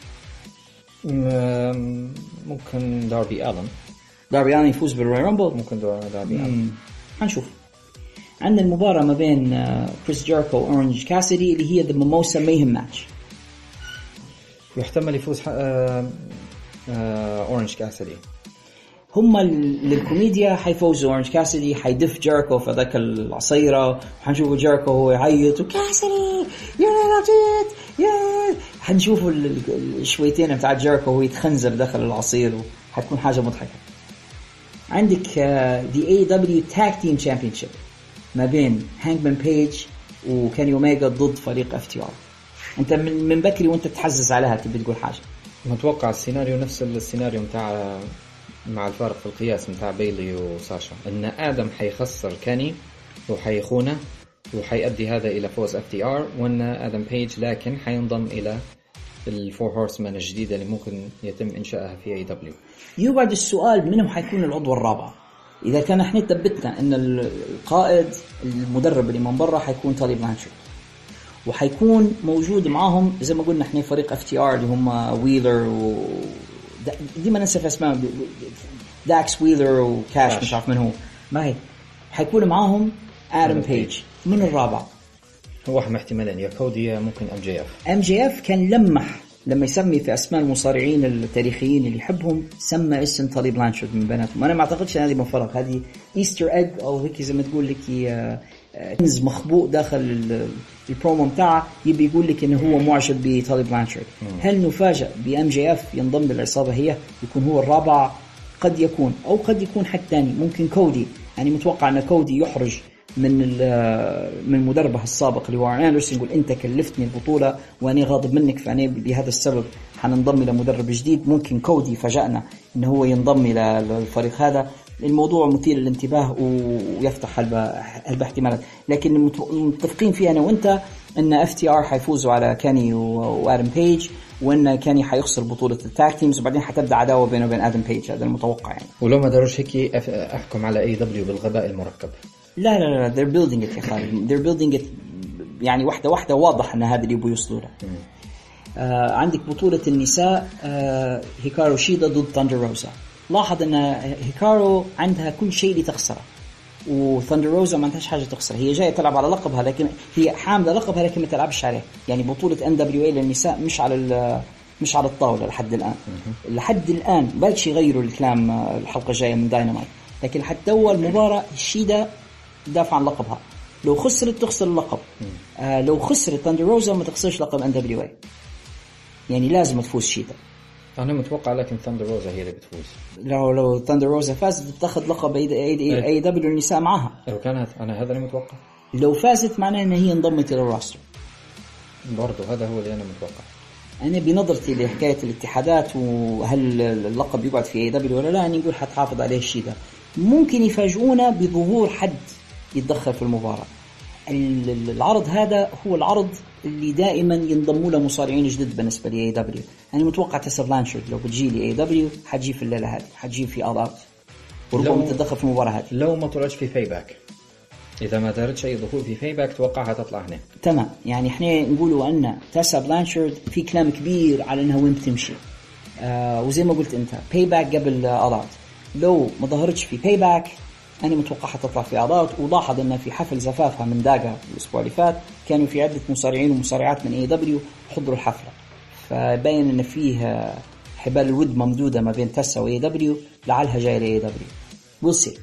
[SPEAKER 5] ممكن داربي آلن.
[SPEAKER 1] داربي آلن يفوز بالروي رامبل.
[SPEAKER 5] ممكن داربي آلن.
[SPEAKER 1] هنشوف. عندنا المباراة ما بين كريس جيريكو وأورنج كاسيدي اللي هي The Mimosa Mayhem Match.
[SPEAKER 5] يحتمل يفوز أورنج كاسيدي.
[SPEAKER 1] هم للكوميديا حيفوزوا. أورنج كاسيدي حيدف جيريكو في ذاك العصيرة وحنشوفوا جيريكو هو يعيط وكاسيدي يا رجل يا. حنشوفوا الشويتين بتاع جيريكو وهو يتخنزر داخل العصير وحتكون حاجة مضحكة. عندك the إيه دبليو Tag Team Championship ما بين هانجمان بيج وكاني أوميجا ضد فريق اف تي ار. انت من من بكري وانت تحزز عليها تبي تقول حاجة.
[SPEAKER 5] متوقع السيناريو نفس السيناريو متاع مع الفارق في القياس متاع بيلي وساشا، ان آدم حيخسر كاني وحيخونه وحيؤدي هذا الى فوز اف تي ار، وان آدم بيج لكن حينضم الى الفور هورسمان الجديدة اللي ممكن يتم انشائها في اي دبليو.
[SPEAKER 1] يوجد السؤال منهم حيكون العضو الرابع. اذا كان احنا ثبتنا ان القائد المدرب اللي من برا حيكون تالي بلانشارد وحيكون موجود معهم زي ما قلنا احنا فريق اف تي ار اللي هم ويلر و دي ما ننسى اسماء داكس ويلر وكاش مش عارف من هو ما هي. حيكون معهم آدم بيج. من الرابع
[SPEAKER 5] هو واحد من احتمالين يا كودي يا ممكن ام جي اف.
[SPEAKER 1] ام جي اف كان لمح لما يسمي في اسماء المصارعين التاريخيين اللي يحبهم سمى اسم تالي بلانشارد من بيناتهم. انا ما اعتقدش ان هذه مفارقه، هذه ايستر ايج او هيك زي ما تقول لك كنز مخبوء داخل البرومو بتاعه يبي يقول لك انه هو معجب بتالي بلانشارد. هل نفاجئ بام جي اف ينضم للعصابه هي يكون هو الرابع؟ قد يكون، او قد يكون حد ثاني ممكن كودي. يعني متوقع ان كودي يحرج من من مدربه السابق اللي هو أندرسون يقول انت كلفتني البطوله وانا غاضب منك فانا بهذا السبب حننضم الى مدرب جديد. ممكن كودي فاجأنا انه هو ينضم الى الفريق هذا. الموضوع مثير للانتباه ويفتح هالاحتمالات، لكن متفقين فيها انا وانت ان اف تي ار حيفوزوا على كاني وادم بيج، وان كاني حيخسر بطوله التاك تيمز، وبعدين حتبدا عداوه بينه وبين ادم بيج. هذا المتوقع يعني.
[SPEAKER 5] ولو ما داروش هيك احكم على اي دبليو بالغباء المركب.
[SPEAKER 1] لا لا لا they're building it يا خالد they're building it يعني واحدة واحدة واضح أن هذا اللي يبغوا يوصلوا له. آه عندك بطولة النساء آه هيكارو شيدا ضد ثاندر روزا. لاحظ أن هيكارو عندها كل شيء لتخسره وثاندر روزا ما عندهاش حاجة تخسر. هي جاية تلعب على لقبها لكن هي حاملة لقبها لكن ما تلعبش عليه. يعني بطولة إن دبليو إيه للنساء مش على مش على الطاولة لحد الآن. لحد الآن بالش يغيروا الكلام الحلقة الجاية من داينامايت، لكن حتى أول مباراة الشيدا دافع عن لقبها. لو خسرت تخسر اللقب. آه لو خسرت ثاندر روزا ما تخسرش لقب إن دبليو إيه. يعني لازم تفوز شيدا.
[SPEAKER 5] أنا متوقع لكن ثاندر روزا هي اللي بتفوز.
[SPEAKER 1] لو لو ثاندر روزا فازت بتاخذ لقب اي دبليو النساء معها.
[SPEAKER 5] لو كانت أنا هذا اللي متوقع.
[SPEAKER 1] لو فازت معناه إن هي انضمت إلى الراستر.
[SPEAKER 5] برضو هذا هو اللي أنا متوقع.
[SPEAKER 1] أنا بنظرتي لحكاية الاتحادات وهل اللقب يقعد في إيه دبليو ولا لا، أنا نقول حتحافظ عليه الشيء ده. ممكن يفاجئونا بظهور حد يتدخل في المباراة. العرض هذا هو العرض اللي دائما ينضموا له مصارعين جدد بالنسبة لي إيه دبليو. أنا متوقع تيسا بلانشارد لو بتجي لي إيه دبليو حتجي في الليلة هذه، حتجي في أضعاف وربما تتدخل في المباراة هذه.
[SPEAKER 5] لو ما طلعش في فيباك، إذا ما دارتش أي دخول في فيباك توقعها تطلع هنا.
[SPEAKER 1] تمام، يعني إحنا نقولوا أن تيسا بلانشارد في كلام كبير على أنها وين بتمشي، آه وزي ما قلت أنت بايباك قبل أضعاف. لو ما ظهرتش في بايباك أنا متوقع تطلع في أضعاف. ولاحظ أن في حفل زفافها من داقة الأسبوع اللي فات كانوا في عدة مصارعين ومصارعات من إيه دبليو حضروا الحفلة، فبين أن فيه حبال الود ممدودة ما بين تيسا وإيه دبليو، لعلها جاية لإيه دبليو. بصي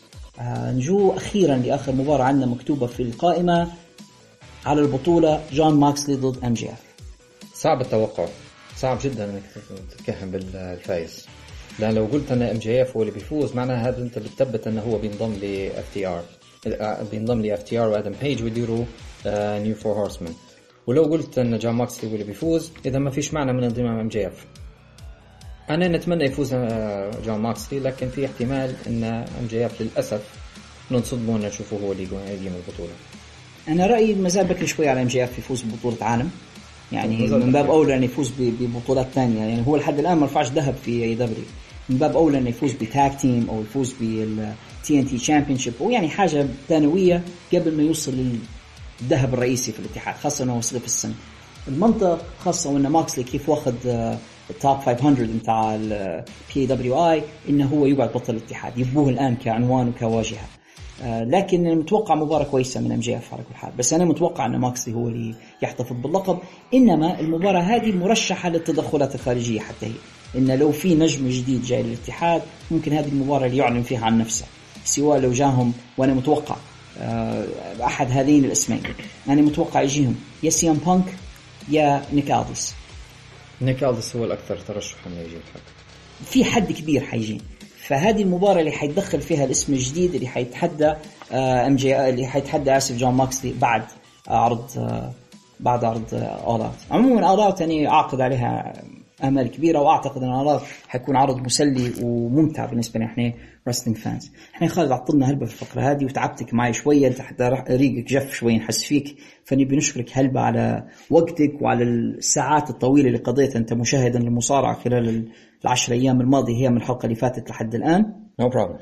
[SPEAKER 1] آه نجو أخيرا لآخر مباراة عندنا مكتوبة في القائمة على البطولة، جون ماكسلي ضد إم جي إف.
[SPEAKER 5] صعب التوقع، صعب جدا انك تتكهن بالفايز، لأن لو قلت أن إم جي إف هو اللي بيفوز معناها هذا أنت بتثبت أنه هو بينضم ل إف تي آر، بينضم ل إف تي آر وآدم بيج ويديروا نيو فور هورسمان. ولو قلت أن جون ماكسلي هو اللي بيفوز إذا ما فيش معنى من انضمام إم جي إف. أنا نتمنى يفوز جون ماكسلي، لكن في احتمال أن إم جي إف للأسف ننصدمه أن نشوفه هو اللي يقيم البطولة.
[SPEAKER 1] أنا رأيي مازال بكري شوي على إم جي إف يفوز ببطولة عالم، يعني من باب أولى أن يفوز ببطولات تانية. يعني هو لحد الآن ما رفعش ذهب في أي دبليو، من باب أولى أن يفوز بتاك تيم أو يفوز بالتي ان تي تشامبيونشيب، ويعني حاجة ثانوية قبل ما يوصل للذهب الرئيسي في الاتحاد، خاصة أنه وصل في السن المنطق، خاصة وأن ماكسلي كيف واخد التوب خمسمية متاع البي دبليو اي إنه هو يقعد بطل الاتحاد، يبوه الآن كعنوان وكواجهة. آه لكن أنا متوقع مباراة كويسة من إم جي إف على كل حال، بس أنا متوقع أن ماكسلي هو اللي يحتفظ باللقب. إنما المباراة هذه مرشحة للتدخلات الخارجية، حتى هي إن لو في نجم جديد جاي للاتحاد ممكن هذه المباراة اللي يعلن فيها عن نفسه، سواء لو جاهم، وأنا متوقع آه أحد هذين الاسمين، أنا متوقع يجيهم يا سي ام بانك يا نيك ألدس.
[SPEAKER 5] نيك ألدس هو الأكثر ترشحا إنه يجي الحق،
[SPEAKER 1] في حد كبير حيجي. فهذه المباراة اللي حيتدخل فيها الاسم الجديد اللي حيتحدى ام جي اللي حيتحدى اسف جون ماكسلي بعد عرض بعد عرض اولات. عموما اولات يعني اعقد عليها امل كبيره، واعتقد ان اولات حيكون عرض مسلي وممتع بالنسبه لنا احنا رستلينج فانز. احنا خالد عطلنا هلبة في الفقره هذه وتعبتك معي شويه، انت حتى ريقك جف شويه نحس فيك، فنبي نشكرك هلبة على وقتك وعلى الساعات الطويله اللي قضيتها انت مشاهدا للمصارعه خلال العشر أيام الماضية هي من الحلقة اللي فاتت لحد الآن.
[SPEAKER 5] no problem.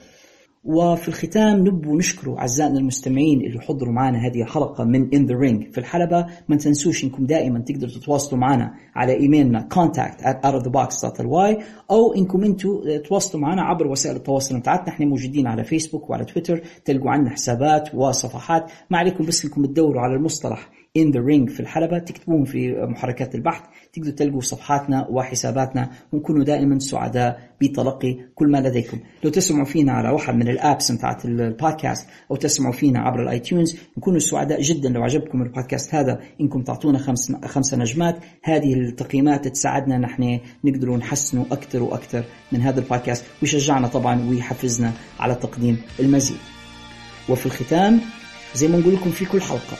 [SPEAKER 1] وفي الختام نبو نشكروا أعزائنا المستمعين اللي حضروا معنا هذه الحلقة من In the Ring في الحلبة. ما تنسوش إنكم دائما تقدروا تتواصلوا معنا على إيميلنا contact at out of the box dot l y، أو إنكم أنتوا تواصلوا معنا عبر وسائل التواصل متاعتنا. احنا موجودين على فيسبوك وعلى تويتر، تلقوا عنا حسابات وصفحات. ما عليكم بس إنكم تدوروا على المصطلح In the Ring في الحلبة، تكتبوهم في محركات البحث، تقدروا تلقوا صفحاتنا وحساباتنا، ونكونوا دائما سعداء بتلقي كل ما لديكم. لو تسمعوا فينا على واحد من الابس متاعت البودكاست او تسمعوا فينا عبر الايتونز، نكونوا سعداء جدا لو عجبكم البودكاست هذا انكم تعطونا خمس خمسة نجمات. هذه التقييمات تساعدنا نحن نقدروا نحسنوا اكثر واكثر من هذا البودكاست، ويشجعنا طبعا ويحفزنا على تقديم المزيد. وفي الختام زي ما نقول لكم في كل حلقة،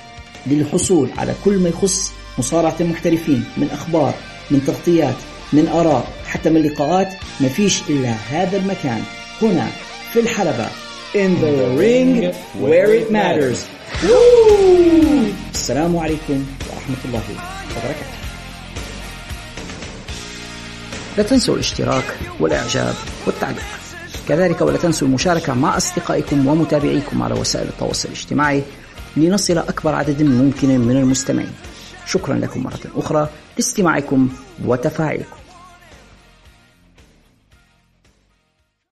[SPEAKER 1] للحصول على كل ما يخص مصارعة المحترفين من أخبار، من تغطيات، من آراء، حتى من لقاءات، ما فيش إلا هذا المكان هنا في الحلبة In the Ring where it matters. السلام عليكم ورحمة الله وبركاته. لا تنسوا الاشتراك والإعجاب والتعليق، كذلك ولا تنسوا المشاركة مع أصدقائكم ومتابعيكم على وسائل التواصل الاجتماعي لنصل أكبر عدد ممكن من المستمعين. شكرا لكم مرة أخرى لاستماعكم وتفاعلكم.